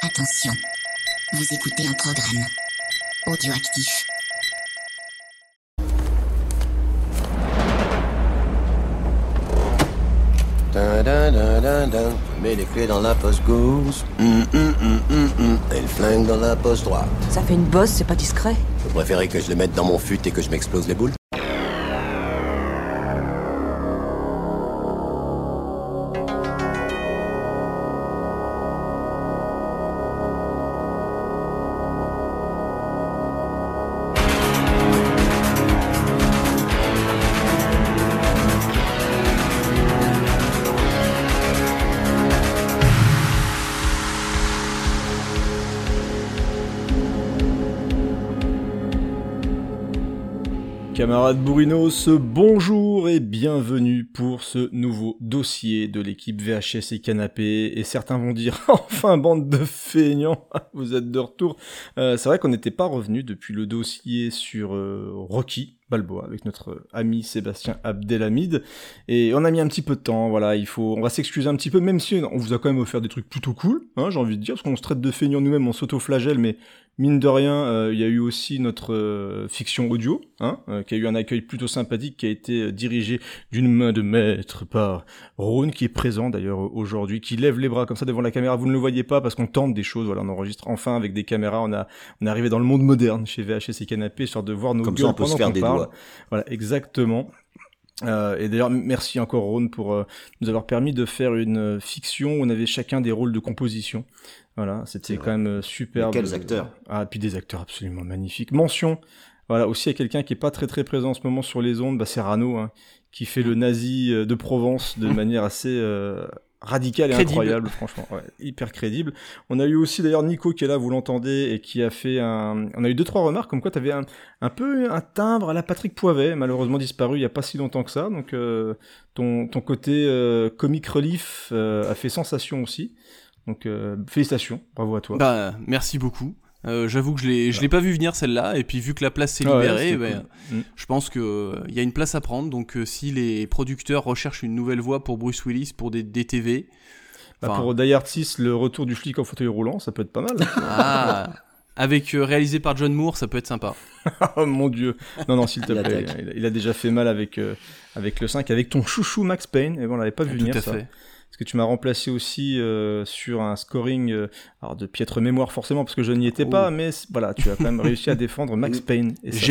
Attention, vous écoutez un programme audioactif. Je mets les clés dans la poche gauche. Et le flingue dans la poche droite. Ça fait une bosse, c'est pas discret. Vous préférez que je le mette dans mon fut et que je m'explose les boules? Camarades bourrinos, bonjour et bienvenue pour ce nouveau dossier de l'équipe VHS et Canapé. Et certains vont dire, enfin bande de feignants, vous êtes de retour. C'est vrai qu'on n'était pas revenu depuis le dossier sur Rocky Balboa avec notre ami Sébastien Abdelhamid, et on a mis un petit peu de temps, voilà, on va s'excuser un petit peu, même si on vous a quand même offert des trucs plutôt cool, hein, j'ai envie de dire, parce qu'on se traite de feignants nous-mêmes, on s'auto-flagelle, mais mine de rien, il y a eu aussi notre fiction audio, hein, qui a eu un accueil plutôt sympathique, qui a été dirigé d'une main de maître par Rhône, qui est présent d'ailleurs aujourd'hui, qui lève les bras comme ça devant la caméra. Vous ne le voyez pas parce qu'on tente des choses, voilà, on enregistre enfin avec des caméras, on est arrivé dans le monde moderne chez VHS et Canapé, histoire de voir nos comme gueules ça, on peut pendant se faire qu'on des parle. doigts. Voilà, exactement. Et d'ailleurs, merci encore Rhône pour nous avoir permis de faire une fiction où on avait chacun des rôles de composition. Voilà, c'était quand même superbe. Mais quels acteurs! Ah, puis des acteurs absolument magnifiques. Mention, voilà, aussi à quelqu'un qui est pas très très présent en ce moment sur les ondes, bah c'est Rano, hein, qui fait le nazi de Provence de manière assez radicale et crédible. Incroyable, franchement, ouais, hyper crédible. On a eu aussi d'ailleurs Nico qui est là, vous l'entendez, et qui a fait on a eu 2-3 remarques comme quoi t'avais un peu un timbre à la Patrick Poivet, malheureusement disparu il y a pas si longtemps que ça, donc ton côté comic relief a fait sensation aussi. Donc félicitations, bravo à toi. Bah merci beaucoup. J'avoue que je l'ai pas vu venir celle-là, et puis vu que la place s'est libérée, cool. je pense que il y a une place à prendre. Donc si les producteurs recherchent une nouvelle voix pour Bruce Willis pour des TV, pour Die Hard 6, le retour du flic en fauteuil roulant, ça peut être pas mal. Ah, avec réalisé par John Moore, ça peut être sympa. Oh mon dieu. Non, s'il te plaît. Il a déjà fait mal avec le 5, avec ton chouchou Max Payne, et bon, on l'avait pas vu venir, tout à ça. fait. Parce que tu m'as remplacé aussi sur un scoring alors de piètre mémoire forcément parce que je n'y étais pas, mais voilà, tu as quand même réussi à défendre Max Payne. Et ça, j'ai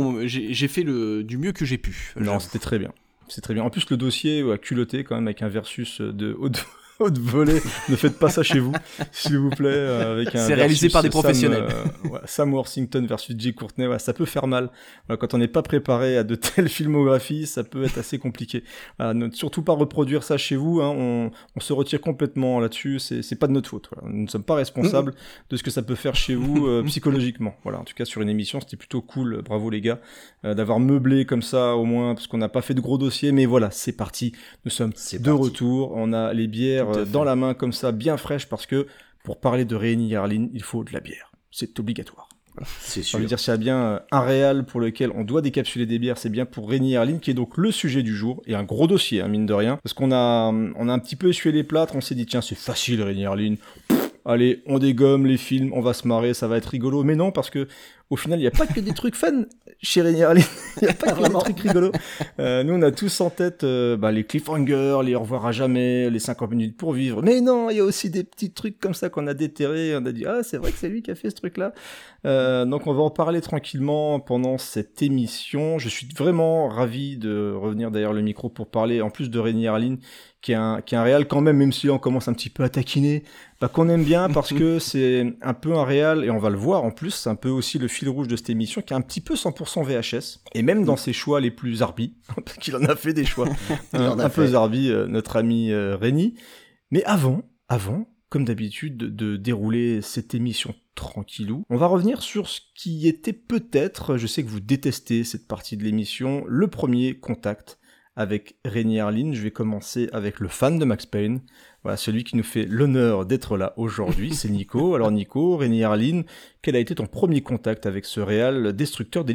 fait du mieux que j'ai pu. Non, c'était très bien. C'est très bien. En plus, le dossier a culotté quand même avec un versus de haute volée. Ne faites pas ça chez vous, s'il vous plaît. Avec un c'est réalisé par des professionnels. Sam Worthington versus Jay Courtney, ça peut faire mal. Quand on n'est pas préparé à de telles filmographies, ça peut être assez compliqué. Ne surtout pas reproduire ça chez vous. Hein, on se retire complètement là-dessus. C'est pas de notre faute. Voilà. Nous ne sommes pas responsables de ce que ça peut faire chez vous psychologiquement. Voilà. En tout cas, sur une émission, c'était plutôt cool. Bravo les gars, d'avoir meublé comme ça au moins, parce qu'on n'a pas fait de gros dossiers. Mais voilà, c'est parti. Nous sommes retour. On a les bières dans la main comme ça, bien fraîche, parce que pour parler de Renny Harlin, il faut de la bière. C'est obligatoire. Voilà. C'est sûr. Ça veut dire s'il y a bien un réal pour lequel on doit décapsuler des bières, c'est bien pour Renny Harlin, qui est donc le sujet du jour, et un gros dossier, hein, mine de rien, parce qu'on a un petit peu essuyé les plâtres, on s'est dit tiens c'est facile Renny Harlin, allez on dégomme les films, on va se marrer, ça va être rigolo, mais non, parce que au final il n'y a pas que des trucs fun chez Renny Harlin, il n'y a pas que des trucs rigolos. Nous on a tous en tête les cliffhangers, les au revoir à jamais, les 50 minutes pour vivre, mais non, il y a aussi des petits trucs comme ça qu'on a déterrés, on a dit ah c'est vrai que c'est lui qui a fait ce truc là. Donc on va en parler tranquillement pendant cette émission. Je suis vraiment ravi de revenir derrière le micro pour parler en plus de Renny Harlin, qui est un réal quand même si là on commence un petit peu à taquiner, qu'on aime bien parce que c'est un peu un réal, et on va le voir en plus, c'est un peu aussi le fil rouge de cette émission, qui est un petit peu 100% VHS, et même dans ses choix les plus zarbi, parce qu'il en a fait des choix un peu zarbi, notre ami Renny. Mais avant, comme d'habitude, de dérouler cette émission tranquillou, on va revenir sur ce qui était peut-être, je sais que vous détestez cette partie de l'émission, le premier contact avec Renny Harlin. Je vais commencer avec le fan de Max Payne, voilà, celui qui nous fait l'honneur d'être là aujourd'hui, c'est Nico. Alors Nico, Renny Harlin, quel a été ton premier contact avec ce réal destructeur d'hélicoptères ?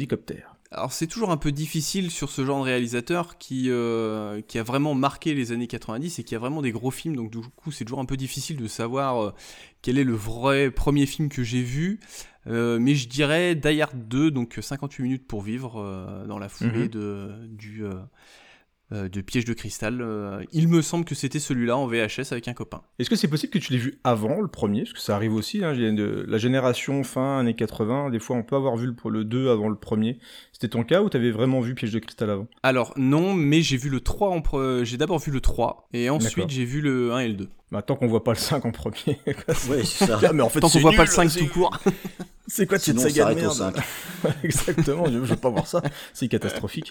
Alors c'est toujours un peu difficile sur ce genre de réalisateur qui a vraiment marqué les années 90 et qui a vraiment des gros films, donc du coup c'est toujours un peu difficile de savoir quel est le vrai premier film que j'ai vu, mais je dirais Die Hard 2, donc 58 minutes pour vivre, dans la foulée de Piège de cristal. Il me semble que c'était celui-là en VHS avec un copain. Est-ce que c'est possible que tu l'aies vu avant le premier? Parce que ça arrive aussi, hein, la génération fin années 80, des fois on peut avoir vu le 2 avant le premier. C'était ton cas ou t'avais vraiment vu Piège de cristal avant? Alors non, mais j'ai vu le 3 j'ai d'abord vu le 3 et ensuite D'accord. j'ai vu le 1 et le 2. Bah, tant qu'on voit pas le 5 en premier. Ouais, c'est ça. Ah, mais en fait, Tant qu'on voit pas le 5 tout court. C'est quoi cette Sinon, on saga de s'arrête au merde? 5. Exactement, je veux pas voir ça. C'est catastrophique.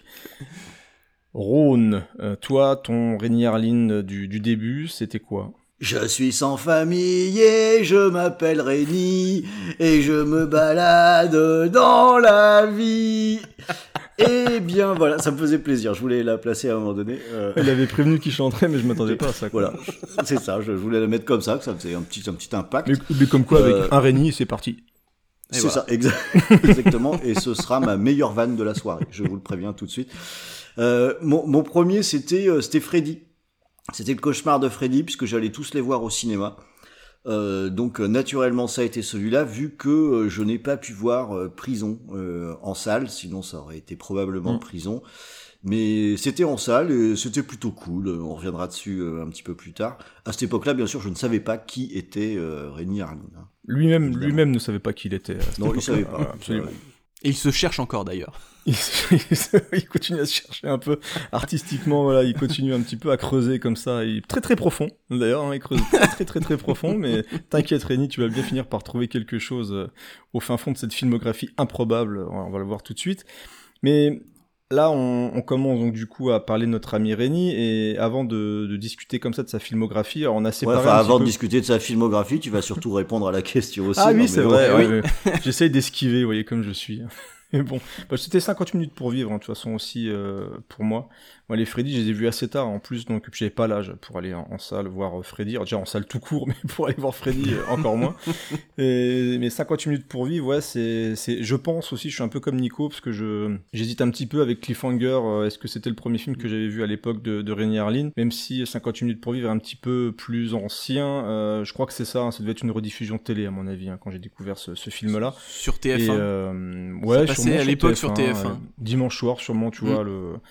Rhône, toi, ton Rémi Harlin du début, c'était quoi? Je suis sans famille et je m'appelle Rémi et je me balade dans la vie. Eh bien voilà, ça me faisait plaisir, je voulais la placer à un moment donné. Elle avait prévenu qu'il chanterait, mais je m'attendais pas à ça. Quoi. Voilà, c'est ça, je voulais la mettre comme ça, que ça faisait un petit impact. Mais comme quoi, avec un Rémi, c'est parti. C'est voilà. ça, exactement, et ce sera ma meilleure vanne de la soirée, je vous le préviens tout de suite. Mon premier, c'était Freddy. C'était le cauchemar de Freddy, puisque j'allais tous les voir au cinéma. Donc naturellement ça a été celui-là, vu que je n'ai pas pu voir Prison en salle, sinon ça aurait été probablement Prison. Mais c'était en salle et c'était plutôt cool, on reviendra dessus un petit peu plus tard. À cette époque-là, bien sûr, je ne savais pas qui était Rémi Harlin. Hein. Lui-même ne savait pas qui il était. Non, il savait pas. Absolument. Et il se cherche encore d'ailleurs. Il continue à se chercher un peu artistiquement, voilà, il continue un petit peu à creuser comme ça, il est très très profond d'ailleurs, hein, il creuse très profond, mais t'inquiète Rémi, tu vas bien finir par trouver quelque chose au fin fond de cette filmographie improbable, on va le voir tout de suite. Mais là on commence donc du coup à parler de notre ami Rémi, et avant de discuter comme ça de sa filmographie, alors on a séparé avant de discuter de sa filmographie, tu vas surtout répondre à la question aussi. Ah oui, c'est vrai, oui. ouais. J'essaye d'esquiver, vous voyez comme je suis. Mais bon, c'était 50 minutes pour vivre, hein, de toute façon aussi, pour moi. Moi, les Freddy, je les ai vus assez tard, en plus, donc j'avais pas l'âge pour aller en salle voir Freddy. Alors, déjà en salle tout court, mais pour aller voir Freddy, encore moins. Mais 50 minutes pour vivre, ouais, je pense aussi, je suis un peu comme Nico, parce que j'hésite un petit peu avec Cliffhanger, est-ce que c'était le premier film que j'avais vu à l'époque de Rémi Harlin, même si 50 minutes pour vivre est un petit peu plus ancien, je crois que c'est ça, hein, ça devait être une rediffusion télé, à mon avis, hein, quand j'ai découvert ce film-là. Sur TF1. Et, ouais, ça passait à l'époque sur TF1. Dimanche soir, sûrement, tu vois,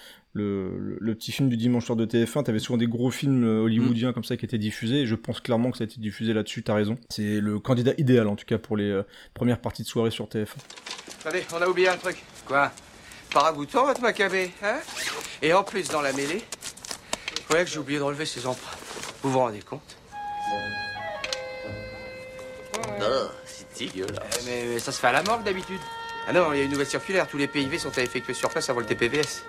le petit film du dimanche soir de TF1, t'avais souvent des gros films hollywoodiens comme ça qui étaient diffusés, et je pense clairement que ça a été diffusé là-dessus, t'as raison. C'est le candidat idéal, en tout cas, pour les premières parties de soirée sur TF1. Attendez, on a oublié un truc. Quoi? Pas ragoûtant, votre macabé, hein? Et en plus, dans la mêlée, ouais, que j'ai oublié de relever ses emprunts. Vous vous rendez compte? Oh, c'est dégueulasse. Mais ça se fait à la morgue, d'habitude. Ah non, il y a une nouvelle circulaire. Tous les PIV sont à effectuer sur place avant le TPVS.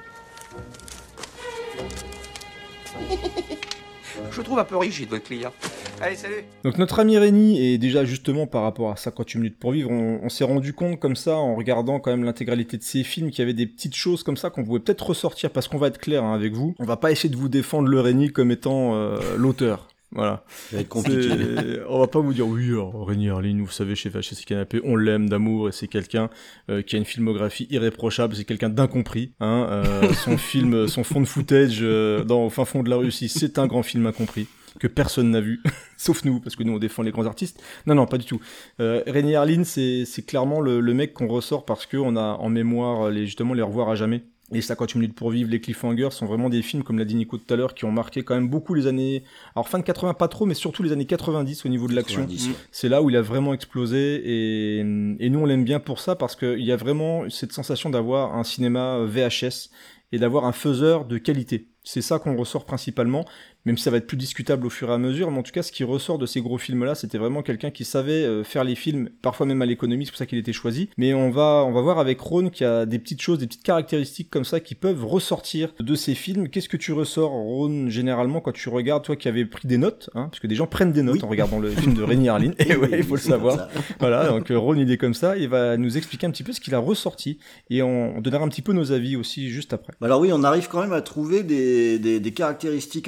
Je trouve un peu rigide, votre client. Allez, salut. Donc notre ami Rémi, et déjà justement par rapport à 58 minutes pour vivre, on s'est rendu compte comme ça, en regardant quand même l'intégralité de ses films, qu'il y avait des petites choses comme ça qu'on pouvait peut-être ressortir, parce qu'on va être clair, hein, avec vous, on va pas essayer de vous défendre le Rémi comme étant l'auteur. Voilà. Ça va être compliqué. On va pas vous dire, oui, Rémi Harlin, vous savez, chez VHS Canapé, on l'aime d'amour, et c'est quelqu'un qui a une filmographie irréprochable, c'est quelqu'un d'incompris, hein, son film, son fond de footage au fin fond de la Russie, c'est un grand film incompris, que personne n'a vu, sauf nous, parce que nous on défend les grands artistes. Non, pas du tout. Rémi Harlin, c'est clairement le mec qu'on ressort parce qu'on a en mémoire justement les revoir à jamais. Les 50 minutes pour vivre, les Cliffhangers sont vraiment des films, comme l'a dit Nico tout à l'heure, qui ont marqué quand même beaucoup les années... Alors fin de 80 pas trop, mais surtout les années 90 au niveau de l'action. 90, ouais. C'est là où il a vraiment explosé, et nous on l'aime bien pour ça, parce qu'il y a vraiment cette sensation d'avoir un cinéma VHS, et d'avoir un faiseur de qualité. C'est ça qu'on ressort principalement, même si ça va être plus discutable au fur et à mesure, mais en tout cas, ce qui ressort de ces gros films-là, c'était vraiment quelqu'un qui savait faire les films, parfois même à l'économie, c'est pour ça qu'il était choisi. Mais on va voir avec Rhône qu'il y a des petites choses, des petites caractéristiques comme ça qui peuvent ressortir de ces films. Qu'est-ce que tu ressors, Rhône, généralement, quand tu regardes, toi qui avais pris des notes, hein, parce que des gens prennent des notes en regardant le film de Rémi Harlin, et ouais, il faut le savoir. Voilà, donc Rhône, il est comme ça, il va nous expliquer un petit peu ce qu'il a ressorti, et on donnera un petit peu nos avis aussi juste après. Alors oui, on arrive quand même à trouver des caractéristiques, alors pas forcément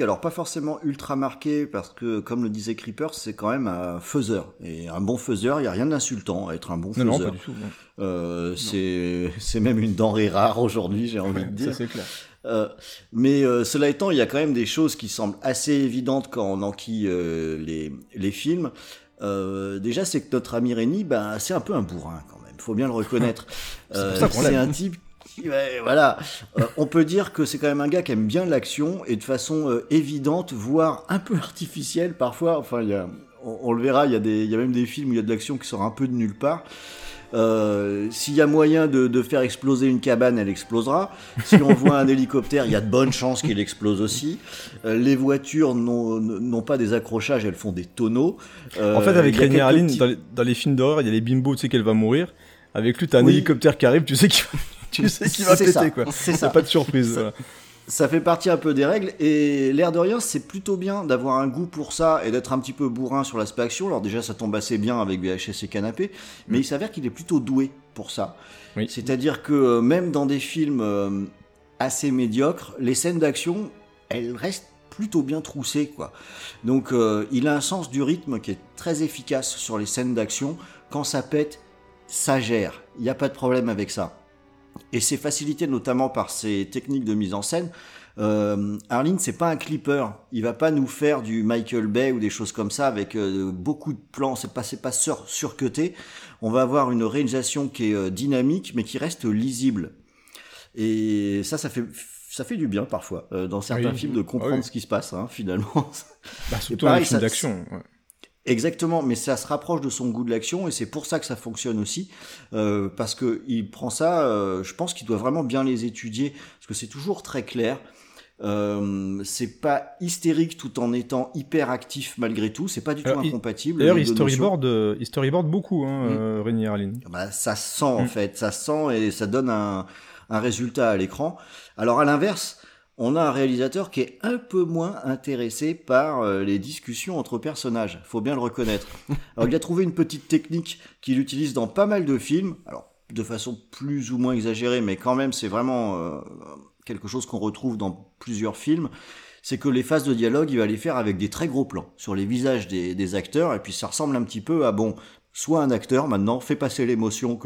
forcément ultra marqué parce que, comme le disait Creepers, c'est quand même un faiseur. Et un bon faiseur, il n'y a rien d'insultant à être un bon faiseur. Non, pas du tout. Non. C'est même une denrée rare aujourd'hui, j'ai envie de dire. Ça, c'est clair. Mais cela étant, il y a quand même des choses qui semblent assez évidentes quand on enquille les films. Déjà, c'est que notre ami Rémi, c'est un peu un bourrin quand même. Faut bien le reconnaître. C'est un type. Ouais, voilà. On peut dire que c'est quand même un gars qui aime bien l'action et de façon évidente, voire un peu artificielle parfois. Enfin, on le verra. Il y a même des films où il y a de l'action qui sort un peu de nulle part. S'il y a moyen de faire exploser une cabane, elle explosera. Si on voit un hélicoptère, il y a de bonnes chances qu'il explose aussi. Les voitures n'ont pas des accrochages, elles font des tonneaux. En fait, avec Rainier Harlin, dans les films d'horreur, il y a les bimbos, tu sais qu'elle va mourir. Avec lui, t'as un hélicoptère qui arrive, tu sais qu'il va péter, ça, quoi. C'est ça. Pas de surprise. Voilà. Ça fait partie un peu des règles, et l'air de rien, c'est plutôt bien d'avoir un goût pour ça et d'être un petit peu bourrin sur l'aspect action. Alors déjà, ça tombe assez bien avec VHS et Canapé, mais il s'avère qu'il est plutôt doué pour ça. Oui. C'est-à-dire que même dans des films assez médiocres, les scènes d'action, elles restent plutôt bien troussées, quoi. Donc il a un sens du rythme qui est très efficace sur les scènes d'action. Quand ça pète, ça gère. Il n'y a pas de problème avec ça. Et c'est facilité notamment par ses techniques de mise en scène. Harlin, c'est pas un clipper. Il va pas nous faire du Michael Bay ou des choses comme ça avec beaucoup de plans. C'est pas surcuté. On va avoir une réalisation qui est dynamique, mais qui reste lisible. Et ça fait du bien parfois dans certains films de comprendre ce qui se passe, finalement. Surtout dans les films d'action. Ouais. Exactement, mais ça se rapproche de son goût de l'action et c'est pour ça que ça fonctionne aussi, parce que il prend ça, je pense qu'il doit vraiment bien les étudier, parce que c'est toujours très clair, c'est pas hystérique tout en étant hyper actif malgré tout, c'est pas du tout incompatible. D'ailleurs, il storyboard beaucoup, Rainier Harlin. Ça sent en fait, ça sent et ça donne un résultat à l'écran. Alors à l'inverse, on a un réalisateur qui est un peu moins intéressé par les discussions entre personnages, faut bien le reconnaître. Alors il a trouvé une petite technique qu'il utilise dans pas mal de films, alors de façon plus ou moins exagérée, mais quand même c'est vraiment quelque chose qu'on retrouve dans plusieurs films, c'est que les phases de dialogue, il va les faire avec des très gros plans sur les visages des acteurs, et puis ça ressemble un petit peu à, soit un acteur maintenant, fais passer l'émotion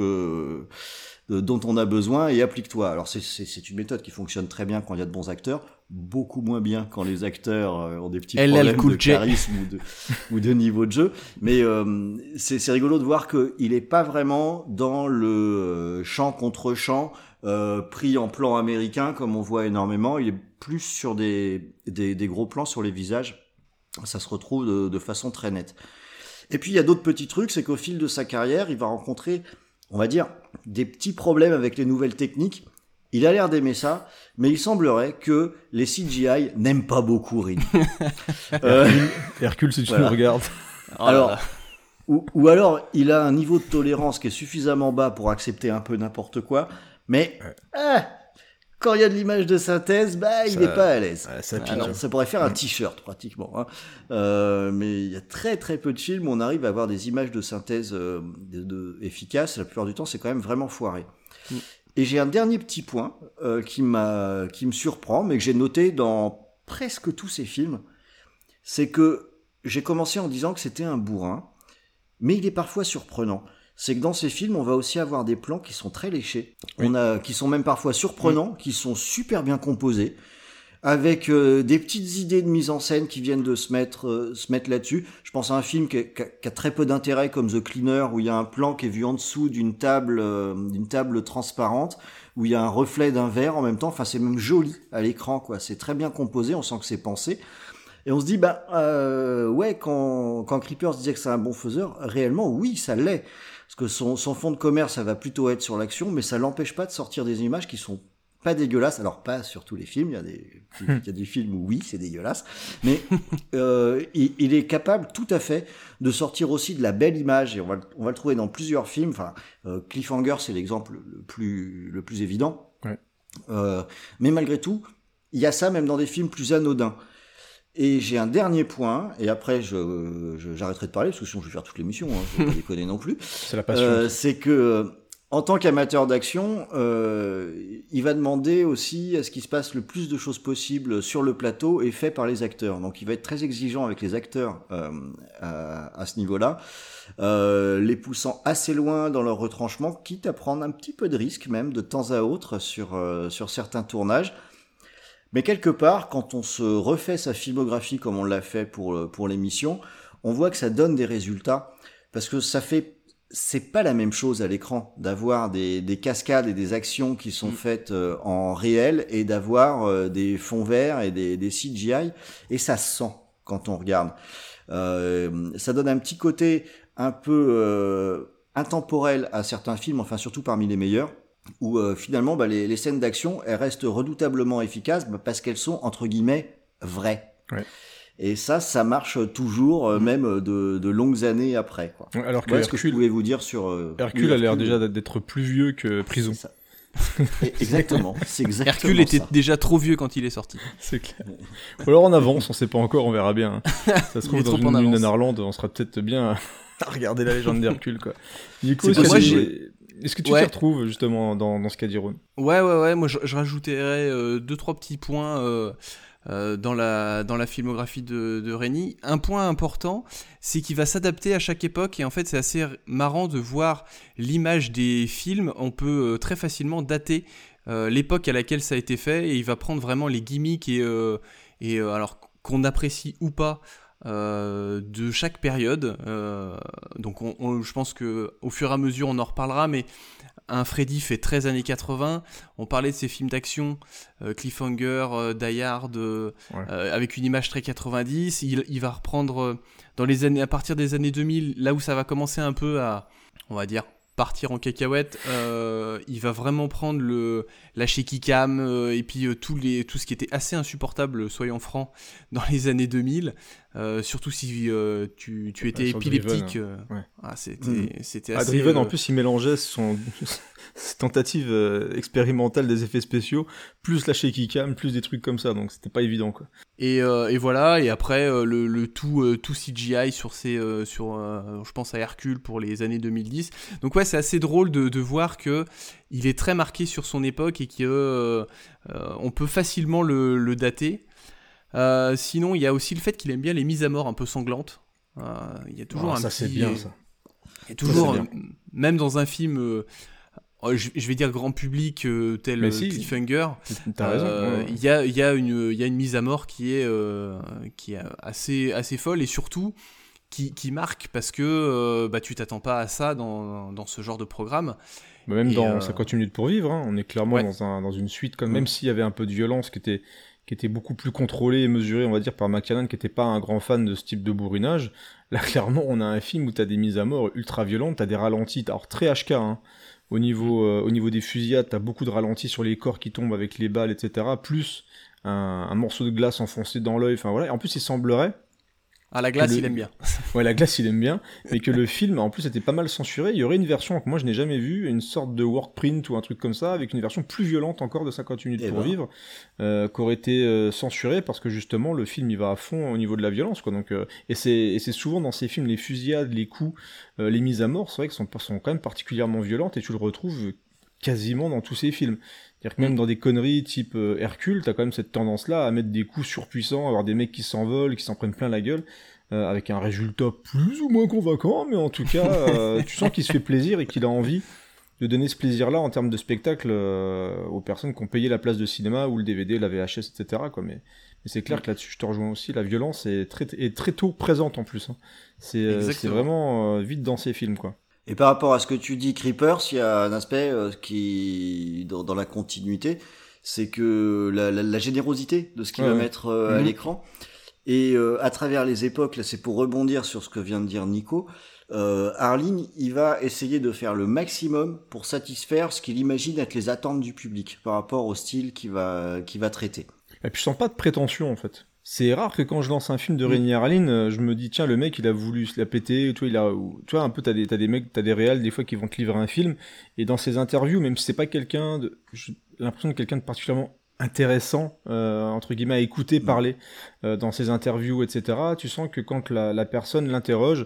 dont on a besoin et applique-toi. Alors c'est une méthode qui fonctionne très bien quand il y a de bons acteurs, beaucoup moins bien quand les acteurs ont des petits problèmes de charisme ou de niveau de jeu. Mais c'est rigolo de voir qu'il est pas vraiment dans le champ contre champ pris en plan américain comme on voit énormément. Il est plus sur des gros plans sur les visages. Ça se retrouve de façon très nette. Et puis il y a d'autres petits trucs, c'est qu'au fil de sa carrière, il va rencontrer, on va dire, des petits problèmes avec les nouvelles techniques. Il a l'air d'aimer ça, mais il semblerait que les CGI n'aiment pas beaucoup Rin. Hercule, si tu le regardes. Alors, ou alors, il a un niveau de tolérance qui est suffisamment bas pour accepter un peu n'importe quoi, mais quand il y a de l'image de synthèse, il n'est pas à l'aise. Ça pourrait faire un t-shirt pratiquement. Mais il y a très très peu de films où on arrive à avoir des images de synthèse efficaces. La plupart du temps, c'est quand même vraiment foiré. Et j'ai un dernier petit point qui me surprend, mais que j'ai noté dans presque tous ces films. C'est que j'ai commencé en disant que c'était un bourrin, mais il est parfois surprenant. C'est que dans ces films, on va aussi avoir des plans qui sont très léchés, qui sont même parfois surprenants, qui sont super bien composés, avec des petites idées de mise en scène qui viennent de se mettre là-dessus. Je pense à un film qui a très peu d'intérêt, comme The Cleaner, où il y a un plan qui est vu en dessous d'une table transparente, où il y a un reflet d'un verre en même temps. Enfin, c'est même joli à l'écran, quoi. C'est très bien composé, on sent que c'est pensé. Et on se dit, quand Creepers disait que c'est un bon faiseur, réellement, oui, ça l'est. Parce que son fond de commerce, ça va plutôt être sur l'action, mais ça l'empêche pas de sortir des images qui sont pas dégueulasses. Alors, pas sur tous les films, il y a des films où oui, c'est dégueulasse, mais il est capable tout à fait de sortir aussi de la belle image, et on va le trouver dans plusieurs films. Enfin, Cliffhanger, c'est l'exemple le plus évident. Ouais. Mais malgré tout, il y a ça même dans des films plus anodins. Et j'ai un dernier point, et après j'arrêterai de parler, parce que sinon je vais faire toute l'émission, je vais pas déconner non plus. C'est la passion. C'est que En tant qu'amateur d'action, il va demander aussi à ce qu'il se passe le plus de choses possible sur le plateau et fait par les acteurs. Donc il va être très exigeant avec les acteurs à ce niveau-là, les poussant assez loin dans leur retranchement, quitte à prendre un petit peu de risque même de temps à autre sur certains tournages. Mais quelque part, quand on se refait sa filmographie comme on l'a fait pour l'émission, on voit que ça donne des résultats, parce que c'est pas la même chose à l'écran d'avoir des cascades et des actions qui sont faites en réel et d'avoir des fonds verts et des CGI, et ça se sent quand on regarde. Ça donne un petit côté un peu intemporel à certains films, enfin surtout parmi les meilleurs, où finalement les scènes d'action, elles restent redoutablement efficaces parce qu'elles sont entre guillemets vraies. Ouais. Et ça marche toujours, même de longues années après, quoi. Alors que voilà ce que je pouvais vous dire sur Hercule a l'air déjà d'être plus vieux que Prison. C'est ça. Exactement, c'est exactement Hercule ça. était déjà trop vieux quand il est sorti. C'est clair. Ou alors en avance, on sait pas encore, on verra bien. Ça se trouve dans une Nanarland, on sera peut-être bien à regarder la légende d'Hercule, quoi. Nico, est-ce que tu t'y retrouves justement dans ce qu'a dit Ron ? Ouais, moi je rajouterais 2-3 petits points dans la filmographie de Raimi. Un point important, c'est qu'il va s'adapter à chaque époque, et en fait c'est assez marrant de voir l'image des films. On peut très facilement dater l'époque à laquelle ça a été fait, et il va prendre vraiment les gimmicks et alors qu'on apprécie ou pas de chaque période. Donc je pense que au fur et à mesure on en reparlera, mais un Freddy fait 13 années 80. On parlait de ces films d'action, Cliffhanger, Die Hard, avec une image très 90. Il va reprendre à partir des années 2000, là où ça va commencer un peu à, on va dire, partir en cacahuète. Il va vraiment prendre la shaky cam et puis tout ce qui était assez insupportable, soyons francs, dans les années 2000. Surtout si tu étais épileptique. Driven, c'était assez... Driven, en plus, il mélangeait ses tentatives expérimentales des effets spéciaux, plus la shaky cam, plus des trucs comme ça, donc c'était pas évident, quoi. Et voilà, et après le tout CGI je pense à Hercule pour les années 2010. Donc ouais, c'est assez drôle de voir que il est très marqué sur son époque et que on peut facilement le dater. Sinon, il y a aussi le fait qu'il aime bien les mises à mort un peu sanglantes. Il y a toujours c'est bien ça. Il y a toujours, même dans un film, je vais dire grand public tel Cliffhanger, t'as raison. Il y a une mise à mort qui est assez folle, et surtout qui marque parce que tu t'attends pas à ça dans ce genre de programme. Même dans 50 minutes pour vivre, on est clairement dans une suite, même s'il y avait un peu de violence qui était beaucoup plus contrôlé et mesuré, on va dire, par McTiernan, qui était pas un grand fan de ce type de bourrinage. Là, clairement, on a un film où t'as des mises à mort ultra violentes, t'as des ralentis, alors très HK, au niveau des fusillades, t'as beaucoup de ralentis sur les corps qui tombent avec les balles, etc., plus un morceau de glace enfoncé dans l'œil, enfin voilà. Et en plus, il semblerait... Ah, la glace, il aime bien. Ouais, la glace, il aime bien. Mais que le film, en plus, était pas mal censuré. Il y aurait une version que moi, je n'ai jamais vue, une sorte de work print ou un truc comme ça, avec une version plus violente encore de 50 minutes pour vivre, qui aurait été censurée parce que justement, le film, il va à fond au niveau de la violence, quoi. Donc, et c'est souvent dans ces films, les fusillades, les coups, les mises à mort, c'est vrai qu'elles sont quand même particulièrement violentes, et tu le retrouves quasiment dans tous ces films. C'est-à-dire que même dans des conneries type Hercule, t'as quand même cette tendance-là à mettre des coups surpuissants, à avoir des mecs qui s'envolent, qui s'en prennent plein la gueule, avec un résultat plus ou moins convaincant, mais en tout cas, tu sens qu'il se fait plaisir et qu'il a envie de donner ce plaisir-là en termes de spectacle aux personnes qui ont payé la place de cinéma ou le DVD, la VHS, etc., quoi. Mais c'est clair que là-dessus, je te rejoins aussi, la violence est très tôt présente en plus. C'est vraiment vite dans ces films, quoi. Et par rapport à ce que tu dis, Creepers, il y a un aspect dans la continuité, c'est que la générosité de ce qu'il va mettre à l'écran. Et à travers les époques, là, c'est pour rebondir sur ce que vient de dire Nico, Harlin, il va essayer de faire le maximum pour satisfaire ce qu'il imagine être les attentes du public par rapport au style qu'il va traiter. Et puis je sens pas de prétention, en fait. C'est rare que quand je lance un film de Raimi Harlin, je me dis tiens, le mec il a voulu se la péter, tu vois un peu t'as des mecs, t'as des réals des fois qui vont te livrer un film, et dans ses interviews, même si c'est pas j'ai l'impression de quelqu'un de particulièrement intéressant entre guillemets à écouter parler dans ses interviews, etc., tu sens que quand la personne l'interroge,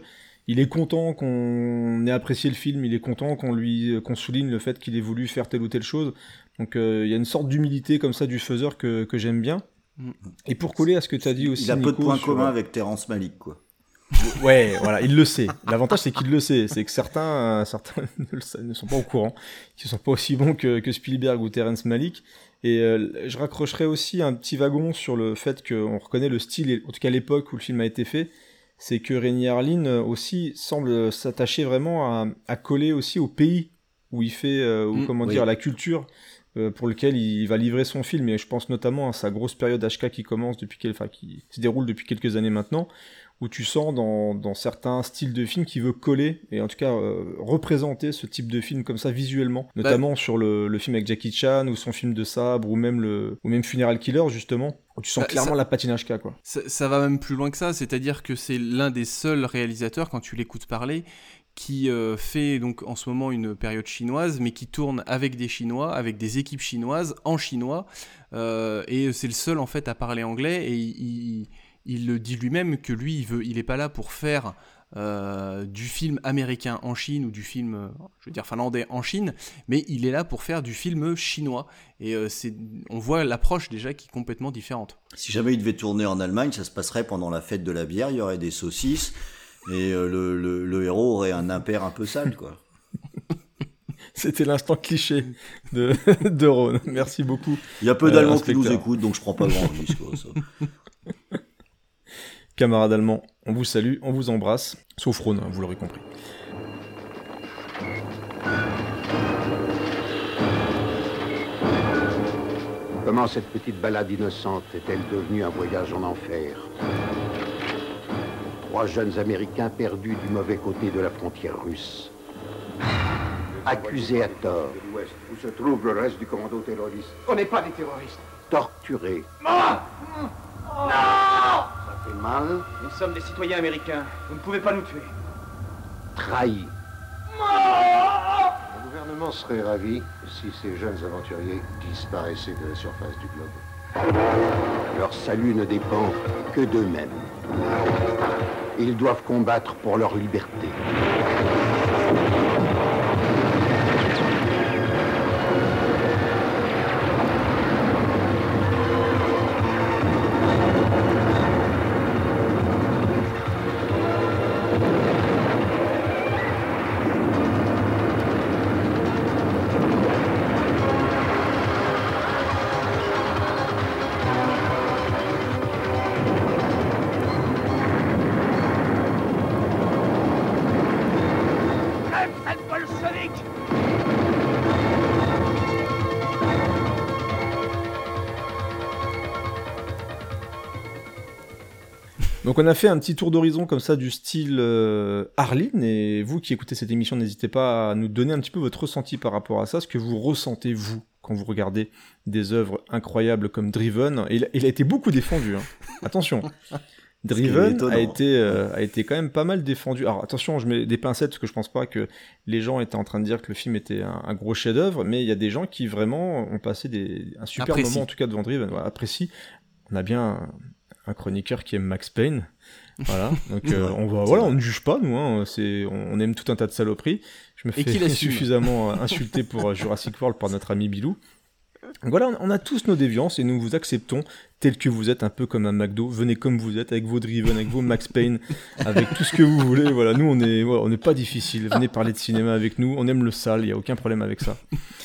il est content qu'on ait apprécié le film, il est content qu'on souligne le fait qu'il ait voulu faire telle ou telle chose. Donc il y a une sorte d'humilité comme ça du faiseur que j'aime bien. Et pour coller à ce que tu as dit aussi, il a peu de Nico, points communs avec Terrence Malick, quoi. Ouais, voilà, il le sait. L'avantage, c'est qu'il le sait. C'est que certains ne sont pas au courant, qui sont pas aussi bons que Spielberg ou Terrence Malick. Et je raccrocherai aussi un petit wagon sur le fait qu'on reconnaît le style, en tout cas l'époque où le film a été fait. C'est que Renny Harlin aussi semble s'attacher vraiment à coller aussi au pays où il fait, à la culture pour lequel il va livrer son film. Et je pense notamment à sa grosse période HK qui se déroule depuis quelques années maintenant, où tu sens dans certains styles de films qu'il veut coller, et en tout cas représenter ce type de film comme ça visuellement, notamment sur le film avec Jackie Chan, ou son film de sabre, ou même Funeral Killer, justement, où tu sens clairement la patine HK, quoi. Ça va même plus loin que ça, c'est-à-dire que c'est l'un des seuls réalisateurs, quand tu l'écoutes parler, qui fait donc en ce moment une période chinoise, mais qui tourne avec des Chinois, avec des équipes chinoises, en chinois, et c'est le seul en fait à parler anglais, et il le dit lui-même que lui, il est pas là pour faire du film américain en Chine ou du film, finlandais en Chine, mais il est là pour faire du film chinois. Et on voit l'approche déjà qui est complètement différente. Si jamais il devait tourner en Allemagne, ça se passerait pendant la fête de la bière, il y aurait des saucisses, et le héros aurait un impair un peu sale, quoi. C'était l'instant cliché de Ron. Merci beaucoup. Il y a peu d'Allemands qui nous écoutent, donc je prends pas grand risque, quoi, ça. Camarades allemands, on vous salue, on vous embrasse, sauf Ron, vous l'aurez compris. Comment cette petite balade innocente est-elle devenue un voyage en enfer? 3 jeunes Américains perdus du mauvais côté de la frontière russe. Accusés à tort. Où se trouve le reste du commando terroriste? On n'est pas des terroristes. Torturés. Non! Ça fait mal. Nous sommes des citoyens américains. Vous ne pouvez pas nous tuer. Trahis. Le gouvernement serait ravi si ces jeunes aventuriers disparaissaient de la surface du globe. Leur salut ne dépend que d'eux-mêmes. Ils doivent combattre pour leur liberté. Donc on a fait un petit tour d'horizon comme ça du style Harlin, et vous qui écoutez cette émission, n'hésitez pas à nous donner un petit peu votre ressenti par rapport à ça, ce que vous ressentez vous quand vous regardez des œuvres incroyables comme Driven. Et il a été beaucoup défendu, hein. Attention, Driven a été quand même pas mal défendu. Alors attention, je mets des pincettes parce que je pense pas que les gens étaient en train de dire que le film était un gros chef-d'œuvre, mais il y a des gens qui vraiment ont passé un super moment en tout cas devant Driven. Voilà, apprécie. On a bien un chroniqueur qui aime Max Payne, voilà. Donc on ne juge pas nous, hein. On aime tout un tas de saloperies. Je me fais suffisamment insulter pour Jurassic World par notre ami Bilou. Donc voilà, on a tous nos déviances et nous vous acceptons tels que vous êtes, un peu comme un McDo. Venez comme vous êtes, avec vos Driven, avec vos Max Payne, avec tout ce que vous voulez. Voilà, nous on n'est pas difficile. Venez parler de cinéma avec nous. On aime le sale, il y a aucun problème avec ça.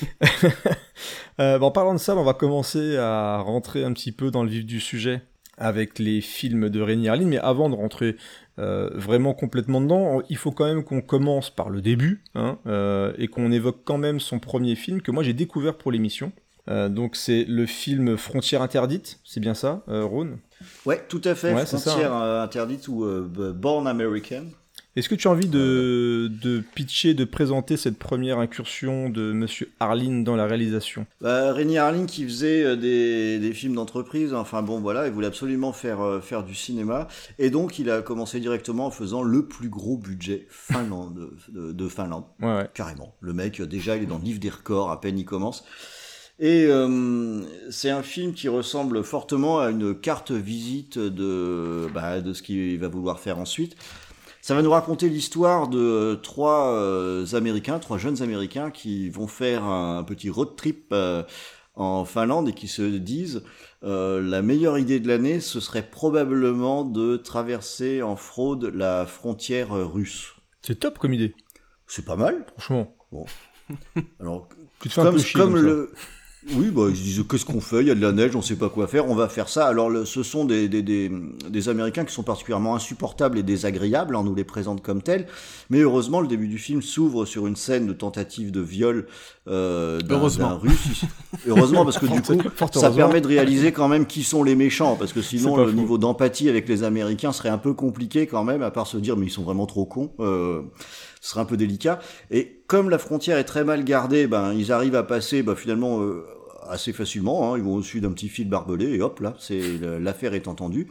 En parlant de sale, on va commencer à rentrer un petit peu dans le vif du sujet avec les films de Renny Harlin, mais avant de rentrer vraiment complètement dedans, il faut quand même qu'on commence par le début, hein, et qu'on évoque quand même son premier film que moi j'ai découvert pour l'émission. Donc c'est le film Frontières interdites, c'est bien ça, Ron? Ouais, tout à fait, ouais, Frontières interdites ou Born American. Est-ce que tu as envie de pitcher, de présenter cette première incursion de Monsieur Harlin dans la réalisation? Renny Harlin qui faisait des films d'entreprise, enfin bon voilà, il voulait absolument faire du cinéma, et donc il a commencé directement en faisant le plus gros budget de Finlande, ouais. Carrément. Le mec, déjà il est dans le livre des records, à peine il commence. Et c'est un film qui ressemble fortement à une carte visite de ce qu'il va vouloir faire ensuite. Ça va nous raconter l'histoire de trois jeunes Américains qui vont faire un petit road trip en Finlande et qui se disent la meilleure idée de l'année, ce serait probablement de traverser en fraude la frontière russe. C'est top comme idée. C'est pas mal. Franchement. Bon. Alors, tu te fais un peu chier comme comme le... Oui, bah, ils se disent, qu'est-ce qu'on fait? Il y a de la neige, on sait pas quoi faire, on va faire ça. Alors, ce sont des Américains qui sont particulièrement insupportables et désagréables, on nous les présente comme tels. Mais heureusement, le début du film s'ouvre sur une scène de tentative de viol d'un Russe. Heureusement, parce que du coup, ça permet de réaliser quand même qui sont les méchants, parce que sinon, le niveau d'empathie avec les Américains serait un peu compliqué quand même, à part se dire, mais ils sont vraiment trop cons. Ce serait un peu délicat. Et comme la frontière est très mal gardée, ben ils arrivent à passer finalement assez facilement. Hein, ils vont au-dessus d'un petit fil barbelé et hop là, l'affaire est entendue.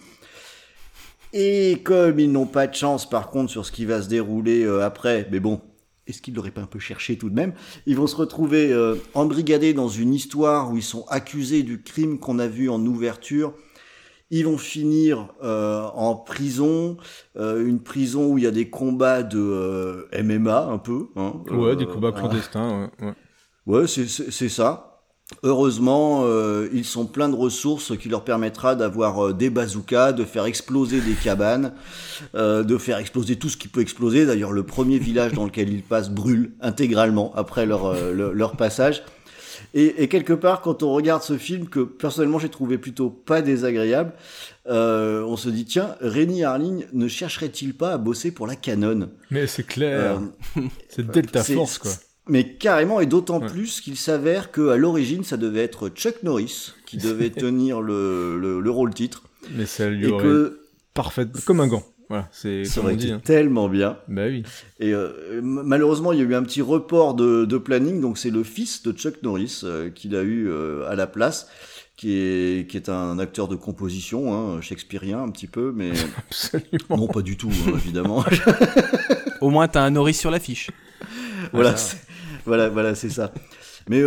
Et comme ils n'ont pas de chance par contre sur ce qui va se dérouler après, mais bon, est-ce qu'ils l'auraient pas un peu cherché tout de même? Ils vont se retrouver embrigadés dans une histoire où ils sont accusés du crime qu'on a vu en ouverture. Ils vont finir en prison, une prison où il y a des combats de MMA un peu. Hein, ouais, des combats clandestins. Ouais, c'est ça. Heureusement, ils sont pleins de ressources qui leur permettra d'avoir des bazookas, de faire exploser des cabanes, de faire exploser tout ce qui peut exploser. D'ailleurs, le premier village dans lequel ils passent brûle intégralement après leur passage. Et quelque part, quand on regarde ce film, que personnellement j'ai trouvé plutôt pas désagréable, on se dit, tiens, Renny Harlin ne chercherait-il pas à bosser pour la Canon? Mais c'est clair, c'est Delta Force, quoi. Mais carrément, et d'autant plus qu'il s'avère qu'à l'origine, ça devait être Chuck Norris qui devait tenir le rôle titre. Mais ça lui aurait parfait, comme un gant. Voilà, ça aurait été tellement bien. Bah oui. Et malheureusement, il y a eu un petit report de planning, donc c'est le fils de Chuck Norris qu'il a eu à la place, qui est un acteur de composition, hein, shakespearien un petit peu, mais absolument non, pas du tout, hein, évidemment. Au moins, t'as un Norris sur l'affiche. Voilà, c'est ça. Mais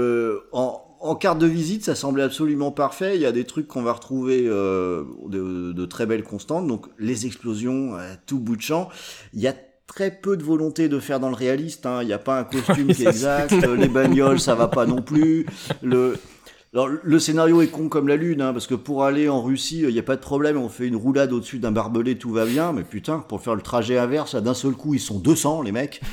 en carte de visite, ça semblait absolument parfait. Il y a des trucs qu'on va retrouver de très belles constantes. Donc, les explosions à tout bout de champ. Il y a très peu de volonté de faire dans le réaliste. Hein. Il n'y a pas un costume qui est exact. Les bagnoles, ça va pas non plus. Alors, le scénario est con comme la lune, hein, parce que pour aller en Russie, il n'y a pas de problème. On fait une roulade au-dessus d'un barbelé, tout va bien. Mais putain, pour faire le trajet inverse, là, d'un seul coup, ils sont 200, les mecs.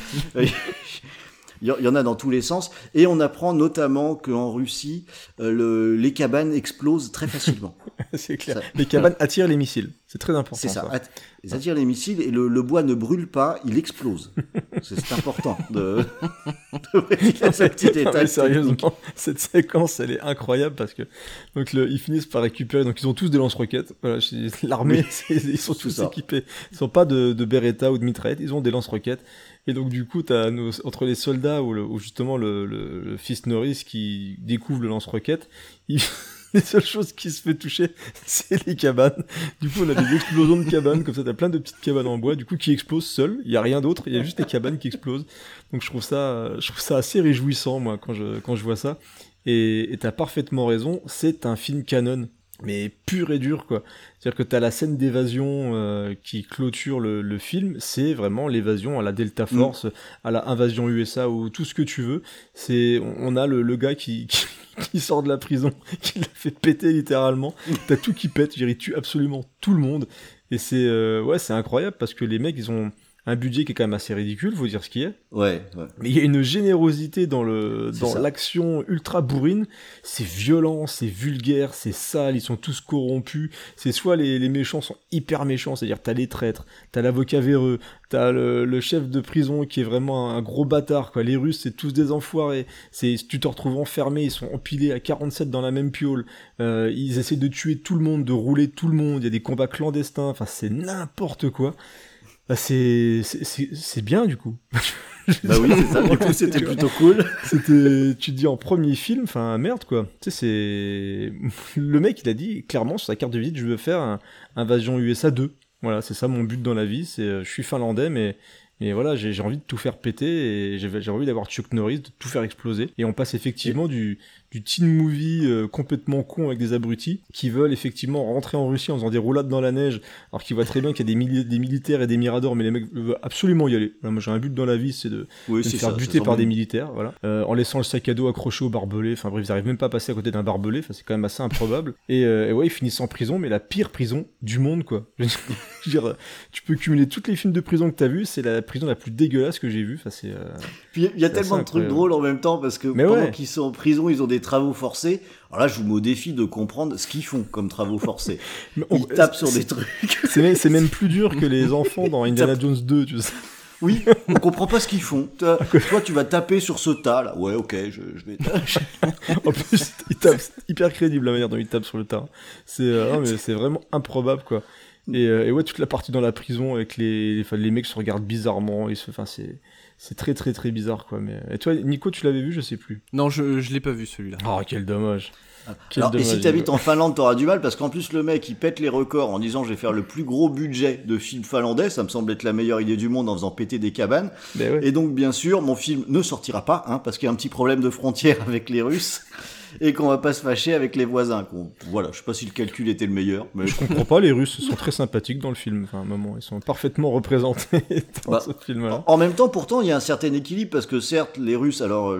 Il y en a dans tous les sens. Et on apprend notamment qu'en Russie, les cabanes explosent très facilement. C'est clair. Les cabanes attirent les missiles. C'est très important. C'est ça. Ils attirent les missiles et le bois ne brûle pas, il explose. C'est important de vérifier ce petit détail. Sérieusement, cette séquence, elle est incroyable parce que donc ils finissent par récupérer. Donc ils ont tous des lance-roquettes. Voilà, l'armée, ils sont tous équipés. Ils sont pas de Beretta ou de mitraillettes. Ils ont des lance-roquettes. Et donc du coup, t'as entre les soldats ou justement le fils Norris qui découvre le lance-roquette, les seules choses qui se fait toucher, c'est les cabanes. Du coup, on a des explosions de cabanes, comme ça, t'as plein de petites cabanes en bois, du coup, qui explosent seules. Il y a rien d'autre, il y a juste les cabanes qui explosent. Donc, je trouve ça assez réjouissant, moi, quand je vois ça. Et t'as parfaitement raison, c'est un film canon, mais pur et dur, quoi. C'est-à-dire que t'as la scène d'évasion qui clôture le film, c'est vraiment l'évasion à la Delta Force, à la invasion USA ou tout ce que tu veux. On a le gars qui sort de la prison, qui l'a fait péter littéralement. T'as tout qui pète, il tue absolument tout le monde. Et c'est incroyable parce que les mecs, ils ont un budget qui est quand même assez ridicule, faut dire ce qui est. Ouais. Mais il y a une générosité dans l'action ultra bourrine. C'est violent, c'est vulgaire, c'est sale, ils sont tous corrompus. C'est soit les méchants sont hyper méchants, c'est-à-dire t'as les traîtres, t'as l'avocat véreux, t'as le chef de prison qui est vraiment un gros bâtard, quoi. Les Russes, c'est tous des enfoirés. Tu te retrouves enfermé, ils sont empilés à 47 dans la même piole. Ils essaient de tuer tout le monde, de rouler tout le monde. Il y a des combats clandestins. Enfin, c'est n'importe quoi. Bah c'est bien du coup. Bah oui, c'est ça. Du coup, c'était plutôt cool. Tu te dis en premier film, enfin merde quoi. Tu sais, le mec, il a dit clairement sur sa carte de visite, je veux faire Invasion USA 2. Voilà, c'est ça mon but dans la vie. Je suis finlandais, mais Mais voilà, j'ai envie de tout faire péter et j'ai envie d'avoir Chuck Norris, de tout faire exploser. Et on passe effectivement du teen movie complètement con avec des abrutis qui veulent effectivement rentrer en Russie en faisant des roulades dans la neige, alors qu'ils voient très bien qu'il y a des militaires et des miradors, mais les mecs veulent absolument y aller. Voilà, moi j'ai un but dans la vie, c'est de me faire buter par des militaires, voilà. En laissant le sac à dos accroché au barbelé, enfin bref, ils arrivent même pas à passer à côté d'un barbelé, enfin c'est quand même assez improbable. Et ouais, ils finissent en prison, mais la pire prison du monde, quoi. Je veux dire, tu peux cumuler toutes les films de prison que t'as vus, c'est la prison la plus dégueulasse que j'ai vue. Enfin, c'est. Puis il y a tellement de trucs drôles en même temps parce que pendant qu'ils sont en prison, ils ont des travaux forcés. Alors là, je vous mets au défi de comprendre ce qu'ils font comme travaux forcés. Ils tapent sur des trucs. C'est même plus dur que les enfants dans Indiana Jones 2, tu sais. Oui, on comprend pas ce qu'ils font. Toi, tu vas taper sur ce tas là. Ouais, ok, je vais. En plus, ils tapent hyper crédible la manière dont ils tapent sur le tas. C'est vraiment improbable, quoi. Et ouais, toute la partie dans la prison avec les mecs se regardent bizarrement. C'est très très très bizarre, quoi. Mais et toi, Nico, tu l'avais vu, je sais plus. Non, je l'ai pas vu celui-là. Oh, quel dommage. Alors, et si t'habites en Finlande, t'auras du mal parce qu'en plus le mec il pète les records en disant je vais faire le plus gros budget de film finlandais, ça me semble être la meilleure idée du monde en faisant péter des cabanes. Ouais. Et donc bien sûr mon film ne sortira pas parce qu'il y a un petit problème de frontière avec les Russes et qu'on va pas se fâcher avec les voisins. Voilà, je sais pas si le calcul était le meilleur. Mais... Je comprends pas, les Russes sont très sympathiques dans le film. Enfin, à un moment, ils sont parfaitement représentés dans ce film-là. En même temps, pourtant, il y a un certain équilibre parce que certes, les Russes, alors,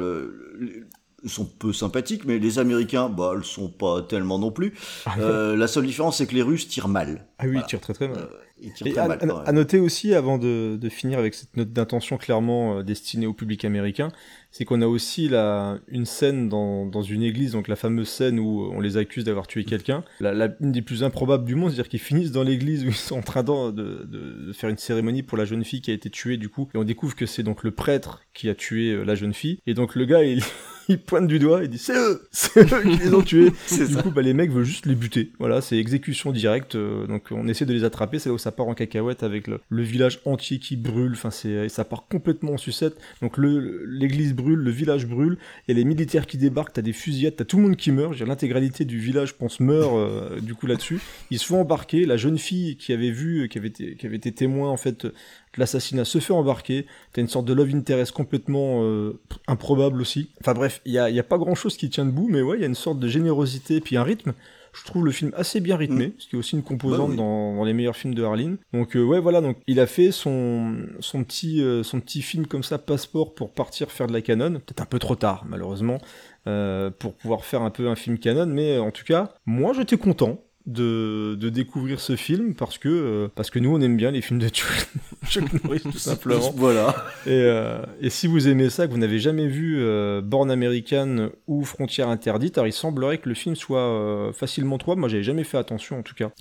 sont peu sympathiques, mais les Américains, le sont pas tellement non plus. La seule différence, c'est que les Russes tirent mal. Ah oui, voilà. Ils tirent très très mal. Ils tirent très mal. À noter aussi, avant de finir avec cette note d'intention clairement destinée au public américain, c'est qu'on a aussi une scène dans une église, donc la fameuse scène où on les accuse d'avoir tué quelqu'un, une des plus improbables du monde, c'est-à-dire qu'ils finissent dans l'église où ils sont en train de faire une cérémonie pour la jeune fille qui a été tuée du coup, et on découvre que c'est donc le prêtre qui a tué la jeune fille, et donc le gars il pointe du doigt et dit c'est eux qui les ont tués. Du coup les mecs veulent juste les buter, voilà, c'est exécution directe, donc on essaie de les attraper, c'est là où ça part en cacahuète avec le village entier qui brûle, enfin ça part complètement en sucette, donc l'église brûle, le village brûle, il y a les militaires qui débarquent, t'as des fusillades, t'as tout le monde qui meurt, l'intégralité du village, je pense, meurt du coup là-dessus. Ils se font embarquer, la jeune fille qui avait été témoin en fait de l'assassinat se fait embarquer, t'as une sorte de love interest complètement improbable aussi. Enfin bref, il y a pas grand-chose qui tient debout, mais ouais, il y a une sorte de générosité, puis un rythme. Je trouve le film assez bien rythmé, ce qui est aussi une composante dans les meilleurs films de Harlin. Donc ouais, voilà, donc il a fait son petit film comme ça, passeport pour partir faire de la canon. Peut-être un peu trop tard, malheureusement, pour pouvoir faire un peu un film canon, mais en tout cas, moi j'étais content de découvrir ce film parce que nous on aime bien les films de Chuck Norris tout simplement. Voilà. Et si vous aimez ça, que vous n'avez jamais vu Born American ou Frontières interdites, alors il semblerait que le film soit facilement trouvable. Moi j'avais jamais fait attention en tout cas.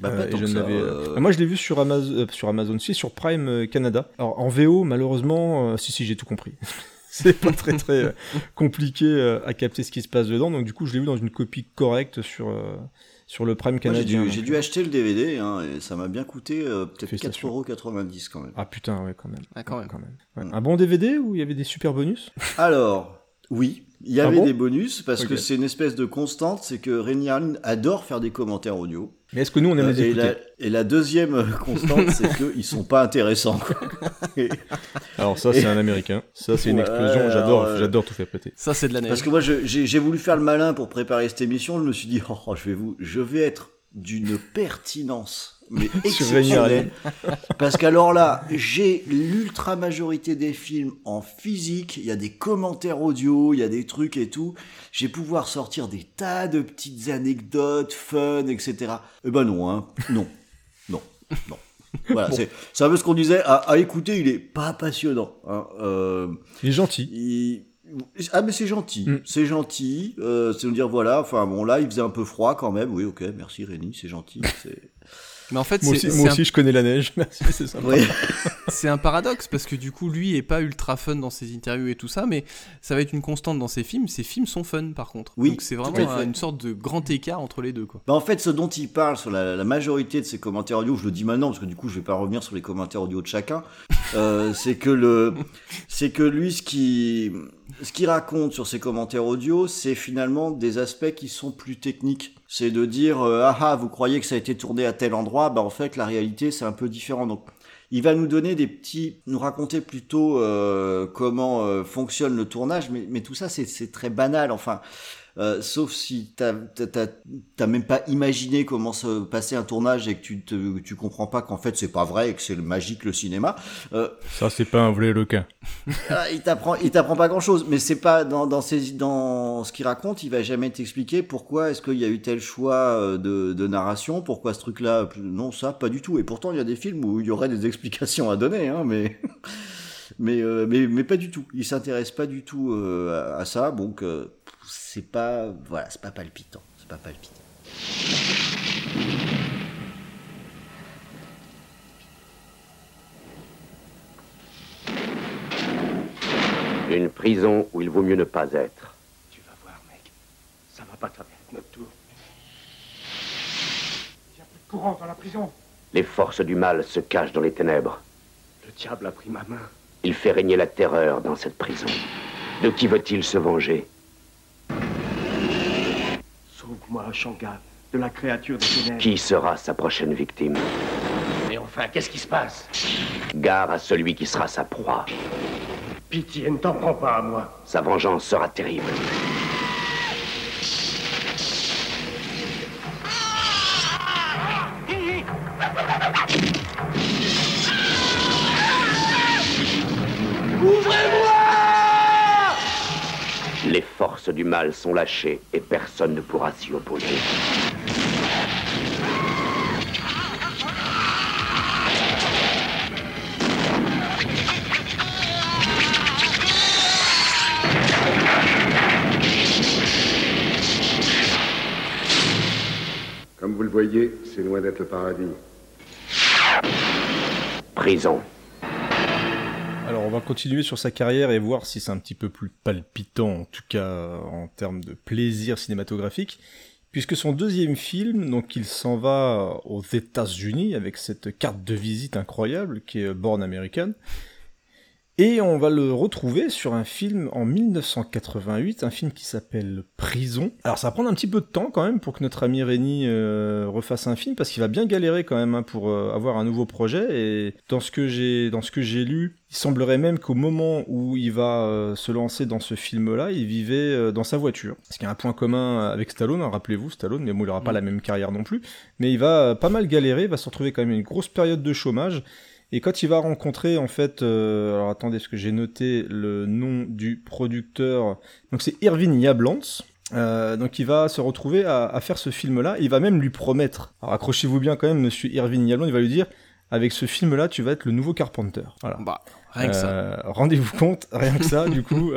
Moi je l'ai vu sur Amazon, sur Prime Canada. Alors en VO malheureusement, si j'ai tout compris. C'est pas très très compliqué à capter ce qui se passe dedans, donc du coup je l'ai vu dans une copie correcte sur le Prime canadien. J'ai dû acheter le DVD, et ça m'a bien coûté peut-être 4,90€ quand même. Ah putain, ouais, quand même. Ah, quand même. Ouais. Un bon DVD où il y avait des super bonus ? Alors, oui, il y avait des bonus, parce que c'est une espèce de constante, c'est que Renny Harlin adore faire des commentaires audio. Mais est-ce que nous on aime les écouter ? Et la deuxième constante, c'est qu'ils sont pas intéressants, quoi. Alors ça, c'est un Américain. Ça, c'est une explosion. J'adore tout faire péter. Ça, c'est de la neige. Parce que moi, j'ai voulu faire le malin pour préparer cette émission. Je me suis dit, je vais être d'une pertinence mais exceptionnelle. Parce qu'alors là, j'ai l'ultra majorité des films en physique. Il y a des commentaires audio, il y a des trucs et tout. Je vais pouvoir sortir des tas de petites anecdotes, fun, etc. Eh ben non, non. Voilà, c'est un peu ce qu'on disait. À écouter, il est pas passionnant. Il est gentil. Mais c'est gentil. C'est gentil. C'est nous dire voilà. Enfin bon, là, il faisait un peu froid quand même. Oui, ok, merci Rémi, c'est gentil. Mais en fait, moi aussi, je connais la neige. Merci, c'est sympa. Oui. C'est un paradoxe parce que du coup, lui est pas ultra fun dans ses interviews et tout ça, mais ça va être une constante dans ses films. Ses films sont fun par contre. Oui. Donc c'est vraiment une sorte de grand écart entre les deux, quoi. En fait, ce dont il parle sur la majorité de ses commentaires audio, je le dis maintenant parce que du coup, je vais pas revenir sur les commentaires audio de chacun. C'est que lui, ce qu'il raconte sur ses commentaires audio, c'est finalement des aspects qui sont plus techniques. C'est de dire vous croyez que ça a été tourné à tel endroit, en fait la réalité c'est un peu différent. Donc Il va nous donner nous raconter plutôt comment fonctionne le tournage, mais tout ça c'est très banal. Enfin, sauf si t'as même pas imaginé comment se passait un tournage et que tu comprends pas qu'en fait c'est pas vrai et que c'est magique le cinéma. Ça c'est pas un vrai requin. Il t'apprend pas grand chose, mais c'est pas dans ce qu'il raconte, il va jamais t'expliquer pourquoi est-ce qu'il y a eu tel choix de narration, pourquoi ce truc-là, non ça pas du tout. Et pourtant il y a des films où il y aurait des explications à donner, hein, mais mais pas du tout. Il s'intéresse pas du tout à ça, donc c'est pas palpitant, c'est pas palpitant. Une prison où il vaut mieux ne pas être. Tu vas voir, mec. Ça va pas très bien. Notre tour. Il y a plus de courant dans la prison. Les forces du mal se cachent dans les ténèbres. Le diable a pris ma main. Il fait régner la terreur dans cette prison. De qui veut-il se venger? Sauve-moi, Shanghai, de la créature des ténèbres. Qui sera sa prochaine victime? Et enfin, qu'est-ce qui se passe? Gare à celui qui sera sa proie. Pitié, ne t'en prends pas à moi. Sa vengeance sera terrible. Les forces du mal sont lâchées et personne ne pourra s'y opposer. Comme vous le voyez, c'est loin d'être le paradis. Prison. Alors on va continuer sur sa carrière et voir si c'est un petit peu plus palpitant, en tout cas en termes de plaisir cinématographique, puisque son deuxième film, donc il s'en va aux États-Unis avec cette carte de visite incroyable qui est Born American, et on va le retrouver sur un film en 1988, un film qui s'appelle Prison. Alors ça va prendre un petit peu de temps quand même pour que notre ami Rémi refasse un film, parce qu'il va bien galérer quand même pour avoir un nouveau projet, et dans ce que j'ai lu, il semblerait même qu'au moment où il va se lancer dans ce film-là, il vivait dans sa voiture. Ce qui est un point commun avec Stallone, hein, rappelez-vous Stallone, mais bon, il n'aura pas la même carrière non plus, mais il va pas mal galérer, il va se retrouver quand même une grosse période de chômage. Et quand il va rencontrer, en fait, alors attendez, parce que j'ai noté le nom du producteur, donc c'est Irving Yablans, donc il va se retrouver à faire ce film-là, il va même lui promettre, alors accrochez-vous bien quand même, monsieur Irving Yablans, il va lui dire, avec ce film-là, tu vas être le nouveau Carpenter. Voilà. Bah, rien que ça. Rendez-vous compte, rien que ça, du coup.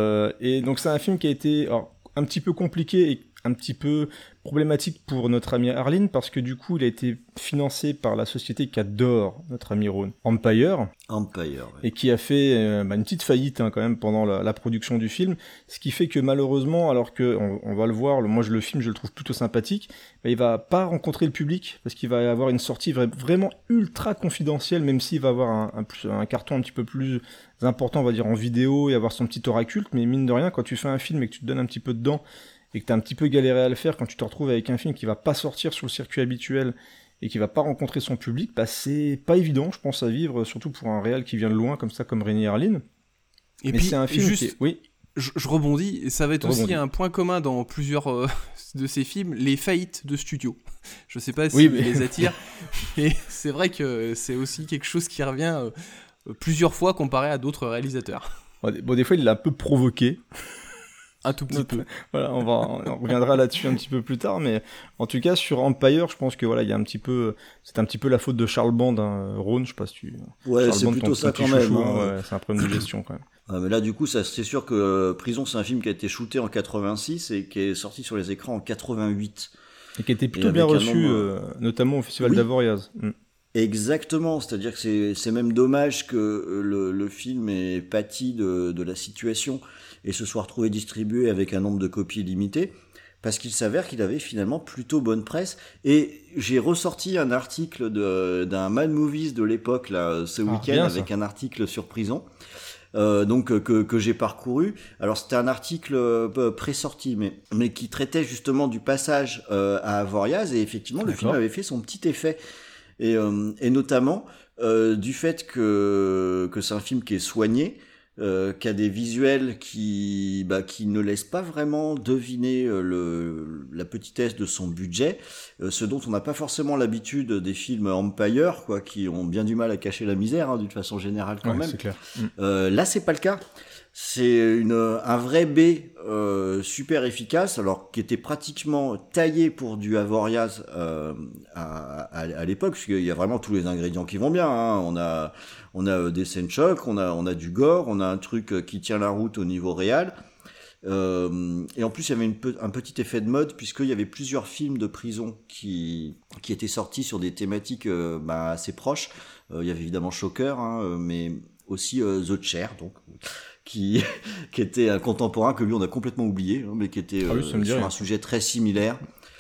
Et donc c'est un film qui a été un petit peu compliqué et un petit peu problématique pour notre ami Arline, parce que du coup il a été financé par la société qu'adore notre ami Ron, Empire, ouais. Et qui a fait une petite faillite quand même pendant la production du film, ce qui fait que malheureusement, alors que on va le voir, le film je le trouve plutôt sympathique, il va pas rencontrer le public, parce qu'il va avoir une sortie vraiment ultra confidentielle, même s'il va avoir un carton un petit peu plus important, on va dire en vidéo, et avoir son petit aura culte, mais mine de rien, quand tu fais un film et que tu te donnes un petit peu dedans, et que t'as un petit peu galéré à le faire, quand tu te retrouves avec un film qui va pas sortir sur le circuit habituel et qui va pas rencontrer son public, c'est pas évident, je pense, à vivre, surtout pour un réal qui vient de loin, comme ça, comme Rémi Harlin. Et puis, c'est un film oui. Je rebondis, et ça va être aussi un point commun dans plusieurs de ces films, les faillites de studio. Je sais pas si les attire, mais c'est vrai que c'est aussi quelque chose qui revient plusieurs fois comparé à d'autres réalisateurs. Bon, des fois, il l'a un peu provoqué. Un tout petit peu. Voilà, on reviendra là-dessus un petit peu plus tard, mais en tout cas sur Empire, je pense que voilà, il y a c'est un petit peu la faute de Charles Band, hein, Ron, je sais pas si tu. Ouais, Charles c'est Band, plutôt ça quand même. Chouchou, ouais, c'est un problème de gestion quand même. Mais là, du coup, c'est sûr que Prison, c'est un film qui a été shooté en 86 et qui est sorti sur les écrans en 88. Et qui a été plutôt bien reçu, notamment au Festival d'Avoriaz. Exactement, c'est-à-dire que c'est même dommage que le film ait pâti de la situation et se soit retrouvé distribué avec un nombre de copies limité, parce qu'il s'avère qu'il avait finalement plutôt bonne presse. Et j'ai ressorti un article d'un Mad Movies de l'époque là ce week-end avec un article sur Prison. Donc que j'ai parcouru. Alors c'était un article pré-sorti, mais qui traitait justement du passage à Avoriaz, et effectivement le film avait fait son petit effet. Et notamment, du fait que c'est un film qui est soigné, qui a des visuels qui ne laissent pas vraiment deviner la petitesse de son budget, ce dont on n'a pas forcément l'habitude des films Empire, quoi, qui ont bien du mal à cacher la misère, d'une façon générale quand même. C'est clair. Là, c'est pas le cas. C'est un vrai B super efficace, alors qui était pratiquement taillé pour du Avoriaz à l'époque, parce qu'il y a vraiment tous les ingrédients qui vont bien. Hein. On a des scènes choc, on a du gore, on a un truc qui tient la route au niveau réel. Et en plus, il y avait un petit effet de mode, puisqu'il y avait plusieurs films de prison qui étaient sortis sur des thématiques assez proches. Il y avait évidemment Shocker, hein, mais aussi The Chair, donc qui était un contemporain que lui on a complètement oublié, hein, mais qui était sur un sujet très similaire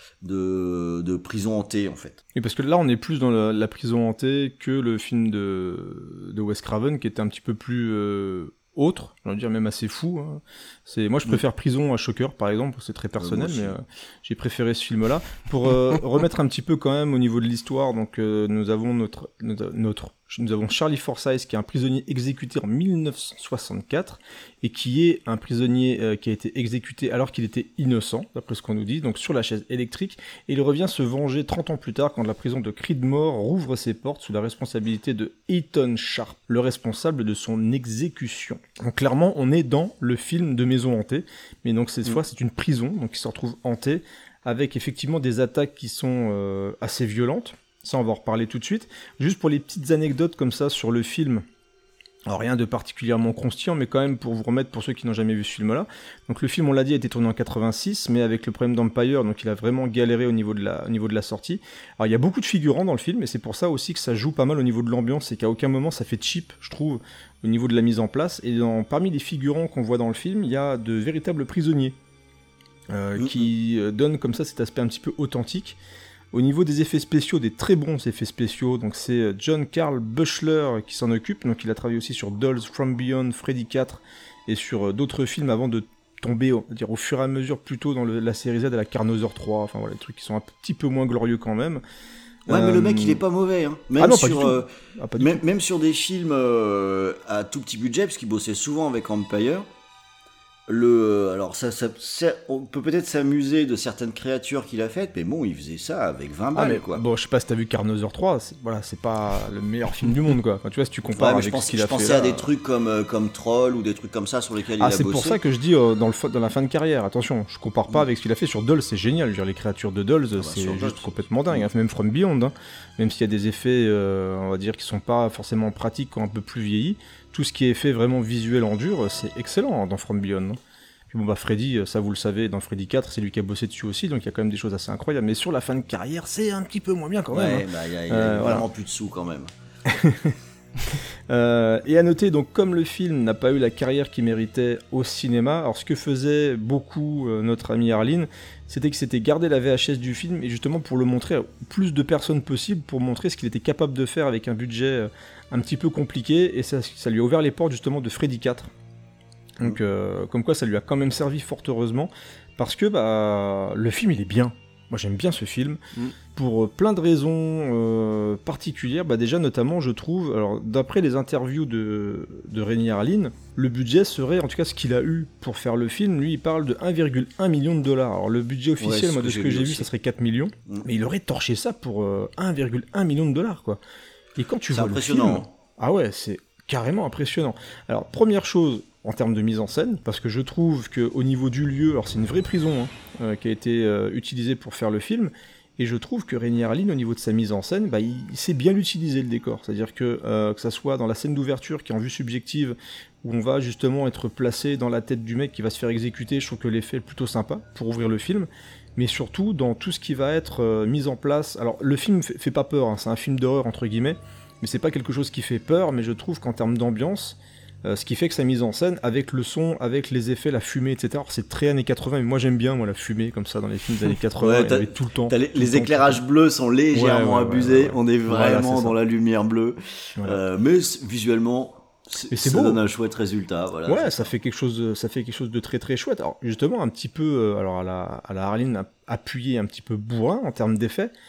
de prison hantée en fait. Et parce que là on est plus dans la prison hantée que le film de Wes Craven qui était un petit peu plus autre, j'ai envie de dire même assez fou. Hein. Moi je préfère Prison à Shocker par exemple, c'est très personnel, mais j'ai préféré ce film-là. Pour remettre un petit peu quand même au niveau de l'histoire, donc nous avons nous avons Charlie Forsyth qui est un prisonnier exécuté en 1964 et qui est un prisonnier qui a été exécuté alors qu'il était innocent, d'après ce qu'on nous dit, donc sur la chaise électrique, et il revient se venger 30 ans plus tard quand la prison de Creedmoor rouvre ses portes sous la responsabilité de Eaton Sharp, le responsable de son exécution. Donc clairement, on est dans le film de Maison hantée, mais donc cette fois c'est une prison, donc il se retrouve hanté, avec effectivement des attaques qui sont assez violentes. Ça, on va en reparler tout de suite. Juste pour les petites anecdotes comme ça sur le film. Alors rien de particulièrement croustillant, mais quand même pour vous remettre, pour ceux qui n'ont jamais vu ce film-là. Donc le film, on l'a dit, a été tourné en 86, mais avec le problème d'Empire, donc il a vraiment galéré au niveau de la sortie. Alors il y a beaucoup de figurants dans le film, et c'est pour ça aussi que ça joue pas mal au niveau de l'ambiance, et qu'à aucun moment ça fait cheap, je trouve, au niveau de la mise en place. Et parmi les figurants qu'on voit dans le film, il y a de véritables prisonniers, qui donnent comme ça cet aspect un petit peu authentique. Au niveau des effets spéciaux, des très bons effets spéciaux, donc c'est John Carl Buechler qui s'en occupe, donc il a travaillé aussi sur Dolls from Beyond, Freddy 4 et sur d'autres films avant de tomber, on va dire, au fur et à mesure plutôt dans la série Z à la Carnosaur 3, enfin voilà, des trucs qui sont un petit peu moins glorieux quand même. Ouais, mais le mec il est pas mauvais, hein. Même non, même sur des films à tout petit budget, parce qu'il bossait souvent avec Empire. Alors on peut peut-être s'amuser de certaines créatures qu'il a faites, mais bon, il faisait ça avec 20 balles, quoi. Bon, je sais pas si t'as vu Carnosaur 3, c'est pas le meilleur film du monde, quoi. Enfin, tu vois, si tu compares avec ce qu'il a fait. Je pensais à des trucs comme Troll ou des trucs comme ça sur lesquels il a bossé. C'est pour ça que je dis dans la fin de carrière, attention, je compare pas avec ce qu'il a fait sur Dolls, c'est génial. Je veux dire, les créatures de Dolls, c'est juste complètement dingue, hein. Même From Beyond, hein. Même s'il y a des effets, on va dire, qui sont pas forcément pratiques, qui ont un peu plus vieilli. Tout ce qui est fait vraiment visuel en dur, c'est excellent, hein, dans From Beyond. Puis bon, Freddy, ça vous le savez, dans Freddy 4, c'est lui qui a bossé dessus aussi, donc il y a quand même des choses assez incroyables. Mais sur la fin de carrière, c'est un petit peu moins bien quand même. Ouais, il y a vraiment plus de sous quand même. Et à noter, donc, comme le film n'a pas eu la carrière qu'il méritait au cinéma, alors ce que faisait beaucoup notre amie Arline, c'était qu'il s'était gardé la VHS du film, et justement pour le montrer à plus de personnes possible, pour montrer ce qu'il était capable de faire avec un budget un petit peu compliqué, et ça lui a ouvert les portes justement de Freddy 4. Donc comme quoi ça lui a quand même servi fort heureusement, parce que le film il est bien. Moi j'aime bien ce film, pour plein de raisons particulières. Déjà notamment je trouve, alors d'après les interviews de Renny Harlin, le budget serait, en tout cas ce qu'il a eu pour faire le film, lui il parle de 1,1 million de dollars. Alors le budget officiel, moi de ce que j'ai vu, ça serait 4 millions, mais il aurait torché ça pour 1,1 million de dollars, quoi. Et quand tu vois le film... Ah ouais, c'est carrément impressionnant. Alors première chose, en termes de mise en scène, parce que je trouve qu'au niveau du lieu, alors c'est une vraie prison qui a été utilisée pour faire le film, et je trouve que Renny Harlin, au niveau de sa mise en scène, il sait bien l'utiliser le décor, c'est-à-dire que ça soit dans la scène d'ouverture qui est en vue subjective, où on va justement être placé dans la tête du mec qui va se faire exécuter, je trouve que l'effet est plutôt sympa pour ouvrir le film, mais surtout dans tout ce qui va être mis en place. Alors le film fait pas peur, hein, c'est un film d'horreur entre guillemets, mais c'est pas quelque chose qui fait peur, mais je trouve qu'en termes d'ambiance, ce qui fait que sa mise en scène, avec le son, avec les effets, la fumée, etc. Alors, c'est très années 80, mais moi j'aime bien la fumée comme ça dans les films des années 80, il y avait tout le temps. Les éclairages bleus sont légèrement abusés, on est vraiment dans la lumière bleue, mais visuellement, ça donne un chouette résultat. Voilà. Ouais, ça fait quelque chose de très très chouette. Alors justement, un petit peu, à la Harlin, appuyé un petit peu bourrin en termes d'effets,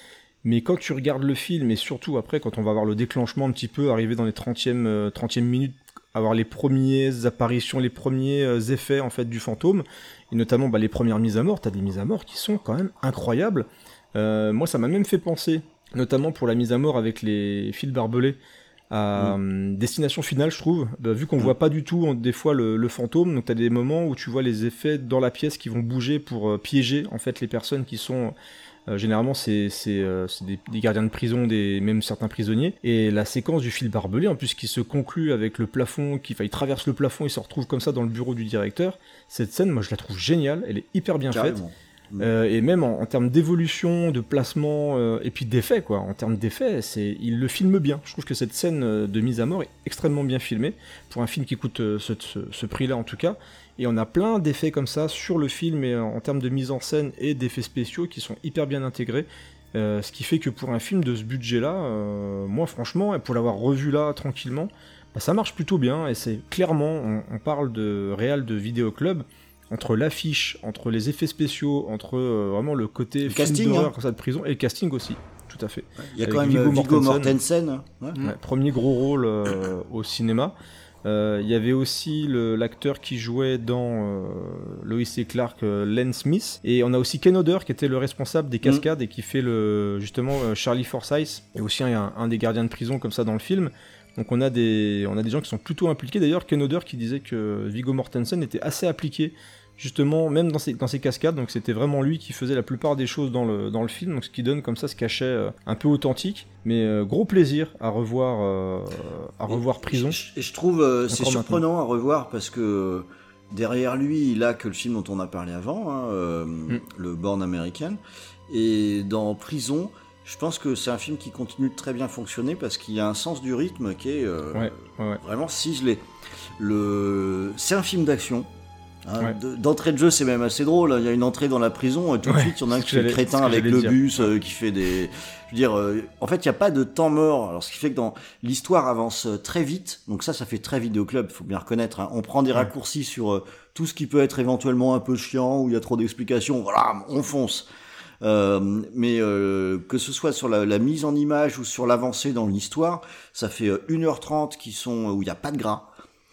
Mais quand tu regardes le film, et surtout après, quand on va avoir le déclenchement un petit peu, arriver dans les 30e minutes, avoir les premières apparitions, les premiers effets en fait du fantôme, et notamment les premières mises à mort, t'as des mises à mort qui sont quand même incroyables. Moi, ça m'a même fait penser, notamment pour la mise à mort avec les fils barbelés, à Destination Finale, je trouve, vu qu'on voit pas du tout des fois le fantôme, donc t'as des moments où tu vois les effets dans la pièce qui vont bouger pour piéger en fait les personnes qui sont généralement c'est des gardiens de prison, même certains prisonniers, et la séquence du fil barbelé en plus qui se conclut avec le plafond, il traverse le plafond, il se retrouve comme ça dans le bureau du directeur. Cette scène, moi je la trouve géniale, elle est hyper bien faite. Et même en termes d'évolution, de placement, et puis d'effets, quoi. En termes d'effets, il le filme bien. Je trouve que cette scène de mise à mort est extrêmement bien filmée, pour un film qui coûte ce prix-là en tout cas. Et on a plein d'effets comme ça sur le film, et en termes de mise en scène et d'effets spéciaux qui sont hyper bien intégrés. Ce qui fait que pour un film de ce budget-là, moi franchement, et pour l'avoir revu là tranquillement, ça marche plutôt bien, et c'est clairement, on parle de réal de vidéoclub, entre l'affiche, entre les effets spéciaux, entre vraiment le côté film d'horreur comme ça de prison, et le casting aussi, tout à fait. Il y a quand même Viggo Mortensen. Premier gros rôle au cinéma. Il y avait aussi l'acteur qui jouait dans Lois et Clark, Len Smith, et on a aussi Ken Hodder qui était le responsable des cascades et qui fait justement Charlie Forsythe, et aussi un des gardiens de prison comme ça dans le film. Donc on a des gens qui sont plutôt impliqués. D'ailleurs, Ken Hodder qui disait que Viggo Mortensen était assez appliqué justement même dans ses cascades, donc c'était vraiment lui qui faisait la plupart des choses dans le film, donc ce qui donne comme ça ce cachet un peu authentique, mais gros plaisir à revoir Prison. Et je trouve c'est surprenant à revoir parce que derrière lui il a que le film dont on a parlé avant, le Born American, et dans Prison je pense que c'est un film qui continue de très bien fonctionner parce qu'il y a un sens du rythme qui est vraiment ciselé. C'est un film d'action. D'entrée de jeu, c'est même assez drôle. Il y a une entrée dans la prison et tout de suite, il y en a un qui fait le crétin avec le bus, qui fait des. Je veux dire, en fait, il n'y a pas de temps mort. Alors, ce qui fait que l'histoire avance très vite. Donc ça fait très vidéoclub, il faut bien reconnaître. On prend des raccourcis sur tout ce qui peut être éventuellement un peu chiant, où il y a trop d'explications. Voilà, on fonce. Mais que ce soit sur la mise en image ou sur l'avancée dans l'histoire, ça fait 1h30 où il n'y a pas de gras.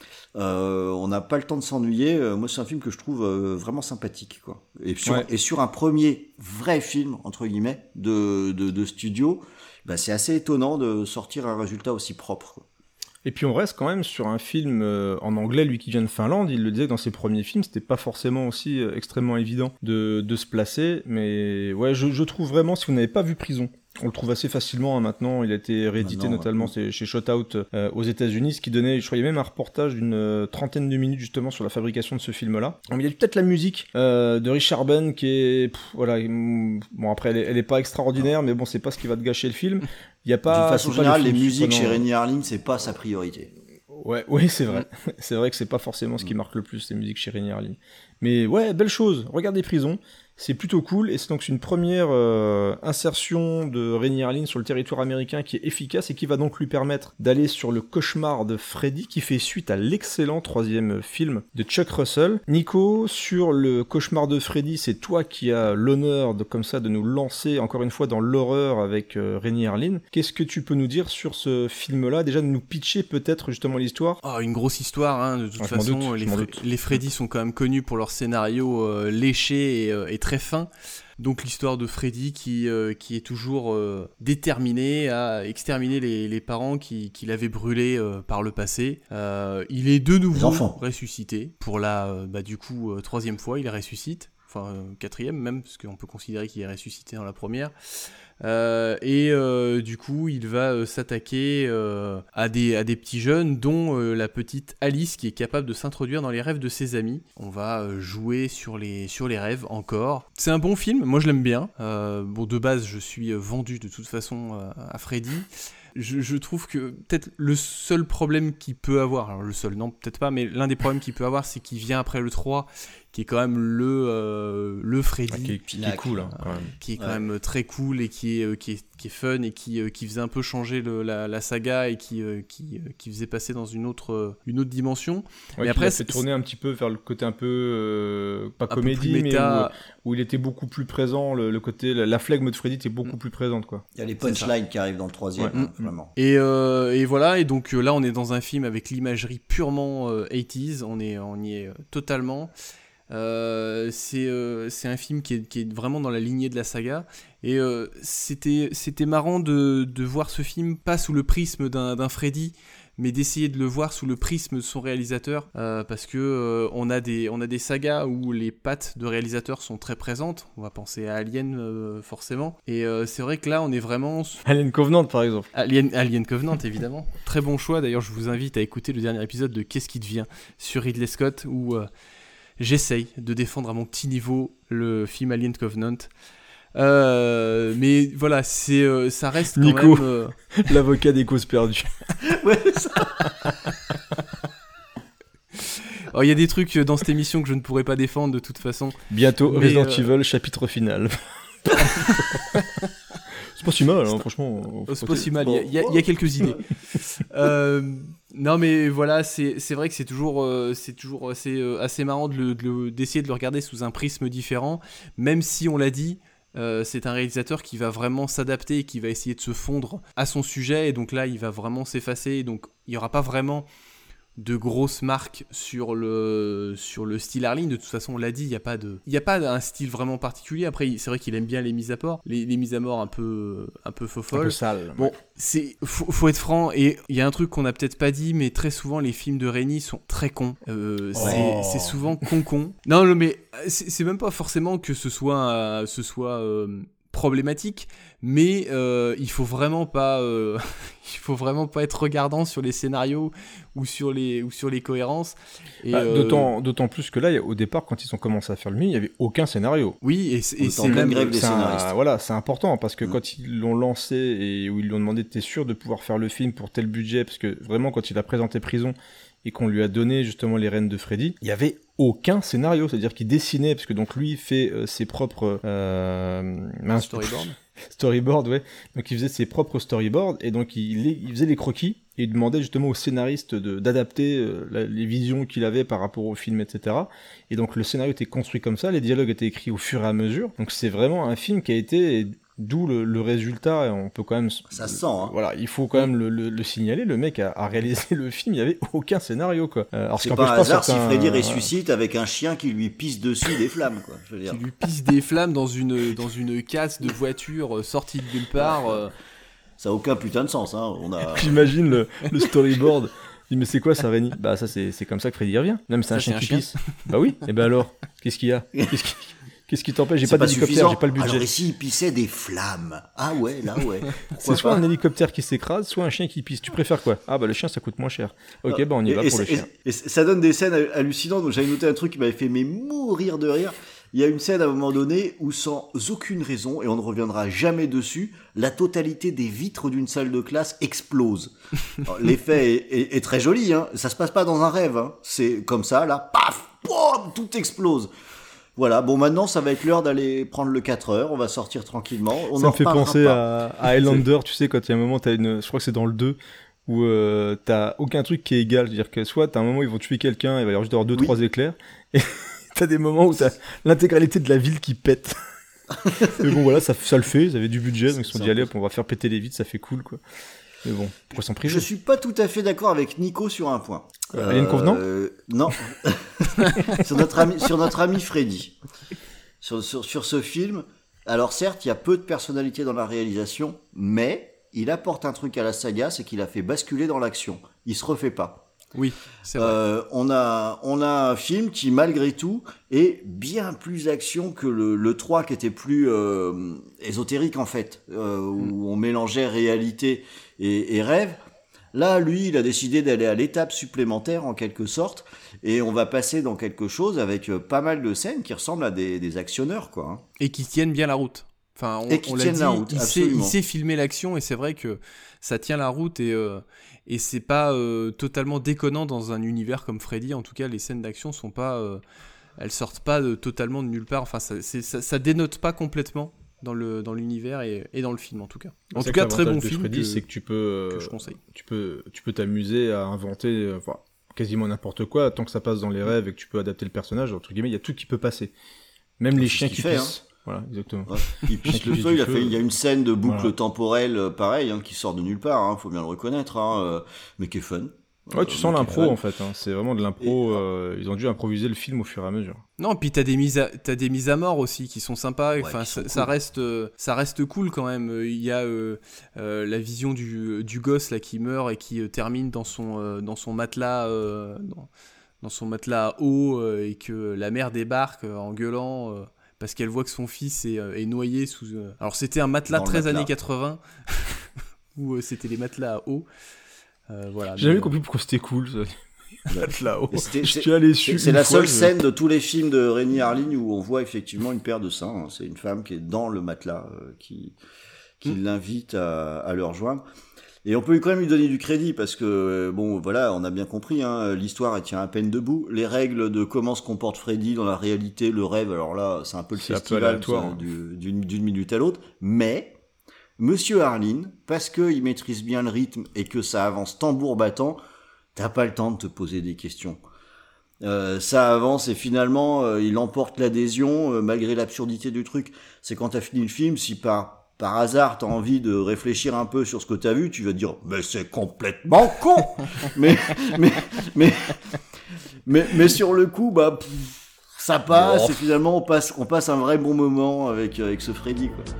On n'a pas le temps de s'ennuyer. Moi, c'est un film que je trouve vraiment sympathique, quoi. Et sur un premier vrai film entre guillemets de studio, c'est assez étonnant de sortir un résultat aussi propre, quoi. Et puis on reste quand même sur un film en anglais, lui qui vient de Finlande, il le disait que dans ses premiers films, c'était pas forcément aussi extrêmement évident de se placer, mais ouais, je trouve vraiment, si vous n'avez pas vu Prison, on le trouve assez facilement maintenant, il a été réédité notamment chez Shout-Out aux États-Unis, ce qui donnait, je crois, il y a même un reportage d'une trentaine de minutes justement sur la fabrication de ce film-là. Il y a peut-être la musique de Richard Ben qui est, bon après elle est pas extraordinaire, mais bon c'est pas ce qui va te gâcher le film. Il y a pas. De façon générale, les musiques chez Renny Harlin, c'est pas sa priorité. Oui, c'est vrai. C'est vrai que c'est pas forcément ce qui marque le plus les musiques chez Renny Harlin. Mais ouais, belle chose. Regardez Prison. C'est plutôt cool, et c'est donc une première insertion de Renny Harlin sur le territoire américain qui est efficace et qui va donc lui permettre d'aller sur le cauchemar de Freddy, qui fait suite à l'excellent 3e film de Chuck Russell. Nico, sur le cauchemar de Freddy, c'est toi qui as l'honneur de nous lancer encore une fois dans l'horreur avec Renny Harlin. Qu'est-ce que tu peux nous dire sur ce film-là? Déjà de nous pitcher peut-être justement l'histoire. Une grosse histoire, de toute façon. Les Freddy sont quand même connus pour leur scénario léché et très fin. Donc l'histoire de Freddy qui est toujours déterminé à exterminer les parents qui l'avaient brûlé par le passé. Il est de nouveau ressuscité pour la 3e fois, il ressuscite. Enfin 4e même, parce qu'on peut considérer qu'il est ressuscité dans la première. Du coup il va s'attaquer à des petits jeunes, dont la petite Alice, qui est capable de s'introduire dans les rêves de ses amis. On va jouer sur les rêves encore. C'est un bon film, moi je l'aime bien. De base je suis vendu de toute façon à Freddy. je trouve que peut-être le seul problème qu'il peut avoir, alors le seul, non, peut-être pas, mais l'un des problèmes qu'il peut avoir, c'est qu'il vient après le 3, qui est quand même le Freddy. Qui est cool, hein, quand même. Qui est quand même très cool et qui est fun et qui faisait un peu changer la saga et qui faisait passer dans une autre dimension. Ouais, mais après, il a fait tourner un petit peu vers le côté un peu pas un comédie, peu plus méta, mais où il était beaucoup plus présent. Le côté la flegme de Freddy était beaucoup plus présente, quoi. Il y a les punchlines qui arrivent dans le 3e, hein, vraiment. Et voilà, et donc là on est dans un film avec l'imagerie purement 80s, on y est totalement. C'est un film qui est vraiment dans la lignée de la saga, et c'était marrant de voir ce film pas sous le prisme d'un Freddy, mais d'essayer de le voir sous le prisme de son réalisateur, parce que on a des sagas où les pattes de réalisateur sont très présentes. On va penser à Alien forcément, et c'est vrai que là on est vraiment Alien Covenant par exemple. Alien Covenant évidemment. Très bon choix, d'ailleurs je vous invite à écouter le dernier épisode de Qu'est-ce qui devient sur Ridley Scott, où j'essaye de défendre à mon petit niveau le film Alien Covenant. Mais voilà, ça reste quand Nico, même... l'avocat des causes perdues. Ouais, ça. Il y a des trucs dans cette émission que je ne pourrais pas défendre de toute façon. Bientôt, Resident Evil, chapitre final. C'est pas si mal, hein, franchement. C'est pas si mal, il y a quelques idées. Non mais voilà, c'est vrai que c'est toujours assez marrant d'essayer de le regarder sous un prisme différent, même si on l'a dit, c'est un réalisateur qui va vraiment s'adapter et qui va essayer de se fondre à son sujet, et donc là il va vraiment s'effacer, et donc il n'y aura pas vraiment de grosses marques sur le style Arline. De toute façon on l'a dit, il y a pas un style vraiment particulier. Après c'est vrai qu'il aime bien les mises à mort, les mises à mort un peu faux-folles, un peu sale. Bon, faut être franc, et il y a un truc qu'on a peut-être pas dit, mais très souvent les films de Raimi sont très cons. C'est souvent con. Non mais c'est même pas forcément que ce soit problématique, mais il faut vraiment pas être regardant sur les scénarios ou sur les cohérences, et d'autant plus que là au départ quand ils ont commencé à faire le film, il y avait aucun scénario. Oui, et c'est même grève des scénaristes. Voilà, c'est important parce que quand ils l'ont lancé et où ils lui ont demandé t'es sûr de pouvoir faire le film pour tel budget, parce que vraiment quand il a présenté Prison et qu'on lui a donné justement les rênes de Freddy, il y avait aucun scénario, c'est-à-dire qu'il dessinait, parce que donc lui il fait ses propres storyboard, ouais. Donc il faisait ses propres storyboards, et donc il faisait les croquis, et il demandait justement au scénariste d'adapter les visions qu'il avait par rapport au film, etc. Et donc le scénario était construit comme ça, les dialogues étaient écrits au fur et à mesure, donc c'est vraiment un film qui a été... D'où le résultat, et on peut quand même... Ça sent, hein. Voilà, il faut quand même le signaler, le mec a réalisé le film, il n'y avait aucun scénario, quoi. Alors, c'est pas un hasard si Freddy ressuscite avec un chien qui lui pisse dessus des flammes, quoi. Je veux dire. Qui lui pisse des flammes dans une casse de voiture sortie de nulle part. Ça a aucun putain de sens, hein. J'imagine le storyboard. Je dis, mais c'est quoi ça, Rémi ? Bah ça c'est comme ça que Freddy revient. Non mais c'est un chien qui pisse. Bah oui, et ben alors, qu'est-ce qu'il y a ? Qu'est-ce qui t'empêche ? J'ai pas d'hélicoptère, j'ai pas le budget. Alors ici, il pissait des flammes. Ah ouais, là ouais. C'est soit un hélicoptère qui s'écrase, soit un chien qui pisse. Tu préfères quoi ? Ah bah le chien, ça coûte moins cher. Ok, bah on y va pour le chien. Et ça donne des scènes hallucinantes. Donc j'avais noté un truc qui m'avait fait mourir de rire. Il y a une scène à un moment donné où, sans aucune raison, et on ne reviendra jamais dessus, la totalité des vitres d'une salle de classe explose. Alors, l'effet est très joli, hein. Ça se passe pas dans un rêve, hein. C'est comme ça, là, paf, boum, tout explose. Voilà, bon maintenant ça va être l'heure d'aller prendre le 4h, on va sortir tranquillement. Ça me fait penser à Highlander, tu sais, quand il y a un moment, je crois que c'est dans le 2, où t'as aucun truc qui est égal. C'est-à-dire que soit t'as un moment où ils vont tuer quelqu'un, il va y avoir juste 2-3 éclairs, et t'as des moments où t'as l'intégralité de la ville qui pète. Mais bon voilà, ça le fait, ils avaient du budget, donc ils se sont dit allez hop, on va faire péter les vitres, ça fait cool quoi. Mais bon, pourquoi s'en priver ? Je suis pas tout à fait d'accord avec Nico sur un point. Alien Covenant ? Non. sur notre ami Freddy. Sur ce film, alors certes, il y a peu de personnalité dans la réalisation, mais il apporte un truc à la saga, c'est qu'il a fait basculer dans l'action. Il se refait pas. Oui, c'est vrai. On a un film qui, malgré tout, est bien plus action que le 3, qui était plus ésotérique, en fait, où on mélangeait réalité et rêve. Là, lui, il a décidé d'aller à l'étape supplémentaire, en quelque sorte, et on va passer dans quelque chose avec pas mal de scènes qui ressemblent à des actionneurs, quoi. Et qui tiennent bien la route. Enfin, Et qui on l'a tiennent dit, la route, il absolument. sait filmer l'action et c'est vrai que ça tient la route et c'est pas totalement déconnant dans un univers comme Freddy. En tout cas, les scènes d'action sont pas, elles sortent pas totalement de nulle part. Enfin, ça dénote pas complètement dans l'univers et dans le film en tout cas. En tout cas, très bon film. Freddy, c'est que tu peux, je conseille. Tu peux t'amuser à inventer quasiment n'importe quoi tant que ça passe dans les rêves et que tu peux adapter le personnage. Entre guillemets, il y a tout qui peut passer. Même les chiens qui pissent. Voilà, exactement. Ouais. Il pisse le feu, il y a une scène de boucle temporelle, pareil, qui sort de nulle part, faut bien le reconnaître, mais qui est fun. Ouais, tu sens l'impro en fait, c'est vraiment de l'impro, ils ont dû improviser le film au fur et à mesure. Non, puis t'as des mises à mort aussi qui sont sympas, enfin ça reste cool quand même. Il y a la vision du gosse là qui meurt et qui termine dans son matelas dans son matelas à eau et que la mère débarque en gueulant parce qu'elle voit que son fils est noyé sous... Alors c'était un matelas très années 80, où c'était les matelas à eau. Voilà, j'ai jamais compris pourquoi c'était cool, ça. Matelas à eau. C'est la seule scène de tous les films de Renny Harlin où on voit effectivement une paire de seins. C'est une femme qui est dans le matelas, qui l'invite à le rejoindre. Et on peut quand même lui donner du crédit parce que, bon, voilà, on a bien compris, l'histoire, elle tient à peine debout. Les règles de comment se comporte Freddy dans la réalité, le rêve, alors là, c'est un peu le festival d'une minute à l'autre. Mais, Monsieur Harlin, parce qu'il maîtrise bien le rythme et que ça avance tambour battant, t'as pas le temps de te poser des questions. Ça avance et finalement, il emporte l'adhésion malgré l'absurdité du truc. C'est quand t'as fini le film, si par hasard, t'as envie de réfléchir un peu sur ce que t'as vu, tu vas te dire, mais c'est complètement con! mais sur le coup, ça passe, et finalement, on passe un vrai bon moment avec ce Freddy, quoi.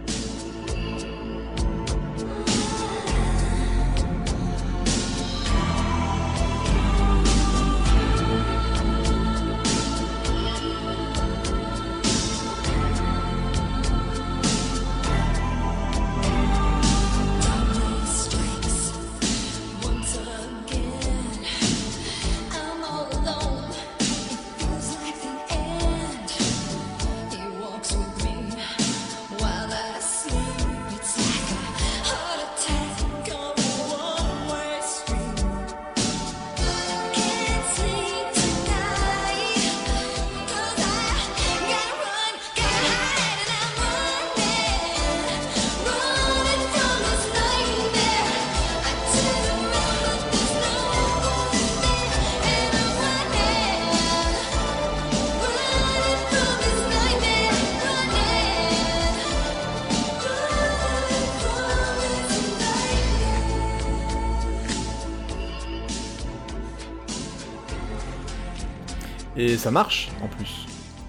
Et ça marche en plus.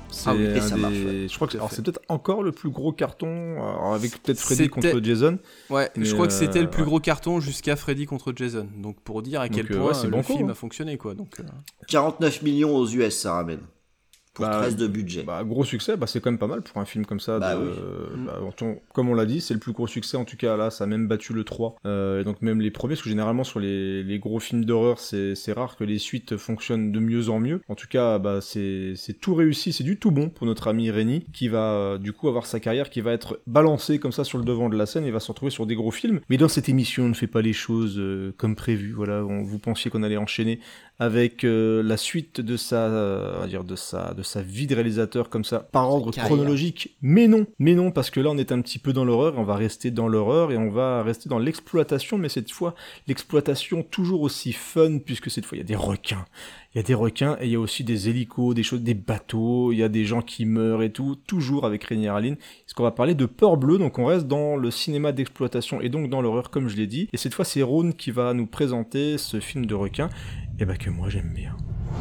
Je crois que c'est peut-être encore le plus gros carton, avec peut-être Freddy contre Jason. Ouais, je crois que c'était le plus gros carton jusqu'à Freddy contre Jason. Donc pour dire à quel point le film a fonctionné, quoi. Donc 49 millions aux US, ça ramène. Pour 13 de budget. Gros succès, c'est quand même pas mal pour un film comme ça. Comme on l'a dit, c'est le plus gros succès, en tout cas là, ça a même battu le 3. Et donc même les premiers, parce que généralement sur les gros films d'horreur, c'est rare que les suites fonctionnent de mieux en mieux. En tout cas, c'est tout réussi, c'est du tout bon pour notre ami Renny, qui va du coup avoir sa carrière qui va être balancée comme ça sur le devant de la scène et va se retrouver sur des gros films. Mais dans cette émission, on ne fait pas les choses comme prévu. Voilà, vous pensiez qu'on allait enchaîner avec la suite de sa vie de réalisateur comme ça, par ordre chronologique, mais non, parce que là on est un petit peu dans l'horreur, et on va rester dans l'horreur, et on va rester dans l'exploitation, mais cette fois, l'exploitation toujours aussi fun, puisque cette fois il y a des requins, et il y a aussi des hélicos, des bateaux, il y a des gens qui meurent et tout, toujours avec Renny Harlin, parce qu'on va parler de Peur Bleue, donc on reste dans le cinéma d'exploitation, et donc dans l'horreur comme je l'ai dit, et cette fois c'est Rhône qui va nous présenter ce film de requin, et que moi j'aime bien.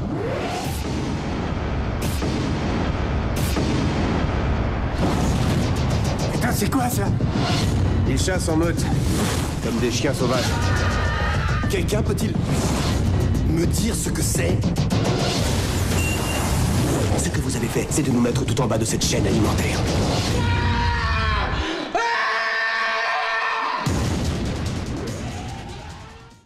Putain, c'est quoi ça? Ils chassent en meute, comme des chiens sauvages. Quelqu'un peut-il me dire ce que c'est? Ce que vous avez fait, c'est de nous mettre tout en bas de cette chaîne alimentaire.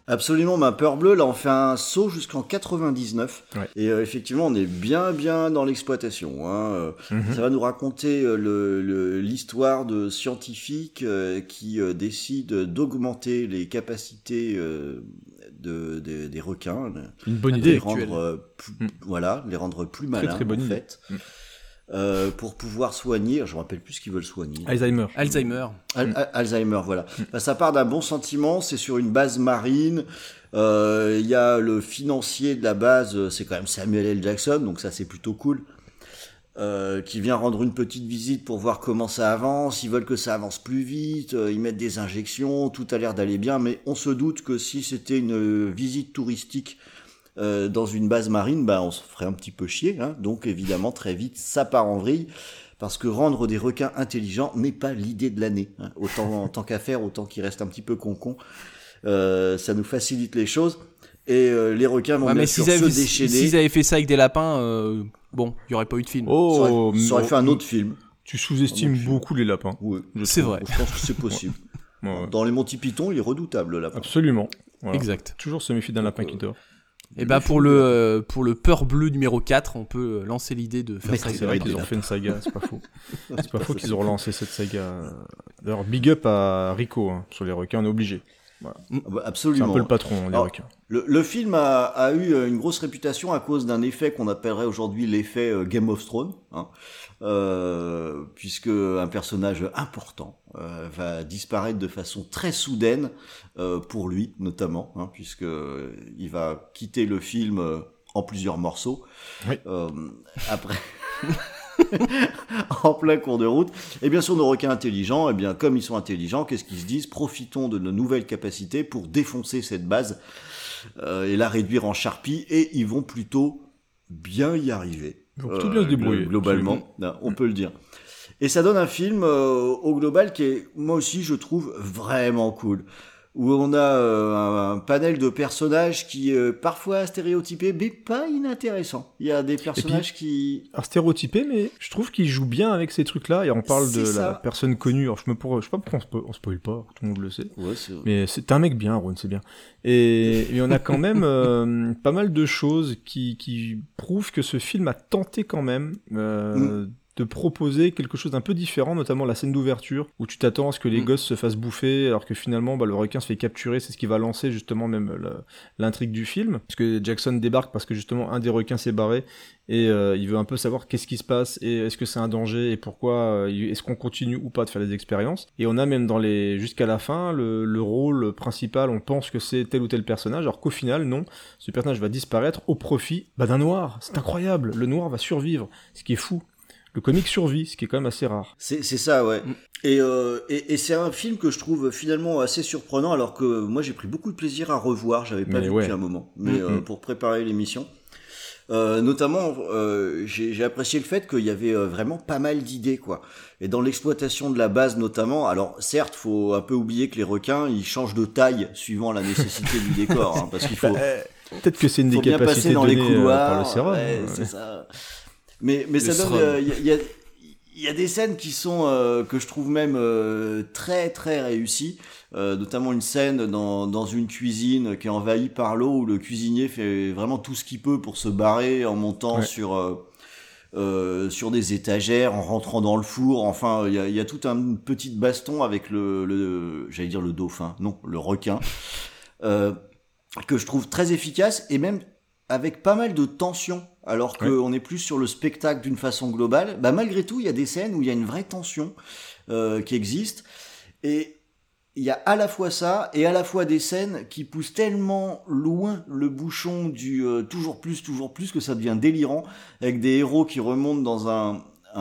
Absolument, ma Peur Bleue, là on fait un saut jusqu'en 99 et effectivement on est bien dans l'exploitation. Hein. Ça va nous raconter l'histoire de scientifiques qui décident d'augmenter les capacités des requins. Une bonne idée. Les rendre plus malins très bonne en idée. fait. Pour pouvoir soigner, je me rappelle plus ce qu'ils veulent soigner. Alzheimer, voilà. Ça part d'un bon sentiment, c'est sur une base marine. Il y a le financier de la base, c'est quand même Samuel L. Jackson, donc ça c'est plutôt cool. Qui vient rendre une petite visite pour voir comment ça avance. Ils veulent que ça avance plus vite, ils mettent des injections, tout a l'air d'aller bien, mais on se doute que si c'était une visite touristique dans une base marine, on se ferait un petit peu chier, hein. Donc évidemment très vite ça part en vrille, parce que rendre des requins intelligents n'est pas l'idée de l'année, hein. Autant qu'à faire, autant qu'ils restent un petit peu concons, ça nous facilite les choses, et les requins vont bien sûr se déchaîner. S'ils avaient fait ça avec des lapins, bon, il n'y aurait pas eu de film. Ça aurait fait un autre film. Tu sous-estimes beaucoup les lapins. Oui, c'est vrai. Je pense que c'est possible. Ouais. Dans les Monty Python, il est redoutable le lapin. Absolument. Voilà. Exact. Toujours se méfier d'un lapin qui dort. Et pour le Peur Bleue numéro 4, on peut lancer l'idée de faire ça. C'est vrai qu'ils ont fait une saga, c'est pas faux. C'est pas faux qu'ils ont relancé cette saga. D'ailleurs, big up à Rico, hein, sur les requins, on est obligé. Voilà. Absolument. C'est un peu le patron, les requins. Le film a eu une grosse réputation à cause d'un effet qu'on appellerait aujourd'hui l'effet Game of Thrones, hein, puisque un personnage important va disparaître de façon très soudaine, pour lui notamment, hein, puisque il va quitter le film en plusieurs morceaux. Oui. Après. En plein cours de route. Et bien sûr, nos requins intelligents, comme ils sont intelligents, qu'est-ce qu'ils se disent ? Profitons de nos nouvelles capacités pour défoncer cette base et la réduire en charpie, et ils vont plutôt bien y arriver. Ils vont plutôt bien se débrouiller. Globalement, on peut le dire. Et ça donne un film au global qui est, moi aussi, je trouve vraiment cool. Où on a un panel de personnages qui parfois stéréotypés, mais pas inintéressants. Il y a des personnages qui... Alors stéréotypés, mais je trouve qu'ils jouent bien avec ces trucs-là, et on parle de la personne connue. Alors je sais pas pourquoi on spoil pas, tout le monde le sait. Ouais, mais c'est un mec bien, Ron, c'est bien. Et on a quand même pas mal de choses qui prouvent que ce film a tenté quand même... de proposer quelque chose d'un peu différent, notamment la scène d'ouverture, où tu t'attends à ce que les gosses se fassent bouffer, alors que finalement, le requin se fait capturer, c'est ce qui va lancer justement même l'intrigue du film, parce que Jackson débarque parce que justement un des requins s'est barré, et il veut un peu savoir qu'est-ce qui se passe, et est-ce que c'est un danger, et pourquoi, est-ce qu'on continue ou pas de faire des expériences, et on a même jusqu'à la fin, le rôle principal, on pense que c'est tel ou tel personnage, alors qu'au final, non, ce personnage va disparaître au profit d'un noir, c'est incroyable, le noir va survivre, ce qui est fou. Le comique survit, ce qui est quand même assez rare. C'est ça, ouais. Et c'est un film que je trouve finalement assez surprenant, alors que moi j'ai pris beaucoup de plaisir à revoir, j'avais pas vu depuis un moment, mais pour préparer l'émission. Notamment, j'ai apprécié le fait qu'il y avait vraiment pas mal d'idées, quoi. Et dans l'exploitation de la base notamment, alors certes, faut un peu oublier que les requins, ils changent de taille suivant la nécessité du décor, hein, parce qu'il faut... Peut-être que c'est une des capacités dans les données couloirs, par le sérum. Ouais, c'est ça. Mais ça donne, il y a des scènes qui sont que je trouve même très très réussies, notamment une scène dans une cuisine qui est envahie par l'eau, où le cuisinier fait vraiment tout ce qu'il peut pour se barrer en montant sur des étagères, en rentrant dans le four. Enfin, il y a toute une petite baston avec j'allais dire le dauphin, non, le requin, que je trouve très efficace, et même avec pas mal de tension, alors qu'on est plus sur le spectacle d'une façon globale. Malgré tout, il y a des scènes où il y a une vraie tension qui existe, et il y a à la fois ça, et à la fois des scènes qui poussent tellement loin le bouchon du toujours plus, que ça devient délirant, avec des héros qui remontent dans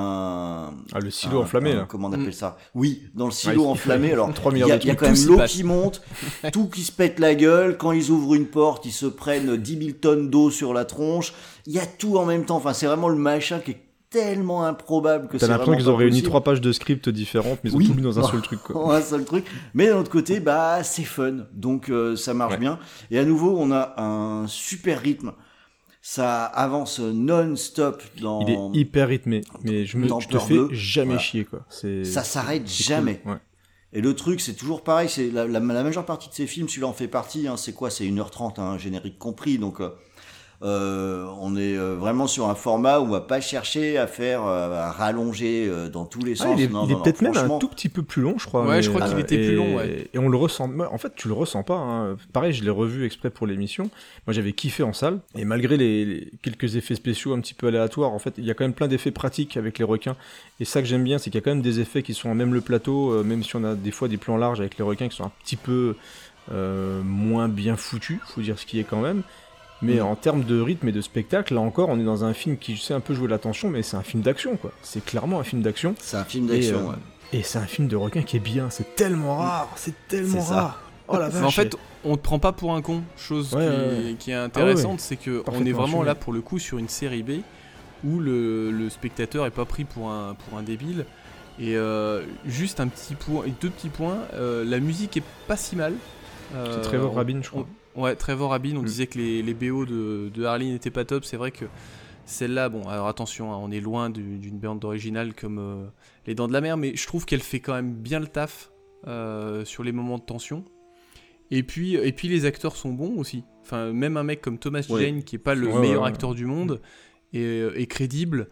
le silo enflammé, là. Comment on appelle ça ? Oui, dans le silo enflammé. Alors, il y a quand même tout l'eau qui monte, tout qui se pète la gueule. Quand ils ouvrent une porte, ils se prennent 10 000 tonnes d'eau sur la tronche. Il y a tout en même temps. Enfin, c'est vraiment le machin qui est tellement improbable que c'est vraiment... T'as l'impression qu'ils ont réuni 3 pages de script différentes, mais ils ont tout mis dans un seul truc, quoi. Un seul truc. Mais d'un autre côté, c'est fun. Donc, ça marche bien. Et à nouveau, on a un super rythme. Ça avance non-stop dans... Il est hyper rythme, mais je te fais jamais chier, quoi. Ça s'arrête jamais. Cool. Ouais. Et le truc, c'est toujours pareil, c'est la majeure partie de ces films, celui-là en fait partie, hein, c'est quoi, c'est 1h30, hein, générique compris, donc on est vraiment sur un format où on va pas chercher à faire à rallonger dans tous les sens. Il est peut-être même un tout petit peu plus long, je crois. Ouais, je crois qu'il était plus long, ouais. Et on le ressent. En fait, tu le ressens pas. Hein. Pareil, je l'ai revu exprès pour l'émission. Moi, j'avais kiffé en salle. Et malgré les quelques effets spéciaux un petit peu aléatoires, en fait, il y a quand même plein d'effets pratiques avec les requins. Et ça que j'aime bien, c'est qu'il y a quand même des effets qui sont même le plateau, même si on a des fois des plans larges avec les requins qui sont un petit peu moins bien foutus, faut dire ce qui est quand même. Mais en termes de rythme et de spectacle, là encore, on est dans un film qui sait un peu jouer l'attention, mais c'est un film d'action, quoi. C'est clairement un film d'action. C'est un film d'action, ouais. Et c'est un film de requin qui est bien. C'est tellement rare, c'est tellement rare. Oh la vache. Mais en fait, on te prend pas pour un con. Chose qui est intéressante, c'est que on est vraiment là pour le coup sur une série B où le spectateur est pas pris pour un débile. Et juste deux petits points. La musique est pas si mal. C'est Trevor Rabin, je crois. Ouais, Trevor Rabin, on disait que les BO de Harley n'étaient pas top, c'est vrai que celle-là, bon, alors attention, hein, on est loin d'une bande originale comme Les Dents de la Mer, mais je trouve qu'elle fait quand même bien le taf sur les moments de tension. Et puis les acteurs sont bons aussi, enfin, même un mec comme Thomas Jane, qui est pas le meilleur acteur du monde, est crédible,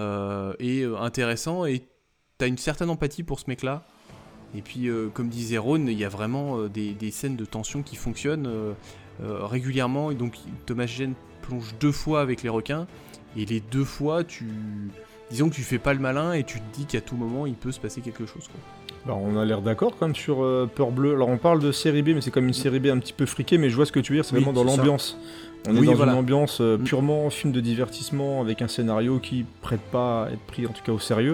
et intéressant, et t'as une certaine empathie pour ce mec-là. Et puis, comme disait Ron, il y a vraiment des scènes de tension qui fonctionnent régulièrement. Et donc, Thomas Jane plonge 2 fois avec les requins. Et les 2 fois, disons que tu fais pas le malin et tu te dis qu'à tout moment, il peut se passer quelque chose, quoi. Alors, on a l'air d'accord quand même sur Peur Bleue. Alors, on parle de série B, mais c'est comme une série B un petit peu friquée. Mais je vois ce que tu veux dire, c'est vraiment dans l'ambiance. On est dans une ambiance purement film de divertissement avec un scénario qui prête pas à être pris, en tout cas, au sérieux.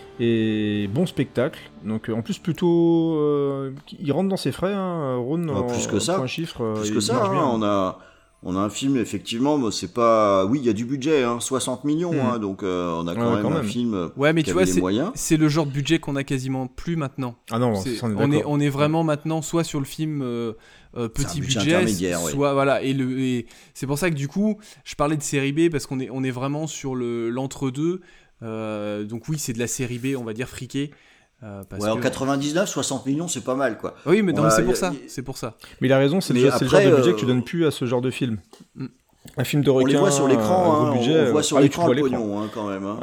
Et bon spectacle, donc en plus plutôt il rentre dans ses frais, hein, Ron, plus que ça, un chiffre, plus que ça, hein, on a un film effectivement, mais c'est pas, oui il y a du budget, hein, 60 millions, hein, donc on a quand même un film mais qui tu avait vois, les moyens. C'est le genre de budget qu'on a quasiment plus maintenant. Ah non, on est vraiment maintenant soit sur le film petit budget, soit voilà, et c'est pour ça que du coup je parlais de série B parce qu'on est vraiment sur l'entre-deux. Donc oui, c'est de la série B, on va dire friquée. En 99, 60 millions, c'est pas mal, quoi. Oui, mais c'est pour ça. Mais il a raison, c'est le genre de budget que tu donnes plus à ce genre de film. Un film de requin. On les voit sur l'écran, budget, on voit sur l'écran le pognon, hein, quand même. Hein.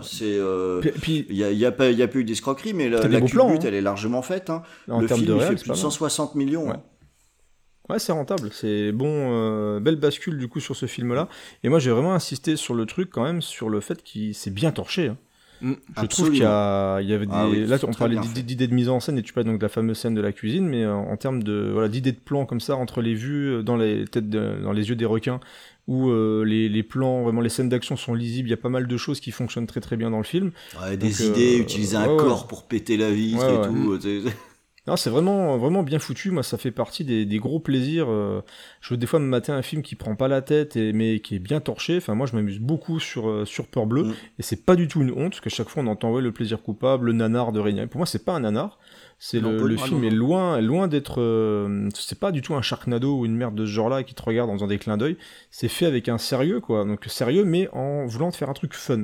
Il y a pas eu d'escroquerie, mais la culbute, elle est largement faite. Hein. Le film, il fait plus de 160 millions. Ouais. Ouais, c'est rentable, c'est bon, belle bascule du coup sur ce film-là. Et moi, j'ai vraiment insisté sur le truc quand même, sur le fait qu'il s'est bien torché. Hein. Je trouve qu'il y avait des... là on parlait d'idées de mise en scène et tu parles donc de la fameuse scène de la cuisine, mais en termes de d'idées de plans comme ça entre les vues dans les yeux des requins où les plans, vraiment les scènes d'action sont lisibles, il y a pas mal de choses qui fonctionnent très très bien dans le film. Des idées, utiliser un corps pour péter la vitre et tout. Non, c'est vraiment, vraiment bien foutu. Moi, ça fait partie des gros plaisirs. Je veux des fois me mater un film qui prend pas la tête, mais qui est bien torché. Enfin, moi, je m'amuse beaucoup sur Peur Bleue. Et c'est pas du tout une honte, parce que chaque fois, on entend le plaisir coupable, le nanar de Régnier. Pour moi, c'est pas un nanar. Le film est loin d'être... c'est pas du tout un Sharknado ou une merde de ce genre-là qui te regarde en faisant des clins d'œil. C'est fait avec un sérieux, quoi. Donc, sérieux, mais en voulant te faire un truc fun.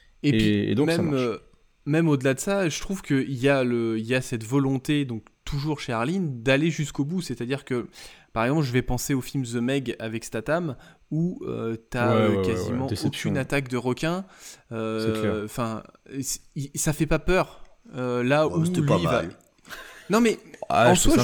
Et donc, même, ça marche. Même au-delà de ça, je trouve qu'il y a cette volonté, donc toujours chez Arline, d'aller jusqu'au bout. C'est-à-dire que, par exemple, je vais penser au film The Meg avec Statham, où t'as quasiment aucune attaque de requin. Enfin, ça fait pas peur. Là où lui va... Non mais en soi,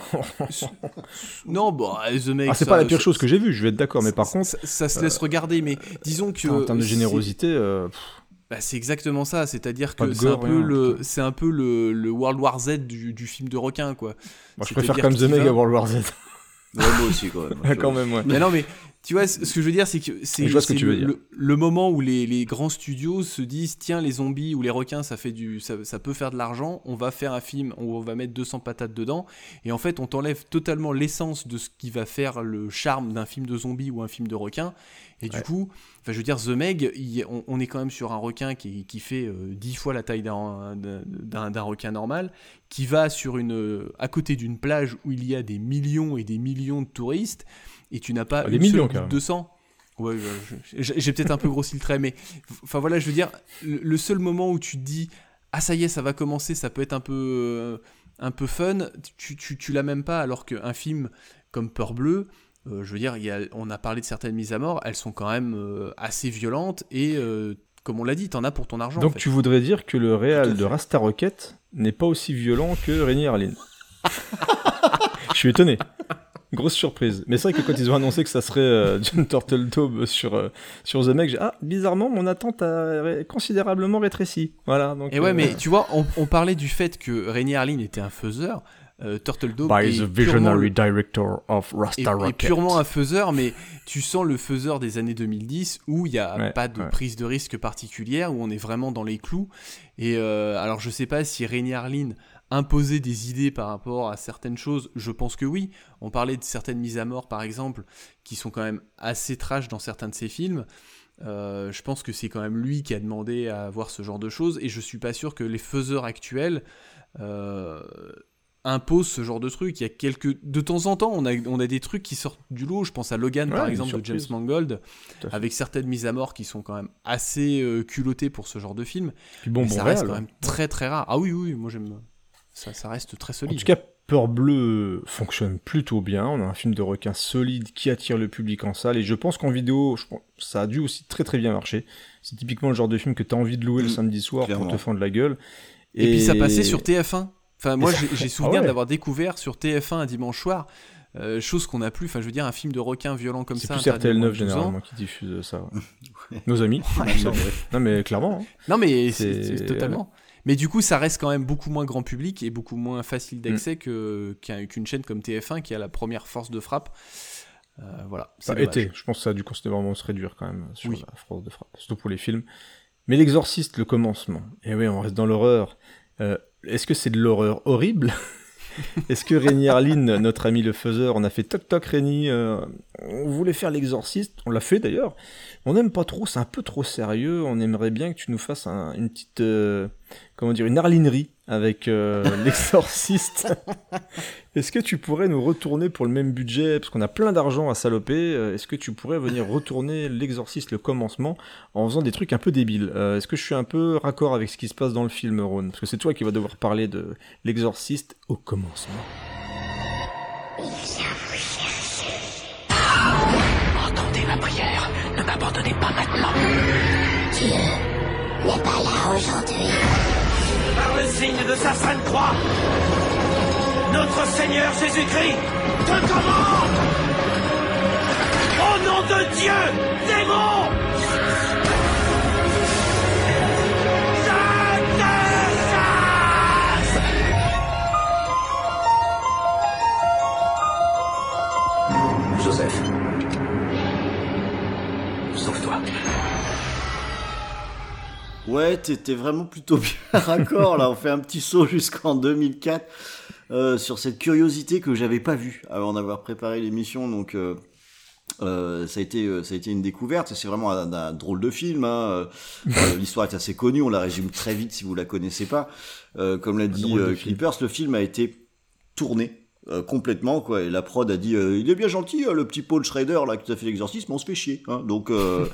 non, The Meg. C'est pas la pire chose que j'ai vue. Je vais être d'accord, mais par contre, ça se laisse regarder. Mais disons que en termes de générosité. c'est exactement ça, c'est-à-dire que c'est un peu le World War Z du film de requin, quoi. Moi, je préfère comme The Meg à World War Z. Moi aussi, quand même. Quand même, ouais. Mais non, mais tu vois, ce que je veux dire, c'est que c'est le moment où les grands studios se disent, tiens, les zombies ou les requins, ça peut faire de l'argent, on va faire un film où on va mettre 200 patates dedans, et en fait, on t'enlève totalement l'essence de ce qui va faire le charme d'un film de zombies ou un film de requin. Et du coup, je veux dire, The Meg, on est quand même sur un requin qui fait 10 fois la taille d'un requin normal, qui va à côté d'une plage où il y a des millions et des millions de touristes, et tu n'as pas une seule goutte de sang. Ouais, j'ai peut-être un peu grossi le trait, mais enfin voilà, je veux dire, le seul moment où tu te dis, ah ça y est, ça va commencer, ça peut être un peu un peu fun, tu l'as même pas, alors qu'un film comme Peur Bleue, je veux dire, on a parlé de certaines mises à mort, elles sont quand même assez violentes et comme on l'a dit, t'en as pour ton argent. Donc en fait. tu voudrais dire que le réal de Rasta Rocket n'est pas aussi violent que Rainy Harlin. Je suis étonné. Grosse surprise. Mais c'est vrai que quand ils ont annoncé que ça serait John Turteltaub sur The Meg, bizarrement, mon attente a considérablement rétréci. Voilà. Donc, et ouais, mais tu vois, on parlait du fait que Rainy Harlin était un faiseur. Turteltaub by the visionary director of Rasta Rocket. Est purement un faiseur, mais tu sens le faiseur des années 2010 où il n'y a pas de prise de risque particulière, où on est vraiment dans les clous. Et alors je sais pas si Rainy Harlin imposait des idées par rapport à certaines choses, je pense que oui. On parlait de certaines mises à mort par exemple, qui sont quand même assez trash dans certains de ses films. Je pense que c'est quand même lui qui a demandé à voir ce genre de choses, et je suis pas sûr que les faiseurs actuels impose ce genre de truc. Il y a de temps en temps, on a des trucs qui sortent du lot. Je pense à Logan, par exemple, de James Mangold, avec certaines mises à mort qui sont quand même assez culottées pour ce genre de film. Puis mais ça reste quand même très très rare. Ah oui, moi j'aime. Ça reste très solide. En tout cas, Peur Bleue fonctionne plutôt bien. On a un film de requin solide qui attire le public en salle. Et je pense qu'en vidéo, ça a dû aussi très très bien marcher. C'est typiquement le genre de film que tu as envie de louer le samedi soir clairement. Pour te fendre la gueule. Et puis ça passait sur TF1. Enfin, moi, j'ai souvenir de l'avoir découvert sur TF1 un dimanche soir, chose qu'on n'a plus. Enfin, je veux dire, un film de requin violent comme ça. C'est plus RTL9 généralement qui diffuse ça. Ouais. Nos amis. Non, mais clairement. Hein. Non, mais c'est totalement. Mais du coup, ça reste quand même beaucoup moins grand public et beaucoup moins facile d'accès qu'une chaîne comme TF1 qui a la première force de frappe. Voilà. Je pense que ça a dû considérablement se réduire quand même sur la force de frappe, surtout pour les films. Mais L'Exorciste, le commencement. Et oui, on reste dans l'horreur. Est-ce que c'est de l'horreur horrible ? Est-ce que Rainy Harlin, notre ami le faiseur, on a fait toc toc Rainy, on voulait faire L'Exorciste, on l'a fait d'ailleurs, on n'aime pas trop, c'est un peu trop sérieux, on aimerait bien que tu nous fasses une petite, une harlinerie avec L'Exorciste. Est-ce que tu pourrais nous retourner pour le même budget, parce qu'on a plein d'argent à saloper, est-ce que tu pourrais venir retourner L'Exorciste, le commencement, en faisant des trucs un peu débiles ? Est-ce que je suis un peu raccord avec ce qui se passe dans le film, Ron ? Parce que c'est toi qui vas devoir parler de L'Exorciste au commencement. Entendez ma prière, ne m'abandonnez pas maintenant. Dieu n'est pas là aujourd'hui. Par le signe de sa sainte croix, notre Seigneur Jésus-Christ te commande. Au nom de Dieu, démon, je te chasse. Joseph, sauve-toi. Ouais, t'es vraiment plutôt bien raccord, là. On fait un petit saut jusqu'en 2004 sur cette curiosité que j'avais pas vue avant d'avoir préparé l'émission, donc ça a été une découverte. C'est vraiment un drôle de film, hein. L'histoire est assez connue, on la résume très vite si vous la connaissez pas. Comme l'a dit Clippers, le film a été tourné complètement, quoi, et la prod a dit il est bien gentil, le petit Paul Schrader là qui a fait l'exorcisme, on se fait chier, hein. Donc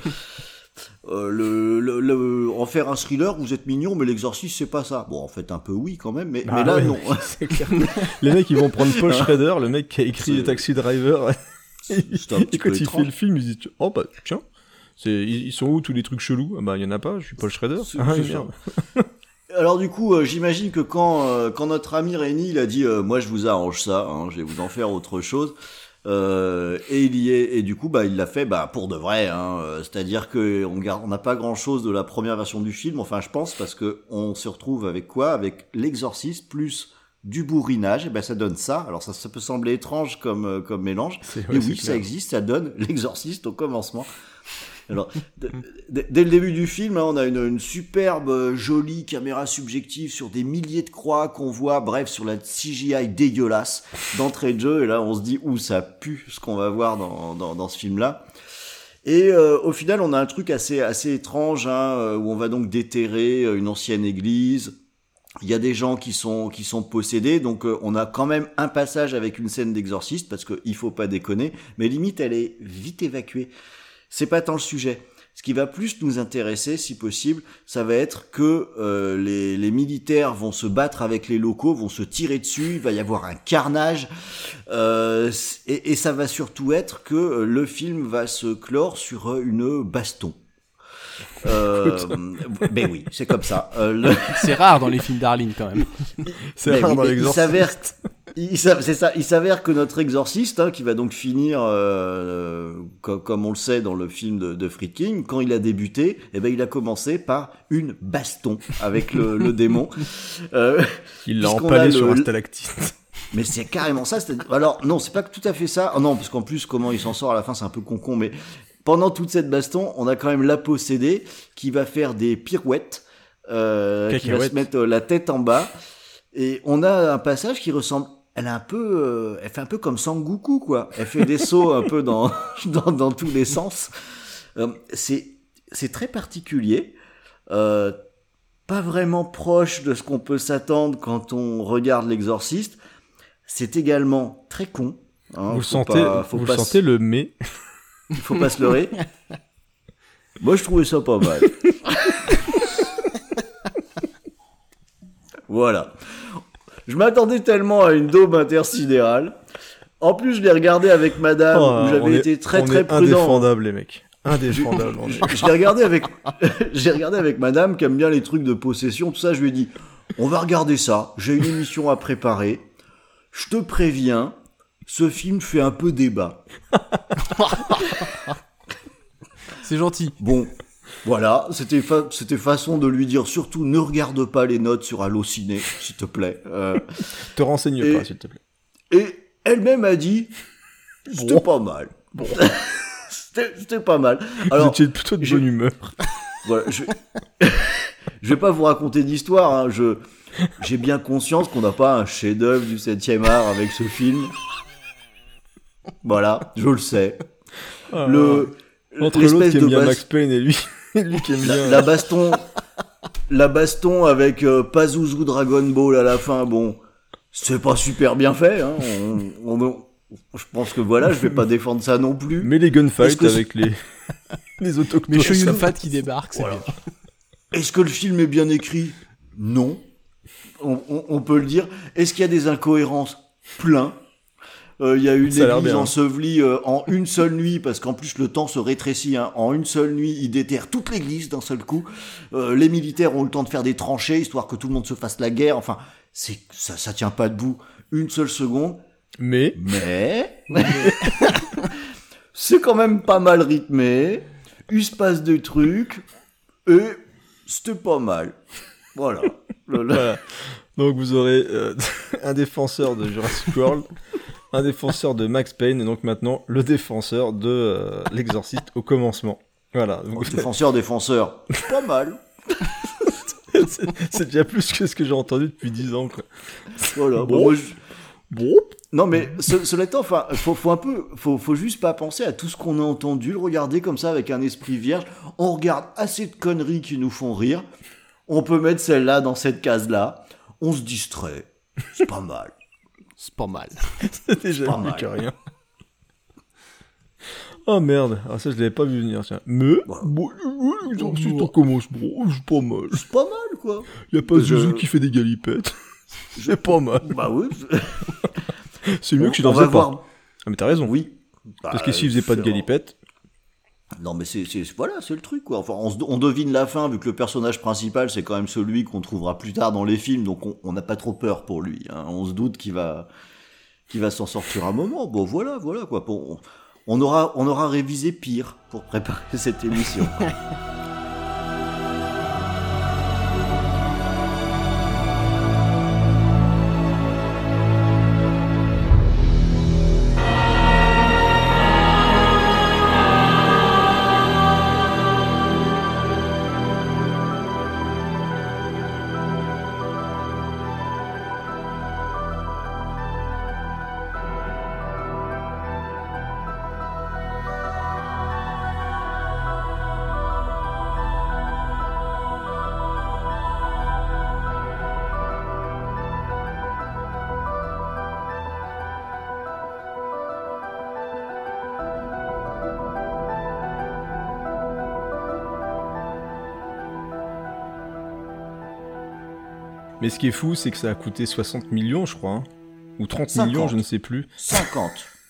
en faire un thriller, vous êtes mignon, mais l'exorcisme c'est pas ça. Bon, en fait un peu oui quand même, mais là non. C'est clair. Les mecs ils vont prendre Paul Schrader, le mec qui a écrit Taxi Driver. Et quand il fait le film, il dit oh bah tiens, ils sont où tous les trucs chelous ? Bah il y en a pas, je suis Paul Schrader. Merde. Alors du coup, j'imagine que quand notre ami Rainy il a dit moi je vous arrange ça, hein, je vais vous en faire autre chose. Et il y est, et du coup il l'a fait pour de vrai, hein, c'est-à-dire que on n'a pas grand-chose de la première version du film, enfin je pense, parce que on se retrouve avec quoi ? Avec l'exorcisme plus du bourrinage, et ça donne ça. Alors ça peut sembler étrange comme mélange, mais oui, ça existe, ça donne l'exorciste au commencement. Alors, dès le début du film, hein, on a une superbe, jolie caméra subjective sur des milliers de croix qu'on voit, bref, sur la CGI dégueulasse d'entrée de jeu, et là on se dit ça pue ce qu'on va voir dans ce film-là. Et au final, on a un truc assez étrange, hein, où on va donc déterrer une ancienne église. Il y a des gens qui sont possédés, donc on a quand même un passage avec une scène d'exorciste, parce que il faut pas déconner, mais limite elle est vite évacuée. C'est pas tant le sujet. Ce qui va plus nous intéresser, si possible, ça va être que les militaires vont se battre avec les locaux, vont se tirer dessus, il va y avoir un carnage, et ça va surtout être que le film va se clore sur une baston. Ben oui, c'est comme ça. C'est rare dans les films Darling quand même. C'est rare dans l'exorciste. Il s'avère que notre exorciste, qui va donc finir, comme on le sait dans le film de Friedkin, quand il a débuté, il a commencé par une baston avec le démon. Il l'a empalé sur un stalactite. Mais c'est carrément ça. Alors non, c'est pas tout à fait ça. Oh non, parce qu'en plus, comment il s'en sort à la fin, c'est un peu con. Mais pendant toute cette baston, on a quand même la possédée qui va faire des pirouettes, qui va se mettre la tête en bas. Et on a un passage qui ressemble. Elle fait un peu comme Sangoku, quoi. Elle fait des sauts un peu dans tous les sens. C'est très particulier. Pas vraiment proche de ce qu'on peut s'attendre quand on regarde l'Exorciste. C'est également très con. Vous sentez le mais. Il faut pas se leurrer. Moi, je trouvais ça pas mal. Voilà. Je m'attendais tellement à une daube intersidérale. En plus, je l'ai regardé avec madame, où j'avais été très prudent. Indéfendable, les mecs. Indéfendable. Je l'ai regardé avec madame, qui aime bien les trucs de possession, tout ça. Je lui ai dit, on va regarder ça. J'ai une émission à préparer. Je te préviens, ce film fait un peu débat. C'est gentil. Bon. Voilà, c'était façon de lui dire surtout ne regarde pas les notes sur Allociné, s'il te plaît. Te renseigne pas, s'il te plaît. Et elle-même a dit c'était pas mal. Bon. c'était pas mal. Alors, vous étiez plutôt de bonne humeur. Voilà, je vais pas vous raconter d'histoire. J'ai bien conscience qu'on n'a pas un chef-d'œuvre du 7e art avec ce film. Voilà, je le sais. Entre l'autre qui aime bien Max Payne et lui. Lui qui aime bien... La baston avec Pazuzu Dragon Ball à la fin, bon, c'est pas super bien fait. Je pense que voilà, je vais pas défendre ça non plus. Mais les gunfights avec les autochtones. Les Shoyun Fat qui débarquent, c'est bien. Est-ce que le film est bien écrit ? Non. On peut le dire. Est-ce qu'il y a des incohérences ? Plein. Il y a eu une église ensevelie en une seule nuit, parce qu'en plus le temps se rétrécit. En une seule nuit, ils déterrent toute l'église d'un seul coup. Les militaires ont le temps de faire des tranchées, histoire que tout le monde se fasse la guerre. Enfin, ça tient pas debout une seule seconde. Mais c'est quand même pas mal rythmé. Il se passe des trucs et c'était pas mal. Voilà. Voilà. Donc vous aurez un défenseur de Jurassic World, un défenseur de Max Payne, et donc maintenant le défenseur de l'Exorciste au commencement. Voilà. Donc, défenseur. Pas mal. c'est déjà plus que ce que j'ai entendu depuis 10 ans, quoi. Voilà. Bon. Non, mais cela étant, enfin, faut juste pas penser à tout ce qu'on a entendu, le regarder comme ça avec un esprit vierge. On regarde assez de conneries qui nous font rire. On peut mettre celle-là dans cette case-là. On se distrait. C'est pas mal. C'est pas mal. C'est déjà mieux que rien. Oh merde, ça je l'avais pas vu venir, tiens. Mais, on commence, c'est pas mal. C'est pas mal, quoi. Y a pas Zuzu qui fait des galipettes. C'est pas mal. Bah oui. C'est mieux que je suis dans un parc. Ah mais t'as raison. Oui. Parce que s'il faisait pas de galipettes... Non mais c'est le truc, quoi. Enfin, on devine la fin, vu que le personnage principal c'est quand même celui qu'on trouvera plus tard dans les films, donc on n'a pas trop peur pour lui. On se doute qu'il va s'en sortir un moment. Bon voilà quoi. Bon, on aura révisé pire pour préparer cette émission. Mais ce qui est fou, c'est que ça a coûté 60 millions, je crois. Hein. Ou 30 50. millions, je ne sais plus. 50.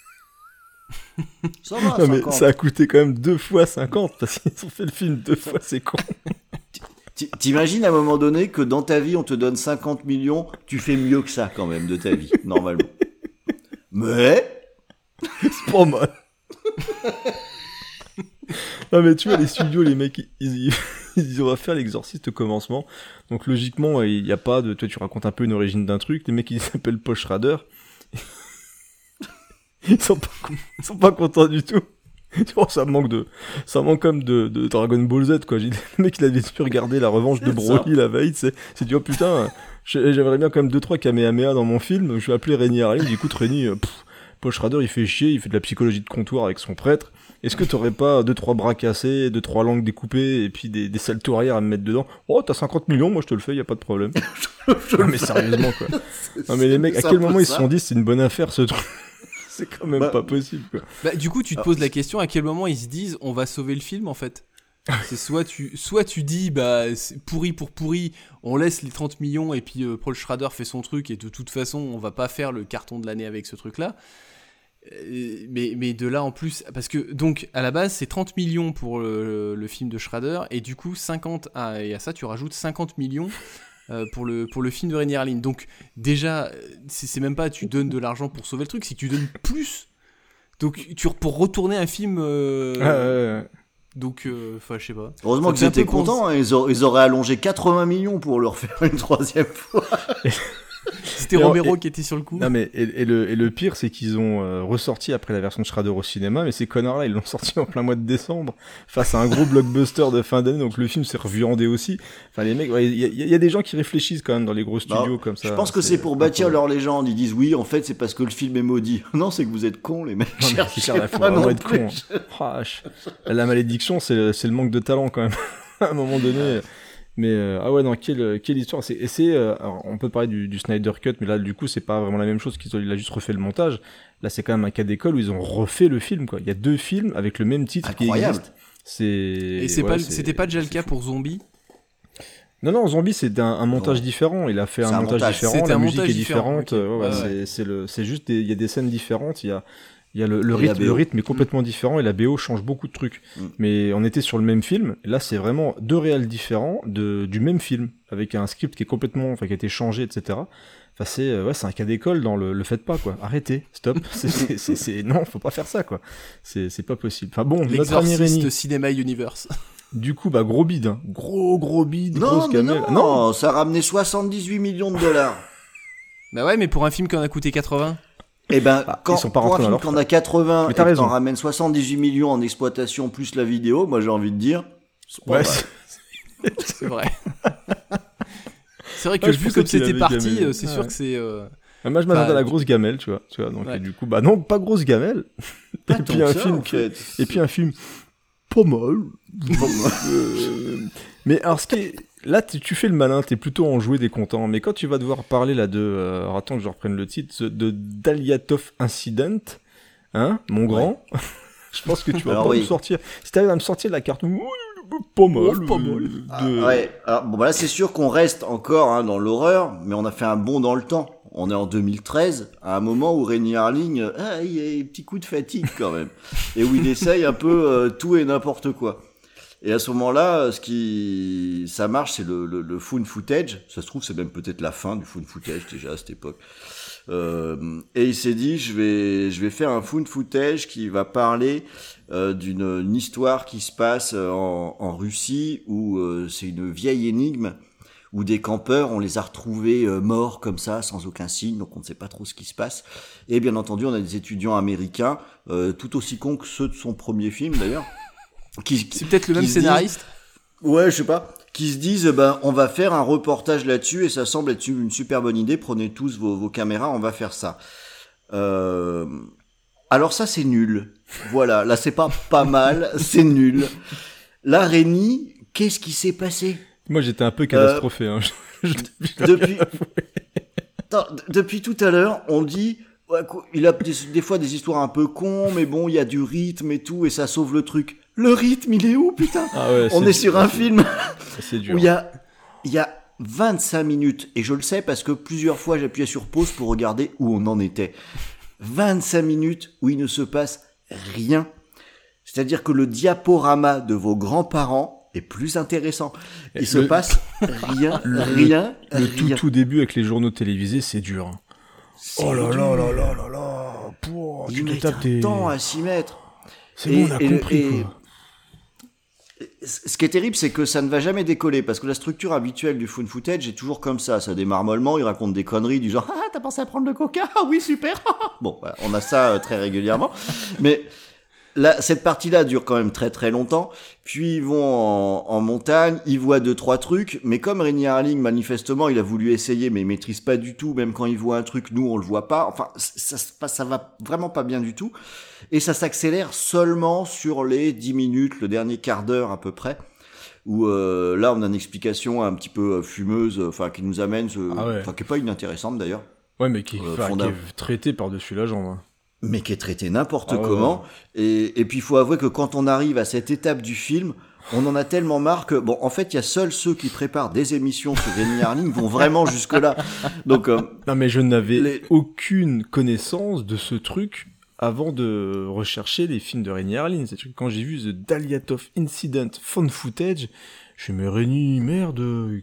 Ça va, Non, mais 50. ça a coûté quand même 2 fois 50, parce qu'ils ont fait le film 2 fois, c'est con. T'imagines à un moment donné que dans ta vie, on te donne 50 millions, tu fais mieux que ça quand même de ta vie, normalement. Mais... c'est pas mal. Non mais tu vois, les studios, les mecs, ils disent on va faire l'exorciste au commencement. Donc logiquement, il n'y a pas de... Toi, tu racontes un peu une origine d'un truc. Les mecs, ils s'appellent Paul Schrader. Ils sont pas contents du tout. Oh, ça manque quand même de Dragon Ball Z, quoi. Le mec, il avait dû regarder la revanche de Broly la veille, c'est dit, oh putain, j'aimerais bien quand même 2-3 Kamehameha dans mon film. Je vais appeler Rémi Harlin. Écoute, Rémi, Paul Schrader, il fait chier, il fait de la psychologie de comptoir avec son prêtre. Est-ce que t'aurais pas 2-3 bras cassés, 2-3 langues découpées, et puis des saltos arrière à me mettre dedans? Oh, t'as 50 millions, moi je te le fais, y a pas de problème. Non, mais sérieusement, quoi. Non, mais les mecs, à quel moment ils se sont dit, c'est une bonne affaire, ce truc? C'est quand même pas possible, quoi. Bah, du coup, tu te poses la question, à quel moment ils se disent, on va sauver le film, en fait? C'est soit tu dis, bah, c'est pourri pour pourri, on laisse les 30 millions, et puis Paul Schrader fait son truc, et de toute façon, on va pas faire le carton de l'année avec ce truc-là. Mais de là en plus, parce que donc à la base c'est 30 millions pour le film de Schrader, et du coup 50, et à ça tu rajoutes 50 millions pour le film de Rémi Harlin. Donc déjà c'est même pas tu donnes de l'argent pour sauver le truc, c'est que tu donnes plus, donc pour retourner un film donc enfin je sais pas, heureusement que j'étais content, hein, ils auraient allongé 80 millions pour le refaire une troisième fois. C'était Romero qui était sur le coup. Non mais et le pire, c'est qu'ils ont ressorti après la version de Schrader au cinéma, mais ces connards-là, ils l'ont sorti en plein mois de décembre face à un gros blockbuster de fin d'année, donc le film s'est reviandé aussi. Enfin les mecs, il y a des gens qui réfléchissent quand même dans les gros studios comme ça. Je pense que c'est pour bâtir leur légende. Ils disent oui, en fait c'est parce que le film est maudit. Non, c'est que vous êtes cons les mecs. Non, mais faut vraiment être con. La malédiction, c'est le manque de talent quand même. À un moment donné. Mais ah ouais, non, quelle histoire. Alors, on peut parler du Snyder Cut, mais là du coup c'est pas vraiment la même chose, il a juste refait le montage. Là c'est quand même un cas d'école où ils ont refait le film, quoi. Il y a 2 films avec le même titre qui existent. C'était pas déjà le cas pour Zombie? Non, Zombie c'est un montage différent. Il a fait un montage différent, la musique est différente. Okay. C'est juste il y a des scènes différentes. Il y a le rythme est complètement différent, et la BO change beaucoup de trucs. Mais on était sur le même film, et là c'est vraiment 2 réals différents du même film, avec un script qui est complètement, qui a été changé, etc. Enfin c'est un cas d'école dans le faites pas, quoi. Arrêtez, stop. Non, faut pas faire ça, quoi. C'est pas possible. Enfin bon, notre ami Rémi. Cinéma Universe. Du coup, gros bide, hein. Gros bide, grosse gamelle. Non, ça a ramené 78 millions de dollars. Bah ouais, mais pour un film qui en a coûté 80. Eh ben, ils sont pas pour un film qu'on a 80 et qu'on ramène 78 millions en exploitation plus la vidéo, moi j'ai envie de dire, c'est pas vrai. C'est vrai. C'est vrai que vu comme c'était parti, c'est sûr que c'est... Moi je m'attendais à la grosse gamelle, tu vois, donc et du coup, non, pas grosse gamelle. Et puis un film et puis un film pas mal. Mais alors ce qui est... Là, tu fais le malin, t'es plutôt enjoué, t'es content. Mais quand tu vas devoir parler là de... alors attends que je reprenne le titre, de Daliatov Incident, hein, mon grand, je pense que tu vas pas me sortir... Si t'arrives à me sortir de la carte... Pas mal. Ouais, alors, bon, là c'est sûr qu'on reste encore dans l'horreur, mais on a fait un bond dans le temps. On est en 2013, à un moment où Rémi Harlin, il y a un petit coup de fatigue quand même. Et où il essaye un peu tout et n'importe quoi. Et à ce moment-là, ça marche, c'est le found footage. Ça se trouve, c'est même peut-être la fin du found footage déjà à cette époque. Et il s'est dit, je vais faire un found footage qui va parler d'une histoire qui se passe en Russie où c'est une vieille énigme où des campeurs, on les a retrouvés morts comme ça, sans aucun signe, donc on ne sait pas trop ce qui se passe. Et bien entendu, on a des étudiants américains, tout aussi cons que ceux de son premier film d'ailleurs. C'est peut-être le même scénariste. Ouais, je sais pas. Qui se disent, on va faire un reportage là-dessus et ça semble être une super bonne idée. Prenez tous vos caméras, on va faire ça. Alors ça, c'est nul. Voilà, là c'est pas mal, c'est nul. Là, Rémi, qu'est-ce qui s'est passé? Moi, j'étais un peu catastrophé. Hein. Depuis tout à l'heure, on dit. Ouais, il a des fois des histoires un peu cons, mais bon, il y a du rythme et tout, et ça sauve le truc. Le rythme, il est où, putain? Ah ouais, on est sur un film c'est dur. où il y a 25 minutes, et je le sais parce que plusieurs fois j'appuyais sur pause pour regarder où on en était. 25 minutes où il ne se passe rien. C'est-à-dire que le diaporama de vos grands-parents est plus intéressant. Il se passe rien. Le tout début avec les journaux télévisés, c'est dur. Hein. Oh là là là là là là. Il met un temps à s'y mettre. C'est bon, on a compris, quoi. Ce qui est terrible, c'est que ça ne va jamais décoller, parce que la structure habituelle du found footage est toujours comme ça. Ça démarre mollement, il raconte des conneries du genre « Ah, t'as pensé à prendre le coca ? Ah oui, super !» Bon, voilà, on a ça très régulièrement. Mais là, cette partie-là dure quand même très très longtemps. Puis ils vont en montagne, ils voient 2-3 trucs, mais comme Renny Harlin, manifestement, il a voulu essayer, mais il maîtrise pas du tout. Même quand il voit un truc, nous, on le voit pas. Enfin, ça va vraiment pas bien du tout. Et ça s'accélère seulement sur les 10 minutes, le dernier quart d'heure à peu près, où là on a une explication un petit peu fumeuse, enfin qui nous amène, qui est pas inintéressante d'ailleurs. Ouais, mais qui est traitée par-dessus la jambe. Hein. Mais qui est traitée n'importe comment. Ouais. Et puis il faut avouer que quand on arrive à cette étape du film, on en a tellement marre que, bon, en fait, il y a seuls ceux qui préparent des émissions sur Renny Harlin vont vraiment jusque-là. Donc, non, mais je n'avais aucune connaissance de ce truc avant de rechercher les films de Renny Harlin. C'est que quand j'ai vu The Daliatov Incident Found Footage, je me Renny, merde.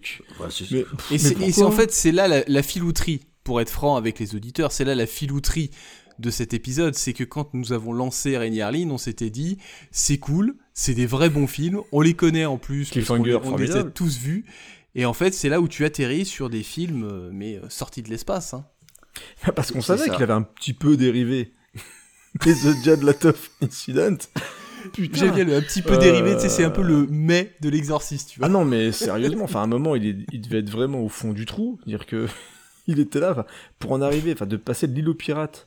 Ouais, et en fait, c'est là la filouterie, pour être franc avec les auditeurs, c'est là la filouterie de cet épisode, c'est que quand nous avons lancé Renny Harlin, on s'était dit, c'est cool, c'est des vrais bons films, on les connaît en plus, on les a tous vus, et en fait, c'est là où tu atterris sur des films, mais sortis de l'espace. Hein. Parce qu'on savait qu'il avait un petit peu dérivé. Mais The Daliatov Incident, putain. J'aime bien un petit peu dérivé, tu sais, c'est un peu le mais de l'exorciste, tu vois. Ah non, mais sérieusement, à un moment, il devait être vraiment au fond du trou, dire que il était là, pour en arriver, de passer de l'île aux pirates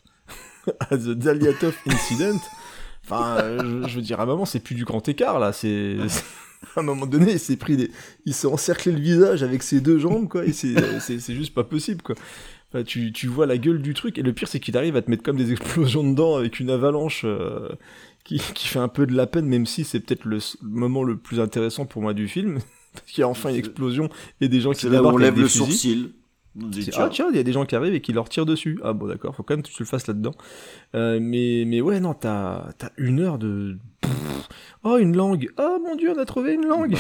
à The Daliatov Incident, je veux dire, à un moment, c'est plus du grand écart, là, à un moment donné, il s'est encerclé le visage avec ses deux jambes, quoi, et c'est juste pas possible, quoi. Tu vois la gueule du truc, et le pire c'est qu'il arrive à te mettre comme des explosions dedans avec une avalanche qui fait un peu de la peine, même si c'est peut-être le moment le plus intéressant pour moi du film, parce qu'il y a enfin une explosion et des gens qui débarquent. C'est là où on lève le sourcil. Ah tiens, il y a des gens qui arrivent et qui leur tirent dessus. Ah bon d'accord, faut quand même que tu le fasses là-dedans. Mais ouais non, t'as 1 heure de... Oh une langue. Oh mon dieu, on a trouvé une langue.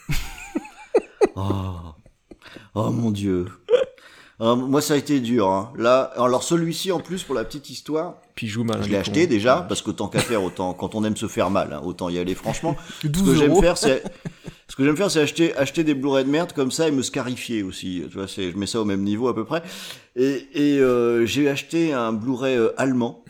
Oh mon dieu. Moi ça a été dur hein. Là, alors celui-ci en plus pour la petite histoire, puis joue mal, je l'ai acheté déjà parce que tant qu'à faire, autant quand on aime se faire mal, hein, autant y aller franchement. Ce que j'aime faire c'est acheter des Blu-ray de merde comme ça et me scarifier aussi. Tu vois, je mets ça au même niveau à peu près. Et j'ai acheté un Blu-ray allemand.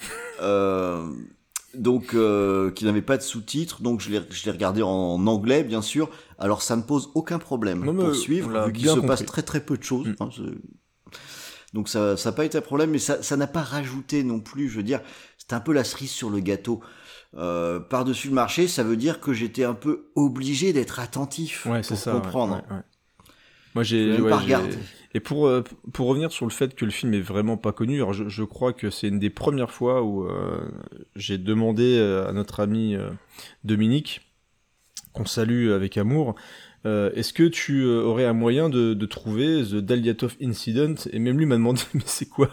Donc qui n'avait pas de sous-titres, donc je l'ai regardé en anglais bien sûr. Alors ça ne pose aucun problème pour suivre vu qu'il se passe très très peu de choses. Hein, donc ça n'a pas été un problème, mais ça n'a pas rajouté non plus. Je veux dire, c'était un peu la cerise sur le gâteau. Par-dessus le marché, ça veut dire que j'étais un peu obligé d'être attentif pour comprendre. Ouais. Moi j'ai pas regardé. Et pour revenir sur le fait que le film est vraiment pas connu, alors je crois que c'est une des premières fois où j'ai demandé à notre ami Dominique, qu'on salue avec amour, est-ce que tu aurais un moyen de trouver The Daliatov Incident? Et même lui m'a demandé mais c'est quoi?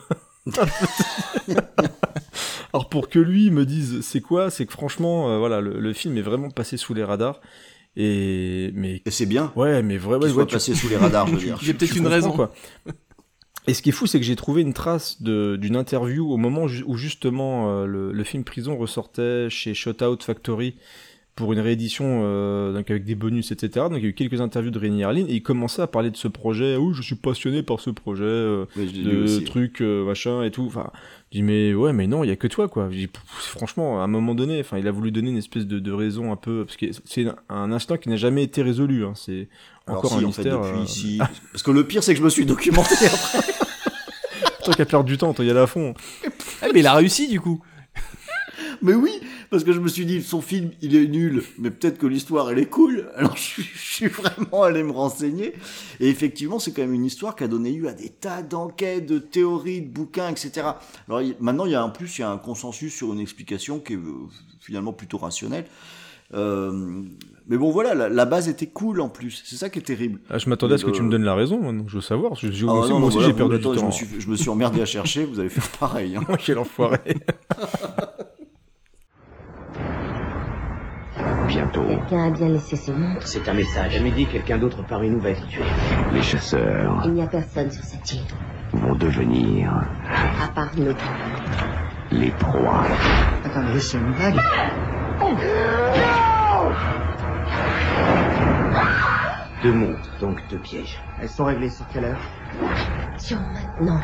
Alors pour que lui me dise c'est quoi, c'est que franchement le film est vraiment passé sous les radars. Et c'est bien. Ouais, mais vraiment, soit passé sous les radars, je veux dire. Il y a peut-être une raison, quoi. Et ce qui est fou, c'est que j'ai trouvé une trace d'une interview au moment où justement le film Prison ressortait chez Shootout Factory pour une réédition donc avec des bonus, etc. Donc il y a eu quelques interviews de Renny Harlin et il commençait à parler de ce projet. Je suis passionné par ce projet de trucs machin et tout. Enfin, je dis mais non, il y a que toi quoi. Je dis, franchement, à un moment donné, enfin, il a voulu donner une espèce de raison un peu parce que c'est un instant qui n'a jamais été résolu. Hein. C'est encore un mystère. Depuis ici, parce que le pire c'est que je me suis documenté après. Toi qui as perdu du temps, toi y aller à fond. Mais il a réussi du coup. Mais oui, parce que je me suis dit, son film, il est nul, mais peut-être que l'histoire, elle est cool. Alors, je suis vraiment allé me renseigner. Et effectivement, c'est quand même une histoire qui a donné lieu à des tas d'enquêtes, de théories, de bouquins, etc. Alors, maintenant, il y a un consensus sur une explication qui est finalement plutôt rationnelle. Mais bon, voilà, la base était cool en plus. C'est ça qui est terrible. Ah, je m'attendais à ce que tu me donnes la raison, moi, donc je veux savoir. Moi aussi, j'ai perdu du temps. Je me suis emmerdé à chercher, vous allez faire pareil. Hein. Quel enfoiré. Bientôt. Quelqu'un a bien laissé ses montres. C'est un message. À midi, quelqu'un d'autre parmi nous va être tué. Les chasseurs Il n'y a personne sur cette île. vont devenir À part nous. les proies. Attendez, c'est une blague. Deux montres, donc deux pièges. Elles sont réglées sur quelle heure? Tiens, maintenant.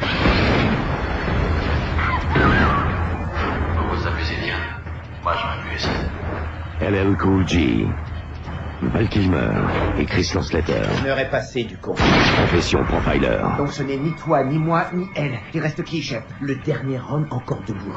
Vous vous amusez bien. Moi, je m'amuse. LL Cool J, Val Kilmer et Chris Lanslater. L'heure est passée du con. Profession profiler. Donc ce n'est ni toi, ni moi, ni elle. Il reste qui, chef? Le dernier homme encore debout.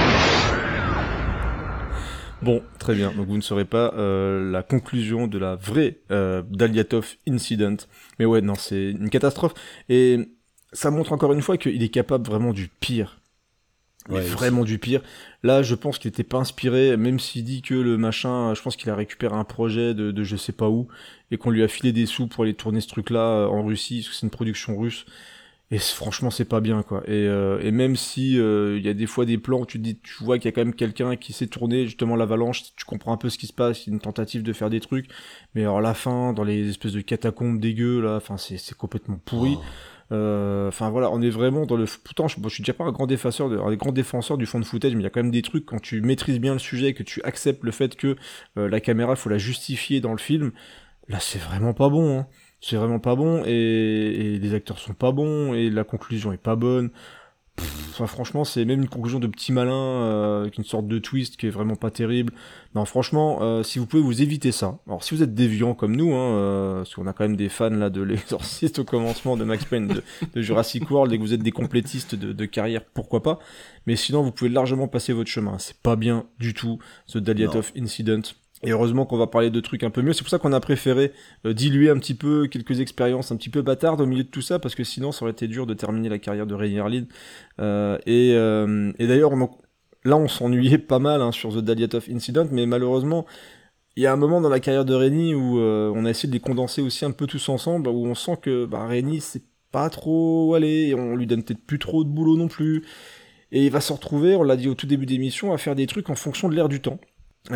Bon, très bien. Donc vous ne saurez pas la conclusion de la vraie Daliatov Incident. Mais ouais, non, c'est une catastrophe. Et ça montre encore une fois qu'il est capable vraiment du pire. Ouais, vraiment du pire. Là, je pense qu'il était pas inspiré, même s'il dit que le machin, je pense qu'il a récupéré un projet de je sais pas où, et qu'on lui a filé des sous pour aller tourner ce truc-là en Russie, parce que c'est une production russe. Et franchement, c'est pas bien, quoi. Et même si il y a des fois des plans où tu vois qu'il y a quand même quelqu'un qui sait tourner justement l'avalanche, tu comprends un peu ce qui se passe, il y a une tentative de faire des trucs. Mais alors la fin, dans les espèces de catacombes dégueu là, enfin c'est complètement pourri. Enfin voilà, on est vraiment dans le. Pourtant, je suis déjà pas un grand défenseur du fond de footage, mais il y a quand même des trucs quand tu maîtrises bien le sujet, que tu acceptes le fait que la caméra, faut la justifier dans le film. Là, c'est vraiment pas bon. Hein. C'est vraiment pas bon et les acteurs sont pas bons et la conclusion est pas bonne. Enfin, franchement, c'est même une conclusion de petit malin avec une sorte de twist qui est vraiment pas terrible. Non, franchement, si vous pouvez vous éviter ça. Alors, si vous êtes déviant comme nous, parce qu'on a quand même des fans là de l'Exorciste au commencement, de Max Payne, de Jurassic World, et que vous êtes des complétistes de carrière, pourquoi pas. Mais sinon, vous pouvez largement passer votre chemin. C'est pas bien du tout, ce Daliatov Incident. Et heureusement qu'on va parler de trucs un peu mieux. C'est pour ça qu'on a préféré diluer un petit peu quelques expériences un petit peu bâtardes au milieu de tout ça, parce que sinon ça aurait été dur de terminer la carrière de Ray Harlin. Et d'ailleurs, là on s'ennuyait pas mal sur The Daliatov Incident, mais malheureusement, il y a un moment dans la carrière de Raimi où on a essayé de les condenser aussi un peu tous ensemble, où on sent que Raimi c'est pas trop allé, et on lui donne peut-être plus trop de boulot non plus. Et il va se retrouver, on l'a dit au tout début d'émission, à faire des trucs en fonction de l'air du temps.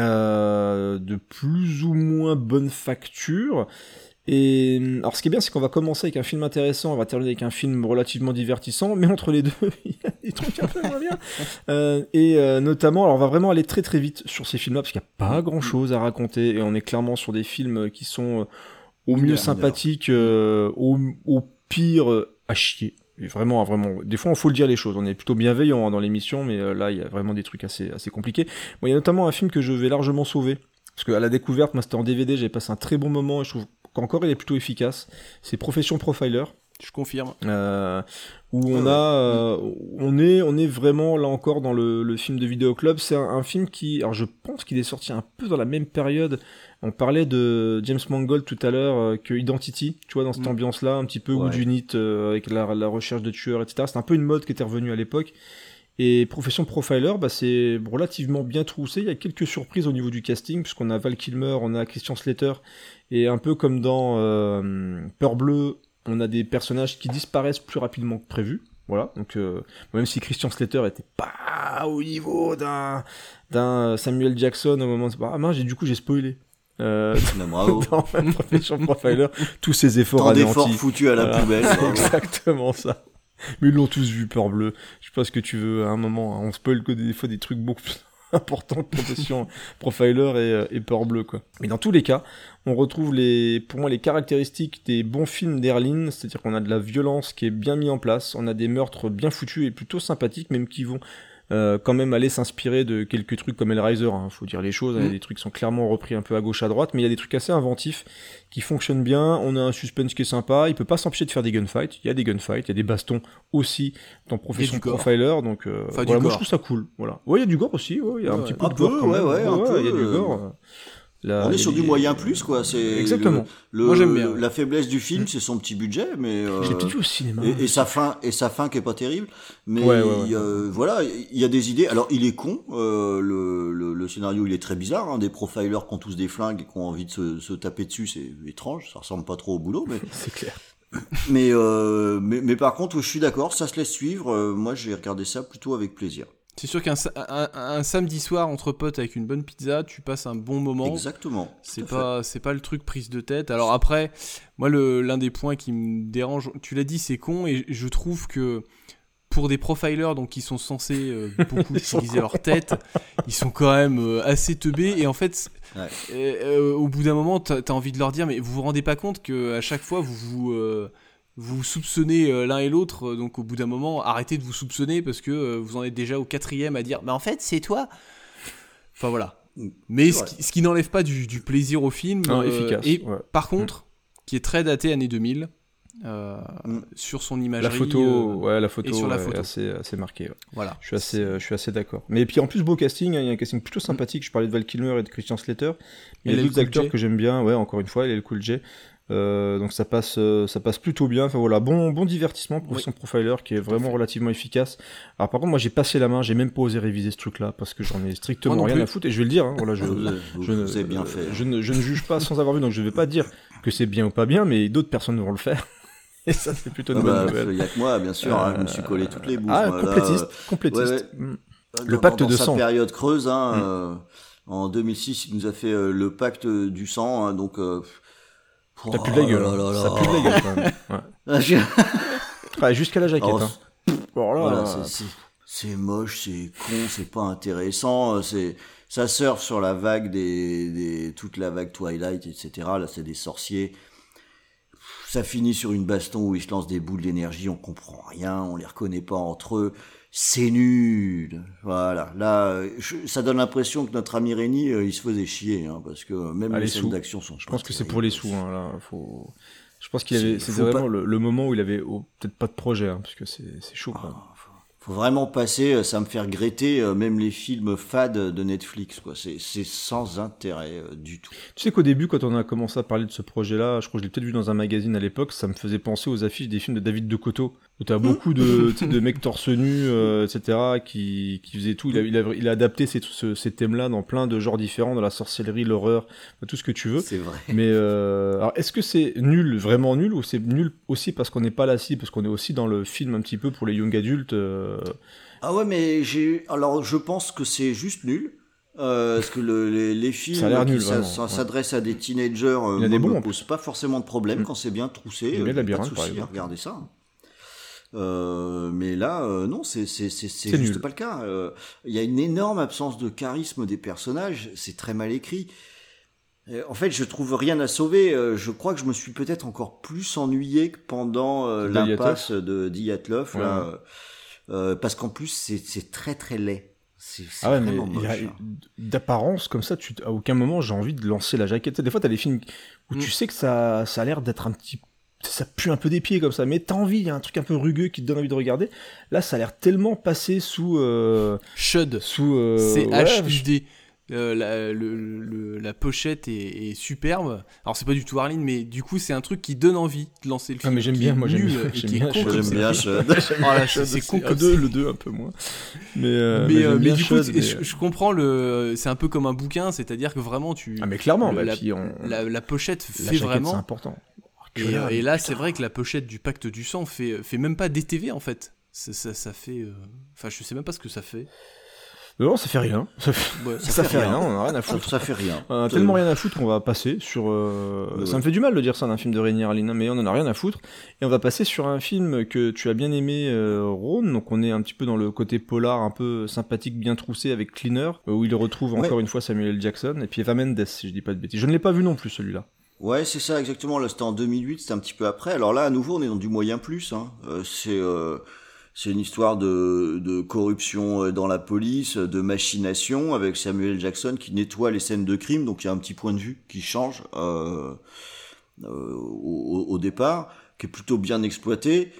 De plus ou moins bonne facture. Et alors ce qui est bien, c'est qu'on va commencer avec un film intéressant, on va terminer avec un film relativement divertissant, mais entre les deux il y a des trucs un peu moins bien. Notamment, alors on va vraiment aller très très vite sur ces films là, parce qu'il n'y a pas grand chose à raconter, et on est clairement sur des films qui sont au mieux sympathiques, au pire à chier. Et vraiment, des fois, il faut le dire les choses. On est plutôt bienveillant dans l'émission, mais là, il y a vraiment des trucs assez compliqués. Bon, il y a notamment un film que je vais largement sauver, parce qu'à la découverte, moi, c'était en DVD, j'ai passé un très bon moment, et je trouve qu'encore, il est plutôt efficace. C'est Profession Profiler. Je confirme. Où on est vraiment là encore dans le film de Vidéo Club. C'est un film qui, alors je pense qu'il est sorti un peu dans la même période. On parlait de James Mangold tout à l'heure, que Identity, tu vois, dans cette ambiance-là, un petit peu Wood Unit, avec la recherche de tueurs, etc. C'est un peu une mode qui était revenue à l'époque. Et Profession Profiler, c'est relativement bien troussé. Il y a quelques surprises au niveau du casting, puisqu'on a Val Kilmer, on a Christian Slater, et un peu comme dans Peur Bleue, on a des personnages qui disparaissent plus rapidement que prévu. Voilà, donc même si Christian Slater était pas au niveau d'un Samuel Jackson au moment de... j'ai spoilé. Bravo. Dans Profession Profiler, tous ces efforts tant anéantis. d'efforts foutus à la poubelle. Exactement ça. Mais ils l'ont tous vu, Peur Bleue. Je sais pas ce que tu veux, à un moment, on spoil que des fois des trucs beaucoup plus importants que Profession Profiler et Peur Bleue, quoi. Mais dans tous les cas, on retrouve pour moi les caractéristiques des bons films d'Erlin, c'est-à-dire qu'on a de la violence qui est bien mise en place, on a des meurtres bien foutus et plutôt sympathiques, même qui vont quand même aller s'inspirer de quelques trucs comme Hellraiser, faut dire les choses, il y a des trucs qui sont clairement repris un peu à gauche à droite, mais il y a des trucs assez inventifs qui fonctionnent bien, on a un suspense qui est sympa, il peut pas s'empêcher de faire des gunfights, il y a des gunfights, il y a des bastons aussi dans Profession Profiler, donc voilà, moi je trouve ça cool, voilà. Ouais, il y a du gore aussi, il y a un petit peu de gore quand même. Un peu, il y a du gore. On est sur du moyen plus, quoi. C'est exactement. Moi, j'aime bien. La faiblesse du film, c'est son petit budget, mais j'ai peut-être vu au cinéma. Et sa fin qui est pas terrible. Mais voilà, il y a des idées. Alors, il est con. Le scénario, il est très bizarre. Hein. Des profilers qui ont tous des flingues et qui ont envie de se taper dessus, c'est étrange. Ça ressemble pas trop au boulot, mais c'est clair. Mais par contre, je suis d'accord, ça se laisse suivre. Moi, j'ai regardé ça plutôt avec plaisir. C'est sûr qu'un samedi soir entre potes avec une bonne pizza, tu passes un bon moment. Exactement. C'est pas le truc prise de tête. Alors après, moi l'un des points qui me dérange, tu l'as dit, c'est con, et je trouve que pour des profilers donc qui sont censés beaucoup utiliser leur tête, ils sont quand même assez teubés, et en fait au bout d'un moment t'as envie de leur dire, mais vous vous rendez pas compte que à chaque fois vous soupçonnez l'un et l'autre, donc au bout d'un moment, arrêtez de vous soupçonner parce que vous en êtes déjà au 4e à dire « Mais en fait, c'est toi !» Enfin voilà. Mais ce qui n'enlève pas du plaisir au film. Efficace. Et par contre, qui est très daté années 2000, sur son imagerie. La photo et sur la photo. Est assez marquée. Ouais. Voilà. Je suis assez d'accord. Mais puis en plus, beau casting, il y a un casting plutôt sympathique. Je parlais de Val Kilmer et de Christian Slater. Il y a d'autres acteurs que j'aime bien. Ouais, encore une fois, LL Cool J. Donc ça passe plutôt bien. Enfin voilà, bon divertissement pour son profiler qui est vraiment relativement efficace. Alors par contre, moi j'ai passé la main, j'ai même pas osé réviser ce truc-là parce que j'en ai strictement rien à foutre, et je vais le dire. Hein, voilà, vous avez bien fait. Je ne juge pas sans avoir vu, donc je vais pas dire que c'est bien ou pas bien, mais d'autres personnes vont le faire. Et ça, c'est plutôt une bonne nouvelle. Il y a que moi, bien sûr. Je me suis collé toutes les bouches. Complétiste. Le pacte de sang. Dans sa période creuse, en 2006, il nous a fait le pacte du sang, hein, donc. Ça pue de la gueule. Ça pue de la gueule, quand même. Ouais. Jusqu'à la jaquette. C'est moche, c'est con, c'est pas intéressant. Ça surfe sur la vague toute la vague Twilight, etc. Là, c'est des sorciers. Ça finit sur une baston où ils se lancent des boules d'énergie, on comprend rien, on les reconnaît pas entre eux. C'est nul. Voilà. Là, ça donne l'impression que notre ami Rény, il se faisait chier, hein, parce que même les scènes d'action sont. Je pense que c'est pour les sous. Hein, là, je pense c'était vraiment le moment où il avait peut-être pas de projet, hein, parce que c'est chaud. Faut vraiment passer, ça me fait regretter même les films fades de Netflix, quoi. C'est sans intérêt du tout. Tu sais qu'au début, quand on a commencé à parler de ce projet-là, je crois que je l'ai peut-être vu dans un magazine à l'époque, ça me faisait penser aux affiches des films de David Decauto, où t'as beaucoup de mecs torse nu, etc., qui faisaient tout. Il a adapté ces thèmes-là dans plein de genres différents, dans la sorcellerie, l'horreur, tout ce que tu veux. C'est vrai. Mais alors, est-ce que c'est nul, vraiment nul, ou c'est nul aussi parce qu'on n'est pas là, parce qu'on est aussi dans le film un petit peu pour les young adultes Ah ouais, mais je pense que c'est juste nul. Parce que les films qui s'adressent à des teenagers ne posent pas forcément de problème quand c'est bien troussé. Il y a pas de souci à regarder ça. Mais là, non, c'est juste nul. Pas le cas. Il y a une énorme absence de charisme des personnages. C'est très mal écrit. En fait, je trouve rien à sauver. Je crois que je me suis peut-être encore plus ennuyé que pendant l'impasse de Dyatlov. Parce qu'en plus, c'est très très laid. C'est vraiment moche. D'apparence, comme ça, à aucun moment j'ai envie de lancer la jaquette. Des fois, t'as des films où tu sais que ça a l'air d'être un petit... Ça pue un peu des pieds comme ça, mais t'as envie, il y a un truc un peu rugueux qui te donne envie de regarder. Là, ça a l'air tellement passé sous... Chud. C-H-U-D. La pochette est superbe. Alors c'est pas du tout Arline, mais du coup c'est un truc qui donne envie de lancer le film. Ah mais j'aime bien, moi j'aime bien. C'est con comme le 2 un peu moins. Mais du coup je comprends c'est un peu comme un bouquin, c'est-à-dire que vraiment tu. Ah mais clairement, la pochette fait vraiment. C'est important. Et là c'est vrai que la pochette du Pacte du Sang fait même pas DTV en fait. Ça fait. Enfin je sais même pas ce que ça fait. Non, ça fait rien. Ça fait rien, on a rien à foutre. Ça fait rien. On a tellement rien à foutre qu'on va passer sur... Ça me fait du mal de dire ça d'un film de Rémi Harlin, mais on en a rien à foutre. Et on va passer sur un film que tu as bien aimé, Rhône. Donc on est un petit peu dans le côté polar, un peu sympathique, bien troussé, avec Cleaner, où il retrouve encore une fois Samuel L. Jackson, et puis Eva Mendes, si je dis pas de bêtises. Je ne l'ai pas vu non plus, celui-là. Ouais, c'est ça, exactement. Là, c'était en 2008, c'était un petit peu après. Alors là, à nouveau, on est dans du moyen plus. Hein. C'est une histoire de corruption dans la police, de machination, avec Samuel L. Jackson qui nettoie les scènes de crime, donc il y a un petit point de vue qui change au départ, qui est plutôt bien exploité.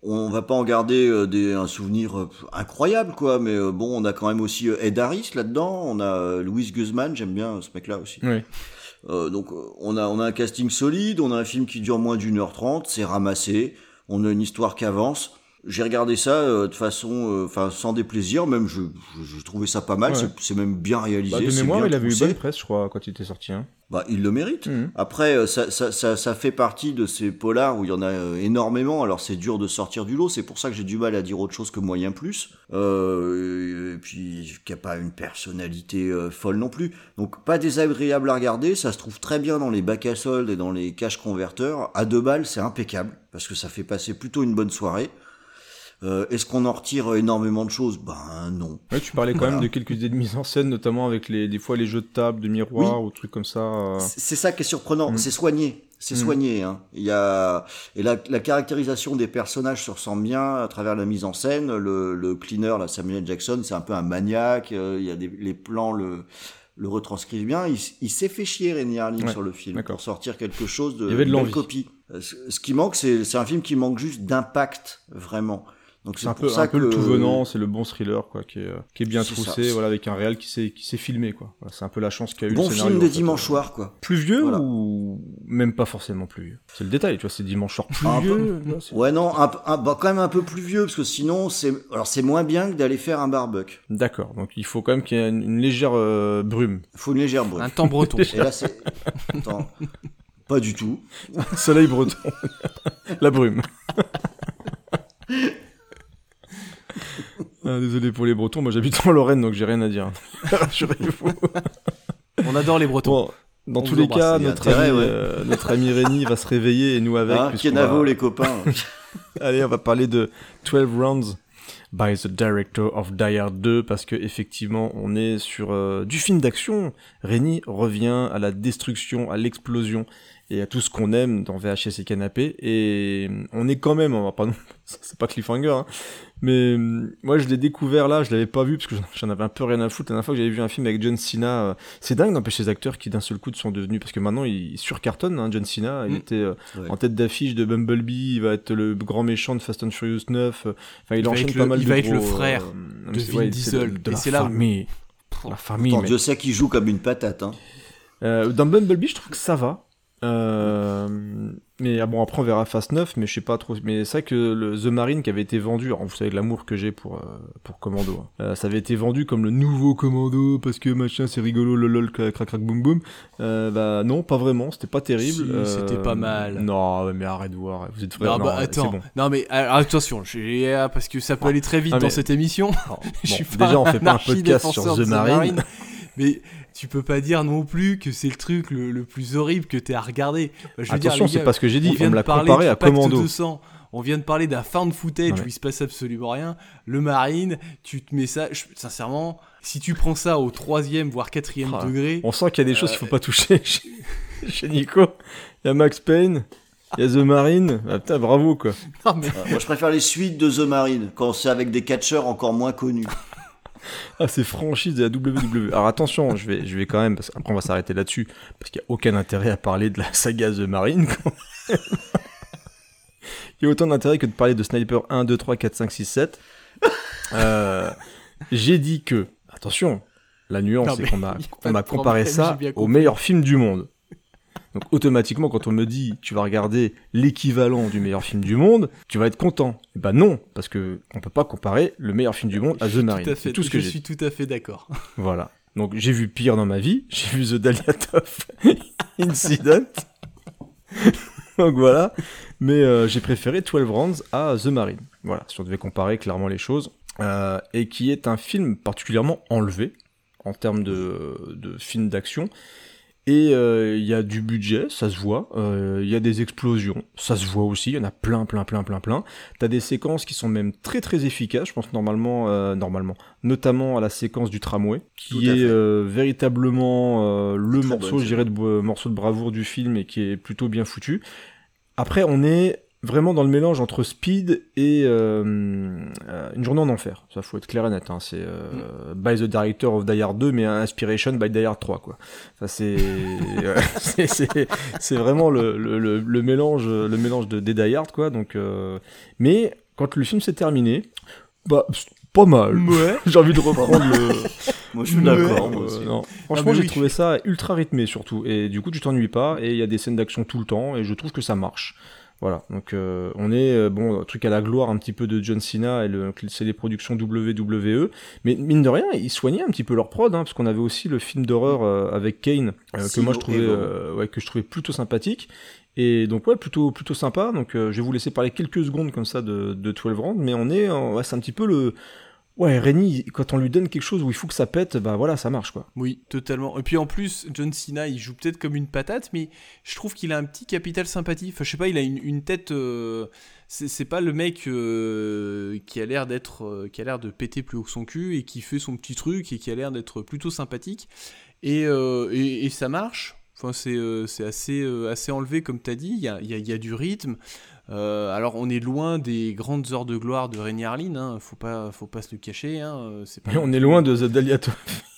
on va pas en garder un souvenir incroyable, quoi. Mais bon, on a quand même aussi Ed Harris là-dedans. On a Louis Guzman, j'aime bien ce mec-là aussi. Oui. Donc on a un casting solide, on a un film qui dure moins d'1h30, c'est ramassé, on a une histoire qui avance. J'ai regardé ça de façon, sans déplaisir, même je trouvais ça pas mal, c'est même bien réalisé. De mémoire, bien il avait eu poussé. bonne presse, je crois, quand il était sorti. Hein. Il le mérite. Après, ça fait partie de ces polars où il y en a énormément. Alors c'est dur de sortir du lot. C'est pour ça que j'ai du mal à dire autre chose que moyen plus. Et puis qu'il n'y a pas une personnalité folle non plus. Donc pas désagréable à regarder. Ça se trouve très bien dans les bacs à soldes et dans les cash converteurs. À 2 balles, c'est impeccable parce que ça fait passer plutôt une bonne soirée. Est-ce qu'on en retire énormément de choses ? Non. Ouais, tu parlais quand même de quelques idées de mise en scène, notamment avec des fois les jeux de table, de miroirs ou trucs comme ça. C'est ça qui est surprenant. C'est soigné. C'est soigné. Hein. Il y a et la caractérisation des personnages se ressent bien à travers la mise en scène. Le cleaner, là, Samuel Jackson, c'est un peu un maniaque. Il y a les plans le retranscrivent bien. Il s'est fait chier, Renny Harlin, sur le film pour sortir quelque chose de belle copie. Ce qui manque, c'est un film qui manque juste d'impact, vraiment. Donc c'est pour ça que le tout venant, c'est le bon thriller quoi, qui est bien troussé, voilà, avec un réal qui s'est filmé quoi. Voilà, c'est un peu la chance qu'a eu le scénario. Bon film de dimanche soir quoi. Plus vieux ou même pas forcément plus vieux. C'est le détail, tu vois, c'est dimanche soir plus vieux. Quand même un peu plus vieux parce que sinon c'est moins bien que d'aller faire un barbecue. D'accord, donc il faut quand même qu'il y ait une légère brume. Il faut une légère brume. Un temps breton. Et là c'est pas du tout. Soleil breton. La brume. Désolé pour les Bretons, moi j'habite en Lorraine donc j'ai rien à dire. Rassurez-vous. On adore les Bretons. Dans tous les cas, notre ami Renny va se réveiller et nous avec. Kenavo les copains. Allez, on va parler de 12 Rounds by the Director of Die Hard 2 parce que effectivement on est sur du film d'action. Renny revient à la destruction, à l'explosion et à tout ce qu'on aime dans VHS et Canapé, et on est quand même, c'est pas cliffhanger, hein, mais moi je l'ai découvert là, je l'avais pas vu parce que j'en avais un peu rien à foutre. La dernière fois que j'avais vu un film avec John Cena, c'est dingue d'empêcher ces acteurs qui d'un seul coup sont devenus, parce que maintenant il surcartonne, hein, John Cena, il était en tête d'affiche de Bumblebee, il va être le grand méchant de Fast and Furious 9, enfin il enchaîne pas mal de gros... Il va être le frère de Vin Diesel, et c'est là où... La famille. Dieu sait qu'il joue comme une patate, hein. Dans Bumblebee je trouve que ça va. Mais bon, après on verra Fast 9, mais je sais pas trop. Mais c'est vrai que le The Marine qui avait été vendu, alors vous savez l'amour que j'ai pour Commando, hein. Ça avait été vendu comme le nouveau Commando parce que machin c'est rigolo, lol, crac crac boum boum. Non, pas vraiment, c'était pas terrible. Si, c'était pas mal. Non, mais arrête de voir, vous êtes frères. Non, attends, bon. Non mais attention, parce que ça peut aller très vite dans cette émission. Déjà on fait pas un podcast sur The Marine. Mais tu peux pas dire non plus que c'est le truc le plus horrible que t'aies à regarder. Attention, c'est pas ce que j'ai dit, on me l'a comparé à Commando. 200. On vient de parler d'un found footage où il se passe absolument rien. Le Marine, tu te mets ça, sincèrement, si tu prends ça au 3e voire 4e degré... On sent qu'il y a des choses qu'il faut pas toucher chez Nico. Il y a Max Payne, il y a The Marine, putain, bravo quoi. Non, mais... moi je préfère les suites de The Marine, quand c'est avec des catcheurs encore moins connus. C'est franchise de la WWE. Alors attention, je vais quand même, parce qu'après on va s'arrêter là-dessus, parce qu'il n'y a aucun intérêt à parler de la saga The Marine. Il y a autant d'intérêt que de parler de Sniper 1, 2, 3, 4, 5, 6, 7. J'ai dit que, attention, la nuance, c'est qu'on m'a comparé ça au meilleur film du monde. Donc automatiquement, quand on me dit tu vas regarder l'équivalent du meilleur film du monde, tu vas être content. Et non, parce que on peut pas comparer le meilleur film du monde à The Marine. C'est tout ce que je suis tout à fait d'accord. Voilà. Donc j'ai vu pire dans ma vie. J'ai vu The Daliatov Incident. Donc voilà. Mais j'ai préféré 12 Rounds à The Marine. Voilà, si on devait comparer clairement les choses. Et qui est un film particulièrement enlevé en termes de film d'action. Et il y a du budget, ça se voit, il y a des explosions, ça se voit aussi, il y en a plein. T'as des séquences qui sont même très très efficaces, je pense normalement, notamment à la séquence du tramway, qui est véritablement le morceau, je dirais, morceau de bravoure du film et qui est plutôt bien foutu. Après, on est vraiment dans le mélange entre Speed et Une journée en enfer. Ça, faut être clair et net, hein. C'est by the director of Die Hard 2, mais Inspiration by Die Hard 3, quoi. Ça, c'est vraiment le mélange des Die Hard, quoi. Donc, mais quand le film s'est terminé, bah, pas mal. Ouais. J'ai envie de reprendre le... Moi, je suis d'accord, moi aussi. Non. Franchement, j'ai trouvé ça ultra rythmé, surtout. Et du coup, tu t'ennuies pas, et il y a des scènes d'action tout le temps, et je trouve que ça marche. Voilà, donc on est, bon, truc à la gloire un petit peu de John Cena, c'est les productions WWE, mais mine de rien, ils soignaient un petit peu leur prod, parce qu'on avait aussi le film d'horreur avec Kane, que moi je trouvais, que je trouvais plutôt sympathique, et donc ouais, plutôt sympa, donc je vais vous laisser parler quelques secondes comme ça de 12 Rounds, mais on est, c'est un petit peu le... Ouais, Raimi, quand on lui donne quelque chose où il faut que ça pète, bah voilà, ça marche, quoi. Oui, totalement. Et puis en plus, John Cena, il joue peut-être comme une patate, mais je trouve qu'il a un petit capital sympathie. Enfin, je sais pas, il a une tête... c'est pas le mec qui a l'air de péter plus haut que son cul et qui fait son petit truc et qui a l'air d'être plutôt sympathique. Et ça marche. Enfin, c'est assez enlevé, comme t'as dit. Il y a du rythme. Alors on est loin des grandes heures de gloire de Renny Harlin, hein, faut pas se le cacher, hein, c'est pas... Mais on est loin de The Daliato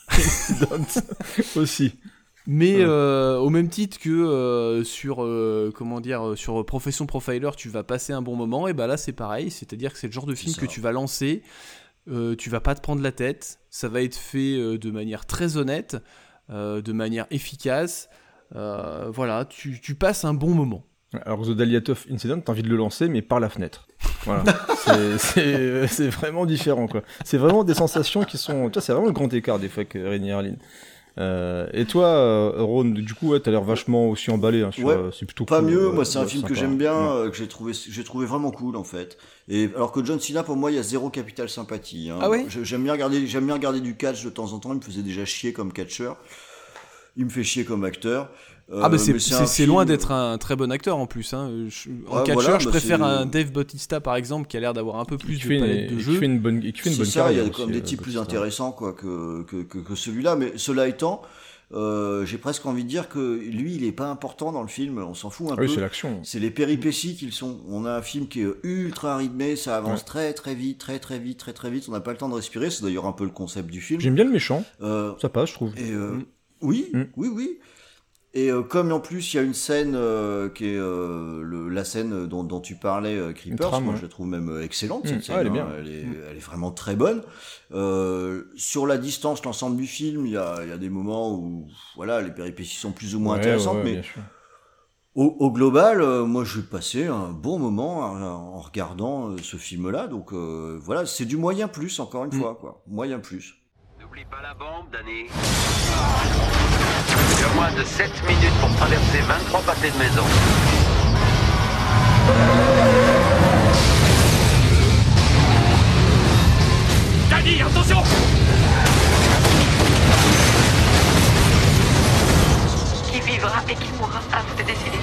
aussi. Mais au même titre que sur Profession Profiler, tu vas passer un bon moment, et bah là c'est pareil, c'est-à-dire que c'est le genre de film que tu vas lancer, tu vas pas te prendre la tête, ça va être fait de manière très honnête, de manière efficace, voilà, tu passes un bon moment. Alors The Daliatov Incident, t'as envie de le lancer, mais par la fenêtre. Voilà. c'est vraiment différent, quoi. C'est vraiment des sensations qui sont... Tu vois, c'est vraiment le grand écart des fois avec Renny Harlin. Et toi, Ron, du coup, ouais, t'as l'air vachement aussi emballé. Hein, c'est plutôt pas cool, mieux. Moi, c'est un film sympa. que j'aime bien, que j'ai trouvé vraiment cool, en fait. Et alors que John Cena, pour moi, il y a zéro capital sympathie. Hein. Ah ouais. J'aime bien regarder du catch de temps en temps. Il me faisait déjà chier comme catcheur. Il me fait chier comme acteur. Mais c'est loin d'être un très bon acteur en plus. Hein. En catcheur, je préfère un Dave Bautista par exemple qui a l'air d'avoir un peu plus de palette de jeu. Qui fait une bonne carrière. Il y a quand même des types plus intéressants quoi, que celui-là. Mais cela étant, j'ai presque envie de dire que lui, il est pas important dans le film. On s'en fout un peu. C'est l'action. C'est les péripéties qu'ils sont. On a un film qui est ultra rythmé, ça avance très très vite. On n'a pas le temps de respirer. C'est d'ailleurs un peu le concept du film. J'aime bien le méchant. Ça passe, je trouve. Et oui. Et comme en plus il y a une scène qui est la scène dont tu parlais, Creepers, moi je la trouve même excellente cette scène. Elle est bien. Elle est vraiment très bonne. Sur la distance, l'ensemble du film, il y a des moments où voilà les péripéties sont plus ou moins intéressantes, mais au global, moi j'ai passé un bon moment en regardant ce film-là. Donc voilà, c'est du moyen plus encore une fois quoi, moyen plus. N'oublie pas la bombe, Danny. Tu as moins de 7 minutes pour traverser 23 pâtés de maison. Danny, attention! Qui vivra et qui mourra à vous de décider.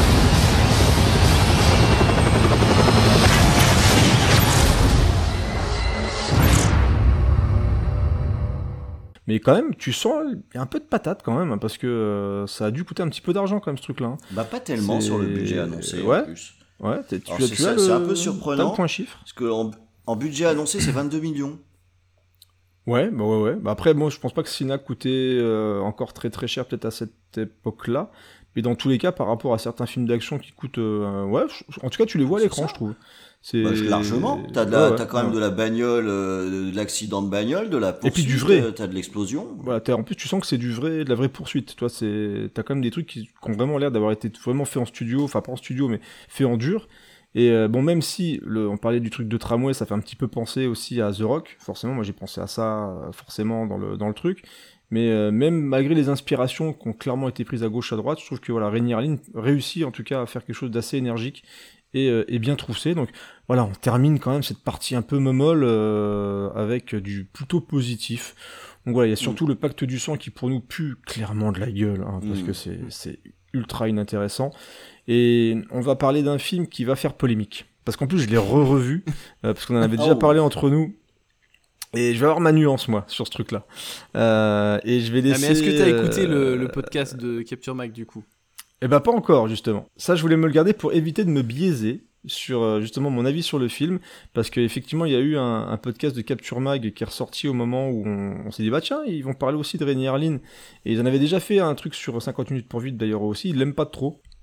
Mais quand même, tu sens il y a un peu de patate quand même, parce que ça a dû coûter un petit peu d'argent quand même ce truc-là. Hein. Bah pas tellement sur le budget annoncé en plus. Ouais, c'est un peu surprenant. T'as le point chiffre. Parce que en budget annoncé, c'est 22 millions. Ouais. Bah après, moi, je pense pas que Cena coûtait encore très très cher peut-être à cette époque-là. Mais dans tous les cas, par rapport à certains films d'action qui coûtent, en tout cas, tu les vois à l'écran, je trouve. Largement. T'as quand même de la bagnole, de l'accident de bagnole, de la poursuite. Et puis du vrai. T'as de l'explosion. Voilà, en plus, tu sens que c'est de la vraie poursuite. Toi, t'as quand même des trucs qui ont vraiment l'air d'avoir été vraiment faits en studio, enfin pas en studio, mais faits en dur. Et bon, même si on parlait du truc de tramway, ça fait un petit peu penser aussi à The Rock. Forcément, moi j'ai pensé à ça forcément dans le truc. Mais même malgré les inspirations qui ont clairement été prises à gauche à droite, je trouve que voilà, Renny Harlin réussit en tout cas à faire quelque chose d'assez énergique et bien troussé. Donc voilà, on termine quand même cette partie un peu momolle avec du plutôt positif. Donc voilà, il y a surtout le pacte du sang qui pour nous pue clairement de la gueule, hein, parce que c'est ultra inintéressant. Et on va parler d'un film qui va faire polémique. Parce qu'en plus je l'ai revu, parce qu'on en avait déjà parlé entre nous. Et je vais avoir ma nuance, moi, sur ce truc-là. Et je vais laisser... mais est-ce que t'as écouté le podcast de Capture Mag, du coup ? Eh ben, pas encore, justement. Ça, je voulais me le garder pour éviter de me biaiser sur, justement, mon avis sur le film. Parce qu'effectivement, il y a eu un podcast de Capture Mag qui est ressorti au moment où on s'est dit, bah tiens, ils vont parler aussi de Renny Harlin. Et ils en avaient déjà fait un truc sur 50 minutes pour vide, d'ailleurs, aussi. Ils l'aiment pas trop.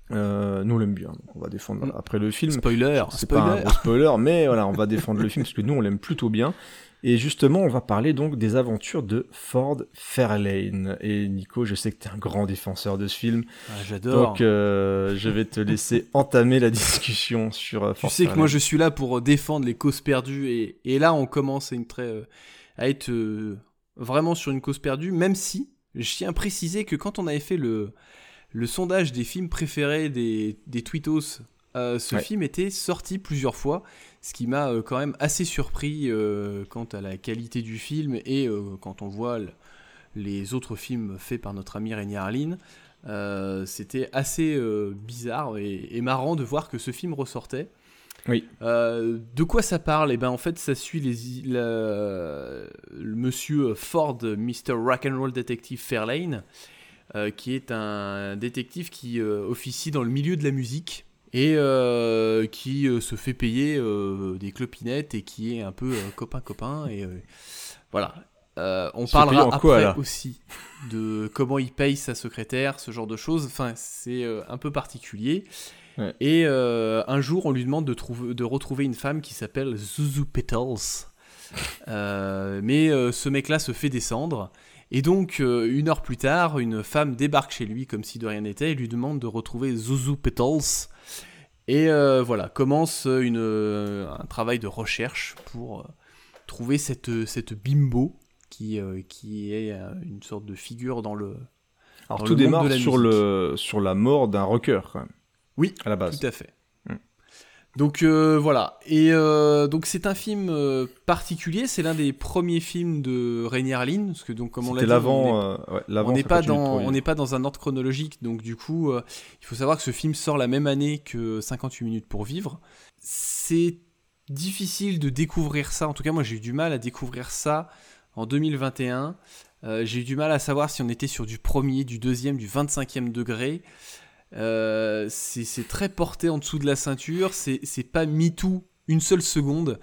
Nous on l'aime bien, donc on va défendre. Voilà. Après le film, spoiler, c'est pas un gros spoiler, mais voilà, on va défendre le film parce que nous on l'aime plutôt bien. Et justement, on va parler donc des aventures de Ford Fairlane. Et Nico, je sais que t'es un grand défenseur de ce film. Ah, j'adore. Donc, je vais te laisser entamer la discussion sur Ford Fairlane. Tu sais que moi, je suis là pour défendre les causes perdues. Et là, on commence à être vraiment sur une cause perdue, même si, je tiens à préciser que quand on avait fait le sondage des films préférés des tweetos, ce film était sorti plusieurs fois, ce qui m'a quand même assez surpris quant à la qualité du film et quand on voit les autres films faits par notre ami Rémi Harlin, c'était assez bizarre et marrant de voir que ce film ressortait. Oui. De quoi ça parle ? Eh ben, en fait, ça suit le monsieur Ford, Mr. Rock'n'Roll Detective Fairlane, qui est un détective qui officie dans le milieu de la musique et qui se fait payer des clopinettes et qui est un peu copain et voilà. On parlera après aussi de comment il paye sa secrétaire, ce genre de choses. Enfin, c'est un peu particulier. Ouais. Et un jour, on lui demande de retrouver une femme qui s'appelle Zuzu Petals. Mais ce mec-là se fait descendre. Et donc, 1 heure plus tard, une femme débarque chez lui comme si de rien n'était et lui demande de retrouver Zuzu Petals. Et voilà, commence un travail de recherche pour trouver cette bimbo qui est une sorte de figure dans le. Alors tout démarre sur la mort d'un rocker quand même. Oui, à la base. Tout à fait. Donc voilà, et donc c'est un film particulier, c'est l'un des premiers films de Rémi Harlin, parce que donc comme on l'a dit, on n'est pas dans un ordre chronologique, donc du coup il faut savoir que ce film sort la même année que 58 minutes pour vivre. C'est difficile de découvrir ça, en tout cas moi j'ai eu du mal à découvrir ça en 2021, j'ai eu du mal à savoir si on était sur du premier, du deuxième, du 25e degré. C'est très porté en dessous de la ceinture, c'est pas MeToo une seule seconde.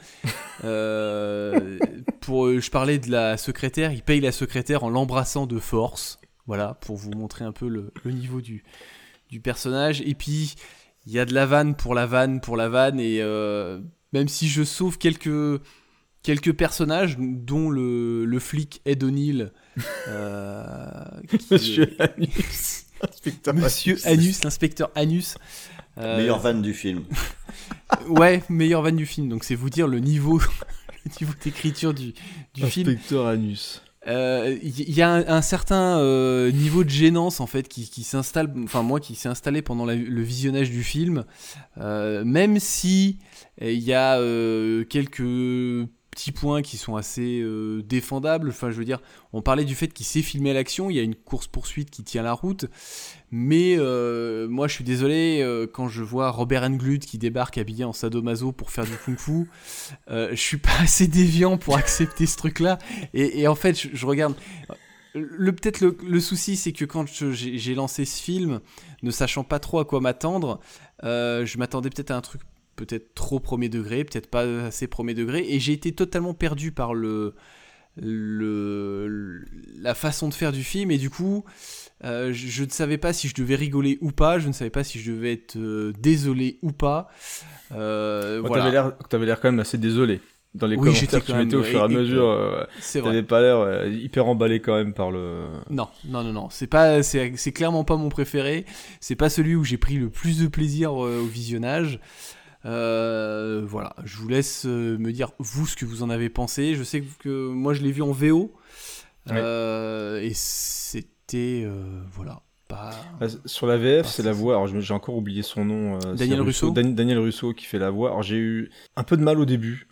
Je parlais de la secrétaire, il paye la secrétaire en l'embrassant de force, voilà, pour vous montrer un peu le niveau du personnage. Et puis il y a de la vanne pour la vanne, et même si je sauve quelques personnages, dont le flic Ed O'Neill, Monsieur Anus. Monsieur Anus, l'inspecteur Anus. Meilleure vanne du film. Ouais, meilleure vanne du film. Donc c'est vous dire le niveau d'écriture du film. Inspecteur Anus. Il y a un certain niveau de gênance en fait qui s'installe. Enfin moi qui s'est installé pendant le visionnage du film. Même si il y a quelques petits points qui sont assez défendables. Enfin, je veux dire, on parlait du fait qu'il sait filmer l'action, il y a une course-poursuite qui tient la route, mais moi, je suis désolé, quand je vois Robert Englund qui débarque habillé en sadomaso pour faire du kung-fu, je suis pas assez déviant pour accepter ce truc-là, et en fait, je regarde... Peut-être le souci, c'est que quand j'ai lancé ce film, ne sachant pas trop à quoi m'attendre, je m'attendais peut-être à un truc peut-être trop premier degré, peut-être pas assez premier degré, et j'ai été totalement perdu par la façon de faire du film, et du coup je ne savais pas si je devais rigoler ou pas, je ne savais pas si je devais être désolé ou pas. Voilà. T'avais l'air quand même assez désolé dans les commentaires que tu mettais au fur et à mesure. T'avais pas l'air hyper emballé quand même par le... Non, c'est clairement pas mon préféré, c'est pas celui où j'ai pris le plus de plaisir au visionnage. Voilà, je vous laisse me dire vous ce que vous en avez pensé. Je sais que moi je l'ai vu en VO, et c'était voilà. Sur la VF, c'est la voix. Alors j'ai encore oublié son nom. Daniel Russo. Daniel Russo qui fait la voix. Alors j'ai eu un peu de mal au début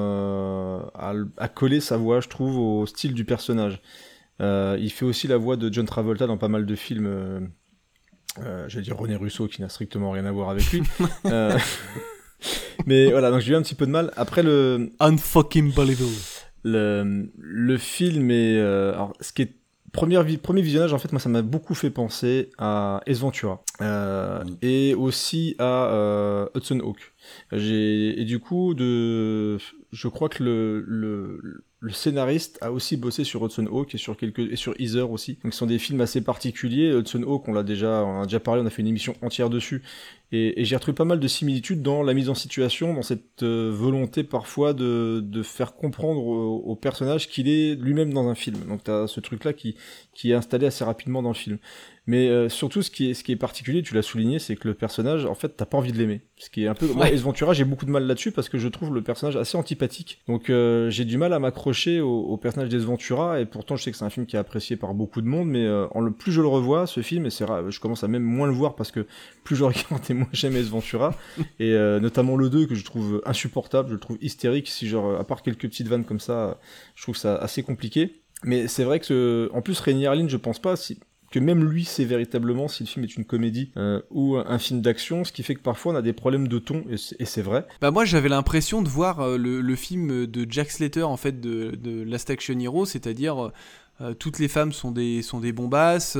à coller sa voix, je trouve, au style du personnage. Il fait aussi la voix de John Travolta dans pas mal de films. J'allais dire René Russo qui n'a strictement rien à voir avec lui. Mais voilà, donc j'ai eu un petit peu de mal. Après le unfucking believable. Le film est alors ce qui est premier visionnage, en fait, moi ça m'a beaucoup fait penser à Ace Ventura et aussi à Hudson Hawk. Et du coup je crois que le le scénariste a aussi bossé sur Hudson Hawk et sur Heather aussi. Donc ce sont des films assez particuliers. Hudson Hawk, on a déjà parlé, on a fait une émission entière dessus. Et j'ai retrouvé pas mal de similitudes dans la mise en situation, dans cette volonté parfois de faire comprendre au personnage qu'il est lui-même dans un film. Donc t'as ce truc-là qui est installé assez rapidement dans le film. Mais surtout, ce qui est particulier, tu l'as souligné, c'est que le personnage, en fait, t'as pas envie de l'aimer. Ce qui est un peu... Moi, Ace Ventura, j'ai beaucoup de mal là-dessus parce que je trouve le personnage assez antipathique. Donc j'ai du mal à m'accrocher au personnage d'Ace Ventura, et pourtant je sais que c'est un film qui est apprécié par beaucoup de monde, mais plus je le revois, ce film, et c'est rare, je commence à même moins le voir parce que plus je regarde et moins j'aime Ace Ventura, et notamment le 2 que je trouve insupportable, je le trouve hystérique, si genre, à part quelques petites vannes comme ça, je trouve ça assez compliqué. Mais c'est vrai que, en plus, Renny Harlin, je pense pas que même lui sait véritablement si le film est une comédie ou un film d'action, ce qui fait que parfois on a des problèmes de ton, et c'est vrai. Bah moi j'avais l'impression de voir le film de Jack Slater en fait de Last Action Hero, c'est-à-dire toutes les femmes sont des bombasses,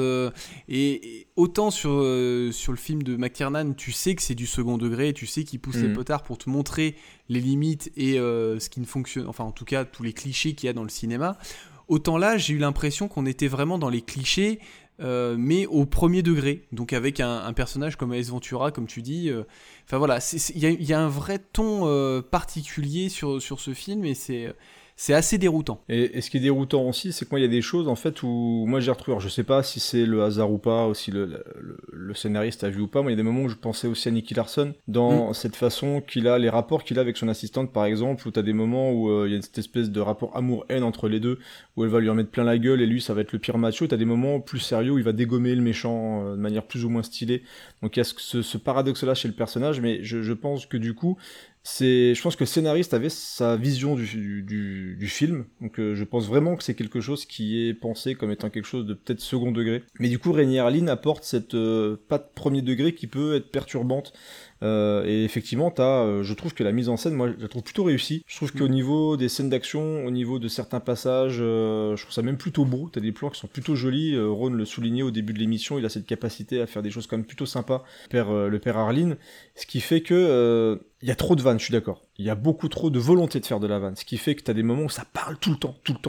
et autant sur le film de McTiernan, tu sais que c'est du second degré, tu sais qu'il pousse les potards pour te montrer les limites et ce qui ne fonctionne, enfin en tout cas tous les clichés qu'il y a dans le cinéma. Autant là j'ai eu l'impression qu'on était vraiment dans les clichés, mais au premier degré, donc avec un personnage comme Ace Ventura, comme tu dis. Enfin voilà, il y a un vrai ton particulier sur ce film, et c'est assez déroutant. Et ce qui est déroutant aussi, c'est que moi, il y a des choses, en fait, où moi j'ai retrouvé, alors je sais pas si c'est le hasard ou pas, ou si le scénariste a vu ou pas, moi il y a des moments où je pensais aussi à Nicky Larson, dans cette façon qu'il a, les rapports qu'il a avec son assistante, par exemple, où t'as des moments où il y a cette espèce de rapport amour-haine entre les deux, où elle va lui en mettre plein la gueule, et lui, ça va être le pire macho. T'as des moments plus sérieux où il va dégommer le méchant de manière plus ou moins stylée. Donc il y a ce paradoxe-là chez le personnage, mais je pense que du coup, je pense que le scénariste avait sa vision du film, donc je pense vraiment que c'est quelque chose qui est pensé comme étant quelque chose de peut-être second degré. Mais du coup, Renny Harlin apporte cette patte premier degré qui peut être perturbante. Et effectivement, je trouve que la mise en scène, moi, je la trouve plutôt réussie. Je trouve qu'au niveau des scènes d'action, au niveau de certains passages, je trouve ça même plutôt beau. T'as des plans qui sont plutôt jolis. Ron le soulignait au début de l'émission, il a cette capacité à faire des choses quand même plutôt sympas, le père Harlin. Ce qui fait que il y a trop de vannes, je suis d'accord. Il y a beaucoup trop de volonté de faire de la vanne. Ce qui fait que t'as des moments où ça parle tout le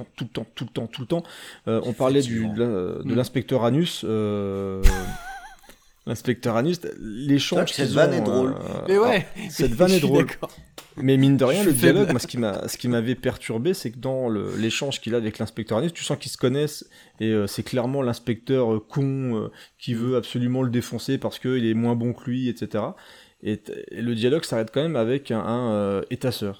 temps. On parlait de l'inspecteur Anus. L'inspecteur Anus, l'échange cette vanne est drôle. Mais ouais, cette vanne est drôle. D'accord. Mais mine de rien, le dialogue, moi, ce qui m'avait perturbé, c'est que dans l'échange qu'il a avec l'inspecteur Anus, tu sens qu'ils se connaissent, et c'est clairement l'inspecteur con qui veut absolument le défoncer parce qu'il est moins bon que lui, etc. Et le dialogue s'arrête quand même avec un et ta sœur.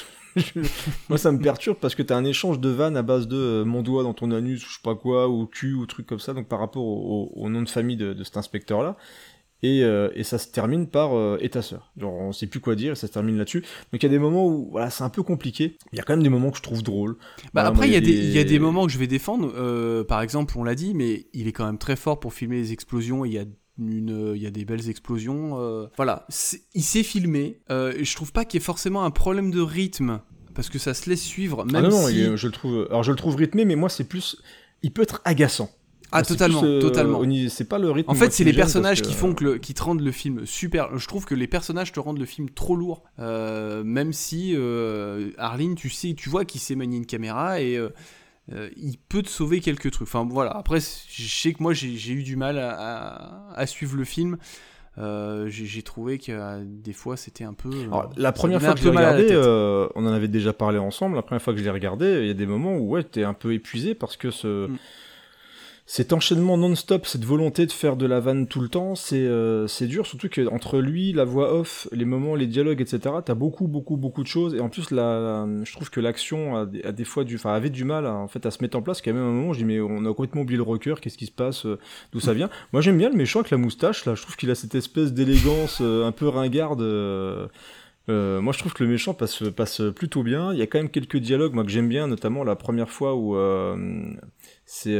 Moi ça me perturbe parce que t'as un échange de vannes à base de mon doigt dans ton anus ou je sais pas quoi, ou cul ou truc comme ça, donc par rapport au nom de famille de cet inspecteur là, et ça se termine par et ta sœur, genre on sait plus quoi dire et ça se termine là-dessus. Donc il y a des moments où voilà, c'est un peu compliqué, il y a quand même des moments que je trouve drôles. Bah après il y a des moments que je vais défendre, par exemple on l'a dit, mais il est quand même très fort pour filmer les explosions, il y a des belles explosions, voilà, il sait filmer, et je trouve pas qu'il y ait forcément un problème de rythme, parce que ça se laisse suivre, même je le trouve rythmé, mais moi c'est plus, il peut être agaçant. Ah, totalement. C'est pas le rythme. En fait, c'est les personnages qui te rendent le film super. Je trouve que les personnages te rendent le film trop lourd, même si Harlin, tu vois qu'il sait manier une caméra, et il peut te sauver quelques trucs. Enfin voilà, après je sais que moi j'ai eu du mal à suivre le film. J'ai trouvé que des fois c'était un peu... Alors, la première fois que je l'ai regardé, on en avait déjà parlé ensemble, la première fois que je l'ai regardé, il y a des moments où t'es un peu épuisé parce que cet enchaînement non-stop, cette volonté de faire de la vanne tout le temps, c'est dur, surtout que entre lui, la voix off, les moments, les dialogues, etc., t'as beaucoup de choses, et en plus, je trouve que l'action a des fois avait du mal en fait, à se mettre en place, qu'il y a même un moment où je dis, mais on a complètement oublié le rocker, qu'est-ce qui se passe, d'où ça vient. Moi, j'aime bien le méchant avec la moustache, là, je trouve qu'il a cette espèce d'élégance un peu ringarde. Moi je trouve que le méchant passe plutôt bien. Il y a quand même quelques dialogues moi que j'aime bien, notamment la première fois où c'est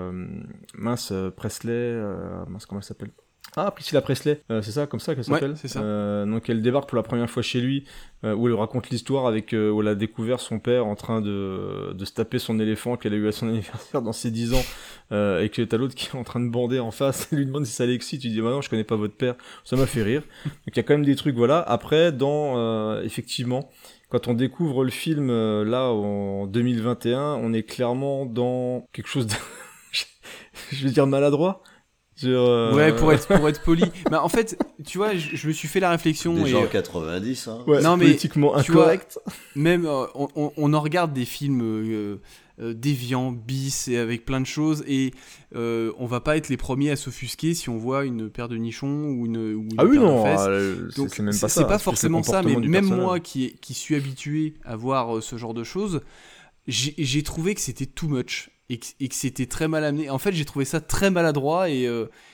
Presley, comment elle s'appelle ? Ah, Priscilla Presley, c'est ça, comme ça qu'elle s'appelle. Ouais, c'est ça. Donc elle débarque pour la première fois chez lui, où elle raconte l'histoire où elle a découvert son père en train de se taper son éléphant qu'elle a eu à son anniversaire dans ses 10 ans, et que t'as l'autre qui est en train de bander en face, elle lui demande si ça l'excite, tu dis bah non, je connais pas votre père, ça m'a fait rire. Donc il y a quand même des trucs, voilà. Après, effectivement, quand on découvre le film là en 2021, on est clairement dans quelque chose de je vais dire maladroit. Ouais, pour être poli. Bah, en fait, tu vois, je me suis fait la réflexion. Déjà et... en 90, hein. Ouais, non, mais politiquement incorrect. Même, on en regarde des films déviants, bis, et avec plein de choses, et on va pas être les premiers à s'offusquer si on voit une paire de nichons ou une ah oui, paire non, de fesses. Donc, c'est même pas ça. C'est pas forcément ça, mais même personnage. moi qui suis habitué à voir ce genre de choses, j'ai trouvé que c'était too much. Et que c'était très mal amené. En fait, j'ai trouvé ça très maladroit et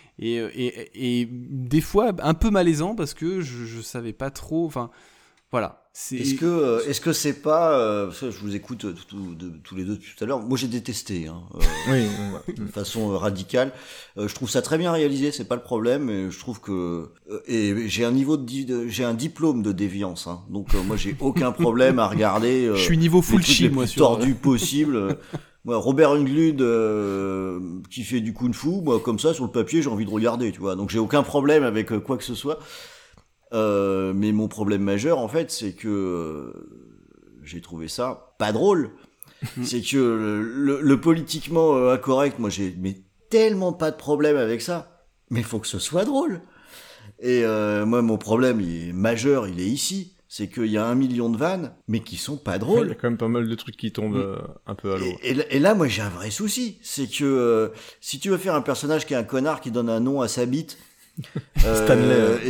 des fois un peu malaisant parce que je savais pas trop. Enfin, voilà. Est-ce que c'est pas je vous écoute tous les deux depuis tout à l'heure. Moi, j'ai détesté, oui, de façon radicale. Je trouve ça très bien réalisé, c'est pas le problème. Et je trouve que et j'ai un j'ai un diplôme de déviance, hein, donc moi j'ai aucun problème à regarder. Je suis niveau full chi, moi, tordu possible. Moi, Robert Englund qui fait du kung-fu, moi comme ça sur le papier j'ai envie de regarder, tu vois. Donc j'ai aucun problème avec quoi que ce soit. Mais mon problème majeur en fait, c'est que j'ai trouvé ça pas drôle. C'est que le politiquement incorrect, moi j'ai tellement pas de problème avec ça. Mais faut que ce soit drôle. Et moi mon problème majeur, il est ici. C'est qu'il y a 1 million de vannes, mais qui sont pas drôles. Il y a quand même pas mal de trucs qui tombent un peu à l'eau. Et là, moi, j'ai un vrai souci. C'est que si tu veux faire un personnage qui est un connard qui donne un nom à sa bite, Stanley,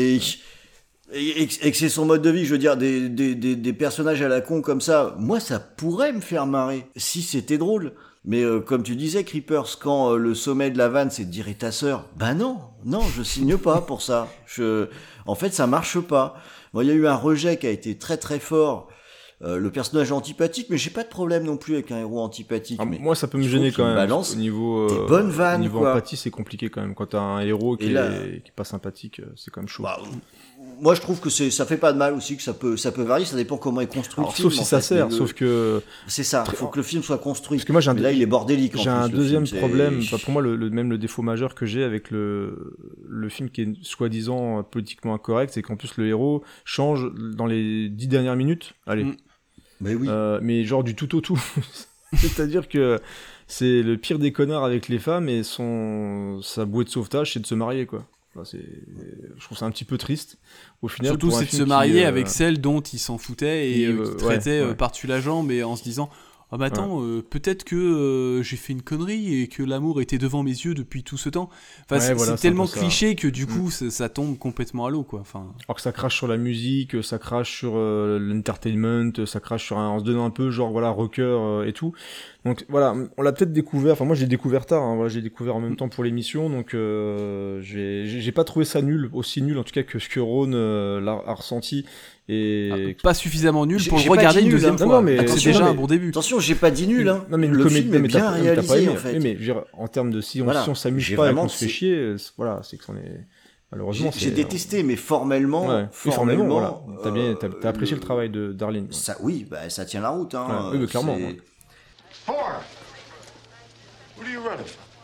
et que c'est son mode de vie, je veux dire, des personnages à la con comme ça, moi, ça pourrait me faire marrer si c'était drôle. Mais comme tu disais, Creepers, quand le sommet de la vanne, c'est de dire « et ta sœur », ben non, je signe pas pour ça. En fait, ça marche pas. Moi, il y a eu un rejet qui a été très très fort. Le personnage antipathique, mais j'ai pas de problème non plus avec un héros antipathique. Mais moi, ça peut me gêner quand même. Balance au niveau des bonnes vannes, au niveau quoi. empathie, c'est compliqué quand même. Quand t'as un héros qui est pas sympathique, c'est quand même chaud. Bah, moi, je trouve que ça fait pas de mal aussi, que ça peut varier. Ça dépend comment est construit le film. Sauf si ça sert, sauf que c'est ça. Il faut que le film soit construit. Parce que moi, là, il est bordélique. J'ai un deuxième problème. Pour moi, même le défaut majeur que j'ai avec le film qui est soi-disant politiquement incorrect, c'est qu'en plus le héros change dans les 10 dernières minutes. Allez. Mais oui. Mais genre du tout au tout. C'est-à-dire que c'est le pire des connards avec les femmes et sa bouée de sauvetage, c'est de se marier, quoi. Enfin, je trouve ça un petit peu triste. Au final, surtout, c'est de se marier avec celle dont il s'en foutait et qui traitait par-dessus la jambe et en se disant « Ah bah attends, peut-être que j'ai fait une connerie et que l'amour était devant mes yeux depuis tout ce temps. » Enfin, c'est tellement cliché que du coup, ça tombe complètement à l'eau, quoi. Enfin... Alors que ça crache sur la musique, ça crache sur l'entertainment, ça crache sur en se donnant un peu genre voilà rocker et tout. Donc voilà, on l'a peut-être découvert, enfin moi j'ai découvert tard, hein, voilà, j'ai découvert en même temps pour l'émission, donc j'ai pas trouvé ça aussi nul en tout cas que ce que Ron l'a ressenti. Et pas suffisamment nul pour le regarder une deuxième fois. Non, mais c'est déjà un bon début. Attention, j'ai pas dit nul, hein. Non, mais le film est bien réalisé, en fait. Mais en termes de si on s'amuse pas et qu'on se fait chier, voilà, c'est que c'en est. Malheureusement, j'ai détesté, mais formellement, voilà. T'as apprécié le travail de Darlene. Ça, oui, bah ça tient la route, hein. Oui, mais clairement. Four. What are you running?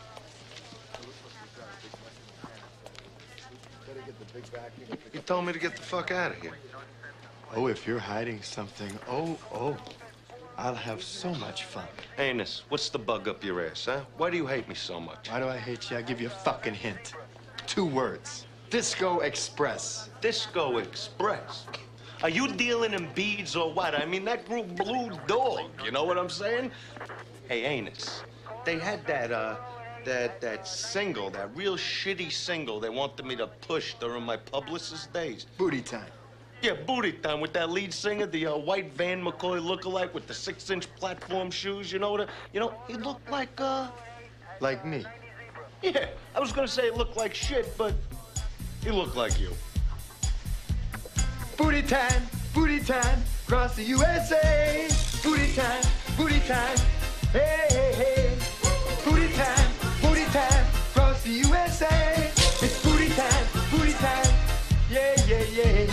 You told me to get the fuck out of here. Oh, if you're hiding something, I'll have so much fun. Anus, what's the bug up your ass, huh? Why do you hate me so much? Why do I hate you? I'll give you a fucking hint. 2 words. Disco Express. Disco Express? Are you dealing in beads or what? I mean, that group Blue Dog, you know what I'm saying? Hey, Anus, they had that single, that real shitty single they wanted me to push during my publicist days. Booty Time. Yeah, Booty Time with that lead singer, the white Van McCoy lookalike with the 6-inch platform shoes, he looked like me. Yeah, I was gonna say it looked like shit, but he looked like you. Booty time, across the USA. Booty time, hey, hey, hey. Booty time, across the USA. It's booty time, yeah, yeah, yeah.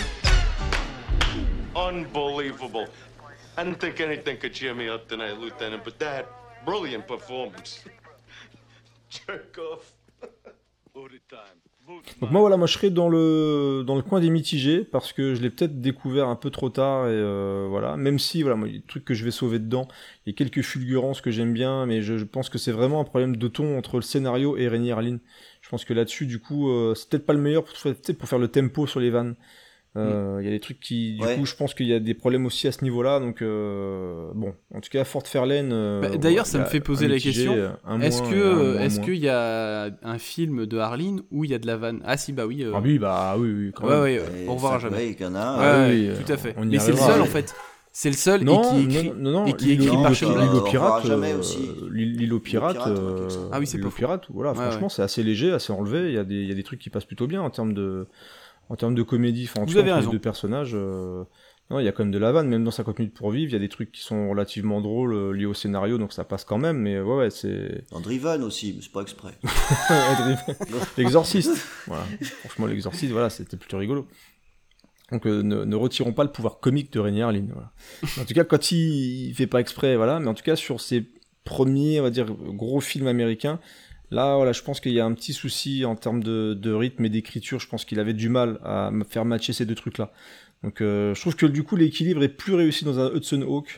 Unbelievable. I didn't think anything could cheer me up tonight, Lieutenant, but that brilliant performance. Jerk off. Booty time. Donc moi je serais dans le coin des mitigés parce que je l'ai peut-être découvert un peu trop tard et voilà, même si voilà, moi, il y a des trucs que je vais sauver dedans, il y a quelques fulgurances que j'aime bien, mais je pense que c'est vraiment un problème de ton entre le scénario et Renny Harlin. Je pense que là-dessus du coup c'est peut-être pas le meilleur pour faire le tempo sur les vannes. Il y a des trucs qui, du coup, je pense qu'il y a des problèmes aussi à ce niveau-là. Donc, bon, en tout cas, Fort Fairlane. D'ailleurs, ça me fait poser la question. Est-ce qu'il y a un film de Harlin où il y a de la vanne? Ah si, bah oui. oui, quand même. Ouais, on reverra jamais. Il y en a. Oui, tout à fait. Mais c'est le seul en fait. C'est le seul et qui écrit par Shane Black. L'île aux pirates. Ah oui, c'est l'île aux pirates. Voilà, franchement, c'est assez léger, assez enlevé. Il y a des trucs qui passent plutôt bien en termes de comédie, en tout cas, pour les deux personnages, non, il y a quand même de la vanne, même dans 50 minutes pour vivre, il y a des trucs qui sont relativement drôles liés au scénario, donc ça passe quand même, mais ouais, c'est... Dans Driven aussi, mais c'est pas exprès. L'exorciste, voilà. Franchement, l'exorciste, voilà, c'était plutôt rigolo. Donc ne retirons pas le pouvoir comique de Renny Harlin, voilà. En tout cas, quand il fait pas exprès, voilà, mais en tout cas, sur ses premiers, on va dire, gros films américains, là, voilà, je pense qu'il y a un petit souci en termes de rythme et d'écriture. Je pense qu'il avait du mal à faire matcher ces deux trucs-là. Donc, je trouve que du coup, l'équilibre est plus réussi dans un Hudson Hawk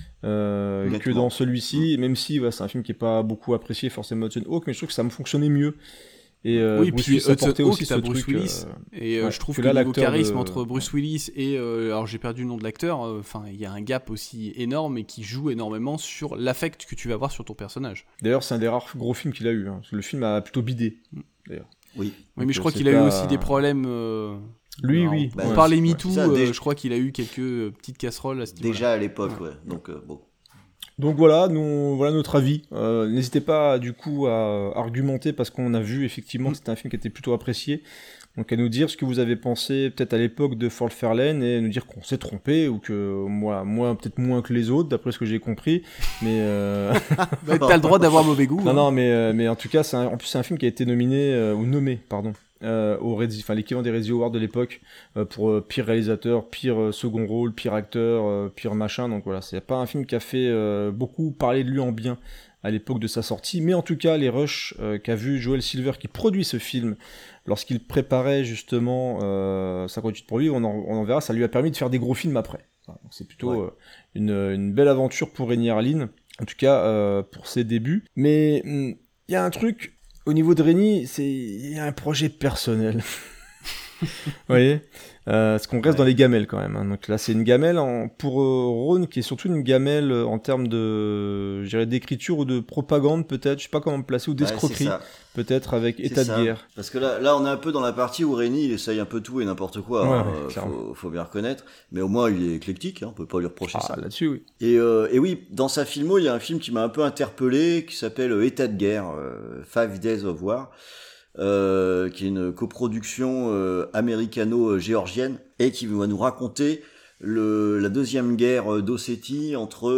que dans celui-ci. Même si c'est un film qui est pas beaucoup apprécié forcément Hudson Hawk, mais je trouve que ça me fonctionnait mieux. Et oui, Bruce puis Willis apportait aussi ce Bruce truc. Willis. Et je trouve que le niveau charisme entre Bruce Willis et alors j'ai perdu le nom de l'acteur. Enfin, il y a un gap aussi énorme et qui joue énormément sur l'affect que tu vas avoir sur ton personnage. D'ailleurs, c'est un des rares gros films qu'il a eu. Hein. Le film a plutôt bidé. D'ailleurs. Oui. Mais je crois qu'il a eu aussi des problèmes. Oui. On parlait MeToo. Je crois qu'il a eu quelques petites casseroles à ce niveau-là. Déjà à l'époque, ouais. Donc bon. Donc voilà notre avis. N'hésitez pas du coup à argumenter parce qu'on a vu effectivement que c'était un film qui était plutôt apprécié. Donc à nous dire ce que vous avez pensé peut-être à l'époque de Fort Fairlane et nous dire qu'on s'est trompé ou que moi peut-être moins que les autres d'après ce que j'ai compris. Mais t'as le droit d'avoir mauvais goût. Non, mais en tout cas en plus c'est un film qui a été nominé ou nommé au l'équivalent des Razzie Awards de l'époque pour pire réalisateur, pire second rôle, pire acteur, pire machin. Donc voilà, c'est pas un film qui a fait beaucoup parler de lui en bien à l'époque de sa sortie, mais en tout cas les rushs qu'a vu Joel Silver qui produit ce film lorsqu'il préparait justement 58 pour vivre, on en verra, ça lui a permis de faire des gros films après. Donc c'est plutôt une belle aventure pour Renny Harlin, en tout cas pour ses débuts. Mais il y a un truc au niveau de Renny, il y a un projet personnel. Vous voyez, parce qu'on reste dans les gamelles quand même. Hein. Donc là, c'est une gamelle pour Ron qui est surtout une gamelle en termes de, je dirais, d'écriture ou de propagande peut-être. Je sais pas comment me placer, ou d'escroquerie peut-être avec état de guerre. Parce que là, on est un peu dans la partie où Renny il essaye un peu tout et n'importe quoi. Faut bien reconnaître. Mais au moins, il est éclectique. Hein, on peut pas lui reprocher ça. Là-dessus, oui. Et oui, dans sa filmo, il y a un film qui m'a un peu interpellé qui s'appelle État de guerre, 5 Days of War. Qui est une coproduction américano-géorgienne et qui va nous raconter la deuxième guerre d'Ossétie entre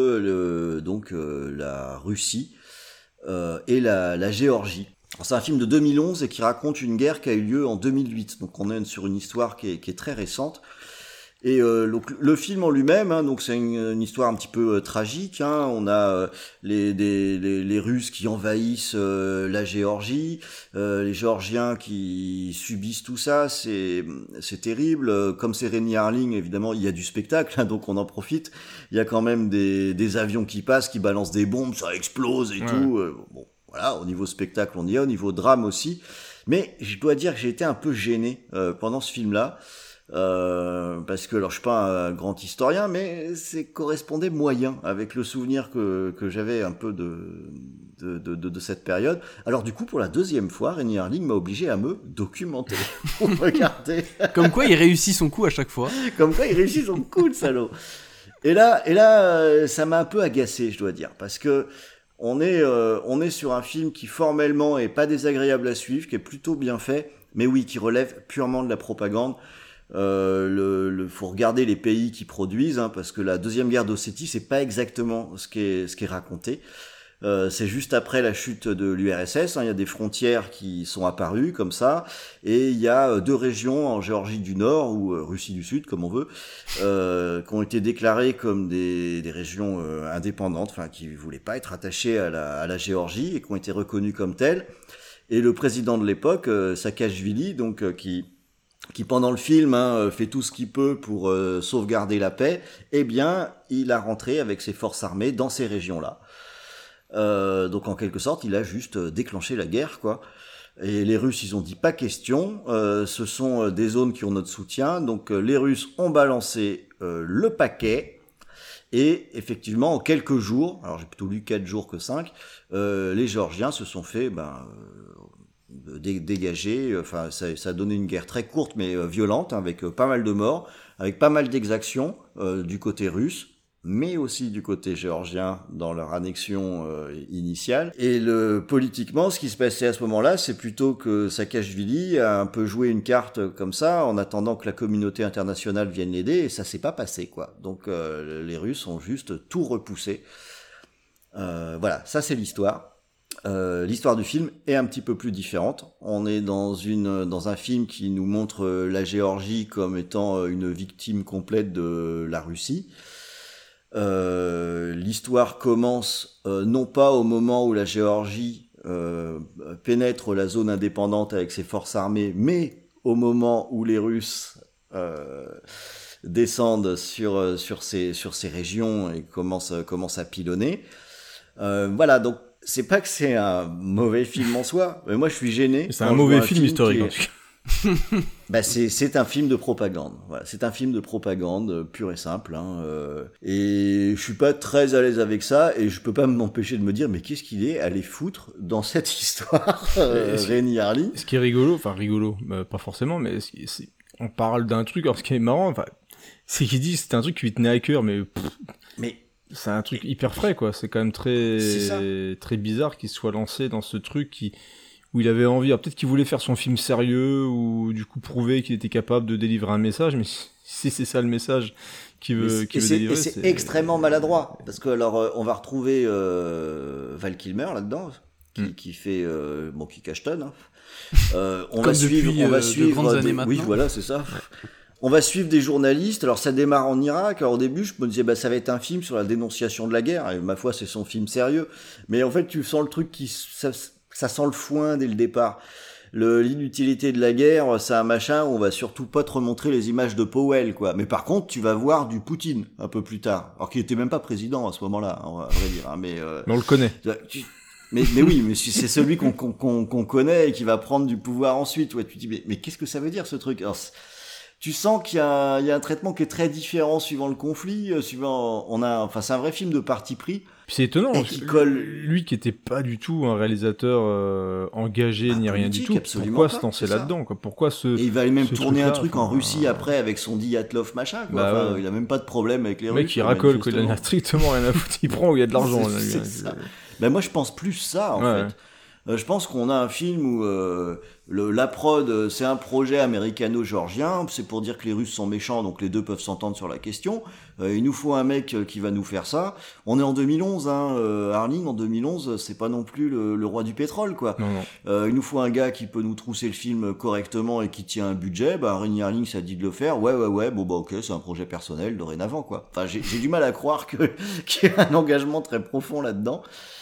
la Russie et la Géorgie. Alors, c'est un film de 2011 et qui raconte une guerre qui a eu lieu en 2008. Donc on est sur une histoire qui est très récente. Et donc le film en lui-même, hein, donc c'est une histoire un petit peu tragique. Hein. On a les Russes qui envahissent la Géorgie, les Géorgiens qui subissent tout ça. C'est terrible. Comme c'est Renny Harlin, évidemment, il y a du spectacle, hein, donc on en profite. Il y a quand même des avions qui passent, qui balancent des bombes, ça explose et tout. Bon, voilà, au niveau spectacle, on y est, au niveau drame aussi. Mais je dois dire que j'ai été un peu gêné pendant ce film-là. Parce que alors je suis pas un grand historien, mais c'est correspondait moyen avec le souvenir que j'avais un peu de cette période. Alors du coup, pour la deuxième fois, Renny Harlin m'a obligé à me documenter pour regarder. Comme quoi, il réussit son coup à chaque fois. Comme quoi, il réussit son coup, le salaud. Et là, ça m'a un peu agacé, je dois dire, parce que on est sur un film qui formellement est pas désagréable à suivre, qui est plutôt bien fait, mais oui, qui relève purement de la propagande. Faut regarder les pays qui produisent, hein, parce que la deuxième guerre d'Ossétie, c'est pas exactement ce qui est raconté. C'est juste après la chute de l'URSS, hein, il y a des frontières qui sont apparues comme ça, et il y a deux régions en Géorgie du Nord ou Russie du Sud, comme on veut, qui ont été déclarées comme des régions indépendantes, enfin qui voulaient pas être attachées à la Géorgie et qui ont été reconnues comme telles. Et le président de l'époque, Saakashvili, donc qui pendant le film fait tout ce qu'il peut pour sauvegarder la paix, eh bien, il a rentré avec ses forces armées dans ces régions-là. Donc en quelque sorte, il a juste déclenché la guerre, quoi. Et les Russes, ils ont dit pas question, ce sont des zones qui ont notre soutien, donc les Russes ont balancé le paquet, et effectivement, en quelques jours, alors j'ai plutôt lu 4 jours que 5, les Géorgiens se sont fait dégager, enfin ça a donné une guerre très courte mais violente, avec pas mal de morts, avec pas mal d'exactions du côté russe, mais aussi du côté géorgien dans leur annexion initiale. Et politiquement, ce qui se passait à ce moment-là, c'est plutôt que Saakashvili a un peu joué une carte comme ça, en attendant que la communauté internationale vienne l'aider, et ça s'est pas passé, quoi. Donc les Russes ont juste tout repoussé. Voilà, ça c'est l'histoire. L'histoire du film est un petit peu plus différente. On est dans un film qui nous montre la Géorgie comme étant une victime complète de la Russie. L'histoire commence non pas au moment où la Géorgie pénètre la zone indépendante avec ses forces armées, mais au moment où les Russes descendent sur ces régions et commencent à pilonner. Voilà, donc c'est pas que c'est un mauvais film en soi, mais moi je suis gêné. C'est un mauvais film historique en tout cas. C'est un film de propagande. Voilà, c'est un film de propagande pur et simple. Et je suis pas très à l'aise avec ça, et je peux pas m'empêcher de me dire, mais qu'est-ce qu'il est allé foutre dans cette histoire, Rémi Harlin. Ce qui est rigolo, pas forcément, mais on parle d'un truc. Alors ce qui est marrant, c'est qu'il dit que c'était un truc qui lui tenait à cœur, mais c'est un truc hyper frais, quoi. C'est quand même très bizarre qu'il soit lancé dans ce truc où il avait envie, alors peut-être qu'il voulait faire son film sérieux, ou du coup prouver qu'il était capable de délivrer un message, mais si c'est ça le message qu'il veut délivrer... C'est extrêmement maladroit, parce que alors on va retrouver Val Kilmer là-dedans, qui fait... qui cachetonne. On va suivre de grandes années maintenant. Oui, voilà, c'est ça. Ouais. On va suivre des journalistes. Alors ça démarre en Irak. Alors au début, je me disais ça va être un film sur la dénonciation de la guerre. Et ma foi, c'est son film sérieux. Mais en fait, tu sens le truc ça sent le foin dès le départ. L'inutilité de la guerre, c'est un machin où on va surtout pas te remontrer les images de Powell, quoi. Mais par contre, tu vas voir du Poutine un peu plus tard. Alors qu'il était même pas président à ce moment-là, on va vrai dire. Mais on le connaît. Mais oui, mais c'est celui qu'on connaît et qui va prendre du pouvoir ensuite. Ouais, tu te dis mais qu'est-ce que ça veut dire ce truc? Alors, tu sens qu'il y a un traitement qui est très différent suivant le conflit, c'est un vrai film de parti pris. Puis c'est étonnant, lui qui était pas du tout un réalisateur engagé ni rien du tout. Pourquoi se lancer là-dedans, quoi? Pourquoi Et il va même tourner un truc en Russie après avec son Dyatlov machin, quoi. Il a même pas de problème avec les Russes. Le mec qui racole, quoi, il en a strictement rien à foutre, il prend où il y a de l'argent. C'est ça. Moi je pense plus ça en fait. Je pense qu'on a un film où la prod, c'est un projet américano-géorgien, c'est pour dire que les Russes sont méchants, donc les deux peuvent s'entendre sur la question. Il nous faut un mec qui va nous faire ça. On est en 2011, Harling, en 2011, c'est pas non plus le roi du pétrole, quoi. Non. Il nous faut un gars qui peut nous trousser le film correctement et qui tient un budget. Rémi Harling, ça dit de le faire. Ouais, ok, c'est un projet personnel dorénavant, quoi. Enfin, j'ai du mal à croire qu'il y ait un engagement très profond là-dedans.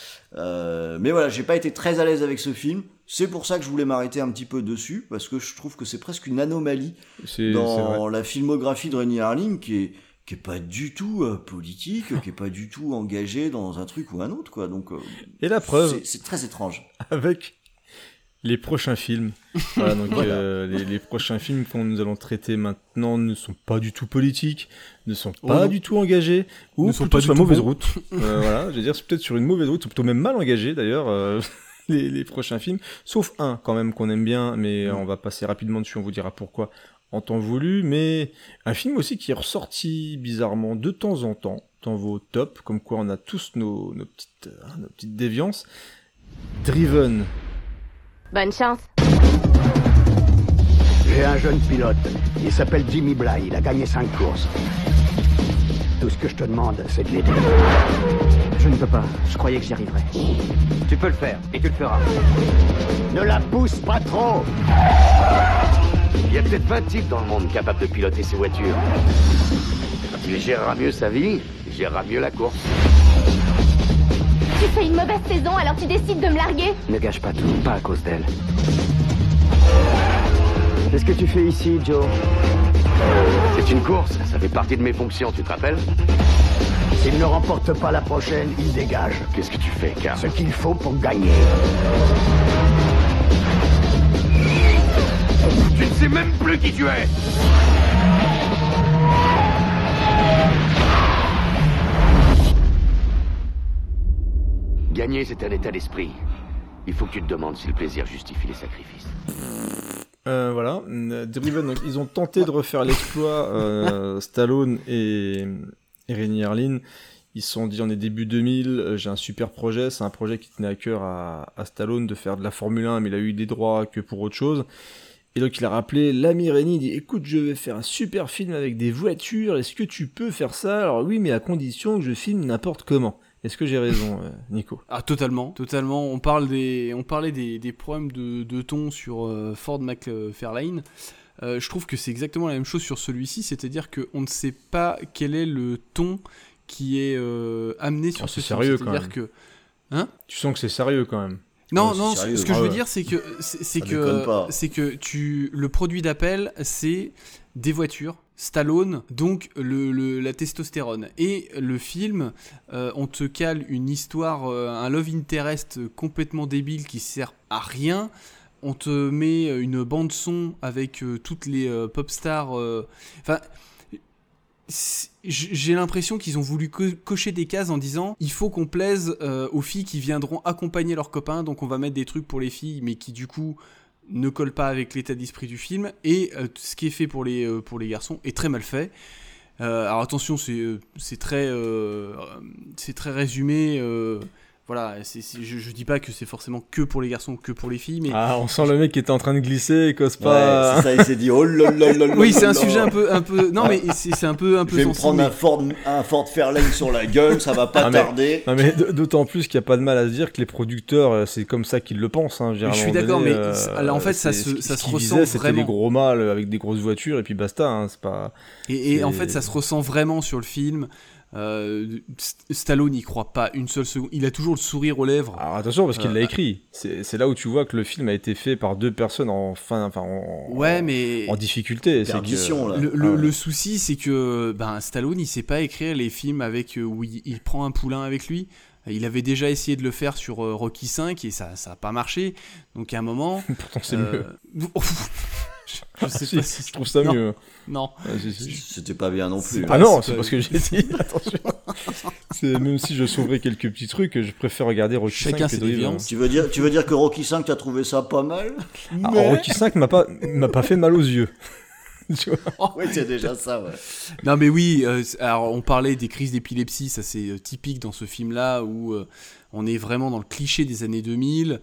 Mais voilà, j'ai pas été très à l'aise avec ce film. C'est pour ça que je voulais m'arrêter un petit peu dessus, parce que je trouve que c'est presque une anomalie dans la filmographie de Rémi Harling, qui est pas du tout politique, qui est pas du tout engagé dans un truc ou un autre, quoi. Donc et la preuve, c'est très étrange. Avec les prochains films. Voilà, donc les prochains films que nous allons traiter maintenant ne sont pas du tout politiques, ne sont pas du tout engagés, ou ne sont pas sur la mauvaise route. Voilà, je veux dire, c'est peut-être sur une mauvaise route, c'est plutôt même mal engagé d'ailleurs. Les prochains films, sauf un quand même qu'on aime bien, mais on va passer rapidement dessus, on vous dira pourquoi en temps voulu, mais un film aussi qui est ressorti bizarrement de temps en temps dans vos tops, comme quoi on a tous nos petites déviances. Driven. Bonne chance. J'ai un jeune pilote, il s'appelle Jimmy Bly, il a gagné 5 courses. Tout ce que je te demande, c'est de l'aider. Je ne peux pas, je croyais que j'y arriverais. Tu peux le faire, et tu le feras. Ne la pousse pas trop. Il y a peut-être 20 types dans le monde capables de piloter ces voitures. Quand il gérera mieux sa vie, il gérera mieux la course. Tu fais une mauvaise saison, alors tu décides de me larguer? Ne gâche pas tout, pas à cause d'elle. Qu'est-ce que tu fais ici, Joe? C'est une course, ça fait partie de mes fonctions, tu te rappelles? S'il ne remporte pas la prochaine, il dégage. Qu'est-ce que tu fais, Carl? Ce qu'il faut pour gagner. Tu ne sais même plus qui tu es! Gagner, c'est un état d'esprit. Il faut que tu te demandes si le plaisir justifie les sacrifices. Voilà, Driven, donc, ils ont tenté de refaire l'exploit, Stallone et Renny Harlin. Ils se sont dit, on est début 2000, j'ai un super projet, c'est un projet qui tenait à cœur à Stallone de faire de la Formule 1, mais il a eu des droits que pour autre chose. Et donc il a rappelé l'ami Renny, il dit, écoute, je vais faire un super film avec des voitures, est-ce que tu peux faire ça? Alors oui, mais à condition que je filme n'importe comment. Est-ce que j'ai raison, Nico? Ah, totalement. On parlait des problèmes de ton sur Ford McFarlane. Je trouve que c'est exactement la même chose sur celui-ci, c'est-à-dire qu'on ne sait pas quel est le ton qui est amené sur ce film. Sérieux, c'est-à-dire quand même. que, hein? Tu sens que c'est sérieux quand même. Non, sérieux, ce que je veux dire, c'est que le produit d'appel, c'est des voitures, Stallone, donc la testostérone. Et le film, on te cale une histoire, un love interest complètement débile qui sert à rien. On te met une bande son avec toutes les pop stars. Enfin. J'ai l'impression qu'ils ont voulu cocher des cases en disant il faut qu'on plaise aux filles qui viendront accompagner leurs copains, donc on va mettre des trucs pour les filles mais qui du coup ne collent pas avec l'état d'esprit du film, et ce qui est fait pour les garçons est très mal fait. Alors attention, c'est très résumé. Voilà, je dis pas que c'est forcément que pour les garçons, que pour les filles, mais... Ah, on sent le mec qui était en train de glisser, il cause pas... Ouais, c'est ça, il s'est dit, oh là là là là. Oui, c'est un sujet un peu... Non, mais c'est un peu je vais sensible. me prendre un Ford Fairlane sur la gueule, ça va pas tarder. Non, mais d'autant plus qu'il n'y a pas de mal à se dire que les producteurs, c'est comme ça qu'ils le pensent. Hein, je suis d'accord, mais alors, en fait, ça se ressent c'était vraiment. Des gros mâles avec des grosses voitures, et puis basta, hein, c'est pas... Et en fait, ça se ressent vraiment sur le film. Stallone n'y croit pas une seule seconde, il a toujours le sourire aux lèvres. Alors attention, parce qu'il l'a écrit, c'est là où tu vois que le film a été fait par deux personnes en difficulté. Perdition, là. Le souci, c'est que Stallone il sait pas écrire les films avec où il prend un poulain avec lui. Il avait déjà essayé de le faire sur Rocky V et ça a pas marché, donc à un moment pourtant c'est mieux. Je sais pas si je trouve ça mieux. Non. C'était pas bien non plus. Ah non, c'est pas ce que j'ai dit. Attention. Même si je sauverais quelques petits trucs, je préfère regarder Rocky V que Driven. Tu veux dire que Rocky V, t'as trouvé ça pas mal? Rocky V m'a pas fait mal aux yeux. Tu vois. Oui, c'est déjà ça, ouais. Non, mais oui, alors on parlait des crises d'épilepsie, ça c'est typique dans ce film-là où on est vraiment dans le cliché des années 2000.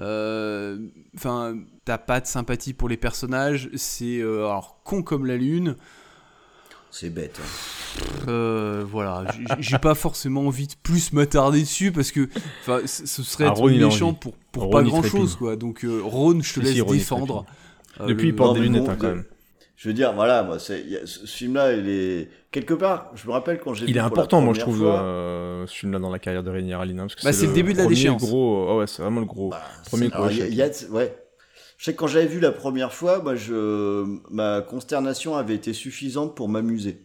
Enfin, t'as pas de sympathie pour les personnages, c'est alors con comme la lune. C'est bête. Voilà, j'ai pas forcément envie de plus m'attarder dessus parce que ce serait être méchant pour pas grand-chose, quoi. Donc Ron, je te laisse défendre. Depuis, il porte des lunettes, quand même. Je veux dire, voilà, moi, ce film-là, il est quelque part. Je me rappelle quand j'ai vu. Il est important, moi, je trouve, ce film-là dans la carrière de Renny Harlin, parce que c'est le début de la déchéance. Ouais, c'est vraiment le gros premier gros. Ouais. Je sais que quand j'avais vu la première fois, moi, ma consternation avait été suffisante pour m'amuser.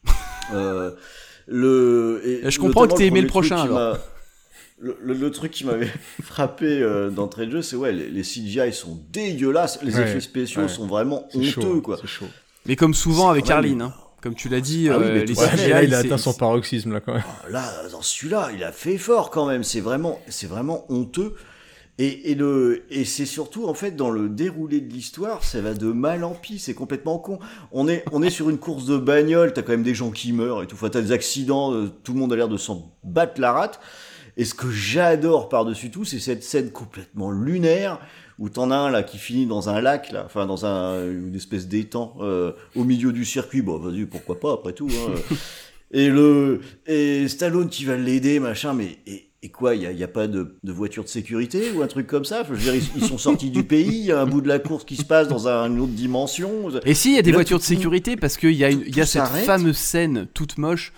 Je comprends que t'aies aimé le prochain, alors. Le truc qui m'avait frappé d'entrée de jeu, c'est les CGI sont dégueulasses, les effets spéciaux sont vraiment honteux, quoi. C'est chaud. Mais comme souvent avec Harlin, hein. Comme tu l'as dit, les CGI, là, il a atteint son paroxysme là quand même. Là, dans celui-là, il a fait fort quand même. C'est vraiment honteux. Et c'est surtout en fait dans le déroulé de l'histoire, ça va de mal en pis. C'est complètement con. On est sur une course de bagnole. T'as quand même des gens qui meurent et tout. Enfin, t'as des accidents. Tout le monde a l'air de s'en battre la rate. Et ce que j'adore par-dessus tout, c'est cette scène complètement lunaire où t'en as un là qui finit dans un lac, là, enfin dans une espèce d'étang au milieu du circuit. Bon, vas-y, pourquoi pas après tout. Hein. et Stallone qui va l'aider, machin, mais et quoi, il y a pas de voiture de sécurité ou un truc comme ça? Je veux dire, ils sont sortis du pays, il y a un bout de la course qui se passe dans une autre dimension. Et si, il y a des voitures de sécurité parce qu'il y a cette fameuse scène toute moche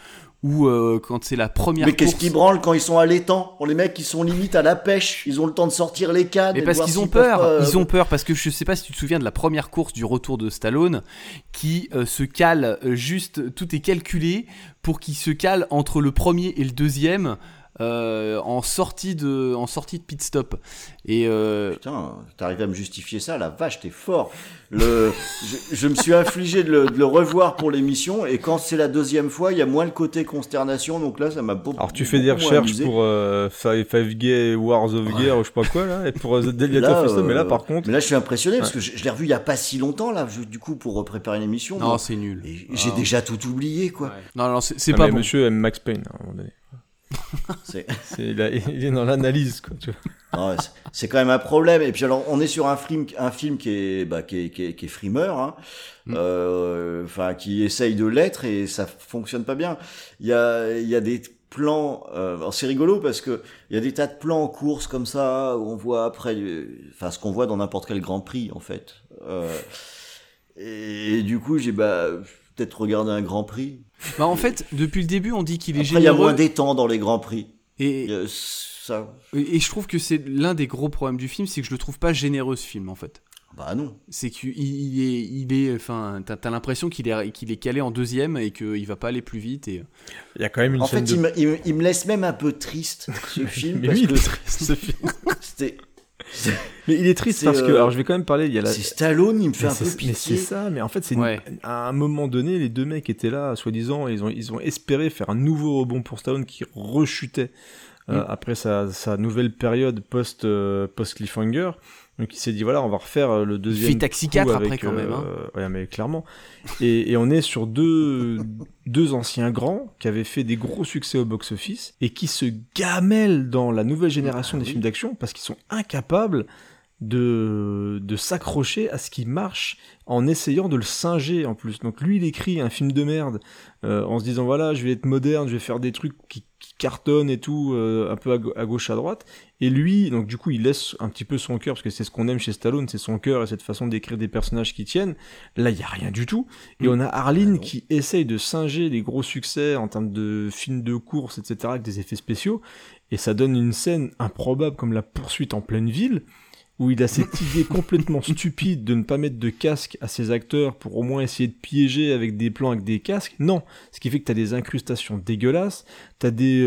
où quand c'est la première Mais qu'est-ce course... qu'ils branlent quand ils sont à l'étang? Pour les mecs qui sont limite à la pêche, ils ont le temps de sortir les cannes. Mais parce qu'ils ont peur, ils ont peur, parce que je sais pas si tu te souviens de la première course du retour de Stallone, qui se cale juste, tout est calculé pour qu'il se cale entre le premier et le deuxième, en sortie de pit stop. Et putain, t'arrives à me justifier ça, la vache, t'es fort. Je me suis infligé de le revoir pour l'émission, et quand c'est la deuxième fois, il y a moins le côté consternation, donc là, ça m'a beaucoup. Alors tu fais des recherches pour Five Gay Wars of Gear ou je sais pas quoi là, et pour The Deadly of Stone, mais là par contre. Mais là, je suis impressionné parce que je l'ai revu il y a pas si longtemps là, du coup pour préparer l'émission. Non, c'est nul. Et j'ai déjà tout oublié quoi. Ouais. Non, c'est pas bon. Monsieur aime Max Payne à un moment donné. Il est dans l'analyse quoi, tu vois. Non, c'est quand même un problème. Et puis alors on est sur un film qui est frimeur, hein, enfin qui essaye de l'être, et ça fonctionne pas bien. Il y a des plans, alors c'est rigolo parce que il y a des tas de plans en course comme ça où on voit après, enfin ce qu'on voit dans n'importe quel Grand Prix en fait. Et du coup j'ai peut-être regarder un Grand Prix. Bah en fait, depuis le début, on dit qu'il est Après, généreux. il y a moins d'étang dans les Grands Prix. Et ça. Et je trouve que c'est l'un des gros problèmes du film, c'est que je le trouve pas généreux ce film en fait. Bah non. C'est qu'il est, enfin, t'as l'impression qu'il est calé en deuxième et qu'il va pas aller plus vite. Et il y a quand même une en scène fait, il me laisse même un peu triste ce film. Mais parce oui, que il est triste ce film. Mais il est triste c'est, parce que, alors je vais quand même parler, il y a c'est Stallone, il me fait un peu pitié. Mais c'est ça, mais en fait c'est à un moment donné, les deux mecs étaient là, soi-disant, ils ont espéré faire un nouveau rebond pour Stallone qui rechutait après sa nouvelle période post Cliffhanger. Donc il s'est dit voilà, on va refaire le deuxième. Il fait Taxi 4 avec, après quand même. Hein. Ouais, mais clairement. Et on est sur deux anciens grands qui avaient fait des gros succès au box-office et qui se gamellent dans la nouvelle génération des films d'action parce qu'ils sont incapables de s'accrocher à ce qui marche en essayant de le singer en plus. Donc lui il écrit un film de merde en se disant voilà, je vais être moderne, je vais faire des trucs qui cartonnent et tout, un peu à gauche à droite, et lui donc du coup il laisse un petit peu son cœur, parce que c'est ce qu'on aime chez Stallone, c'est son cœur et cette façon d'écrire des personnages qui tiennent. Là il y a rien du tout, et on a Arline qui essaye de singer les gros succès en termes de films de course etc avec des effets spéciaux, et ça donne une scène improbable comme la poursuite en pleine ville, où il a cette idée complètement stupide de ne pas mettre de casque à ses acteurs pour au moins essayer de piéger avec des plans avec des casques. Non, ce qui fait que t'as des incrustations dégueulasses, t'as des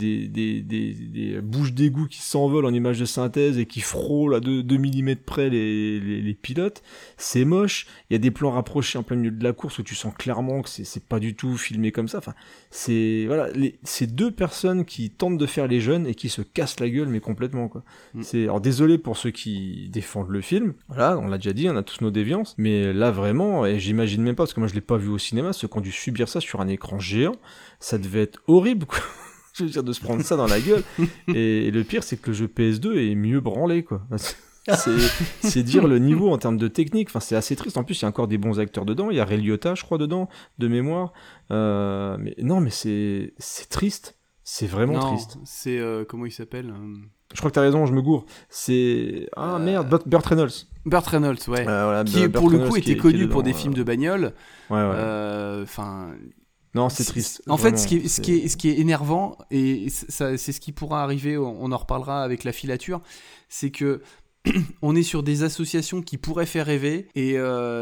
bouches d'égout qui s'envolent en images de synthèse et qui frôlent à 2 mm près les pilotes. C'est moche, il y a des plans rapprochés en plein milieu de la course où tu sens clairement que c'est pas du tout filmé comme ça. Enfin, c'est deux personnes qui tentent de faire les jeunes et qui se cassent la gueule mais complètement quoi. Alors désolé pour ceux qui défendent le film, voilà, on l'a déjà dit, on a tous nos déviances, mais là vraiment, et j'imagine même pas, parce que moi je l'ai pas vu au cinéma, ceux qui ont dû subir ça sur un écran géant, ça devait être horrible quoi. Je veux dire, de se prendre ça dans la gueule. Et le pire c'est que le jeu PS2 est mieux branlé quoi. C'est dire le niveau en termes de technique. Enfin, c'est assez triste. En plus, il y a encore des bons acteurs dedans. Il y a Ray Liotta, je crois, dedans, de mémoire. Mais non, mais c'est triste. C'est vraiment triste. C'est comment il s'appelle Je crois que t'as raison, je me gourre. C'est merde, Burt Reynolds. Burt Reynolds, ouais. Voilà, qui Burt pour le Reynolds coup était connu pour des films de bagnole. Ouais. Enfin. Non, c'est triste. En fait, ce qui est énervant, et ça, c'est ce qui pourra arriver, on en reparlera avec la filature, c'est que on est sur des associations qui pourraient faire rêver, et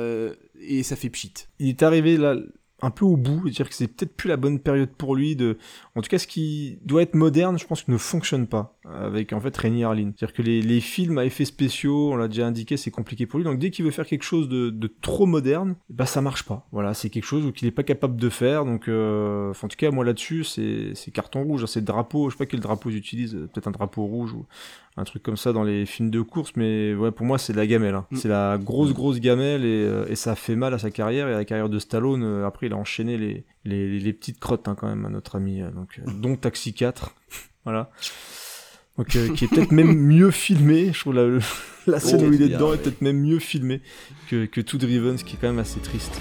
ça fait pchit. Il est arrivé là un peu au bout, c'est-à-dire que c'est peut-être plus la bonne période pour lui en tout cas ce qui doit être moderne, je pense qu'il ne fonctionne pas avec en fait Renny Harlin. C'est-à-dire que les films à effets spéciaux, on l'a déjà indiqué, c'est compliqué pour lui, donc dès qu'il veut faire quelque chose de trop moderne, bah ça marche pas. Voilà, c'est quelque chose qu'il est pas capable de faire, donc en tout cas moi là-dessus c'est carton rouge, c'est le drapeau, je sais pas quel drapeau ils utilisent, peut-être un drapeau rouge ou un truc comme ça dans les films de course, mais ouais, pour moi c'est de la gamelle, hein. C'est la grosse gamelle, et ça fait mal à sa carrière et à la carrière de Stallone. Après il a enchaîné les petites crottes hein, quand même à notre ami, dont Taxi 4 voilà, donc qui est peut-être même mieux filmé, je trouve la scène où il est dedans est peut-être même mieux filmée que Two Driven, ce qui est quand même assez triste.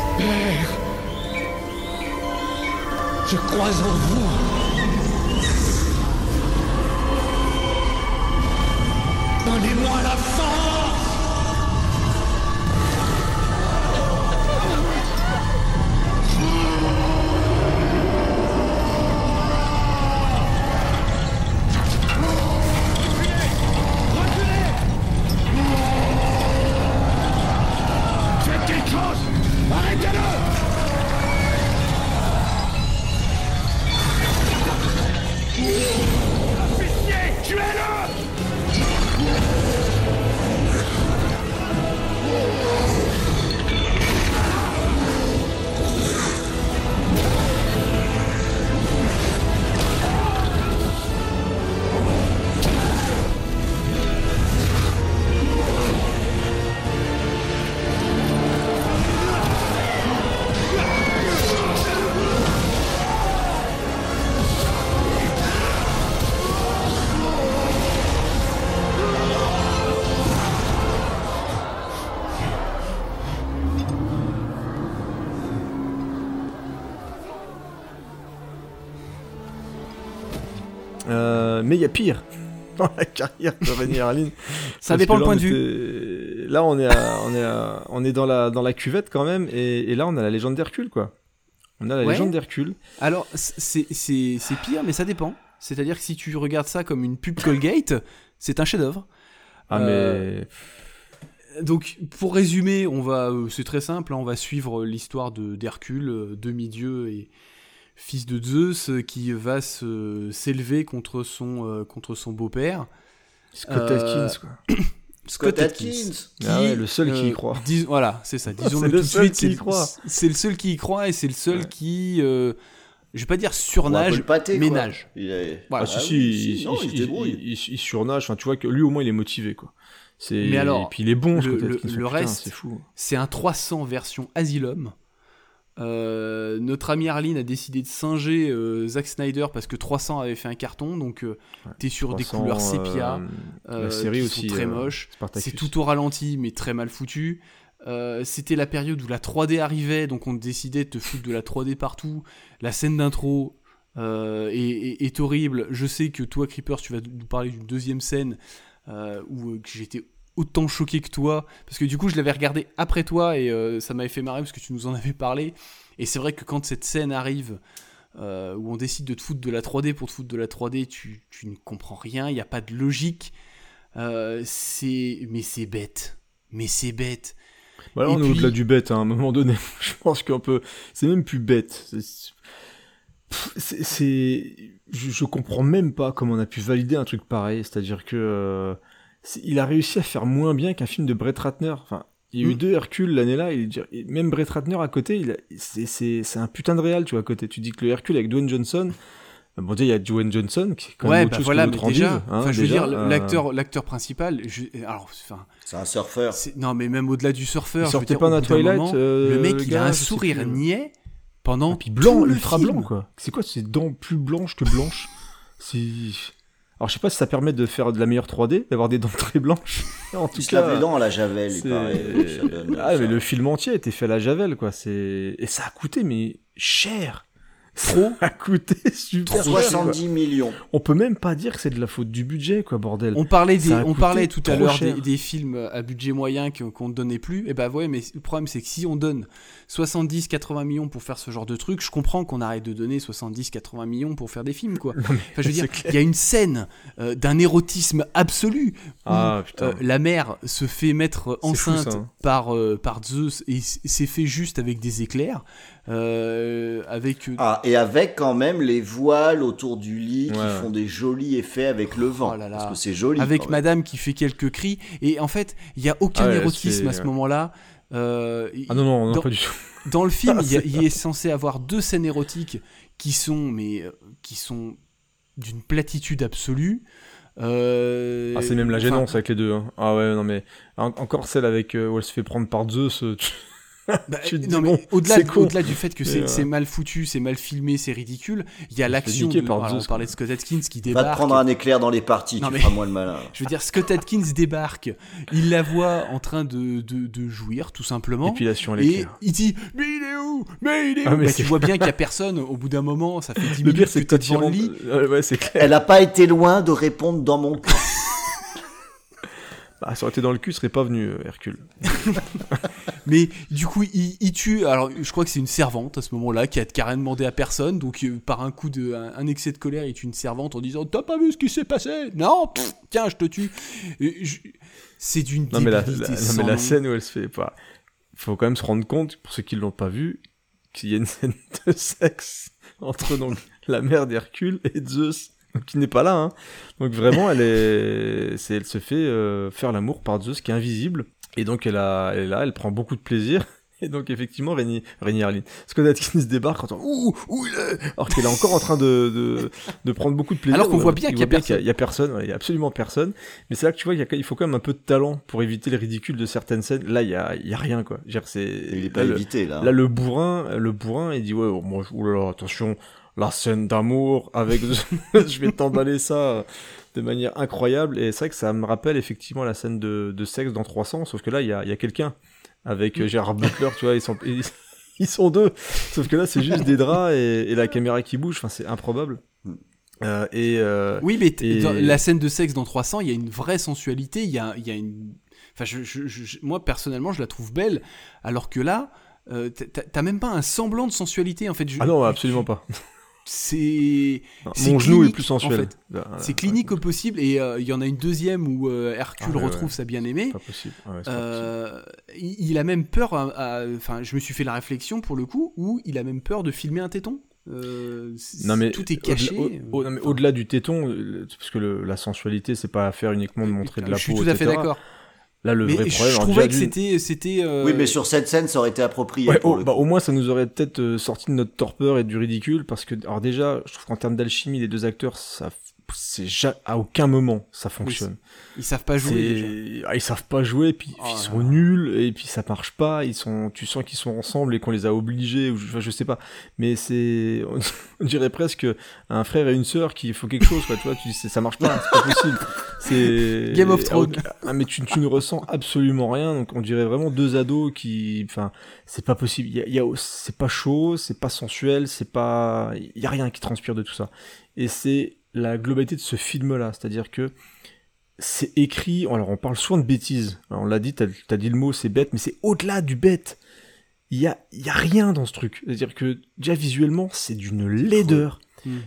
Je crois en vous. Donnez-moi la force! Faites quelque chose! Arrêtez-le! Officier, tuez-le! Mais il y a pire dans la carrière de Rainier Harlin. Ça dépend le point de vue. Là, on est dans la cuvette quand même, et là, on a la légende d'Hercule, quoi. On a la légende d'Hercule. Alors, c'est pire, mais ça dépend. C'est-à-dire que si tu regardes ça comme une pub Colgate, c'est un chef-d'œuvre. Mais... Donc, pour résumer, c'est très simple, hein, on va suivre l'histoire d'Hercule, demi-dieu et fils de Zeus, qui va s'élever contre son beau-père. Scott Atkins, quoi. Scott Atkins. Le seul qui y croit. Voilà, c'est ça. Disons-le c'est tout le de seul suite. qui y croit. C'est le seul qui y croit et c'est le seul qui, je vais pas dire surnage, mais nage. Voilà. Il se débrouille. Il surnage. Enfin, tu vois que lui au moins il est motivé, quoi. Mais alors, et puis il est bon. Le reste, c'est fou. C'est un 300 version Asylum. Notre ami Harlin a décidé de singer Zack Snyder parce que 300 avait fait un carton, donc t'es sur des couleurs sépia, la série qui aussi, sont très moches. C'est tout au ralenti mais très mal foutu. C'était la période où la 3D arrivait, donc on décidait de te foutre de la 3D partout. La scène d'intro est horrible. Je sais que toi, Creepers, tu vas nous parler d'une deuxième scène où j'étais autant choqué que toi, parce que du coup je l'avais regardé après toi et ça m'avait fait marrer parce que tu nous en avais parlé, et c'est vrai que quand cette scène arrive où on décide de te foutre de la 3D pour te foutre de la 3D, tu ne comprends rien, il n'y a pas de logique, mais c'est bête. Bah là, on est au-delà du bête, hein, à un moment donné. Je pense qu'on peut... C'est même plus bête. Je comprends même pas comment on a pu valider un truc pareil, c'est-à-dire que... il a réussi à faire moins bien qu'un film de Brett Ratner. Enfin, il y a eu 2 Hercule l'année-là, même Brett Ratner à côté, c'est un putain de réal, tu vois, à côté. Tu dis que le Hercule avec Dwayne Johnson, bon, déjà, il y a Dwayne Johnson, qui est quand même autre chose que notre déjà, hein, je veux dire, l'acteur principal, c'est un surfeur. Non, mais même au-delà du surfeur, il sortait pas dans Twilight, moment, le mec, il a un sourire niais pendant puis blanc, ultra film. blanc, quoi. C'est quoi, ces dents plus blanches que blanches? Alors, je sais pas si ça permet de faire de la meilleure 3D, d'avoir des dents très blanches. En tout cas, lave les dents à la javel, il paraît. Mais le film entier a été fait à la javel, quoi. Et ça a coûté, mais cher. Trop. Ça a coûté super 70 millions. On peut même pas dire que c'est de la faute du budget, quoi, bordel. On parlait tout à l'heure des films à budget moyen qu'on ne donnait plus. Et bah ouais, mais le problème c'est que si on donne 70-80 millions pour faire ce genre de truc, je comprends qu'on arrête de donner 70-80 millions pour faire des films, quoi. Enfin, je veux dire, il y a une scène d'un érotisme absolu où la mère se fait mettre enceinte fou, ça, hein. par Zeus et c'est fait juste avec des éclairs. Et avec quand même les voiles autour du lit qui font des jolis effets avec le vent. Parce que c'est joli. Avec madame qui fait quelques cris. Et en fait, il n'y a aucun érotisme à ce moment-là. Non, pas du tout. Dans le film, il est censé avoir 2 scènes érotiques qui sont d'une platitude absolue. C'est même la gênance avec les 2. Hein. Ah ouais, non mais encore celle avec où elle se fait prendre par Zeus. Au-delà du fait que c'est mal foutu, c'est mal filmé, c'est ridicule, il y a l'action on parlait de Scott Atkins qui débarque. Va te prendre un éclair dans les parties, tu feras moins le malin. Je veux dire, Scott Atkins débarque, il la voit en train de jouir, tout simplement. Épilation à l'éclair. Et il dit, mais il est où tu vois bien qu'il y a personne, au bout d'un moment, ça fait 10 minutes que t'es devant le lit. Ouais, c'est clair. Elle a pas été loin de répondre dans mon cas. Bah, ça aurait été dans le cul, il serait pas venu, Hercule. Mais du coup, il tue. Alors, je crois que c'est une servante à ce moment-là qui a carrément demandé à personne. Donc, par un coup un excès de colère, il tue une servante en disant t'as pas vu ce qui s'est passé? Non, tiens, je te tue. C'est d'une débilité sans mais la nom. scène où elle se fait pas. Faut quand même se rendre compte, pour ceux qui l'ont pas vu, qu'il y a une scène de sexe entre donc la mère d'Hercule et Zeus. Donc, qui n'est pas là, hein. Donc vraiment, elle se fait faire l'amour par Zeus, qui est invisible. Et donc elle est là, elle prend beaucoup de plaisir. Et donc effectivement, Rainier Harlin. Scott Adkins débarque en disant où il est, alors qu'elle est encore en train de prendre beaucoup de plaisir. Alors qu'on voit bien qu'il y a personne. Il y a personne, il y a absolument personne. Mais c'est là que tu vois il faut quand même un peu de talent pour éviter le ridicule de certaines scènes. Là, il y a rien, quoi. Il est pas évité là. Là, le bourrin, il dit moi, oulala, attention. La scène d'amour avec je vais t'emballer ça de manière incroyable. Et c'est vrai que ça me rappelle effectivement la scène de sexe dans 300, sauf que là il y a quelqu'un avec Gérard Butler, tu vois, ils sont deux, sauf que là c'est juste des draps et la caméra qui bouge, enfin c'est improbable. Oui, mais dans la scène de sexe dans 300, il y a une vraie sensualité, il y a une... Enfin, moi personnellement je la trouve belle, alors que là t'as même pas un semblant de sensualité en fait. Ah non, absolument pas. C'est mon genou est plus sensuel. En fait. C'est clinique au possible, et il y en a une deuxième où Hercule retrouve sa bien-aimée. Pas possible. Ouais, c'est pas possible. Il a même peur. Enfin, je me suis fait la réflexion pour le coup où il a même peur de filmer un téton. Non mais tout est caché. Au-delà du téton, parce que la sensualité, c'est pas à faire uniquement de montrer de la peau. Je suis tout à fait d'accord. Là, le vrai problème. Je trouvais que c'était. Oui, mais sur cette scène, ça aurait été approprié. Ouais, au moins, ça nous aurait peut-être sorti de notre torpeur et du ridicule, parce que, alors déjà, je trouve qu'en termes d'alchimie, les deux acteurs, à aucun moment ça fonctionne. Ils savent pas jouer. Ils savent pas jouer, puis ils sont nuls, et puis ça marche pas. Tu sens qu'ils sont ensemble et qu'on les a obligés, ou je sais pas. Mais on dirait presque un frère et une sœur qui font quelque chose, quoi. Tu vois, tu dis ça marche pas, c'est pas possible. C'est Game of Thrones. Mais tu ne ressens absolument rien. Donc on dirait vraiment deux ados qui, enfin, c'est pas possible. C'est pas chaud, c'est pas sensuel, il y a rien qui transpire de tout ça. Et c'est la globalité de ce film-là, c'est-à-dire que c'est écrit, alors on parle souvent de bêtises, alors on l'a dit, t'as dit le mot, c'est bête, mais c'est au-delà du bête, il y a rien dans ce truc, c'est-à-dire que déjà visuellement, c'est d'une laideur,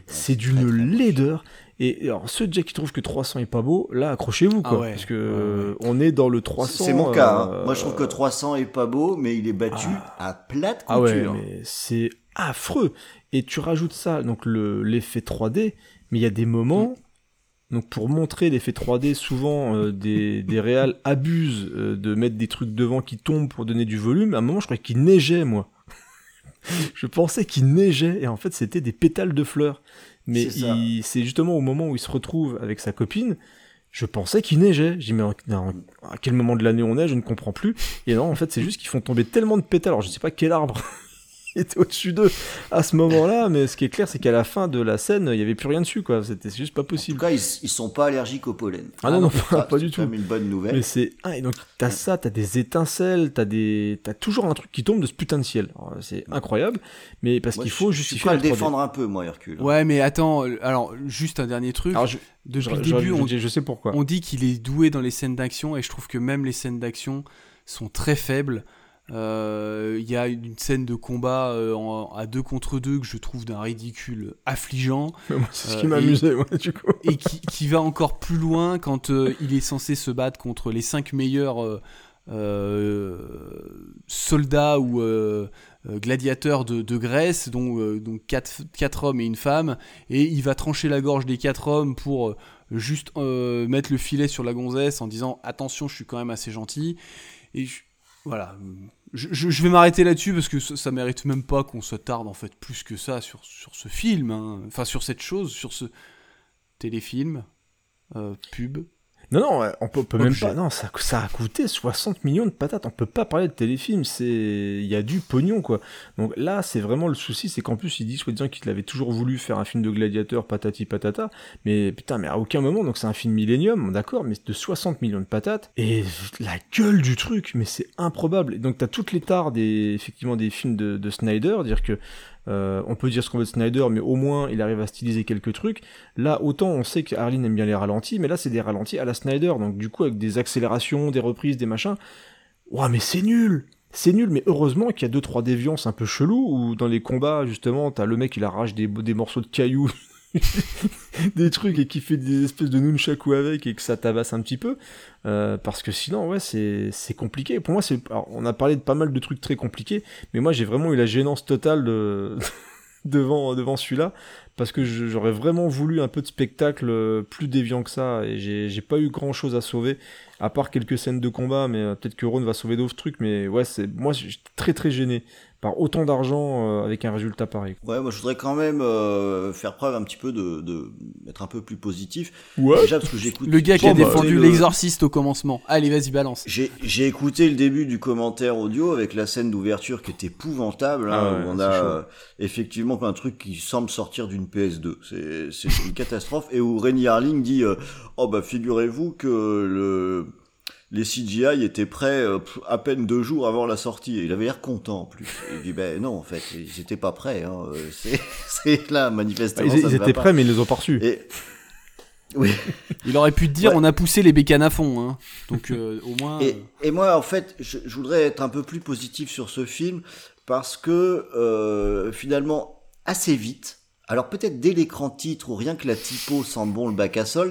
et alors ceux déjà qui trouvent que 300 est pas beau, là accrochez-vous, quoi, parce que on est dans le 300... C'est mon cas, hein. Moi je trouve que 300 est pas beau, mais il est battu à plate couture. Ah ouais, mais c'est affreux, et tu rajoutes ça, donc l'effet 3D, mais il y a des moments, donc pour montrer l'effet 3D, souvent des réals abusent de mettre des trucs devant qui tombent pour donner du volume. À un moment, je croyais qu'il neigeait, moi. Je pensais qu'il neigeait, et en fait, c'était des pétales de fleurs. Mais c'est justement au moment où il se retrouve avec sa copine, je pensais qu'il neigeait. Je dis, mais à quel moment de l'année on neige, je ne comprends plus. Et non, en fait, c'est juste qu'ils font tomber tellement de pétales. Alors, je sais pas quel arbre était au-dessus d'eux à ce moment-là, mais ce qui est clair, c'est qu'à la fin de la scène, il y avait plus rien dessus, quoi. C'était juste pas possible. En tout cas, ils sont pas allergiques au pollen. Ah non, pas du tout. C'est quand même une bonne nouvelle. Mais et donc t'as ça, t'as des étincelles, t'as toujours un truc qui tombe de ce putain de ciel. Alors, c'est incroyable, mais parce qu'il faut justifier. Je suis prêt à le défendre un peu, moi, Hercule. Ouais, mais attends, alors juste un dernier truc. Alors, depuis le début, je sais pourquoi. On dit qu'il est doué dans les scènes d'action, et je trouve que même les scènes d'action sont très faibles. Il y a une scène de combat à 2 contre 2 que je trouve d'un ridicule affligeant. Moi, c'est ce qui m'amusait, moi, du coup. Et qui va encore plus loin quand il est censé se battre contre les 5 meilleurs soldats ou gladiateurs de Grèce, dont 4 hommes et une femme, et il va trancher la gorge des 4 hommes pour juste mettre le filet sur la gonzesse en disant attention, je suis quand même assez gentil. Et voilà, je vais m'arrêter là-dessus parce que ça mérite même pas qu'on s'attarde en fait plus que ça sur ce film, hein. Enfin sur cette chose, sur ce téléfilm, pub. Non, on peut même pas. Non, ça a coûté 60 millions de patates. On peut pas parler de téléfilm. Il y a du pognon, quoi. Donc là, c'est vraiment le souci, c'est qu'en plus, il dit soi-disant qu'il avait toujours voulu faire un film de gladiateur, patati patata. Mais putain, mais à aucun moment. Donc c'est un film Millennium, d'accord, mais de 60 millions de patates. Et la gueule du truc, mais c'est improbable. Et donc t'as toutes les tares effectivement des films de Snyder, dire que On peut dire ce qu'on veut de Snyder, mais au moins il arrive à styliser quelques trucs. Là, autant on sait qu'Arline aime bien les ralentis, mais là c'est des ralentis à la Snyder, donc du coup avec des accélérations, des reprises, des machins. Ouah, mais c'est nul, mais heureusement qu'il y a 2-3 déviances un peu chelous, où dans les combats, justement, t'as le mec, il arrache des morceaux de cailloux, des trucs, et qui fait des espèces de nunchaku avec, et que ça tabasse un petit peu, parce que sinon, ouais, c'est compliqué. Pour moi, alors, on a parlé de pas mal de trucs très compliqués, mais moi, j'ai vraiment eu la gênance totale devant celui-là, parce que j'aurais vraiment voulu un peu de spectacle plus déviant que ça, et j'ai pas eu grand-chose à sauver, à part quelques scènes de combat, mais peut-être que Ron va sauver d'autres trucs, mais ouais, moi j'ai très très gêné par autant d'argent avec un résultat pareil. Ouais, moi je voudrais quand même faire preuve un petit peu d'être un peu plus positif. Ouais. Déjà parce que j'écoute. Le gars qui a défendu l'exorciste au commencement. Allez, vas-y, balance. J'ai écouté le début du commentaire audio avec la scène d'ouverture qui est épouvantable, où on a effectivement un truc qui semble sortir d'une PS2. C'est une catastrophe, et où Renny Harlin dit oh bah figurez-vous que les CGI étaient prêts à peine 2 jours avant la sortie. Et il avait l'air content en plus. Il dit ben non, en fait, ils étaient pas prêts. Hein. C'est là, manifestement. Ils étaient prêts, mais ils les ont pas reçus. Oui. Il aurait pu te dire on a poussé les bécanes à fond. Hein. Donc au moins. Et moi, en fait, je voudrais être un peu plus positif sur ce film parce que finalement, assez vite, alors peut-être dès l'écran titre ou rien que la typo sent bon le bac à sol,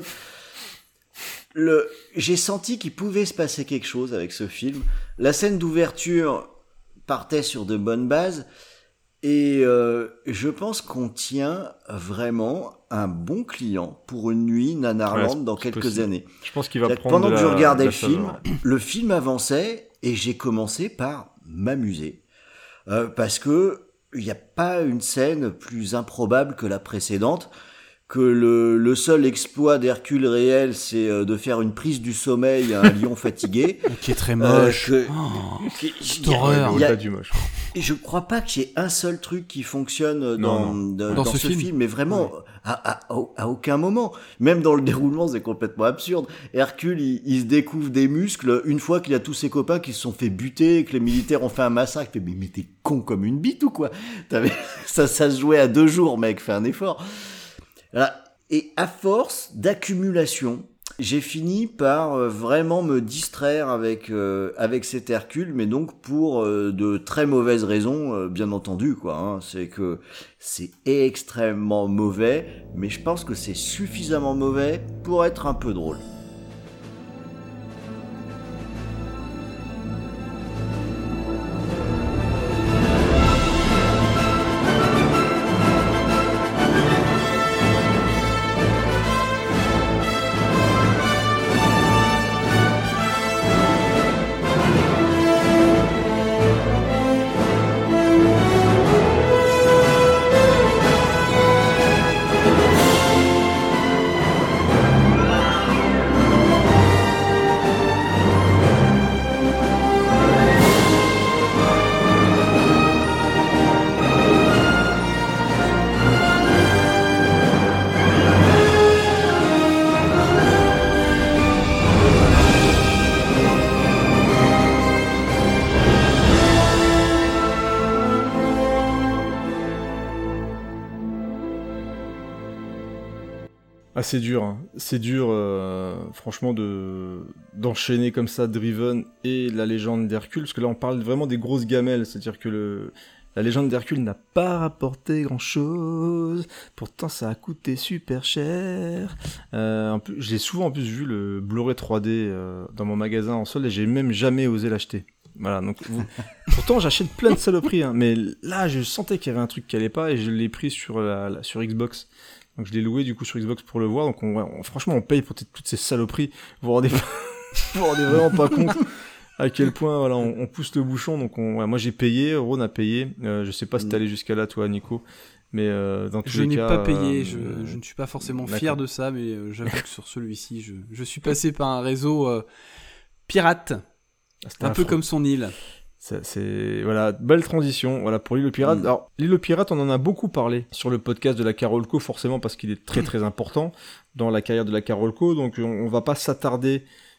j'ai senti qu'il pouvait se passer quelque chose avec ce film. La scène d'ouverture partait sur de bonnes bases, et je pense qu'on tient vraiment un bon client pour une nuit Nanarland dans quelques années. Je pense qu'il va prendre pendant que je regardais le film avançait, et j'ai commencé par m'amuser parce que il n'y a pas une scène plus improbable que la précédente. Que le seul exploit d'Hercule réel, c'est de faire une prise du sommeil à un lion fatigué. Qui est très moche. Cette horreur. Je crois pas qu'il y ait un seul truc qui fonctionne dans ce film, mais vraiment, à aucun moment. Même dans le déroulement, c'est complètement absurde. Hercule, il se découvre des muscles une fois qu'il a tous ses copains qui se sont fait buter, et que les militaires ont fait un massacre. Il fait, mais t'es con comme une bite ou quoi? Ça se jouait à 2 jours, mec, fais un effort. Voilà. Et à force d'accumulation, j'ai fini par vraiment me distraire avec cet Hercule, mais donc pour de très mauvaises raisons, bien entendu, quoi. Hein. C'est que c'est extrêmement mauvais, mais je pense que c'est suffisamment mauvais pour être un peu drôle. C'est dur, hein. C'est dur, franchement, d'enchaîner comme ça Driven et la légende d'Hercule, parce que là on parle vraiment des grosses gamelles, c'est-à-dire que la légende d'Hercule n'a pas rapporté grand-chose, pourtant ça a coûté super cher. J'ai souvent en plus vu le Blu-ray 3D dans mon magasin en solde, et j'ai même jamais osé l'acheter. Voilà, donc pourtant j'achète plein de saloperies, hein, mais là je sentais qu'il y avait un truc qui allait pas, et je l'ai pris sur Xbox. Donc je l'ai loué du coup sur Xbox pour le voir, donc franchement on paye pour toutes ces saloperies, vous vous rendez vraiment pas compte à quel point voilà, on pousse le bouchon. Donc moi j'ai payé, Ron a payé, je sais pas si t'es allé jusqu'à là toi Nico, mais dans tous les cas... Je n'ai pas payé, je ne suis pas forcément fier de ça, mais j'avoue que sur celui-ci je suis passé par un réseau pirate, un peu comme son île. C'est voilà, belle transition, voilà, pour l'île aux pirates. Alors l'île aux pirates, on en a beaucoup parlé sur le podcast de la Carolco, forcément parce qu'il est très très important dans la carrière de la Carolco, donc on va pas s'attarder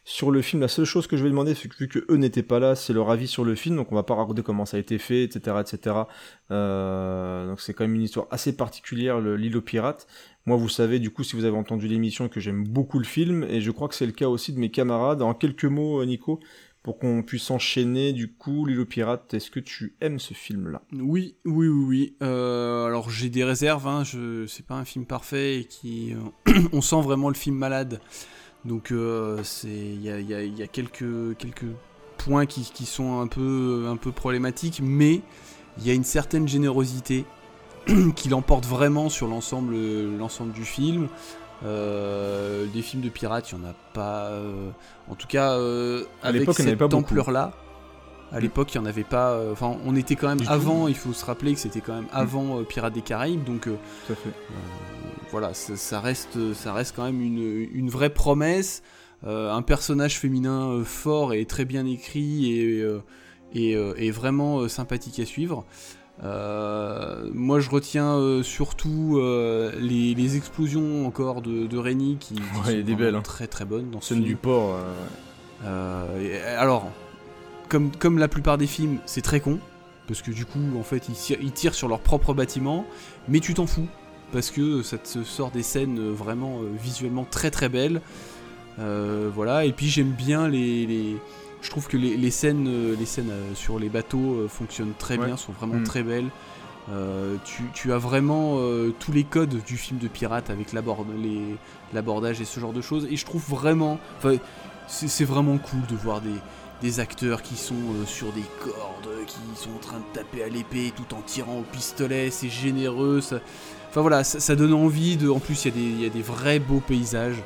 Sur le film, la seule chose que je vais demander, c'est que vu que eux n'étaient pas là, c'est leur avis sur le film, donc on va pas raconter comment ça a été fait, etc., etc. Donc c'est quand même une histoire assez particulière, l'île aux pirates. Moi, vous savez, du coup, si vous avez entendu l'émission, que j'aime beaucoup le film, et je crois que c'est le cas aussi de mes camarades. En quelques mots, Nico, pour qu'on puisse enchaîner, du coup, l'île aux pirates, est-ce que tu aimes ce film-là ? Oui. Alors j'ai des réserves, hein. C'est pas un film parfait et qui, on sent vraiment le film malade. Donc il y a quelques points qui sont un peu problématiques, mais il y a une certaine générosité qui l'emporte vraiment sur l'ensemble du film. Des films de pirates, il n'y en a pas, en tout cas avec cette ampleur-là. À l'époque, il n'y en avait pas. Enfin, on était quand même avant. Il faut se rappeler que c'était quand même avant Pirates des Caraïbes. Donc, tout à fait. Voilà, ça reste quand même une vraie promesse. Un personnage féminin fort et très bien écrit et vraiment sympathique à suivre. Moi, je retiens surtout les explosions encore de Rennie qui sont des belles, très très bonnes dans ce film. Scène du port. Alors. Comme la plupart des films, c'est très con, parce que du coup, en fait, ils tirent sur leur propre bâtiment, mais tu t'en fous, parce que ça te sort des scènes vraiment visuellement très très belles. Voilà, et puis j'aime bien je trouve que les scènes sur les bateaux fonctionnent très bien, sont vraiment très belles. Tu as vraiment tous les codes du film de pirate avec l'abordage et ce genre de choses, et je trouve vraiment, c'est vraiment cool de voir des acteurs qui sont sur des cordes, qui sont en train de taper à l'épée tout en tirant au pistolet, c'est généreux, enfin voilà, ça donne envie en plus il y a des vrais beaux paysages,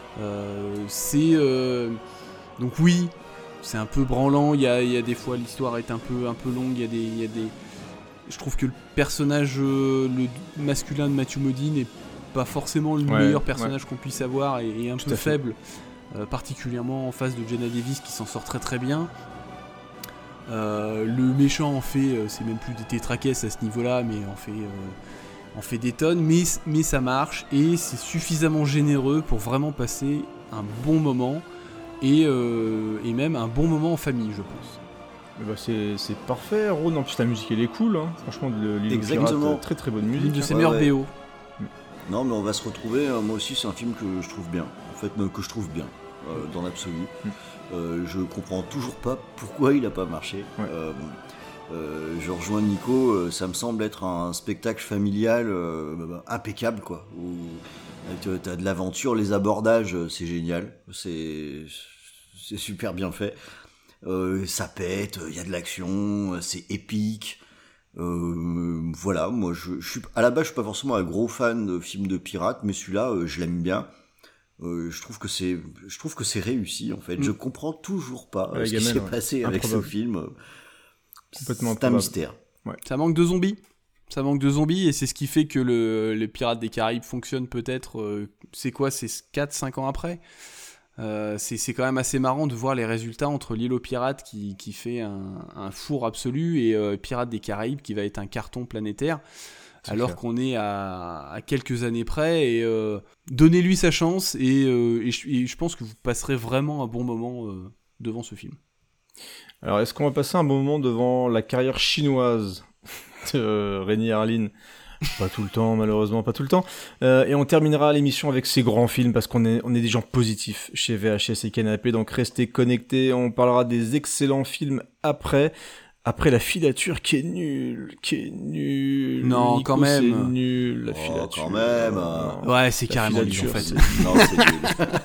donc oui, c'est un peu branlant, il y a des fois l'histoire est un peu longue, je trouve que le personnage le masculin de Matthew Modine n'est pas forcément le meilleur personnage qu'on puisse avoir, et un peu faible. Particulièrement en face de Jenna Davis qui s'en sort très très bien. Le méchant en fait, c'est même plus des tétraquès à ce niveau-là, mais en fait des tonnes, mais ça marche et c'est suffisamment généreux pour vraiment passer un bon moment et même un bon moment en famille, je pense. C'est parfait, Ron. En plus la musique elle est cool, hein. Franchement, l'île aux pirates, très très bonne musique. Une de ses meilleures BO. Non, mais on va se retrouver. Moi aussi, c'est un film que je trouve bien. En fait, que je trouve bien. Dans l'absolu. Je comprends toujours pas pourquoi il a pas marché. Je rejoins Nico, ça me semble être un spectacle familial impeccable, quoi. Où t'as de l'aventure, les abordages, c'est génial, c'est super bien fait. Ça pète, il y a de l'action, c'est épique. Voilà, moi à la base je suis pas forcément un gros fan de films de pirates, mais celui-là je l'aime bien. Je trouve que c'est réussi en fait. Je comprends toujours pas ce qui s'est passé avec ce film. C'est un mystère. Ouais. Ça manque de zombies et c'est ce qui fait que les Pirates des Caraïbes fonctionnent peut-être. C'est 4-5 ans après. C'est quand même assez marrant de voir les résultats entre l'île aux pirates qui fait un four absolu et Pirates des Caraïbes qui va être un carton planétaire. Alors qu'on est à quelques années près, et donnez-lui sa chance, et je pense que vous passerez vraiment un bon moment devant ce film. Alors, est-ce qu'on va passer un bon moment devant la carrière chinoise de Renny Harlin ? Pas tout le temps, malheureusement, pas tout le temps. Et on terminera l'émission avec ces grands films, parce qu'on est des gens positifs chez VHS et Canapé, donc restez connectés, on parlera des excellents films après la filature qui est nulle. Non, Nico, quand même. C'est nul, la filature. Quand même. Ouais, c'est carrément nul, en fait. Non, c'est nul.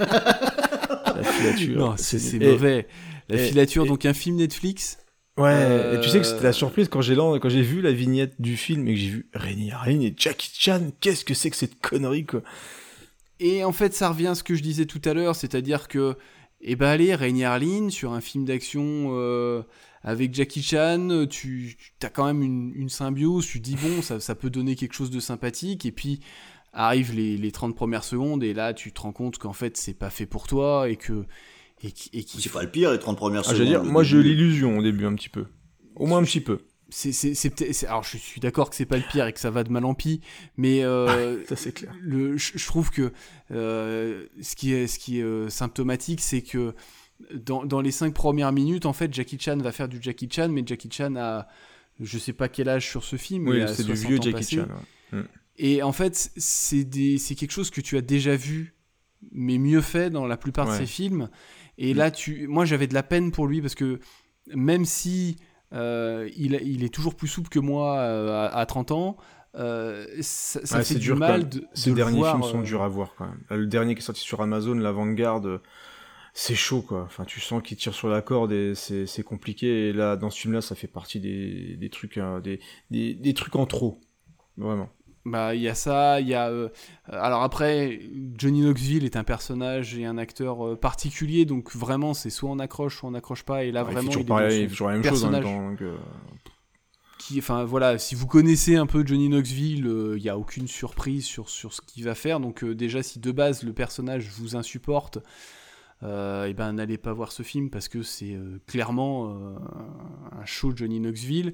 La filature. Non, c'est mauvais. La filature, donc un film Netflix. Ouais, et tu sais que c'était la surprise quand j'ai vu la vignette du film et que j'ai vu Renny Harlin et Jackie Chan. Qu'est-ce que c'est que cette connerie, quoi. Et en fait, ça revient à ce que je disais tout à l'heure, c'est-à-dire que, allez, Renny Harlin, sur un film d'action avec Jackie Chan, tu as quand même une symbiose, tu te dis bon, ça peut donner quelque chose de sympathique, et puis arrivent les 30 premières secondes, et là tu te rends compte qu'en fait c'est pas fait pour toi, et c'est pas le pire, les 30 premières secondes. Je veux dire, moi j'ai eu l'illusion au début un petit peu. Au moins un petit peu. Alors je suis d'accord que c'est pas le pire et que ça va de mal en pis, mais ça c'est clair. Je trouve que ce qui est symptomatique, c'est que dans les 5 premières minutes, en fait, Jackie Chan va faire du Jackie Chan, mais Jackie Chan a, je sais pas quel âge sur ce film. Oui, c'est du vieux Jackie Chan. Ouais. Et en fait, c'est quelque chose que tu as déjà vu, mais mieux fait dans la plupart de ses films. Et là, moi, j'avais de la peine pour lui parce que même si il est toujours plus souple que moi à 30 ans, ça fait du mal de Ces le derniers voir, films sont durs à voir quand même. Le dernier qui est sorti sur Amazon, l'Avant-Garde, c'est chaud quoi. Enfin, tu sens qu'il tire sur la corde et c'est compliqué. Et là, dans ce film-là, ça fait partie des trucs, des trucs en trop, vraiment. Bah, il y a ça, il y a... alors après, Johnny Knoxville est un personnage et un acteur particulier, donc vraiment, c'est soit on accroche, soit on n'accroche pas, et là, vraiment, il fait toujours la même chose en même temps. Donc, enfin, voilà, si vous connaissez un peu Johnny Knoxville, il n'y a aucune surprise sur ce qu'il va faire, donc déjà, si de base, le personnage vous insupporte, et ben, n'allez pas voir ce film, parce que c'est clairement un show Johnny Knoxville.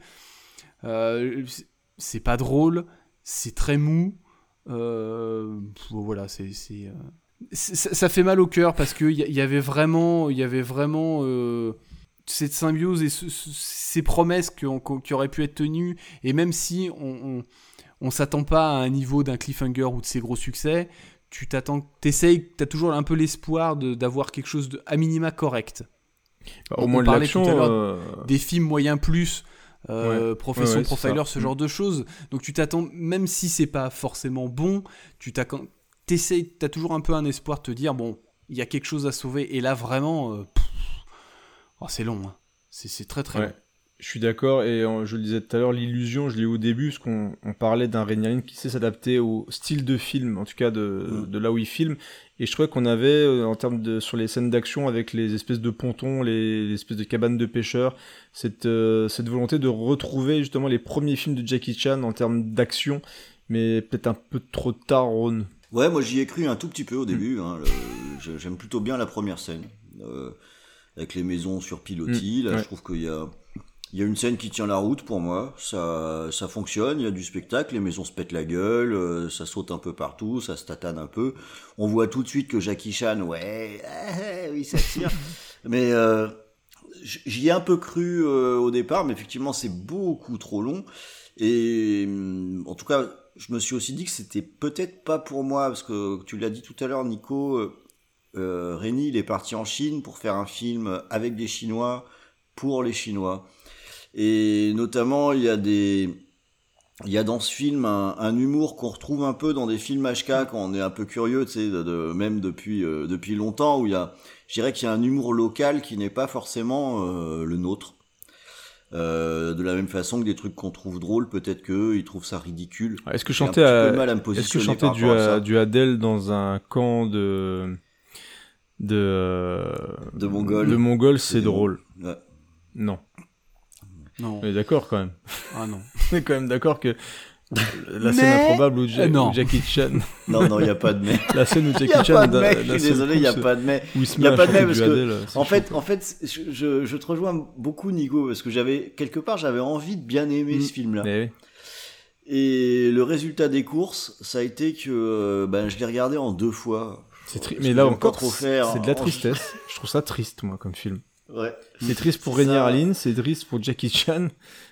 C'est pas drôle, c'est très mou, voilà, ça fait mal au cœur parce que il y avait vraiment cette symbiose et ces promesses qui auraient pu être tenues, et même si on s'attend pas à un niveau d'un cliffhanger ou de ses gros succès, t'as toujours un peu l'espoir d'avoir quelque chose de à minima correct. Au moins de l'action, tout à l'heure des films moyens plus. Profession Profiler, ce genre de choses. Donc tu t'attends, même si c'est pas forcément bon, t'as toujours un peu un espoir de te dire bon, il y a quelque chose à sauver. Et là vraiment, c'est long. Hein. C'est très très long. Je suis d'accord, et je le disais tout à l'heure, l'illusion, je l'ai eu au début, parce qu'on parlait d'un Rémi Harlin qui sait s'adapter au style de film, en tout cas de là où il filme, et je trouvais qu'on avait, en termes sur les scènes d'action, avec les espèces de pontons, les espèces de cabanes de pêcheurs, cette volonté de retrouver justement les premiers films de Jackie Chan en termes d'action, mais peut-être un peu trop tard, Ron. Ouais, moi j'y ai cru un tout petit peu au début, j'aime plutôt bien la première scène, avec les maisons sur pilotis, là je trouve qu'il y a une scène qui tient la route pour moi, ça fonctionne, il y a du spectacle, les maisons se pètent la gueule, ça saute un peu partout, ça se tatane un peu. On voit tout de suite que Jackie Chan, oui, ça tire. Mais j'y ai un peu cru au départ, mais effectivement c'est beaucoup trop long. Et en tout cas, je me suis aussi dit que c'était peut-être pas pour moi, parce que tu l'as dit tout à l'heure, Nico, Rémi, il est parti en Chine pour faire un film avec des Chinois, pour les Chinois. Et notamment, il y a dans ce film un humour qu'on retrouve un peu dans des films HK quand on est un peu curieux, tu sais, même depuis longtemps, où je dirais qu'il y a un humour local qui n'est pas forcément le nôtre. De la même façon que des trucs qu'on trouve drôles, peut-être qu'eux, ils trouvent ça ridicule. Est-ce que chanter du Adèle dans un camp de Mongols, c'est drôle? Ouais. Non. Non. On est d'accord quand même. Ah non. On est quand même d'accord que la scène improbable où Jackie Chan. Non, il n'y a pas de mais. La scène où Jackie Chan. Je suis désolé, il n'y a pas de mais. Il n'y a pas de mais parce que, en fait, je te rejoins beaucoup, Nico, parce que j'avais envie de bien aimer ce film-là. Oui. Et le résultat des courses, ça a été que je l'ai regardé en 2 fois. Mais là encore, c'est de la tristesse. Je trouve ça triste, moi, comme film. Ouais. C'est triste pour Rémi Harlin, c'est triste pour Jackie Chan.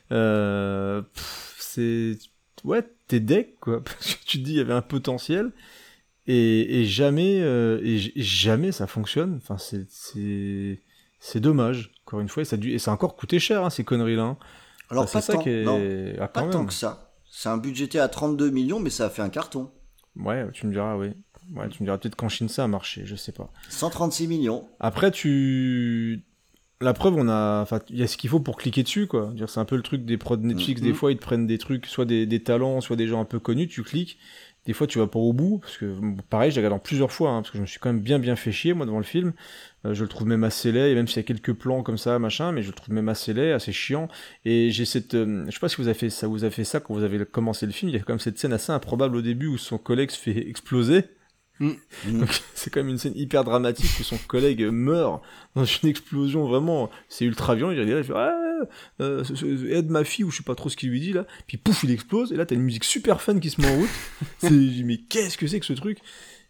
T'es deck quoi, parce que tu te dis il y avait un potentiel et jamais ça fonctionne. Enfin c'est dommage. Encore une fois, et ça a encore coûté cher ces conneries là. Alors c'est ça qui est pas tant que ça. C'est un budgété à 32 millions, mais ça a fait un carton. Ouais, tu me diras, oui. Ouais, tu me diras peut-être qu'en Chine ça a marché, je sais pas. 136 millions. Après la preuve, il y a ce qu'il faut pour cliquer dessus, quoi. C'est un peu le truc des prods Netflix, des fois, ils te prennent des trucs, soit des talents, soit des gens un peu connus, tu cliques. Des fois, tu vas pas au bout, parce que, pareil, je regarde en plusieurs fois, parce que je me suis quand même bien fait chier, moi, devant le film. Je le trouve même assez laid, et même s'il y a quelques plans comme ça, machin, mais je le trouve même assez laid, assez chiant. Et j'ai je sais pas si vous avez fait ça quand vous avez commencé le film, il y a quand même cette scène assez improbable au début où son collègue se fait exploser. Donc, c'est quand même une scène hyper dramatique où son collègue meurt dans une explosion, vraiment c'est ultra violent. Il fait aide ma fille, ou je sais pas trop ce qu'il lui dit là, puis pouf il explose, et là t'as une musique super fun qui se met en route. Mais qu'est-ce que c'est que ce truc?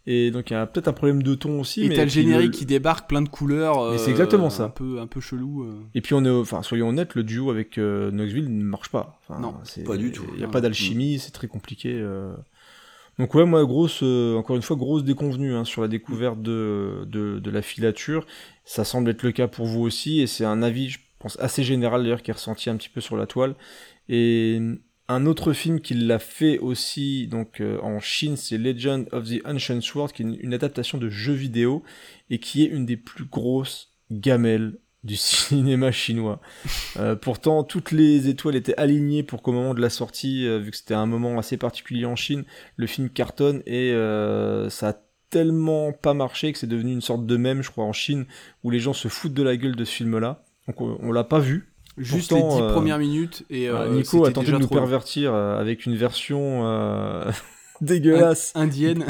Et donc il y a peut-être un problème de ton aussi. Et mais t'as le générique qui débarque plein de couleurs. Mais c'est exactement ça. Un peu chelou. Et puis soyons honnêtes, le duo avec Knoxville ne marche pas. Non, pas du tout. Il n'y a pas d'alchimie, c'est très compliqué. Donc ouais, moi encore une fois, grosse déconvenue sur la découverte de la filature. Ça semble être le cas pour vous aussi, et c'est un avis, je pense, assez général d'ailleurs qui est ressenti un petit peu sur la toile. Et un autre film qui l'a fait aussi donc en Chine, c'est Legend of the Ancient Sword, qui est une adaptation de jeu vidéo et qui est une des plus grosses gamelles du cinéma chinois. Pourtant, toutes les étoiles étaient alignées pour qu'au moment de la sortie, vu que c'était un moment assez particulier en Chine, le film cartonne et ça a tellement pas marché que c'est devenu une sorte de mème, je crois, en Chine, où les gens se foutent de la gueule de ce film-là. Donc on l'a pas vu. Juste pourtant, les 10 premières minutes et Nico a tenté de nous pervertir avec une version dégueulasse indienne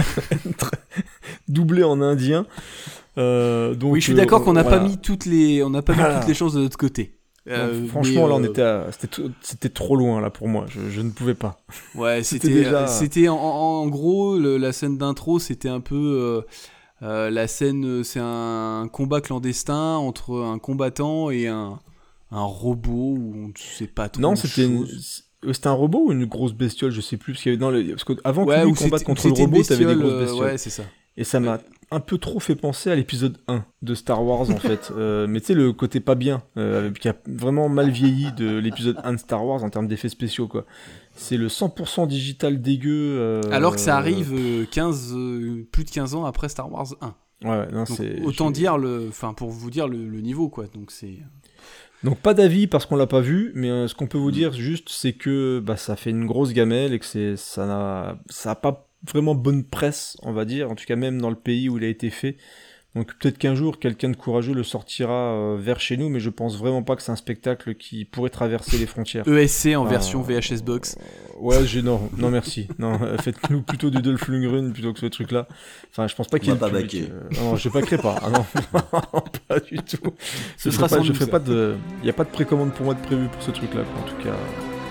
doublée en indien. Donc oui, je suis d'accord qu'on n'a pas mis toutes les choses de notre côté. Franchement, là, c'était trop loin là pour moi. Je ne pouvais pas. Ouais, c'était en gros la scène d'intro, c'était un peu la scène, c'est un combat clandestin entre un combattant et un robot où on ne sait pas trop. Non, c'était un robot ou une grosse bestiole, je sais plus, parce qu'il y avait parce qu'avant que lui combatte contre le robot, t'avais des grosses bestioles. Ouais, c'est ça. Et ça m'a un peu trop fait penser à l'épisode 1 de Star Wars en fait. Mais tu sais, le côté pas bien, qui a vraiment mal vieilli de l'épisode 1 de Star Wars en termes d'effets spéciaux, quoi. C'est le 100% digital dégueu. Alors que ça arrive plus de 15 ans après Star Wars 1. Ouais, non, donc, autant dire pour vous dire le niveau, quoi. Donc c'est... Donc pas d'avis parce qu'on l'a pas vu, mais ce qu'on peut vous dire juste, c'est que ça fait une grosse gamelle et que ça a pas vraiment bonne presse, on va dire, en tout cas même dans le pays où il a été fait. Donc peut-être qu'un jour quelqu'un de courageux le sortira vers chez nous, mais je pense vraiment pas que c'est un spectacle qui pourrait traverser les frontières. ESC en version VHS Box. Ouais, non merci. Non, faites-nous plutôt du Dolph Lundgren plutôt que ce truc-là. Enfin, je pense pas qu'il y ait pas baquer. Non, je backerai pas. Ah non, pas du tout. Ce sera sans je ferai pas de. Il y a pas de précommande pour moi de prévu pour ce truc-là, quoi, en tout cas.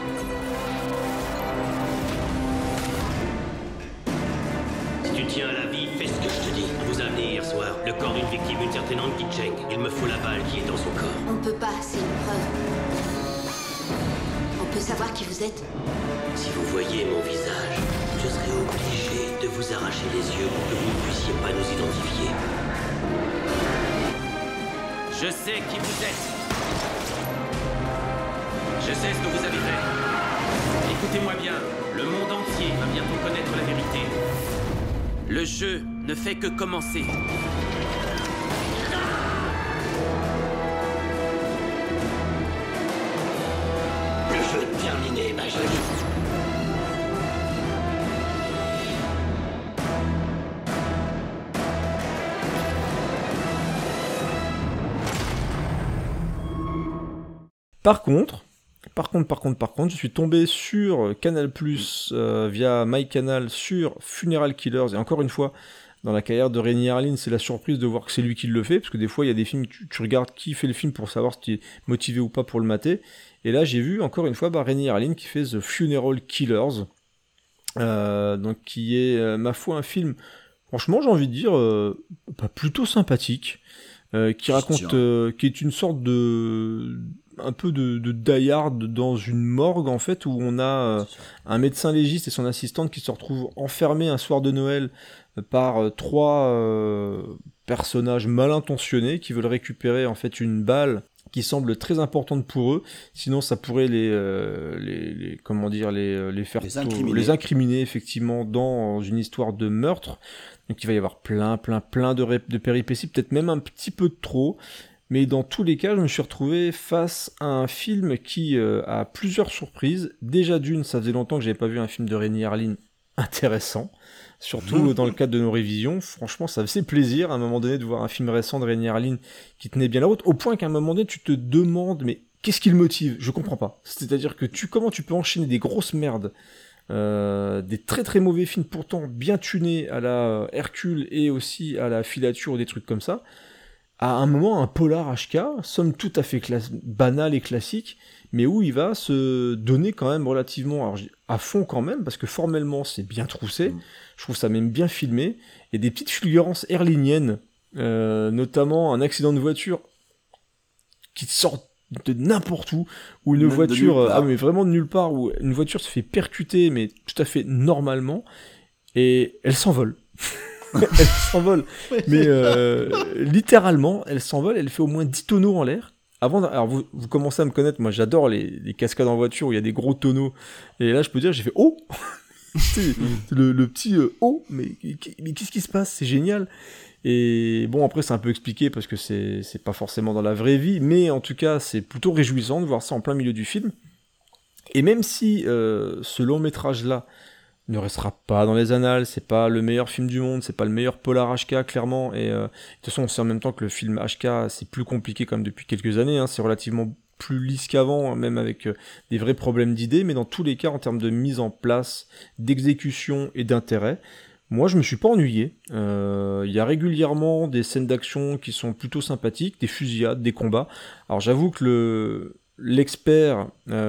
Si tu tiens à la vie, fais ce que je te dis. On vous a amené hier soir le corps d'une victime, une certaine Anki Cheng. Il me faut la balle qui est dans son corps. On ne peut pas, c'est une preuve. On peut savoir qui vous êtes? Si vous voyez mon visage, je serai obligé de vous arracher les yeux pour que vous ne puissiez pas nous identifier. Je sais qui vous êtes. Je sais ce que vous avez fait. Écoutez-moi bien, le monde entier va bientôt connaître la vérité. Le jeu ne fait que commencer. Le jeu est terminé, ma jolie. Par contre, je suis tombé sur Canal+, via MyCanal, sur Funeral Killers, et encore une fois, dans la carrière de Renny Harlin, c'est la surprise de voir que c'est lui qui le fait, parce que des fois, il y a des films, tu regardes qui fait le film pour savoir si tu es motivé ou pas pour le mater, et là, j'ai vu, encore une fois, Renny Harlin qui fait The Funeral Killers, donc qui est, ma foi, un film, franchement, j'ai envie de dire, plutôt sympathique, qui raconte, qui est une sorte un peu de die hard dans une morgue en fait, où on a un médecin légiste et son assistante qui se retrouvent enfermés un soir de Noël par trois personnages mal intentionnés qui veulent récupérer en fait une balle qui semble très importante pour eux, sinon ça pourrait les faire les incriminer effectivement dans une histoire de meurtre. Donc il va y avoir plein de péripéties, peut-être même un petit peu trop. Mais dans tous les cas, je me suis retrouvé face à un film qui a plusieurs surprises. Déjà d'une, ça faisait longtemps que j'avais pas vu un film de Renny Harlin intéressant. Surtout dans le cadre de nos révisions. Franchement, ça faisait plaisir à un moment donné de voir un film récent de Renny Harlin qui tenait bien la route. Au point qu'à un moment donné, tu te demandes, mais qu'est-ce qui le motive ? Je comprends pas. C'est-à-dire que comment tu peux enchaîner des grosses merdes, des très très mauvais films pourtant bien tunés à la Hercule et aussi à la Filature ou des trucs comme ça, à un moment un polar HK, somme tout à fait banal et classique, mais où il va se donner quand même relativement, alors à fond quand même, parce que formellement c'est bien troussé, je trouve ça même bien filmé, et des petites fulgurances airliniennes, notamment un accident de voiture qui sort de n'importe où une Même voiture, mais vraiment de nulle part, où une voiture se fait percuter, mais tout à fait normalement, et elle s'envole. Elle s'envole, mais littéralement, elle s'envole, elle fait au moins 10 tonneaux en l'air. Alors vous commencez à me connaître, moi j'adore les cascades en voiture où il y a des gros tonneaux, et là je peux dire, j'ai fait « Oh !» le petit « Oh !» mais qu'est-ce qui se passe? C'est génial. Et bon, après c'est un peu expliqué parce que c'est pas forcément dans la vraie vie, mais en tout cas c'est plutôt réjouissant de voir ça en plein milieu du film. Et même si ce long métrage là ne restera pas dans les annales, c'est pas le meilleur film du monde, c'est pas le meilleur polar HK clairement, et de toute façon on sait en même temps que le film HK c'est plus compliqué comme depuis quelques années, hein, c'est relativement plus lisse qu'avant, même avec des vrais problèmes d'idées, mais dans tous les cas en termes de mise en place, d'exécution et d'intérêt, moi je me suis pas ennuyé. Il y a régulièrement des scènes d'action qui sont plutôt sympathiques, des fusillades, des combats. Alors j'avoue que l'expert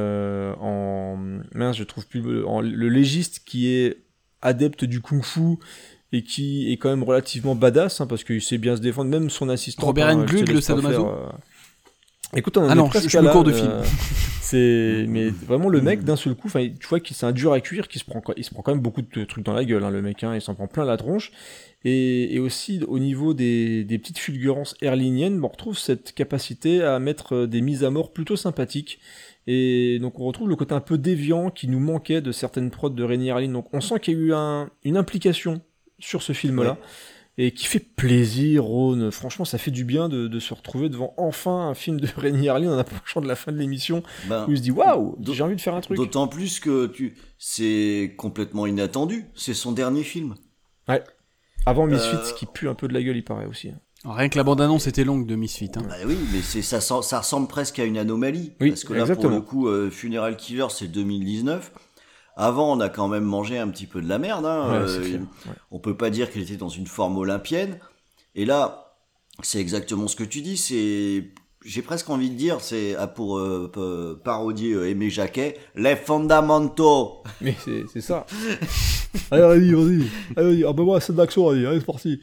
je trouve plus le légiste qui est adepte du kung-fu et qui est quand même relativement badass, hein, parce qu'il sait bien se défendre, même son assistant Robert Englund, le sadomaso. Écoute, on en est presque je me cours de film. Mais vraiment le mec d'un seul coup, tu vois qu'il c'est un dur à cuire, il se prend quand même beaucoup de trucs dans la gueule, hein, le mec, hein, il s'en prend plein la tronche. Et aussi au niveau des petites fulgurances airliniennes, on retrouve cette capacité à mettre des mises à mort plutôt sympathiques. Et donc on retrouve le côté un peu déviant qui nous manquait de certaines prods de Rainy Harlin. Donc on sent qu'il y a eu une implication sur ce film-là. Ouais. Et qui fait plaisir, Ron. Franchement, ça fait du bien de se retrouver devant enfin un film de Rainy Harlin en approchant de la fin de l'émission, où il se dit waouh, j'ai envie de faire un truc. D'autant plus que c'est complètement inattendu. C'est son dernier film. Ouais. Avant Misfits, qui pue un peu de la gueule, il paraît aussi. Alors, rien que la bande-annonce était longue de Misfits. Hein. Bah oui, mais ça ressemble presque à une anomalie. Oui, parce que là, exactement. pour le coup, Funeral Killer, c'est 2019. Avant, on a quand même mangé un petit peu de la merde. Hein. Ouais, on peut pas dire qu'il était dans une forme olympienne. Et là, c'est exactement ce que tu dis. J'ai presque envie de dire, c'est pour parodier Aimé Jacquet, les fondamentaux. Mais c'est ça. Allez, vas-y. Ah ben moi, c'est de l'action, allez, c'est parti.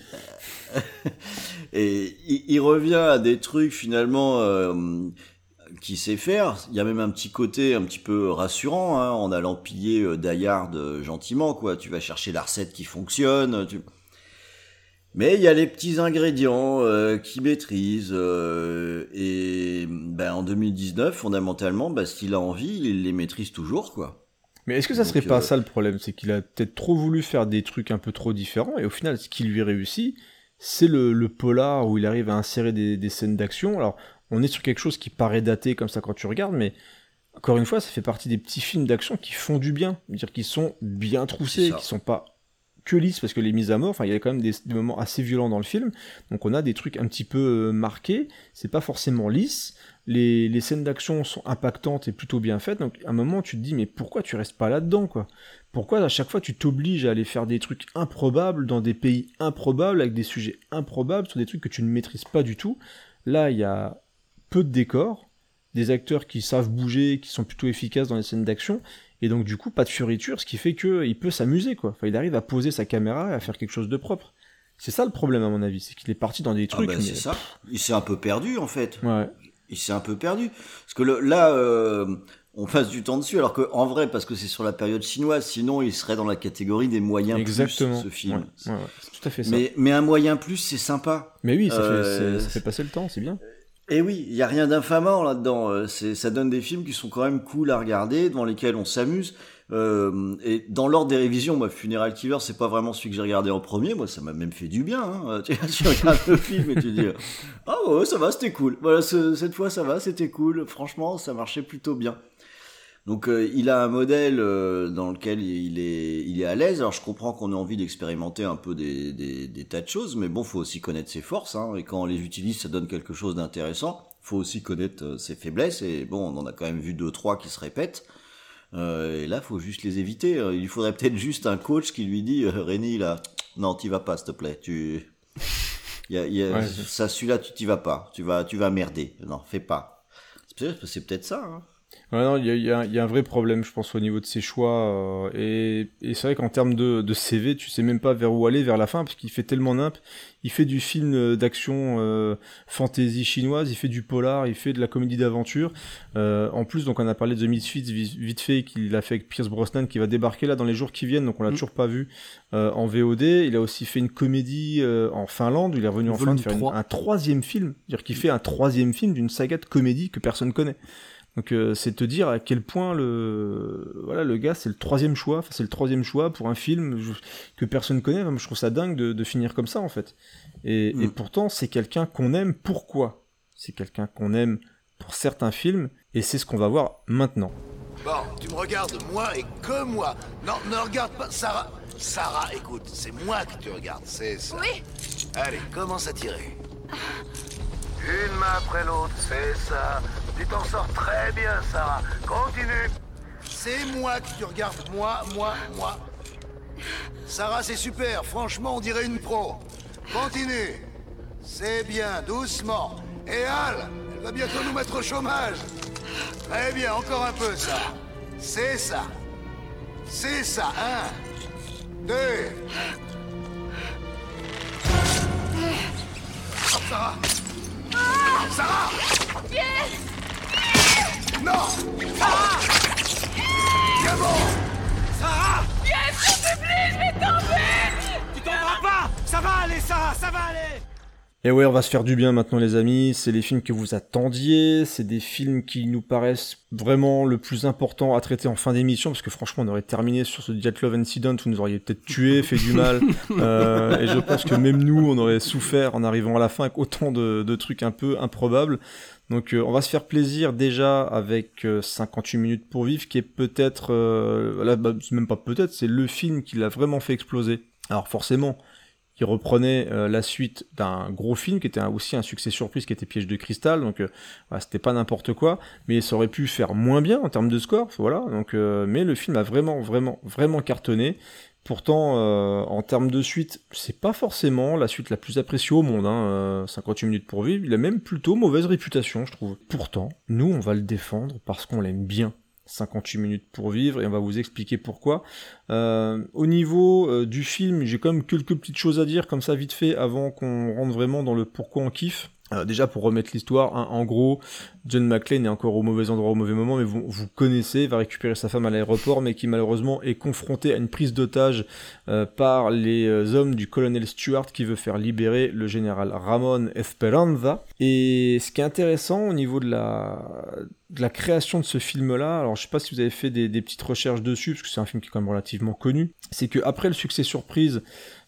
Et il revient à des trucs finalement qu'il sait faire. Il y a même un petit côté un petit peu rassurant, hein, en allant piller Die Hard gentiment, quoi. Tu vas chercher la recette qui fonctionne. Mais il y a les petits ingrédients qu'il maîtrise. Et en 2019, fondamentalement, s'il a envie, il les maîtrise toujours, quoi. Mais est-ce que ça serait pas ça le problème? C'est qu'il a peut-être trop voulu faire des trucs un peu trop différents, et au final, ce qui lui réussit, c'est le polar où il arrive à insérer des scènes d'action. Alors, on est sur quelque chose qui paraît daté comme ça quand tu regardes, mais encore une fois, ça fait partie des petits films d'action qui font du bien. C'est-à-dire qu'ils sont bien troussés, qui sont pas que lisses, parce que les mises à mort, il y a quand même des moments assez violents dans le film, donc on a des trucs un petit peu marqués, c'est pas forcément lisse, les scènes d'action sont impactantes et plutôt bien faites, donc à un moment tu te dis mais pourquoi tu restes pas là-dedans, quoi? Pourquoi à chaque fois tu t'obliges à aller faire des trucs improbables dans des pays improbables, avec des sujets improbables, sur des trucs que tu ne maîtrises pas du tout? Là il y a peu de décors, des acteurs qui savent bouger, qui sont plutôt efficaces dans les scènes d'action, et donc du coup pas de fioriture, ce qui fait qu'il peut s'amuser, quoi. Enfin, il arrive à poser sa caméra et à faire quelque chose de propre. C'est ça le problème à mon avis, c'est qu'il est parti dans des trucs... c'est ça, il s'est un peu perdu en fait. Ouais. Il s'est un peu perdu. Parce que là, on passe du temps dessus, alors qu'en vrai, parce que c'est sur la période chinoise, sinon il serait dans la catégorie des moyens Exactement. plus, ce film. Ouais, c'est tout à fait ça. Mais un moyen plus, c'est sympa. Mais oui, ça fait passer le temps, c'est bien. Et oui, il y a rien d'infamant là-dedans. Ça donne des films qui sont quand même cool à regarder, devant lesquels on s'amuse. Et dans l'ordre des révisions, moi, Funeral Killer, c'est pas vraiment celui que j'ai regardé en premier. Moi, ça m'a même fait du bien. Hein. Tu regardes le film et tu dis, ouais, ça va, c'était cool. Voilà, cette fois, ça va, c'était cool. Franchement, ça marchait plutôt bien. Donc il a un modèle dans lequel il est à l'aise. Alors je comprends qu'on ait envie d'expérimenter un peu des tas de choses, mais bon, faut aussi connaître ses forces, hein, et quand on les utilise, ça donne quelque chose d'intéressant. Faut aussi connaître ses faiblesses, et bon, on en a quand même vu 2-3 qui se répètent. Et là, faut juste les éviter. Il faudrait peut-être juste un coach qui lui dit, Rémi, là, non, t'y vas pas, s'il te plaît. Ouais, ça, celui-là, tu t'y vas pas. Tu vas merder. Non, fais pas. C'est peut-être ça. Hein. Ouais, non, il y a un vrai problème, je pense, au niveau de ses choix. Et c'est vrai qu'en termes de CV, tu sais même pas vers où aller vers la fin, parce qu'il fait tellement nimp. Il fait du film d'action fantasy chinoise, il fait du polar, il fait de la comédie d'aventure. En plus, donc on a parlé de The Misfits vite fait, qu'il a fait avec Pierce Brosnan, qui va débarquer là dans les jours qui viennent, donc on l'a toujours pas vu en VOD. Il a aussi fait une comédie en Finlande, il est revenu en Finlande faire un troisième film, c'est-à-dire qu'il fait un troisième film d'une saga de comédie que personne connaît. Donc c'est te dire à quel point le gars c'est le troisième choix, pour un film que personne connaît. Je trouve ça dingue de finir comme ça en fait. Et pourtant c'est quelqu'un qu'on aime. Pourquoi ? C'est quelqu'un qu'on aime pour certains films et c'est ce qu'on va voir maintenant. Bon, tu me regardes moi et que moi. Non, ne regarde pas Sarah. Sarah, écoute, c'est moi que tu regardes, c'est ça. Oui. Allez, commence à tirer. Une main après l'autre, c'est ça. Tu t'en sors très bien, Sarah. Continue. C'est moi que tu regardes, moi. Sarah, c'est super. Franchement, on dirait une pro. Continue. C'est bien, doucement. Et Al, elle va bientôt nous mettre au chômage. Très bien, encore un peu, ça. C'est ça. C'est ça. 1, 2. Oh, Sarah. Sarah! Yes! Non! Sarah! Viens bon! Sarah! Yes, s'il te plaît, je vais tomber! Tu tomberas pas! Ça va aller, Sarah, ça va aller! Et ouais, on va se faire du bien maintenant les amis, c'est les films que vous attendiez, c'est des films qui nous paraissent vraiment le plus important à traiter en fin d'émission, parce que franchement on aurait terminé sur ce Dyatlov Incident, vous nous auriez peut-être tué, fait du mal, et je pense que même nous on aurait souffert en arrivant à la fin avec autant de trucs un peu improbables. Donc on va se faire plaisir déjà avec 58 minutes pour vivre, qui est peut-être, c'est même pas peut-être, c'est le film qui l'a vraiment fait exploser. Alors forcément, qui reprenait la suite d'un gros film qui était aussi un succès surprise, qui était Piège de cristal, donc c'était pas n'importe quoi, mais ça aurait pu faire moins bien en termes de score, voilà. Donc mais le film a vraiment cartonné. Pourtant en termes de suite, c'est pas forcément la suite la plus appréciée au monde, 58 minutes pour vivre, il a même plutôt mauvaise réputation, je trouve. Pourtant, nous on va le défendre parce qu'on l'aime bien. 58 minutes pour vivre, et on va vous expliquer pourquoi. Au niveau du film, j'ai quand même quelques petites choses à dire, comme ça vite fait, avant qu'on rentre vraiment dans le pourquoi on kiffe. Déjà pour remettre l'histoire, en gros, John McClane est encore au mauvais endroit au mauvais moment, mais vous connaissez, va récupérer sa femme à l'aéroport, mais qui malheureusement est confronté à une prise d'otage par les hommes du colonel Stewart, qui veut faire libérer le général Ramon Esperanza. Et ce qui est intéressant au niveau de la création de ce film-là, alors je sais pas si vous avez fait des petites recherches dessus, parce que c'est un film qui est quand même relativement connu, c'est que après le succès surprise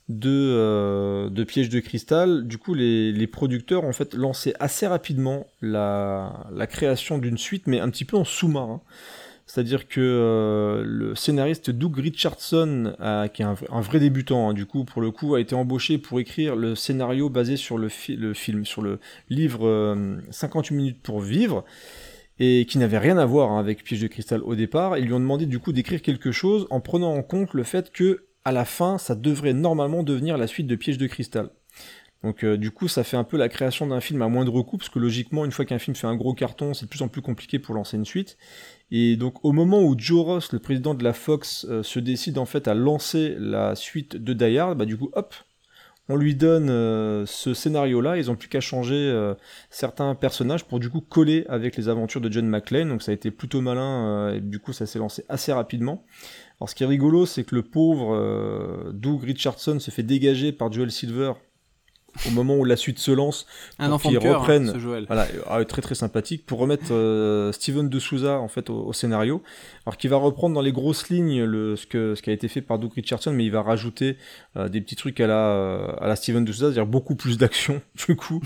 de Piège de cristal, du coup les producteurs ont en fait lancé assez rapidement la création d'une suite, mais un petit peu en sous-marin. C'est-à-dire que le scénariste Doug Richardson, qui est un vrai débutant, du coup pour le coup, a été embauché pour écrire le scénario basé sur le film, sur le livre 58 minutes pour vivre, et qui n'avait rien à voir avec Piège de cristal au départ. Ils lui ont demandé du coup d'écrire quelque chose en prenant en compte le fait que à la fin, ça devrait normalement devenir la suite de Piège de cristal. Donc du coup, ça fait un peu la création d'un film à moindre coût, parce que logiquement, une fois qu'un film fait un gros carton, c'est de plus en plus compliqué pour lancer une suite. Et donc au moment où Joe Ross, le président de la Fox, se décide en fait à lancer la suite de Die Hard, du coup, hop, on lui donne ce scénario-là, ils ont plus qu'à changer certains personnages pour du coup coller avec les aventures de John McClane, donc ça a été plutôt malin, et du coup ça s'est lancé assez rapidement. Alors ce qui est rigolo, c'est que le pauvre Doug Richardson se fait dégager par Joel Silver au moment où la suite se lance, pour qu'ils reprennent, ce Joel. Voilà, très très sympathique, pour remettre Steven de Souza en fait au scénario, alors qu'il va reprendre dans les grosses lignes ce qui a été fait par Doug Richardson, mais il va rajouter des petits trucs à la Steven de Souza, c'est-à-dire beaucoup plus d'action du coup,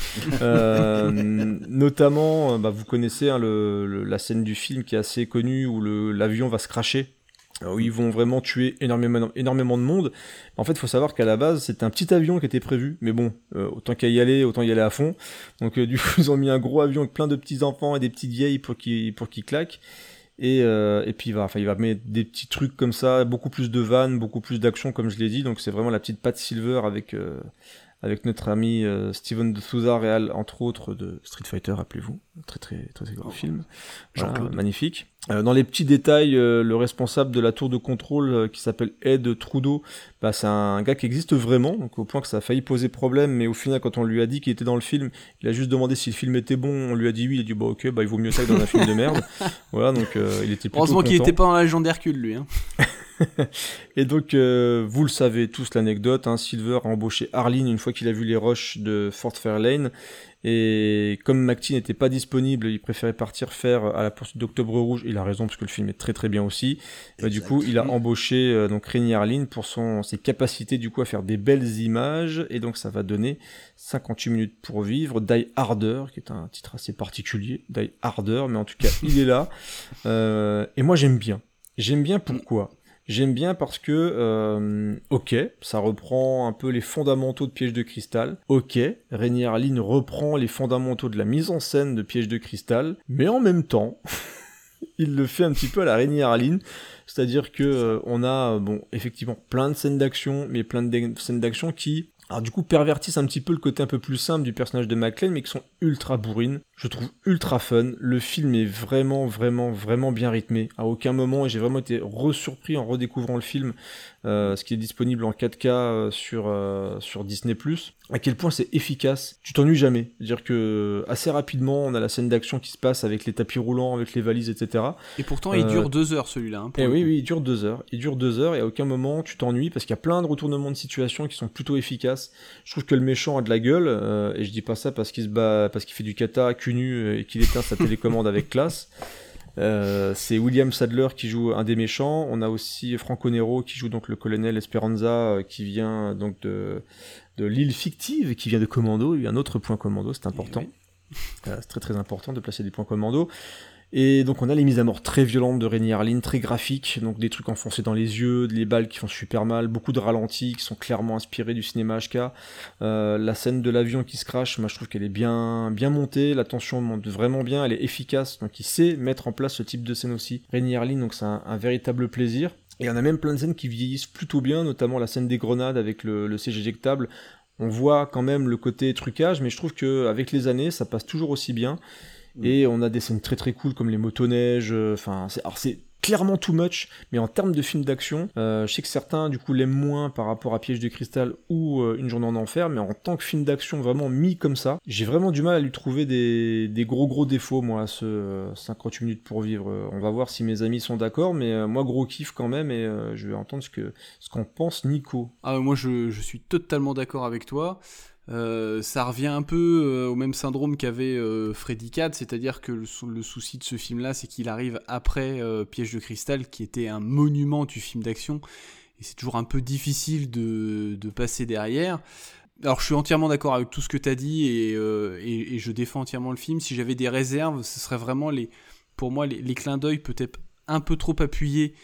notamment vous connaissez la scène du film qui est assez connue où l'avion va se crasher, où ils vont vraiment tuer énormément de monde. En fait, il faut savoir qu'à la base, c'était un petit avion qui était prévu, mais bon, autant y aller à fond. Donc du coup, ils ont mis un gros avion avec plein de petits enfants et des petites vieilles pour qu'ils claquent. Et puis il va mettre des petits trucs comme ça, beaucoup plus de vannes, beaucoup plus d'action, comme je l'ai dit. Donc c'est vraiment la petite patte Silver avec avec notre ami Steven de Souza, réal entre autres de Street Fighter, rappelez-vous, très très très grand film, voilà, magnifique. Dans les petits détails, le responsable de la tour de contrôle qui s'appelle Ed Trudeau, bah, c'est un gars qui existe vraiment, donc au point que ça a failli poser problème, mais au final quand on lui a dit qu'il était dans le film, il a juste demandé si le film était bon, on lui a dit oui, il a dit bah ok, bah il vaut mieux ça que dans un film de merde. Voilà, donc il était plutôt heureusement content. qu'il était pas dans la légende d'Hercule, lui. Hein. Et donc, vous le savez tous l'anecdote, hein, Silver a embauché Arline une fois qu'il a vu les rushs de Fort Fairlane, et comme McTee n'était pas disponible, il préférait partir faire à la poursuite d'Octobre Rouge. Il a raison parce que le film est très très bien aussi. Du coup, il a embauché donc Renny Harlin pour ses capacités du coup à faire des belles images, et donc ça va donner 58 minutes pour vivre, Die Harder, qui est un titre assez particulier, Die Harder, mais en tout cas il est là. Et moi j'aime bien. J'aime bien pourquoi ? J'aime bien parce que, ok, ça reprend un peu les fondamentaux de Piège de Cristal. Ok, Renny Harlin reprend les fondamentaux de la mise en scène de Piège de Cristal, mais en même temps, il le fait un petit peu à la Renny Harlin. C'est-à-dire que on a, bon, effectivement, plein de scènes d'action, mais plein de scènes d'action qui, alors du coup, pervertissent un petit peu le côté un peu plus simple du personnage de McClane, mais qui sont ultra bourrines. Je trouve ultra fun. Le film est vraiment, vraiment, vraiment bien rythmé. À aucun moment, et j'ai vraiment été resurpris en redécouvrant le film, ce qui est disponible en 4K sur Disney+. À quel point c'est efficace. Tu t'ennuies jamais. C'est-à-dire que assez rapidement, on a la scène d'action qui se passe avec les tapis roulants, avec les valises, etc. Et pourtant, il dure 2 heures celui-là. Hein, et oui, il dure 2 heures. Il dure 2 heures et à aucun moment tu t'ennuies parce qu'il y a plein de retournements de situation qui sont plutôt efficaces. Je trouve que le méchant a de la gueule, et je dis pas ça parce qu'il se bat, parce qu'il fait du kata cul nu et qu'il éteint sa télécommande avec classe. C'est William Sadler qui joue un des méchants. On a aussi Franco Nero qui joue donc le colonel Esperanza, qui vient donc de l'île fictive, qui vient de Commando. Il y a un autre point Commando, c'est important. Oui. C'est très très important de placer des points Commando. Et donc on a les mises à mort très violentes de Renny Harlin, très graphiques, donc des trucs enfoncés dans les yeux, les balles qui font super mal, beaucoup de ralentis qui sont clairement inspirés du cinéma HK. La scène de l'avion qui se crache, moi je trouve qu'elle est bien montée, la tension monte vraiment bien, elle est efficace, donc il sait mettre en place ce type de scène aussi. Renny Harlin, donc c'est un véritable plaisir. Et on a même plein de scènes qui vieillissent plutôt bien, notamment la scène des grenades avec le siège éjectable. On voit quand même le côté trucage, mais je trouve qu'avec les années, ça passe toujours aussi bien. Et on a des scènes très très cool comme les motoneiges, enfin c'est clairement too much, mais en termes de film d'action, je sais que certains du coup l'aiment moins par rapport à Piège de Cristal ou Une journée en enfer, mais en tant que film d'action vraiment mis comme ça, j'ai vraiment du mal à lui trouver des gros défauts, moi, à ce 58 minutes pour vivre. On va voir si mes amis sont d'accord, mais moi gros kiff quand même, et je vais entendre ce qu'en pense Nico. Ah, moi je suis totalement d'accord avec toi. Ça revient un peu au même syndrome qu'avait Freddy 4, c'est-à-dire que le souci de ce film-là, c'est qu'il arrive après Piège de Cristal, qui était un monument du film d'action, et c'est toujours un peu difficile de passer derrière. Alors je suis entièrement d'accord avec tout ce que tu as dit, et je défends entièrement le film. Si j'avais des réserves, ce serait vraiment pour moi les clins d'œil peut-être un peu trop appuyés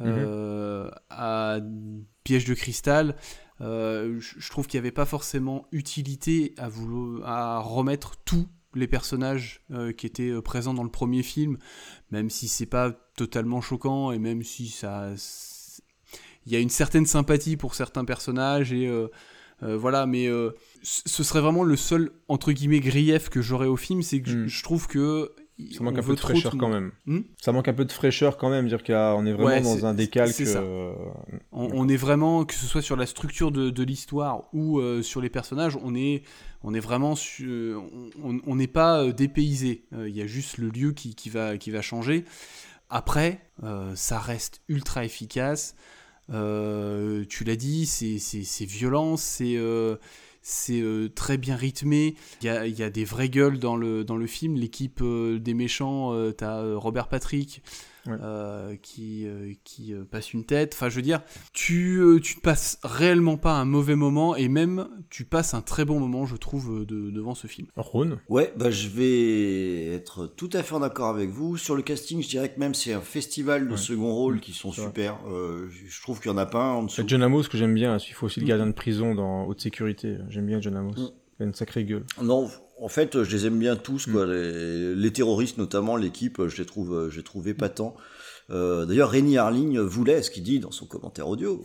à Piège de Cristal. Je trouve qu'il n'y avait pas forcément utilité à remettre tous les personnages qui étaient présents dans le premier film, même si c'est pas totalement choquant, et même si il y a une certaine sympathie pour certains personnages, et voilà, mais ce serait vraiment le seul entre guillemets grief que j'aurais au film, c'est que je trouve que ça manque un peu de fraîcheur quand même. Ça manque un peu de fraîcheur quand même, dire qu'on est vraiment dans un décalque. C'est ça. On est vraiment, que ce soit sur la structure de l'histoire ou sur les personnages, on est vraiment on n'est pas dépaysé. Il y a juste le lieu qui va changer. Après, ça reste ultra efficace. Tu l'as dit, c'est violent, c'est très bien rythmé. Il y a des vraies gueules dans le film. L'équipe des méchants, t'as Robert Patrick qui passe une tête. Enfin, je veux dire, tu ne passes réellement pas un mauvais moment, et même tu passes un très bon moment, je trouve, devant ce film. Ron ? Ouais, je vais être tout à fait en accord avec vous. Sur le casting, je dirais que même c'est un festival de second rôle qui sont super. Je trouve qu'il n'y en a pas un en dessous. John Amos, que j'aime bien, il faut aussi le gardien de prison dans Haute Sécurité. J'aime bien John Amos. Il a une sacrée gueule. Non, en fait, je les aime bien tous, quoi. Les terroristes, notamment, l'équipe, je les trouve épatants. D'ailleurs, Renny Harlin voulait, ce qu'il dit dans son commentaire audio,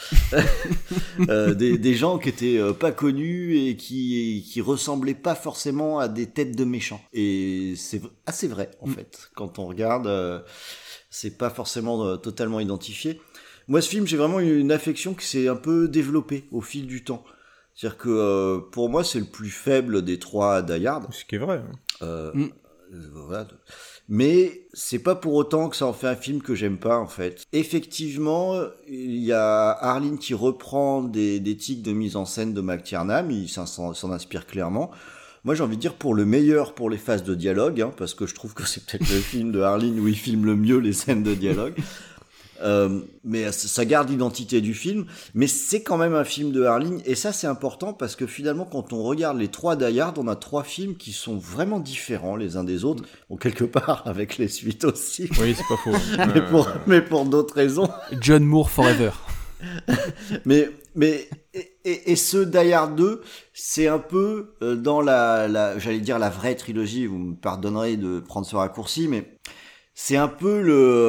des gens qui étaient pas connus et qui ressemblaient pas forcément à des têtes de méchants. Et c'est assez vrai, en fait. Quand on regarde, c'est pas forcément totalement identifié. Moi, ce film, j'ai vraiment une affection qui s'est un peu développée au fil du temps. C'est-à-dire que pour moi, c'est le plus faible des 3 Die Hard. Ce qui est vrai. Voilà. Mais c'est pas pour autant que ça en fait un film que j'aime pas, en fait. Effectivement, il y a Harlin qui reprend des tics de mise en scène de McTiernan, il s'en inspire clairement. Moi, j'ai envie de dire pour le meilleur pour les phases de dialogue, hein, parce que je trouve que c'est peut-être le film de Harlin où il filme le mieux les scènes de dialogue. Mais ça garde l'identité du film, mais c'est quand même un film de Harlin, et ça c'est important parce que finalement quand on regarde les 3 Die Hard, on a 3 films qui sont vraiment différents les uns des autres, bon quelque part avec les suites aussi. Oui, c'est pas faux. mais pour d'autres raisons. John Moore Forever. mais ce Die Hard 2, c'est un peu dans j'allais dire la vraie trilogie, vous me pardonnerez de prendre ce raccourci, mais c'est un peu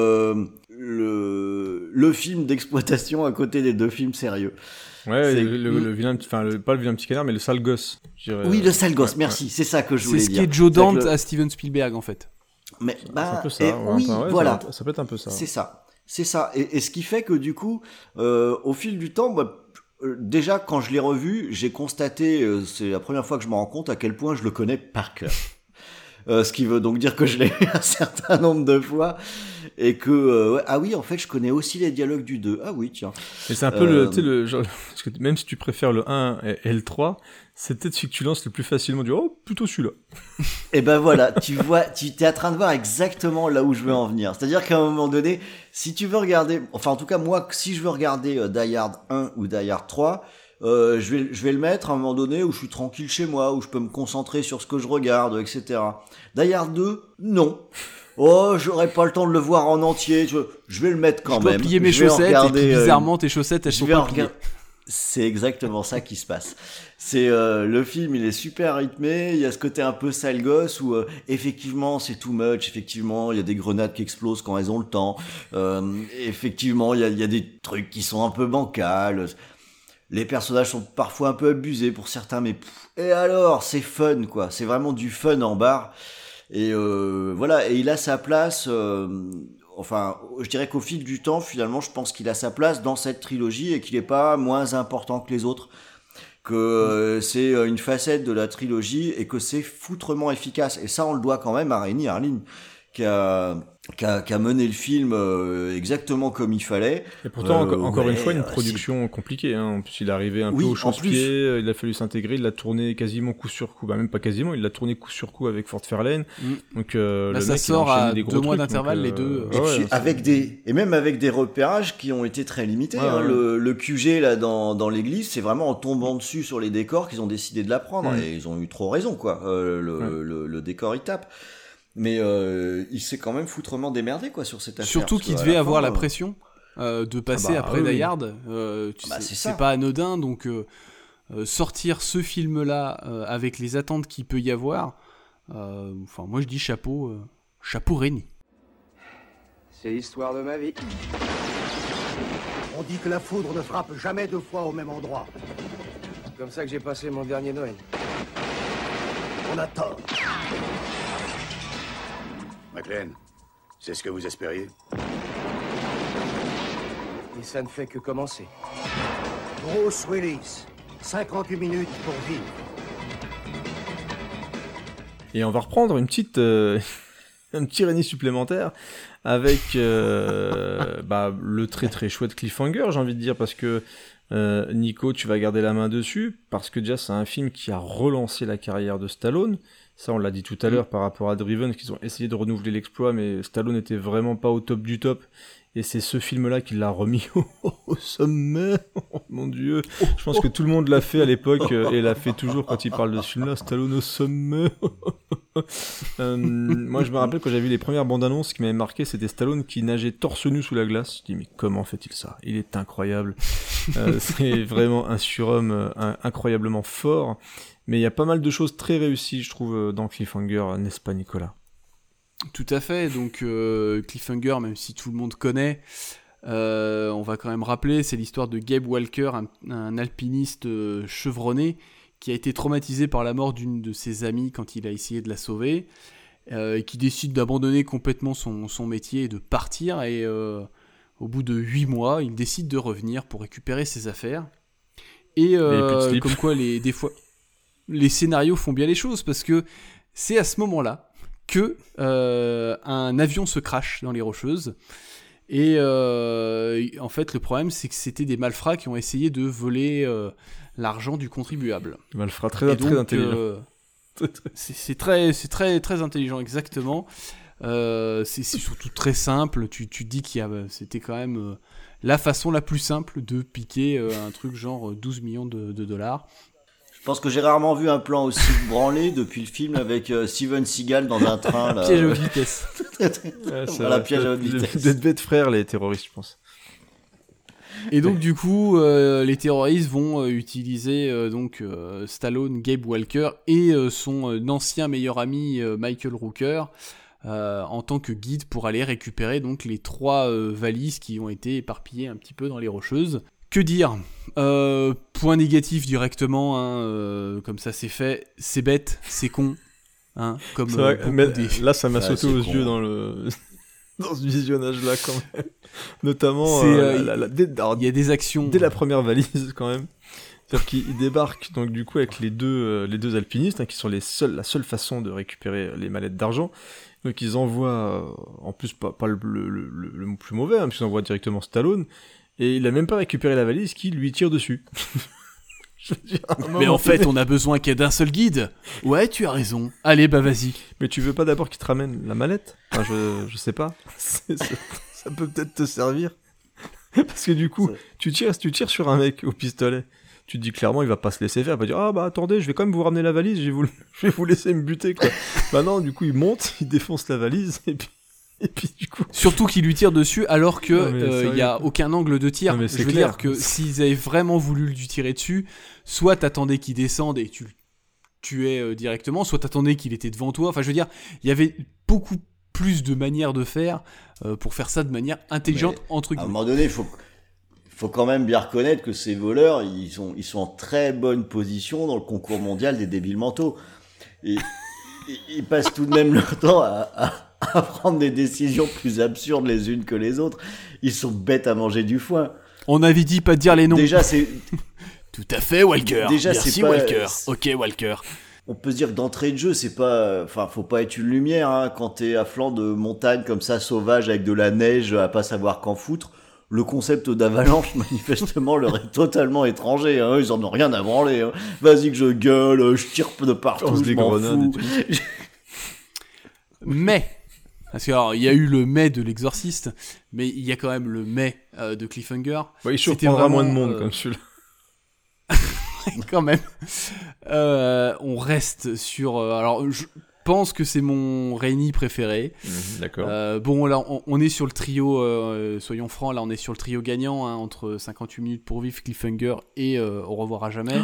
le film d'exploitation à côté des 2 films sérieux. Ouais, le vilain, enfin pas le vilain petit canard, mais le sale gosse. Oui, le sale gosse, merci, c'est ça que je voulais dire. C'est ce qui est Joe Dante à Steven Spielberg en fait. Mais c'est un peu ça. Oui, voilà. Ça peut être un peu ça. C'est ça. Et ce qui fait que du coup, au fil du temps, déjà quand je l'ai revu, j'ai constaté, c'est la première fois que je me rends compte à quel point je le connais par cœur. Ce qui veut donc dire que je l'ai vu un certain nombre de fois et que ah oui, en fait je connais aussi les dialogues du 2. Ah oui, tiens. Et c'est un peu tu sais le genre, parce que même si tu préfères le 1 et le 3, c'est peut-être celui que tu lances le plus facilement, du plutôt celui-là. Et ben voilà, tu vois, tu t'es en train de voir exactement là où je veux en venir. C'est-à-dire qu'à un moment donné, si tu veux regarder, enfin en tout cas moi, si je veux regarder Die Hard 1 ou Die Hard 3, je vais le mettre à un moment donné où je suis tranquille chez moi, où je peux me concentrer sur ce que je regarde, etc. Die Hard 2, non. Oh, j'aurais pas le temps de le voir en entier. Je vais le mettre quand même. Je dois plier mes chaussettes et puis bizarrement tes chaussettes elles sont pas pliées. C'est exactement ça qui se passe. C'est le film, il est super rythmé. Il y a ce côté un peu sale gosse où effectivement c'est too much. Effectivement, il y a des grenades qui explosent quand elles ont le temps. Effectivement, il y a des trucs qui sont un peu bancals. Les personnages sont parfois un peu abusés pour certains, mais et alors, c'est fun quoi. C'est vraiment du fun en barre. Et voilà. Et il a sa place. Enfin, je dirais qu'au fil du temps, finalement, je pense qu'il a sa place dans cette trilogie et qu'il n'est pas moins important que les autres. Que c'est une facette de la trilogie et que c'est foutrement efficace. Et ça, on le doit quand même à Renny Harlin, qui a mené le film exactement comme il fallait. Et pourtant, encore une fois, une production compliquée. Hein. En plus, il est arrivé un peu au chance-pied, il a fallu s'intégrer, il l'a tourné quasiment coup sur coup. Bah, même pas quasiment, il l'a tourné coup sur coup avec Ford Fairlane. Donc, là, le ça mec, sort il a à des 2 gros mois trucs, d'intervalle, les deux. Et même avec des repérages qui ont été très limités. Ouais, hein. ouais. Le QG là dans l'église, c'est vraiment en tombant dessus sur les décors qu'ils ont décidé de la prendre. Et ils ont eu trop raison, quoi. Le décor, il tape. Mais il s'est quand même foutrement démerdé quoi sur cette affaire. Surtout qu'il devait avoir la pression de passer après Die Hard. C'est pas anodin, donc sortir ce film-là avec les attentes qu'il peut y avoir, enfin moi je dis chapeau Renny. C'est l'histoire de ma vie. On dit que la foudre ne frappe jamais 2 fois au même endroit. C'est comme ça que j'ai passé mon dernier Noël. On a tort. McLean, c'est ce que vous espériez? Et ça ne fait que commencer. Bruce Willis, 58 minutes pour vivre. Et on va reprendre une petite, un petit Renny supplémentaire avec le très très chouette cliffhanger, j'ai envie de dire, parce que Nico, tu vas garder la main dessus, parce que déjà c'est un film qui a relancé la carrière de Stallone. Ça, on l'a dit tout à l'heure par rapport à Driven, qu'ils ont essayé de renouveler l'exploit, mais Stallone n'était vraiment pas au top du top. Et c'est ce film-là qui l'a remis au sommet. Oh, mon Dieu. Je pense que tout le monde l'a fait à l'époque et l'a fait toujours quand il parle de ce film-là. Stallone au sommet. Moi, je me rappelle quand j'avais vu les premières bandes annonces, ce qui m'avait marqué, c'était Stallone qui nageait torse nu sous la glace. Je dis, mais comment fait-il ça? Il est incroyable. C'est vraiment un surhomme incroyablement fort. Mais il y a pas mal de choses très réussies, je trouve, dans Cliffhanger, n'est-ce pas, Nicolas? Tout à fait, donc Cliffhanger, même si tout le monde connaît, on va quand même rappeler, c'est l'histoire de Gabe Walker, un alpiniste chevronné, qui a été traumatisé par la mort d'une de ses amies quand il a essayé de la sauver, et qui décide d'abandonner complètement son métier et de partir, et au bout de 8 mois, il décide de revenir pour récupérer ses affaires, et comme quoi des fois, les scénarios font bien les choses, parce que c'est à ce moment-là que un avion se crache dans les Rocheuses. Et en fait, le problème, c'est que c'était des malfrats qui ont essayé de voler l'argent du contribuable. Malfrats très intelligents. C'est très intelligent, exactement. C'est surtout très simple. Tu dis c'était quand même la façon la plus simple de piquer un truc genre 12 millions de dollars. Je pense que j'ai rarement vu un plan aussi branlé depuis le film avec Steven Seagal dans un train. Là. Piège à haute vitesse. Voilà, piège à haute vitesse. Vous êtes bêtes frères, les terroristes, je pense. Et donc, du coup, les terroristes vont utiliser Stallone, Gabe Walker et son ancien meilleur ami Michael Rooker en tant que guide pour aller récupérer donc les 3 valises qui ont été éparpillées un petit peu dans les Rocheuses. Que dire ? Point négatif directement, comme ça c'est fait, c'est bête, c'est con, comme c'est vrai, mais là ça m'a sauté aux con. Yeux dans ce visionnage-là quand même. Notamment, il y a des actions dès la première valise quand même. C'est-à-dire qu'ils débarquent donc du coup avec les deux alpinistes qui sont la seule façon de récupérer les mallettes d'argent. Donc ils envoient, en plus pas le plus mauvais, puisqu'ils envoient directement Stallone. Et il a même pas récupéré la valise qui lui tire dessus. Mais en fait, on a besoin qu'il y ait d'un seul guide. Ouais, tu as raison. Allez, bah vas-y. Mais tu veux pas d'abord qu'il te ramène la mallette ? Je sais pas. Ça peut peut-être te servir. Parce que du coup, tu tires sur un mec au pistolet. Tu te dis clairement, il va pas se laisser faire. Il va dire, ah bah attendez, je vais quand même vous ramener la valise. Je vais vous laisser me buter, quoi. Bah non, du coup, il monte, il défonce la valise et puis du coup... Surtout qu'il lui tire dessus alors que il y a aucun angle de tir. Non, je veux dire que s'ils avaient vraiment voulu lui tirer dessus, soit t'attendais qu'il descende et tu le tuais directement, soit t'attendais qu'il était devant toi. Enfin, je veux dire, il y avait beaucoup plus de manières de faire pour faire ça de manière intelligente, entre guillemets. À un moment donné, il faut quand même bien reconnaître que ces voleurs, ils sont en très bonne position dans le concours mondial des débiles mentaux. Et ils passent tout de même leur temps à prendre des décisions plus absurdes les unes que les autres. Ils sont bêtes à manger du foin. On avait dit pas de dire les noms. Déjà, c'est... Tout à fait, Walker. Déjà, merci, c'est pas... Walker. Ok, Walker. On peut se dire que d'entrée de jeu, c'est pas... Enfin, faut pas être une lumière, quand t'es à flanc de montagne comme ça, sauvage, avec de la neige, à pas savoir qu'en foutre. Le concept d'avalanche, manifestement, leur est totalement étranger. Ils en ont rien à branler. Vas-y que je gueule, je tire de partout, je m'en fous. Mais... Parce qu'il y a eu le mais de l'exorciste, mais il y a quand même le mais de Cliffhanger. Ouais, il surprendra moins de monde comme celui-là. Quand même. On reste sur... alors, je pense que c'est mon Raimi préféré. D'accord. Bon, là, on est sur le trio, soyons francs, là, on est sur le trio gagnant, entre 58 minutes pour vivre, Cliffhanger et Au revoir à jamais.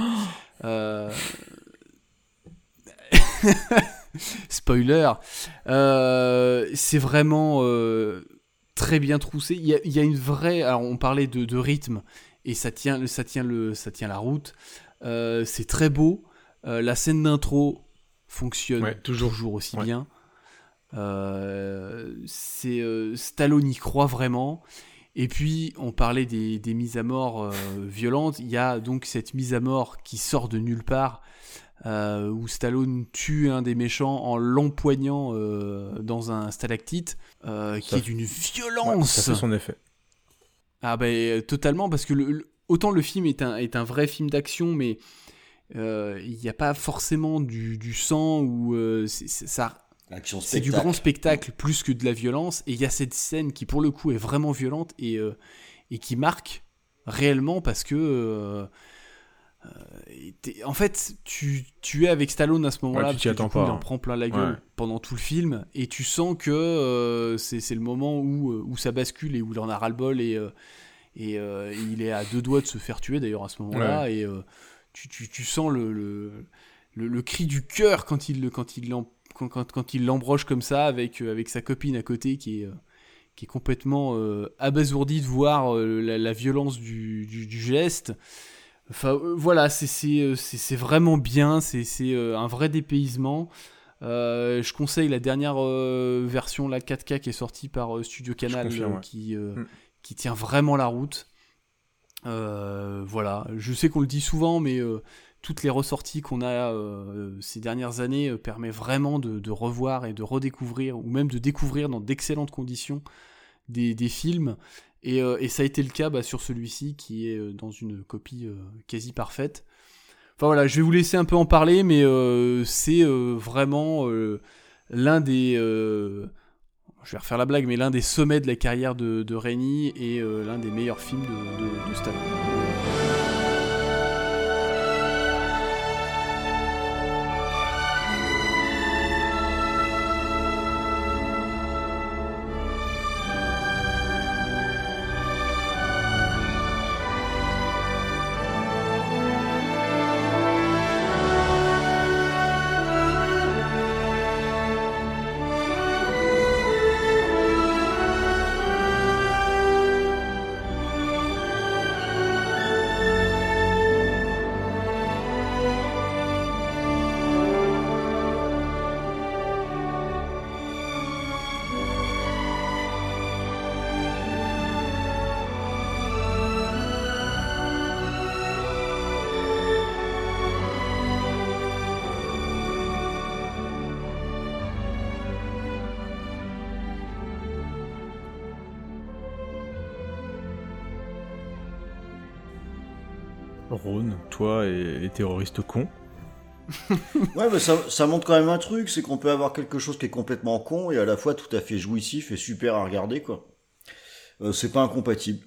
Spoiler, c'est vraiment très bien troussé. Il y a une vraie. Alors on parlait de rythme et ça tient la route. C'est très beau. La scène d'intro fonctionne toujours aussi bien. Stallone y croit vraiment. Et puis on parlait des mises à mort violentes. Il y a donc cette mise à mort qui sort de nulle part. Où Stallone tue un des méchants en l'empoignant dans un stalactite qui est d'une violence. Ouais, ça fait son effet. Ah totalement, parce que autant le film est un vrai film d'action, mais il n'y a pas forcément du sang ou c'est du grand spectacle plus que de la violence, et il y a cette scène qui pour le coup est vraiment violente et qui marque réellement parce que en fait, tu es avec Stallone à ce moment-là, parce que du coup, il en prend plein la gueule pendant tout le film, et tu sens que c'est le moment où ça bascule et où il en a ras-le-bol, et il est à 2 doigts de se faire tuer d'ailleurs à ce moment-là, et tu sens le cri du cœur quand il quand il l'embroche comme ça avec sa copine à côté qui est complètement abasourdie de voir la violence du geste. Enfin voilà, c'est vraiment bien, c'est un vrai dépaysement. Je conseille la dernière version, la 4K qui est sortie par Studio Canal, qui tient vraiment la route. Voilà, je sais qu'on le dit souvent, mais toutes les ressorties qu'on a ces dernières années permet vraiment de revoir et de redécouvrir, ou même de découvrir dans d'excellentes conditions des films. Et ça a été le cas sur celui-ci qui est dans une copie quasi parfaite. Enfin voilà, je vais vous laisser un peu en parler, mais c'est vraiment l'un des... je vais refaire la blague, mais l'un des sommets de la carrière de Raimi et l'un des meilleurs films de Stallone. Rhône, toi et les terroristes cons. Ouais, mais ça montre quand même un truc, c'est qu'on peut avoir quelque chose qui est complètement con et à la fois tout à fait jouissif et super à regarder, quoi. C'est pas incompatible.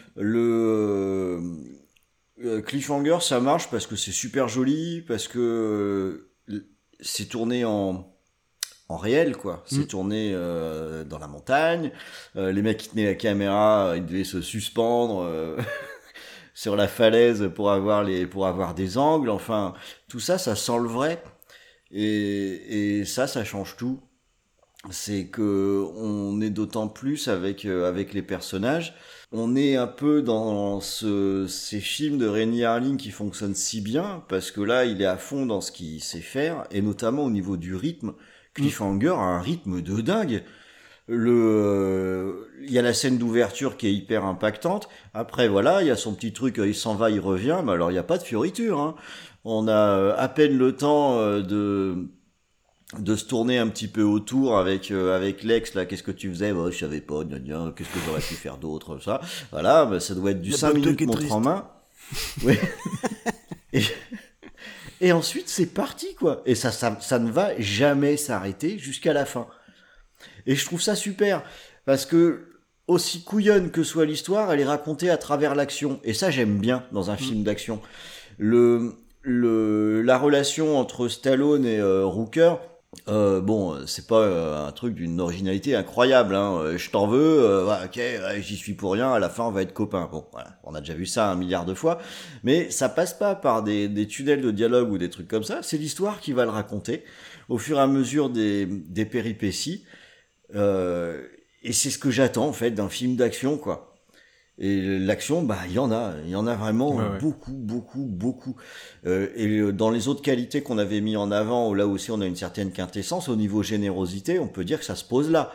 Le Cliffhanger, ça marche parce que c'est super joli, parce que c'est tourné en réel, quoi. C'est tourné dans la montagne. Les mecs qui tenaient la caméra, ils devaient se suspendre sur la falaise pour avoir des angles. Enfin, tout ça, ça sent le vrai. Et ça change tout. C'est que on est d'autant plus avec les personnages. On est un peu dans ces films de Renny Harlin qui fonctionnent si bien, parce que là, il est à fond dans ce qu'il sait faire, et notamment au niveau du rythme. Cliffhanger a un rythme de dingue. Il y a la scène d'ouverture qui est hyper impactante. Après, voilà, il y a son petit truc, il s'en va, il revient, mais alors il n'y a pas de fioriture, hein. On a à peine le temps de se tourner un petit peu autour avec Lex, là, qu'est-ce que tu faisais? Je savais pas, qu'est-ce que j'aurais pu faire d'autre, ça. Voilà, ça doit être du 5 minutes montre en main. Oui. Et ensuite, c'est parti, quoi. Et ça ne va jamais s'arrêter jusqu'à la fin. Et je trouve ça super, parce que, aussi couillonne que soit l'histoire, elle est racontée à travers l'action. Et ça, j'aime bien dans un film d'action. La relation entre Stallone et Rooker, c'est pas un truc d'une originalité incroyable, hein. Je t'en veux, j'y suis pour rien, à la fin on va être copains. Bon, voilà, on a déjà vu ça 1 milliard de fois, mais ça passe pas par des tunnels de dialogue ou des trucs comme ça, c'est l'histoire qui va le raconter au fur et à mesure des péripéties, et c'est ce que j'attends en fait d'un film d'action, quoi. Et l'action, il y en a vraiment beaucoup. Et dans les autres qualités qu'on avait mis en avant, là aussi on a une certaine quintessence, au niveau générosité, on peut dire que ça se pose là.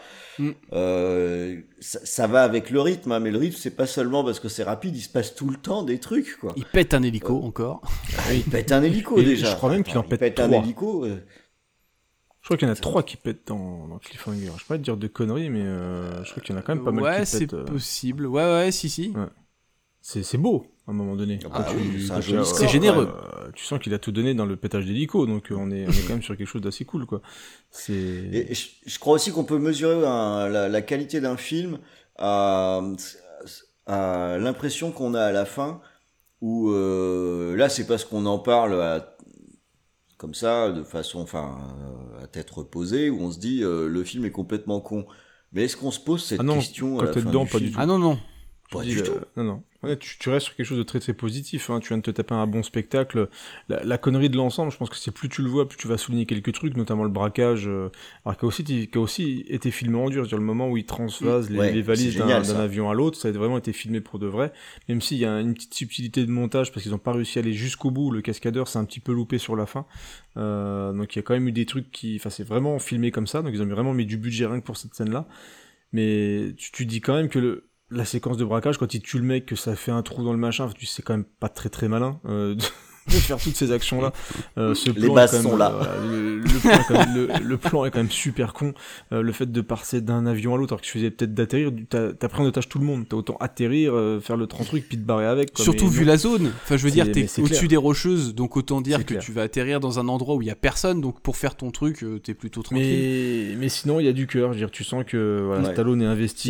Ça va avec le rythme, hein, mais le rythme c'est pas seulement parce que c'est rapide, il se passe tout le temps des trucs, quoi. Il pète un hélico encore. Il pète un hélico déjà. Je crois même qu'il en pète 3. Un hélico. Je crois qu'il y en a 3 qui pètent dans Cliffhanger. Je peux pas te dire de conneries, mais je crois qu'il y en a quand même pas mal qui pètent. Ouais, c'est possible. Ouais, si. Ouais. C'est beau, à un moment donné. C'est généreux. Tu sens qu'il a tout donné dans le pétage d'hélico, donc on est quand même sur quelque chose d'assez cool, quoi. Et je crois aussi qu'on peut mesurer la qualité d'un film à l'impression qu'on a à la fin, où là c'est parce qu'on en parle comme ça, de façon, à tête reposée, où on se dit le film est complètement con. Mais est-ce qu'on se pose cette question à la fin du film ? Ah non. Pas du tout. Non. Ouais, tu restes sur quelque chose de très très positif, hein. Tu viens de te taper un bon spectacle. La connerie de l'ensemble, je pense que c'est plus tu le vois, plus tu vas souligner quelques trucs, notamment le braquage, alors qui a aussi été filmé en dur, c'est-à-dire le moment où il transvase les valises d'un avion à l'autre, ça a vraiment été filmé pour de vrai, même s'il y a une petite subtilité de montage, parce qu'ils n'ont pas réussi à aller jusqu'au bout, le cascadeur s'est un petit peu loupé sur la fin, donc il y a quand même eu des trucs c'est vraiment filmé comme ça, donc ils ont vraiment mis du budget rien que pour cette scène-là, mais tu dis quand même que la séquence de braquage, quand il tue le mec, que ça fait un trou dans le machin, tu sais quand même pas très très malin de faire toutes ces actions-là. Les bases sont là. Le plan est quand même super con. Le fait de passer d'un avion à l'autre, alors que tu faisais peut-être d'atterrir, t'as pris en otage tout le monde. T'as autant atterrir, faire le truc, puis te barrer avec. Quoi. Surtout vu la zone. Enfin, je veux dire, t'es au-dessus clair. Des rocheuses, donc autant dire que tu vas atterrir dans un endroit où il y a personne, donc pour faire ton truc, t'es plutôt tranquille. Mais sinon, il y a du cœur. Je veux dire, tu sens que Stallone est investi.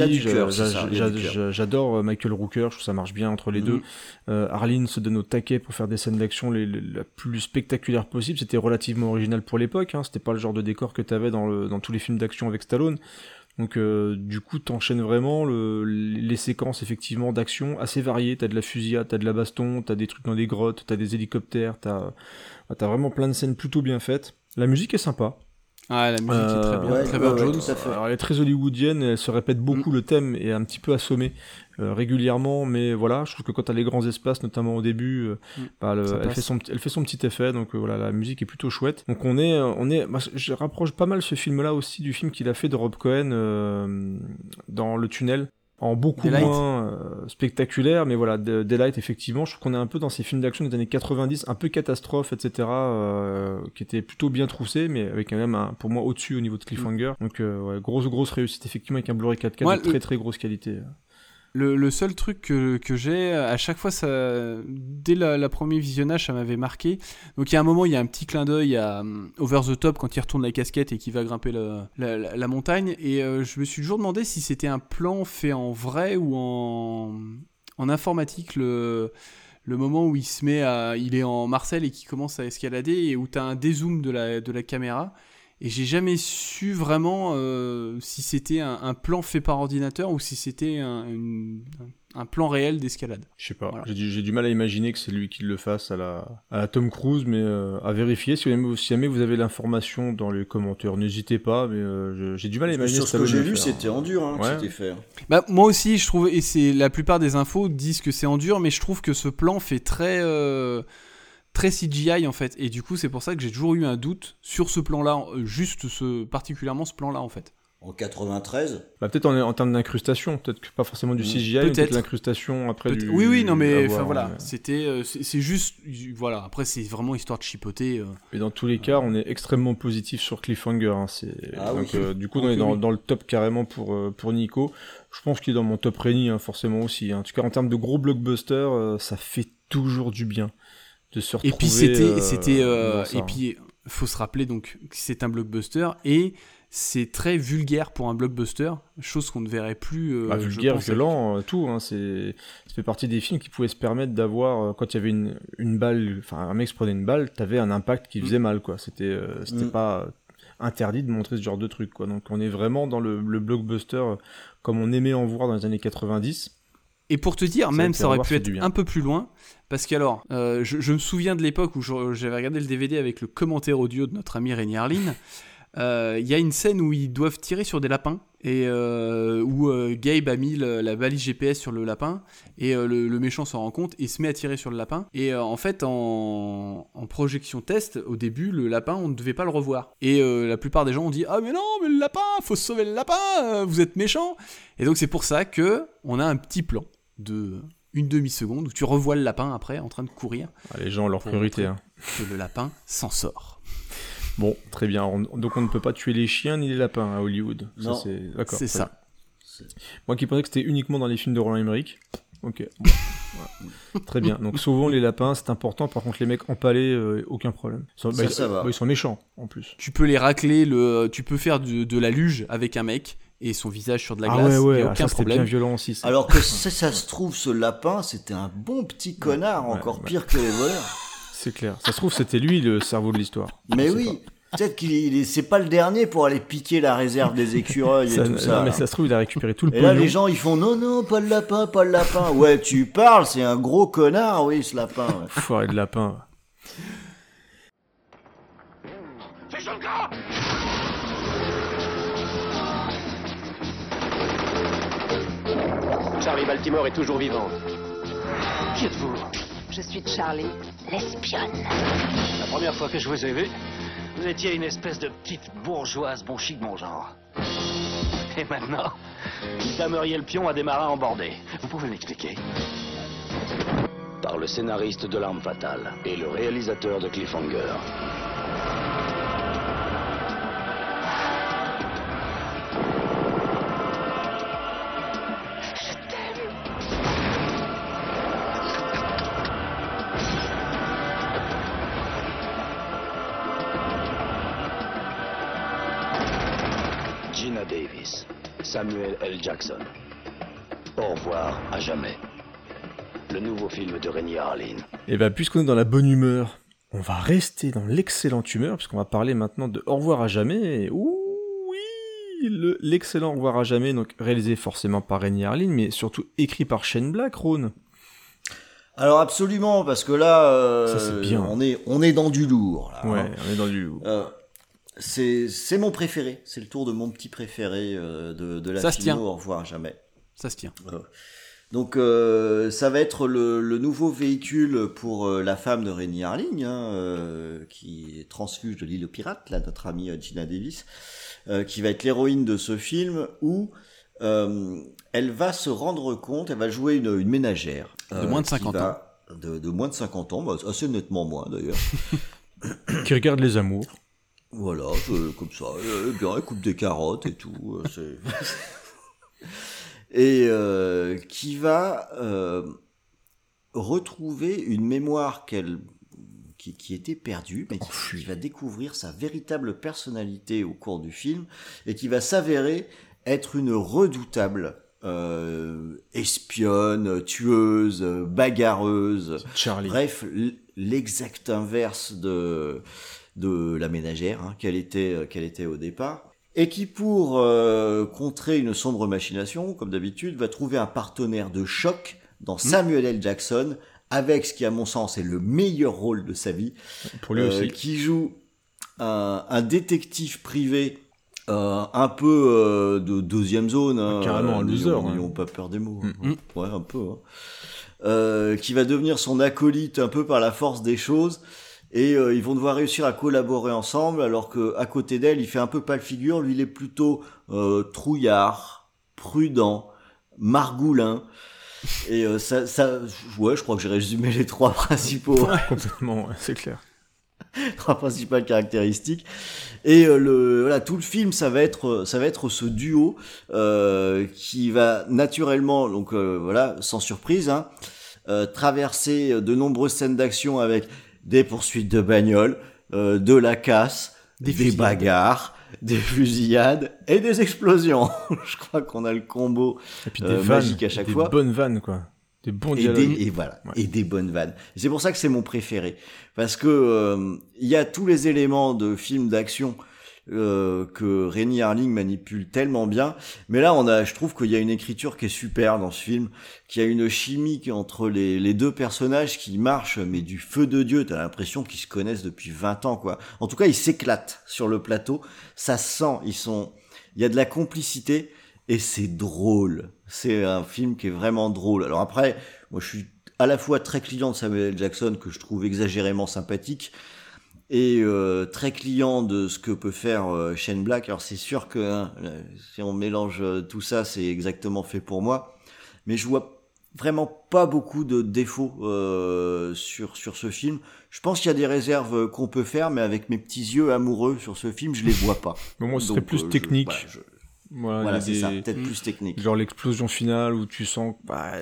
J'adore Michael Rooker, je trouve ça marche bien entre les deux. Arline se donne au taquet pour faire des scènes d'action la plus spectaculaire possible. C'était relativement original pour l'époque, hein. C'était pas le genre de décor que t'avais dans tous les films d'action avec Stallone. Donc du coup t'enchaînes vraiment les séquences effectivement d'action assez variées. T'as de la fusillade, t'as de la baston, t'as des trucs dans des grottes, t'as des hélicoptères, t'as vraiment plein de scènes plutôt bien faites. La musique est sympa. Ah, la musique est très bien. Trevor Jones. Alors, elle est très hollywoodienne, elle se répète beaucoup, le thème est un petit peu assommé régulièrement, mais voilà, je trouve que quand t'as les grands espaces, notamment au début, elle fait son petit effet, donc voilà, la musique est plutôt chouette. Donc je rapproche pas mal ce film-là aussi du film qu'il a fait de Rob Cohen dans Le Tunnel. En beaucoup moins spectaculaire, mais voilà, Daylight, effectivement, je trouve qu'on est un peu dans ces films d'action des années 90, un peu catastrophe, etc., qui étaient plutôt bien troussés, mais avec quand même, pour moi, au-dessus au niveau de cliffhanger. Donc, grosse réussite, effectivement, avec un Blu-ray 4K de très très grosse qualité. Le seul truc que j'ai, à chaque fois, dès la premier visionnage, ça m'avait marqué. Donc il y a un moment, il y a un petit clin d'œil à Over the Top quand il retourne la casquette et qu'il va grimper la montagne. Et je me suis toujours demandé si c'était un plan fait en vrai ou en informatique. Le moment où il est en Marseille et qu'il commence à escalader et où tu as un dézoom de la caméra. Et j'ai jamais su vraiment si c'était un plan fait par ordinateur ou si c'était un plan réel d'escalade. Je sais pas, voilà. J'ai du mal à imaginer que c'est lui qui le fasse à la Tom Cruise, mais à vérifier. Si jamais vous avez l'information dans les commentaires, n'hésitez pas, mais j'ai du mal à imaginer. Sur ce que j'ai vu, c'était en dur que c'était fait. Bah, moi aussi, je trouve, et c'est la plupart des infos disent que c'est en dur, mais je trouve que ce plan fait très CGI en fait, et du coup c'est pour ça que j'ai toujours eu un doute sur ce plan-là, particulièrement ce plan-là en fait. En 93 peut-être en termes d'incrustation, peut-être que pas forcément du CGI, mais peut-être l'incrustation après du... Oui, non mais enfin voilà, c'est juste, voilà, après c'est vraiment histoire de chipoter. Et dans tous les cas, on est extrêmement positif sur Cliffhanger, hein. Du coup on est dans le top carrément pour Nico. Je pense qu'il est dans mon top Réni, hein, forcément aussi, hein. En tout cas en termes de gros blockbusters, ça fait toujours du bien de se retrouver. Et puis faut se rappeler donc que c'est un blockbuster et c'est très vulgaire pour un blockbuster, chose qu'on ne verrait plus. Vulgaire, violent, tout. Hein, ça fait partie des films qui pouvaient se permettre d'avoir, quand il y avait une balle, enfin un mec se prenait une balle, t'avais un impact qui faisait mal, quoi. C'était pas interdit de montrer ce genre de truc, quoi. Donc on est vraiment dans le blockbuster comme on aimait en voir dans les années 90. Et pour te dire, même ça aurait pu être un peu plus loin, parce qu'alors, je me souviens de l'époque où j'avais regardé le DVD avec le commentaire audio de notre ami Rémi Harlin. Il y a une scène où ils doivent tirer sur des lapins et où Gabe a mis la balise GPS sur le lapin et le méchant s'en rend compte et se met à tirer sur le lapin et en fait en projection test au début le lapin on ne devait pas le revoir et la plupart des gens ont dit ah mais non mais le lapin faut sauver le lapin, vous êtes méchants, et donc c'est pour ça que on a un petit plan de une demi-seconde où tu revois le lapin après en train de courir. Les gens ont leur priorité, hein. Que le lapin s'en sort. Bon, très bien. Donc on ne peut pas tuer les chiens ni les lapins à Hollywood. Non, d'accord, c'est ça. Moi qui pensais que c'était uniquement dans les films de Roland Emmerich. Ok. Bon. Ouais. Très bien. Donc sauvons les lapins, c'est important. Par contre, les mecs empalés, aucun problème. Ça va. Ils sont méchants en plus. Tu peux les racler. Tu peux faire de la luge avec un mec et son visage sur de la glace. Ouais, y a aucun problème. Bien violent aussi. Ça. Alors que ça se trouve, ce lapin, c'était un bon petit connard, encore pire que les voleurs. C'est clair. Ça se trouve, c'était lui le cerveau de l'histoire. Mais oui. Peut-être c'est pas le dernier pour aller piquer la réserve des écureuils et tout ça. Non, mais ça se trouve, il a récupéré tout le Et pognon. là, les gens, ils font non, pas le lapin, pas le lapin. Ouais, tu parles, c'est un gros connard, oui, ce lapin. Ouais. Foiré de lapin. Fais chaud le gras! Charlie Baltimore est toujours vivante. Qui êtes-vous? Je suis Charlie, l'espionne. La première fois que je vous ai vu, vous étiez une espèce de petite bourgeoise bon chic mon genre. Et maintenant, vous dameriez le pion à des marins embordés. Vous pouvez m'expliquer? Par le scénariste de L'Arme Fatale et le réalisateur de Cliffhanger. Gina Davis, Samuel L. Jackson. Au revoir à jamais. Le nouveau film de Renny Harlin. Et bah, puisqu'on est dans la bonne humeur, on va rester dans l'excellente humeur, puisqu'on va parler maintenant de Au revoir à jamais. Ouh, oui, l'excellent Au revoir à jamais, donc réalisé forcément par Renny Harlin, mais surtout écrit par Shane Black, Ron. Alors absolument, parce que là, ça, c'est bien. On est dans du lourd. Là, ouais, hein. On est dans du lourd. C'est mon préféré, c'est le tour de mon petit préféré de la filmo, Au revoir à jamais. Ça se tient. Donc ça va être le nouveau véhicule pour la femme de Renny Harlin, qui est transfuge de l'île aux pirates, là, notre amie Gina Davis, qui va être l'héroïne de ce film où elle va se rendre compte, elle va jouer une ménagère. De moins de 50 ans. De moins de 50 ans, bah, assez nettement moins d'ailleurs. Qui regarde les amours. Voilà, comme ça, bien, elle coupe des carottes et tout. Et qui va retrouver une mémoire qui était perdue, mais qui va découvrir sa véritable personnalité au cours du film, et qui va s'avérer être une redoutable espionne, tueuse, bagarreuse. Charlie. Bref, l'exact inverse de la ménagère, hein, qu'elle était au départ. Et qui, pour contrer une sombre machination, comme d'habitude, va trouver un partenaire de choc dans Samuel L. Jackson, avec ce qui, à mon sens, est le meilleur rôle de sa vie. Pour lui aussi. Qui joue un détective privé, un peu de deuxième zone. Hein, carrément un loser. N'ayons pas peur des mots. Ouais, un peu. Hein. Qui va devenir son acolyte un peu par la force des choses. Et ils vont devoir réussir à collaborer ensemble, alors que à côté d'elle, il fait un peu pâle figure. Lui, il est plutôt trouillard, prudent, margoulin. Et ouais, je crois que j'ai résumé les trois principaux. Ouais, complètement, ouais, c'est clair. Trois principales caractéristiques. Et voilà, tout le film, ça va être ce duo qui va naturellement, donc voilà, sans surprise, hein, traverser de nombreuses scènes d'action avec des poursuites de bagnoles, de la casse, des bagarres, des fusillades et des explosions. Je crois qu'on a le combo et puis des magique vannes, à chaque fois. Des bonnes vannes, quoi. Des bons dialogues. Et voilà, ouais. Et des bonnes vannes. Et c'est pour ça que c'est mon préféré. Parce que il y a tous les éléments de films d'action que Renny Harlin manipule tellement bien, mais là je trouve qu'il y a une écriture qui est super dans ce film, qu'il y a une chimie entre les deux personnages qui marche, mais du feu de Dieu. T'as l'impression qu'ils se connaissent depuis 20 ans, quoi. En tout cas, ils s'éclatent sur le plateau, ça se sent, il y a de la complicité et c'est drôle. C'est un film qui est vraiment drôle. Alors après, moi je suis à la fois très client de Samuel L. Jackson, que je trouve exagérément sympathique, et très client de ce que peut faire Shane Black. Alors c'est sûr que hein, si on mélange tout ça, c'est exactement fait pour moi, mais je vois vraiment pas beaucoup de défauts sur ce film. Je pense qu'il y a des réserves qu'on peut faire, mais avec mes petits yeux amoureux sur ce film, je les vois pas. Mais moi, ce serait plus technique. Voilà, c'est ça, peut-être plus technique. Genre l'explosion finale où tu sens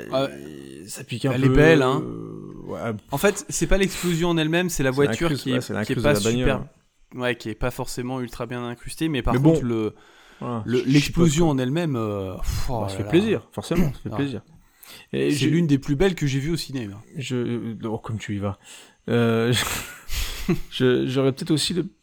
ça pique un peu. Elle est belle, hein. Ouais. En fait, c'est pas l'explosion en elle-même, c'est la voiture qui est pas super, ouais, qui est pas forcément ultra bien incrustée, mais par contre l'explosion en elle-même, ça fait plaisir, forcément, ça fait plaisir. Et c'est l'une des plus belles que j'ai vues au cinéma. Comme tu y vas. J'aurais peut-être aussi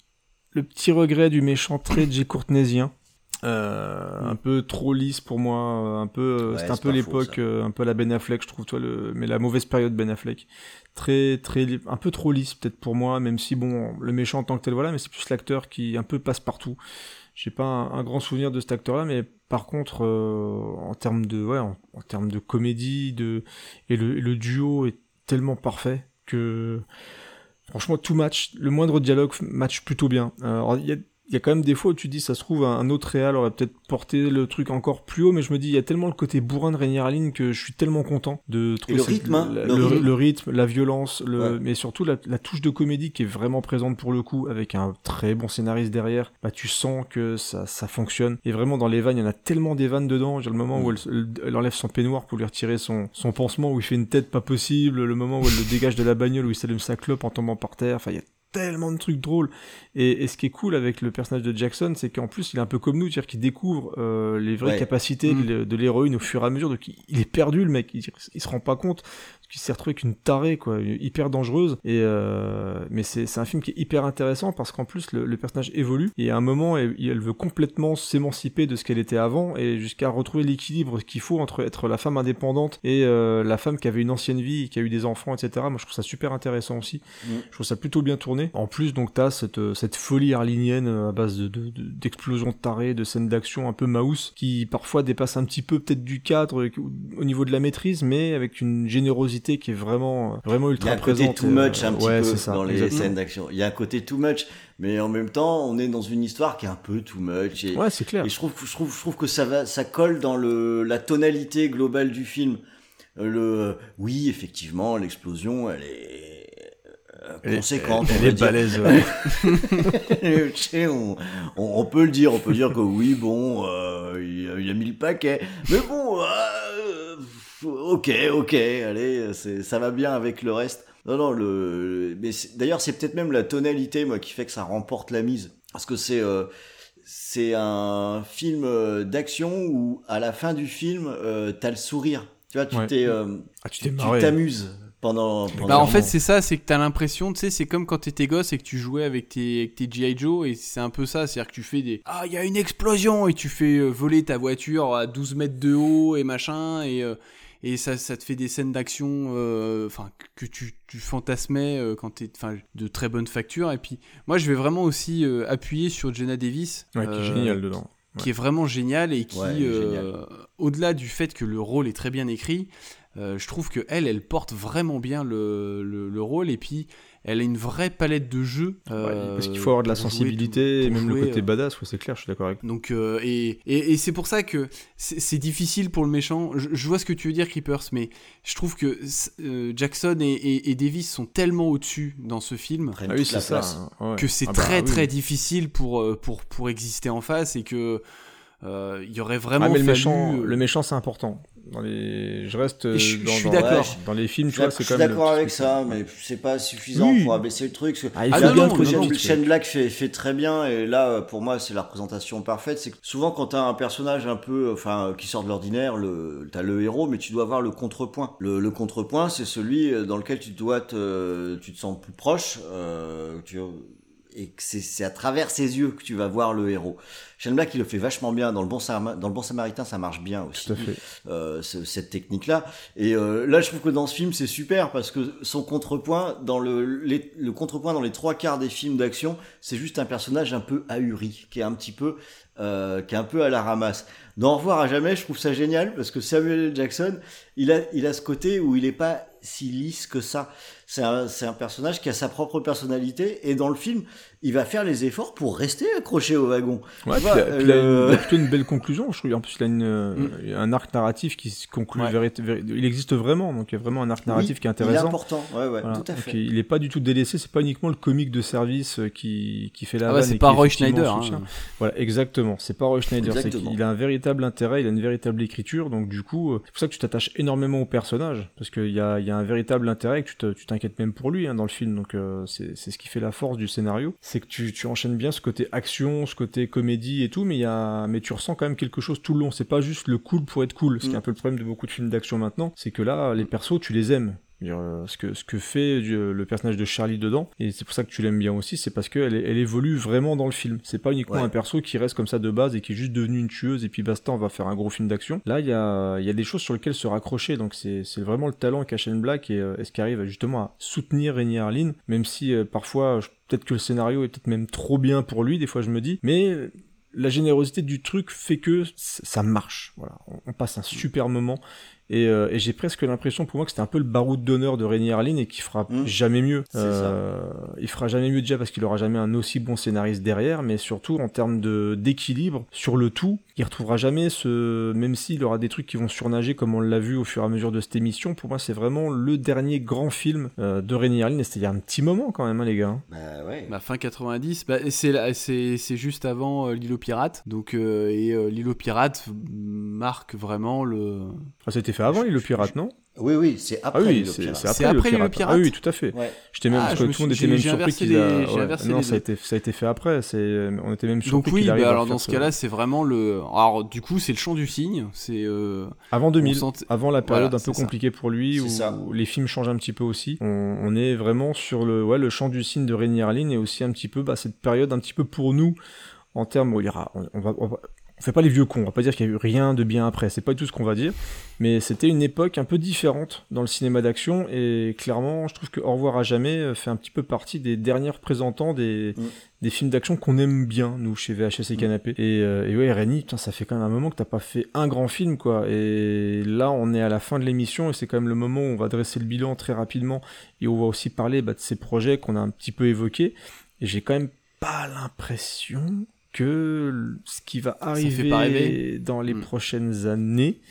le petit regret du méchant très Jay Courtneysien. Un peu trop lisse pour moi, c'était un peu l'époque, un peu la Ben Affleck, je trouve, mais la mauvaise période Ben Affleck. Un peu trop lisse peut-être pour moi, même si bon, le méchant en tant que tel, voilà, mais c'est plus l'acteur qui un peu passe partout. J'ai pas un grand souvenir de cet acteur-là, mais par contre, en termes de comédie, et le duo est tellement parfait que, franchement, le moindre dialogue match plutôt bien. Alors, il y a quand même des fois où tu te dis, ça se trouve, un autre réal aurait peut-être porté le truc encore plus haut, mais je me dis, il y a tellement le côté bourrin de Rainier Aline que je suis tellement content de trouver le rythme, la violence, mais surtout la touche de comédie qui est vraiment présente pour le coup, avec un très bon scénariste derrière. Bah, tu sens que ça fonctionne. Et vraiment, dans les vannes, il y en a tellement des vannes dedans. J'ai le moment où elle enlève son peignoir pour lui retirer son pansement, où il fait une tête pas possible, le moment où elle le dégage de la bagnole, où il s'allume sa clope en tombant par terre. Enfin, il y a tellement de trucs drôles, et ce qui est cool avec le personnage de Jackson, c'est qu'en plus il est un peu comme nous, c'est-à-dire qu'il découvre les vraies capacités de l'héroïne au fur et à mesure, donc il est perdu le mec, il se rend pas compte qu'il s'est retrouvé avec une tarée quoi, hyper dangereuse, mais c'est un film qui est hyper intéressant parce qu'en plus le personnage évolue, et à un moment elle veut complètement s'émanciper de ce qu'elle était avant, et jusqu'à retrouver l'équilibre qu'il faut entre être la femme indépendante et la femme qui avait une ancienne vie et qui a eu des enfants, etc. Moi je trouve ça super intéressant aussi, je trouve ça plutôt bien tourné. En plus, donc, t'as cette folie arlinienne à base d'explosions de tarés, de scènes d'action un peu mouse, qui parfois dépasse un petit peu peut-être du cadre au niveau de la maîtrise, mais avec une générosité qui est vraiment ultra présente. Il y a un côté too much un petit peu dans les scènes d'action. Il y a un côté too much, mais en même temps, on est dans une histoire qui est un peu too much. Ouais, c'est clair. Et je trouve que ça colle dans la tonalité globale du film. Oui, effectivement, l'explosion, elle est conséquente. Elle est balèze. On peut le dire, que oui, bon, il a mis le paquet. Mais bon, ok, allez, ça va bien avec le reste. Non, mais d'ailleurs, c'est peut-être même la tonalité, moi, qui fait que ça remporte la mise. Parce que c'est un film d'action où, à la fin du film, t'as le sourire. Tu vois, tu t'amuses. En fait c'est ça, c'est que t'as l'impression, tu sais, c'est comme quand t'étais gosse et que tu jouais avec tes G.I. Joe, et c'est un peu ça, c'est-à-dire que tu fais il y a une explosion, et tu fais voler ta voiture à 12 mètres de haut et machin, et ça te fait des scènes d'action que tu fantasmais quand t'es de très bonne facture. Et puis moi je vais vraiment aussi appuyer sur Jenna Davis, qui est géniale dedans. Qui est vraiment génial, et qui au-delà du fait que le rôle est très bien écrit, je trouve que elle porte vraiment bien le rôle, et puis elle a une vraie palette de jeux. Parce qu'il faut avoir de la sensibilité, et même le côté badass, c'est clair, je suis d'accord avec toi. Donc, et c'est pour ça que c'est difficile pour le méchant. Je vois ce que tu veux dire, Creepers, mais je trouve que Jackson et Davis sont tellement au-dessus dans ce film que c'est très difficile pour exister en face, et que il y aurait vraiment fallu... Le méchant, c'est important. Je suis d'accord. Dans les films, tu vois, c'est quand même... Je suis d'accord avec ça, mais c'est pas suffisant pour abaisser le truc. Shane Black fait très bien, et là, pour moi, c'est la représentation parfaite. C'est que souvent, quand t'as un personnage un peu, qui sort de l'ordinaire, t'as le héros, mais tu dois avoir le contrepoint. Le contrepoint, c'est celui dans lequel tu te sens plus proche, et que c'est à travers ses yeux que tu vas voir le héros. Shane Black, il le fait vachement bien. Dans le Bon Samaritain, ça marche bien aussi. Tout à fait. Cette technique-là. Et là, je trouve que dans ce film, c'est super, parce que son contrepoint, le contrepoint dans les 3/4 des films d'action, c'est juste un personnage un peu ahuri, qui est un peu à la ramasse. Dans Au revoir à jamais, je trouve ça génial, parce que Samuel L. Jackson, il a ce côté où il est pas si lisse que ça. C'est un personnage qui a sa propre personnalité, et dans le film, il va faire les efforts pour rester accroché au wagon. Ouais, il a plutôt une belle conclusion, je trouve. En plus, il a un arc narratif qui se conclut. Il existe vraiment, donc il y a vraiment un arc narratif qui est intéressant. Il est important, voilà. Tout à fait. Donc, il est pas du tout délaissé, c'est pas uniquement le comique de service qui fait la vanne. C'est pas Roy Schneider. Voilà, exactement. C'est pas Roy Schneider. C'est qu'il a un véritable intérêt, il a une véritable écriture, donc du coup, c'est pour ça que tu t'attaches énormément au personnage, parce qu'il y a un véritable intérêt, que tu t'inquiètes même pour lui dans le film, donc c'est ce qui fait la force du scénario, c'est que tu enchaînes bien ce côté action, ce côté comédie et tout, mais tu ressens quand même quelque chose tout le long, c'est pas juste le cool pour être cool, ce qui est un peu le problème de beaucoup de films d'action maintenant, c'est que là, les persos, tu les aimes. Ce que fait le personnage de Charlie dedans, et c'est pour ça que tu l'aimes bien aussi, c'est parce qu'elle évolue vraiment dans le film. C'est pas uniquement un perso qui reste comme ça de base et qui est juste devenu une tueuse et puis basta, on va faire un gros film d'action. Là, il y a des choses sur lesquelles se raccrocher, donc c'est vraiment le talent qu'a Shane Black et ce qui arrive justement à soutenir Renny Harlin, même si parfois peut-être que le scénario est peut-être même trop bien pour lui, des fois je me dis, mais la générosité du truc fait que ça marche. Voilà, on passe un super moment. Et j'ai presque l'impression pour moi que c'était un peu le baroud d'honneur de Renny Harlin et qu'il fera jamais mieux. Il fera jamais mieux déjà parce qu'il aura jamais un aussi bon scénariste derrière, mais surtout en termes d'équilibre sur le tout, il retrouvera jamais même s'il aura des trucs qui vont surnager comme on l'a vu au fur et à mesure de cette émission. Pour moi, c'est vraiment le dernier grand film de Renny Harlin, et c'était il y a un petit moment quand même, hein, les gars. Bah ouais. Fin 90, c'est juste avant L'île aux pirates. Donc L'île aux pirates marque vraiment le. C'était fait avant L'île aux pirates, non ? Oui, c'est après L'île aux pirates. C'est après L'île aux pirates. Ah oui, tout à fait. Ouais. J'étais même parce que tout le monde était même surpris qu'il a. Non, ça a été fait après. On était même surpris qu'il arrive. Donc oui, alors dans ce cas-là, c'est vraiment le. Alors du coup, c'est le Chant du Cygne. C'est avant 2000, avant la période un peu compliquée pour lui, où les films changent un petit peu aussi. On est vraiment sur le Chant du Cygne de Renny Harlin et aussi un petit peu cette période un petit peu pour nous en termes où il y aura. On fait pas les vieux cons, on va pas dire qu'il y a eu rien de bien après, c'est pas du tout ce qu'on va dire, mais c'était une époque un peu différente dans le cinéma d'action, et clairement, je trouve que Au revoir à jamais fait un petit peu partie des derniers représentants des films d'action qu'on aime bien, nous, chez VHS et Canapé. Et ouais, Renny, putain, ça fait quand même un moment que t'as pas fait un grand film, quoi, et là, on est à la fin de l'émission, et c'est quand même le moment où on va dresser le bilan très rapidement, et on va aussi parler de ces projets qu'on a un petit peu évoqués, et j'ai quand même pas l'impression que ce qui va arriver dans les prochaines années,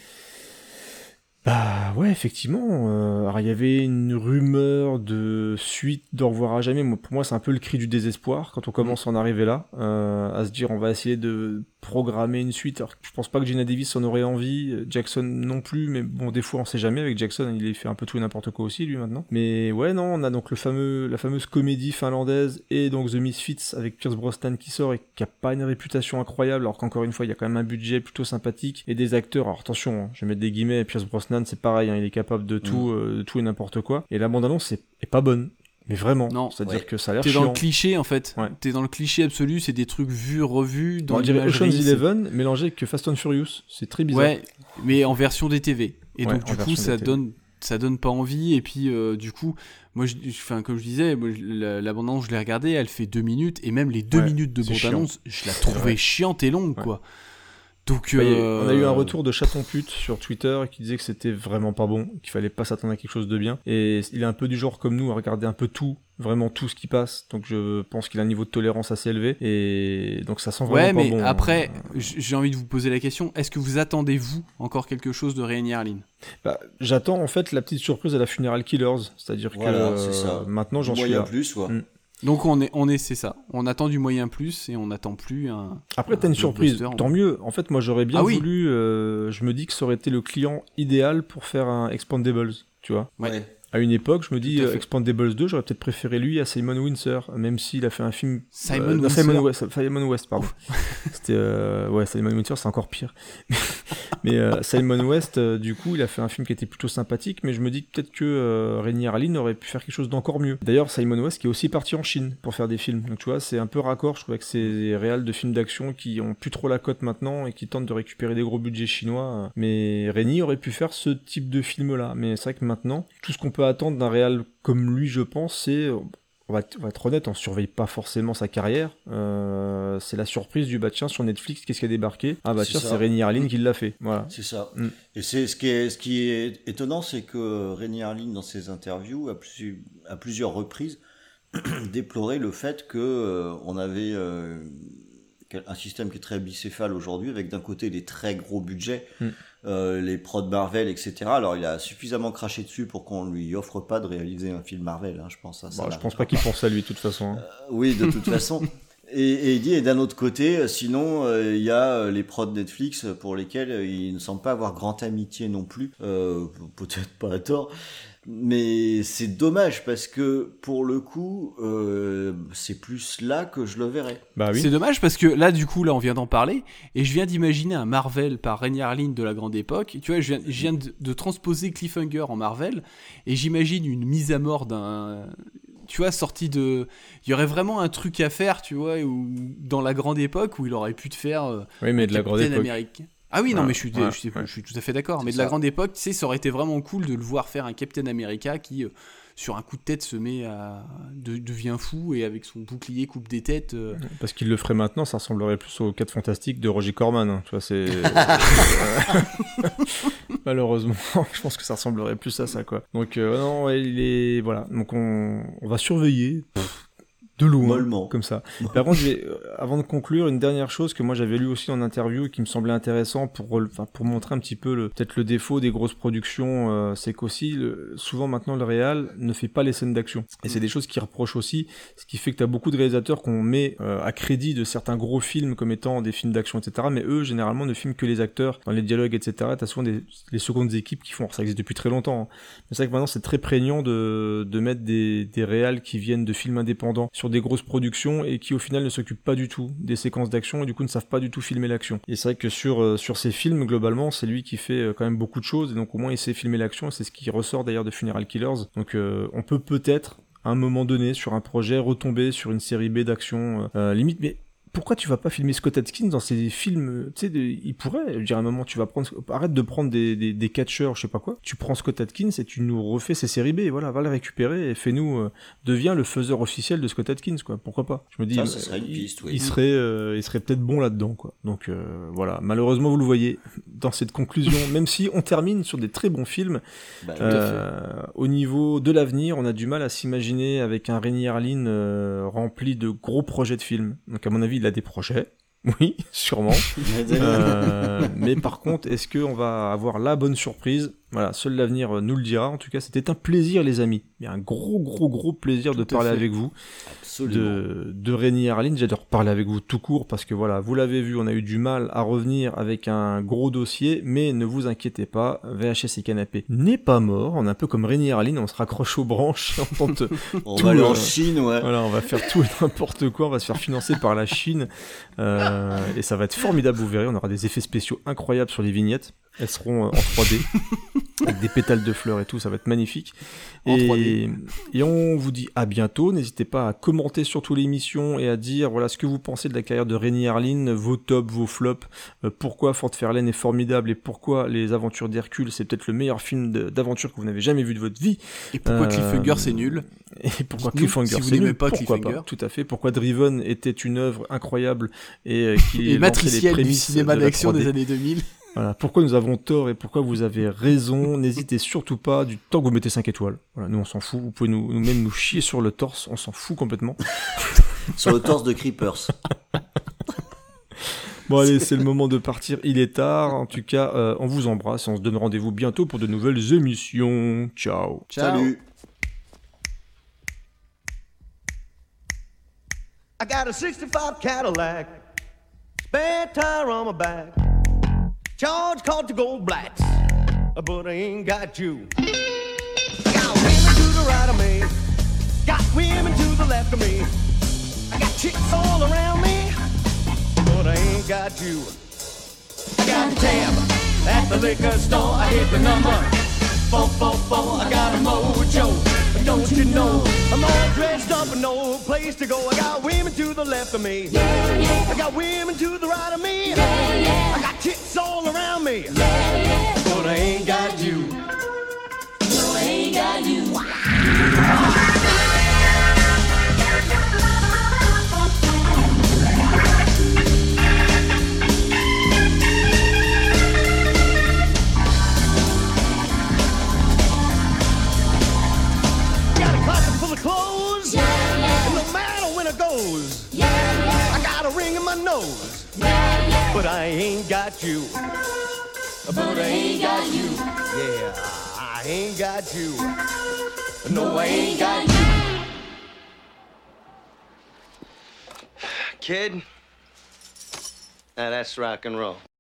bah ouais, effectivement, alors il y avait une rumeur de suite d'Au revoir à jamais. Pour moi, c'est un peu le cri du désespoir quand on commence à en arriver là, à se dire on va essayer de programmer une suite. Alors je pense pas que Gina Davis en aurait envie, Jackson non plus, mais bon, des fois on sait jamais. Avec Jackson, il fait un peu tout et n'importe quoi aussi lui maintenant. Mais ouais, non, on a donc la fameuse comédie finlandaise et donc The Misfits avec Pierce Brosnan qui sort et qui a pas une réputation incroyable, alors qu'encore une fois il y a quand même un budget plutôt sympathique et des acteurs. Alors attention, hein, je vais mettre des guillemets, Pierce Brosnan c'est pareil, hein, il est capable de tout et n'importe quoi. Et la bande-annonce est pas bonne. Mais vraiment, non, c'est-à-dire que ça a l'air chiant. T'es dans le cliché en fait, t'es dans le cliché absolu, c'est des trucs vus, revus, dans l'imagerie. On dirait Ocean's 11 mélangé avec Fast and Furious, c'est très bizarre. Ouais, mais en version DTV. Et donc du coup ça donne pas envie, et puis du coup, moi comme je disais, la bande-annonce je l'ai regardée, elle fait 2 minutes, et même les 2 minutes de bande-annonce, je la trouvais chiante et longue quoi. Donc, on a eu un retour de Chaton Pute sur Twitter qui disait que c'était vraiment pas bon, qu'il fallait pas s'attendre à quelque chose de bien. Et il est un peu du genre comme nous à regarder un peu tout, vraiment tout ce qui passe. Donc je pense qu'il a un niveau de tolérance assez élevé. Et donc ça sent vraiment pas bon. Ouais, mais après, j'ai envie de vous poser la question, est-ce que vous attendez, vous, encore quelque chose de Renny Harlin ? J'attends en fait la petite surprise à la Funeral Killers. C'est-à-dire que maintenant j'en suis là. Plus, ouais. Donc c'est ça. On attend du moyen plus et on n'attend plus un. Après t'as une surprise, tant mieux. En fait moi j'aurais bien voulu. Je me dis que ça aurait été le client idéal pour faire un Expandables, tu vois. Ouais. À une époque, je me dis Expandables 2, j'aurais peut-être préféré lui à Simon Windsor, même s'il a fait un film. Simon West, pardon. C'était Simon Windsor, c'est encore pire. Mais Simon West, du coup, il a fait un film qui était plutôt sympathique, mais je me dis que peut-être que Renny Harlin aurait pu faire quelque chose d'encore mieux. D'ailleurs, Simon West qui est aussi parti en Chine pour faire des films. Donc tu vois, c'est un peu raccord, je trouve, avec ces réals de films d'action qui ont plus trop la cote maintenant et qui tentent de récupérer des gros budgets chinois. Mais Renny aurait pu faire ce type de film-là. Mais c'est vrai que maintenant, tout ce qu'on peut attendre d'un réal comme lui, je pense, c'est... On va être honnête, on surveille pas forcément sa carrière. C'est la surprise du tiens, sur Netflix, qu'est-ce qui a débarqué ? Ah bah tiens, c'est Renny Harlin qui l'a fait. Voilà. C'est ça. Et ce qui est étonnant, c'est que Renny Harlin, dans ses interviews, à plusieurs reprises, déplorait le fait que on avait un système qui est très bicéphale aujourd'hui, avec d'un côté les très gros budgets, les prods Marvel, etc. Alors il a suffisamment craché dessus pour qu'on lui offre pas de réaliser un film Marvel, hein, je pense. Je pense pas qu'il pense à lui de toute façon. Oui, de toute façon. Et il dit, et d'un autre côté, sinon, il y a les prods Netflix pour lesquels il ne semble pas avoir grande amitié non plus, peut-être pas à tort. Mais c'est dommage parce que pour le coup, c'est plus là que je le verrai. Bah oui. C'est dommage parce que là, du coup, là, on vient d'en parler et je viens d'imaginer un Marvel par Rainy Harlin de la grande époque. Tu vois, je viens de transposer Cliffhanger en Marvel et j'imagine une mise à mort d'un... Tu vois, sorti de... Il y aurait vraiment un truc à faire, tu vois, où, dans la grande époque où il aurait pu te faire... oui, mais de la grande époque. Amérique. Ah oui, non, mais je suis tout à fait d'accord. Mais de la grande époque, tu sais, ça aurait été vraiment cool de le voir faire un Captain America qui, sur un coup de tête, se met à... devient fou et avec son bouclier coupe des têtes... Parce qu'il le ferait maintenant, ça ressemblerait plus aux 4 Fantastiques de Roger Corman. Hein. Tu vois, c'est... Malheureusement, je pense que ça ressemblerait plus à ça, quoi. Donc, non, ouais, il est... Voilà. Donc, on va surveiller... de loin, mollement, comme ça. Par contre, avant de conclure, une dernière chose que moi j'avais lu aussi en interview et qui me semblait intéressant pour montrer un petit peu peut-être le défaut des grosses productions, c'est qu'aussi souvent maintenant le réal ne fait pas les scènes d'action. Et c'est des choses qui reprochent aussi, ce qui fait que t'as beaucoup de réalisateurs qu'on met à crédit de certains gros films comme étant des films d'action, etc. Mais eux, généralement, ne filment que les acteurs dans les dialogues, etc. T'as souvent les secondes équipes qui font. Alors, ça existe depuis très longtemps. Hein. Mais c'est vrai que maintenant c'est très prégnant de mettre des réals qui viennent de films indépendants sur des grosses productions et qui au final ne s'occupent pas du tout des séquences d'action et du coup ne savent pas du tout filmer l'action. Et c'est vrai que sur ces films, globalement, c'est lui qui fait quand même beaucoup de choses et donc au moins il sait filmer l'action et c'est ce qui ressort d'ailleurs de Funeral Killers. Donc on peut peut-être à un moment donné sur un projet retomber sur une série B d'action limite, mais pourquoi tu vas pas filmer Scott Adkins dans ces films, tu sais, il pourrait, je dirais à un moment, tu vas prendre, arrête de prendre des catcheurs, je sais pas quoi, tu prends Scott Adkins et tu nous refais ses séries B, voilà, va les récupérer et fais-nous, deviens le faiseur officiel de Scott Adkins, quoi, pourquoi pas? Je me dis, ça serait une piste, oui. Il serait peut-être bon là-dedans, quoi. Donc, voilà, malheureusement, vous le voyez, dans cette conclusion, même si on termine sur des très bons films, au niveau de l'avenir, on a du mal à s'imaginer avec un Rainy Harlin rempli de gros projets de films. Donc, à mon avis, il a des projets, oui, sûrement. Mais par contre, est-ce qu'on va avoir la bonne surprise? Voilà, seul l'avenir nous le dira. En tout cas, c'était un plaisir, les amis. Il y a un gros plaisir de parler avec vous. De Rainy Harlin. J'adore parler avec vous tout court parce que voilà, vous l'avez vu, on a eu du mal à revenir avec un gros dossier, mais ne vous inquiétez pas, VHS et Canapé n'est pas mort. On est un peu comme Rainy Harlin, on se raccroche aux branches. On va aller en Chine, ouais. Voilà, on va faire tout et n'importe quoi, on va se faire financer par la Chine. Et ça va être formidable, vous verrez, on aura des effets spéciaux incroyables sur les vignettes. Elles seront en 3D, avec des pétales de fleurs et tout, ça va être magnifique. Et on vous dit à bientôt, n'hésitez pas à commenter surtout l'émission et à dire voilà ce que vous pensez de la carrière de Rainy Harlin, vos tops, vos flops, pourquoi Fort Fairlane est formidable et pourquoi Les Aventures d'Hercule c'est peut-être le meilleur film d'aventure que vous n'avez jamais vu de votre vie. Et pourquoi Cliffhanger c'est nul. Et pourquoi Cliffhanger si vous c'est n'aimez nul, pas pourquoi Cliffhanger. pas, tout à fait, pourquoi Driven était une œuvre incroyable et qui et matricielle du cinéma d'action des années 2000. Voilà, pourquoi nous avons tort et pourquoi vous avez raison, n'hésitez surtout pas, du temps que vous mettez 5 étoiles. Voilà, nous on s'en fout, vous pouvez même nous chier sur le torse, on s'en fout complètement. Sur le torse de Creepers. Bon allez, c'est le moment de partir, il est tard, en tout cas, on vous embrasse, on se donne rendez-vous bientôt pour de nouvelles émissions. Ciao. Salut. I got a 65 Cadillac, spare tire on my back. Charge called to gold blacks, but I ain't got you. I got women to the right of me, got women to the left of me. I got chicks all around me, but I ain't got you. I got a tab at the liquor store, I hit the number 444, I got a mojo. Don't you know, I'm all dressed up and no place to go. I got women to the left of me, I got women to the right of me. I got chicks all around me, but I ain't got you. No, I ain't got you. Clothes, and no matter when it goes, I got a ring in my nose, but I ain't got you. But I ain't got you. Yeah, I ain't got you. No, I ain't got you. Kid, now that's rock and roll.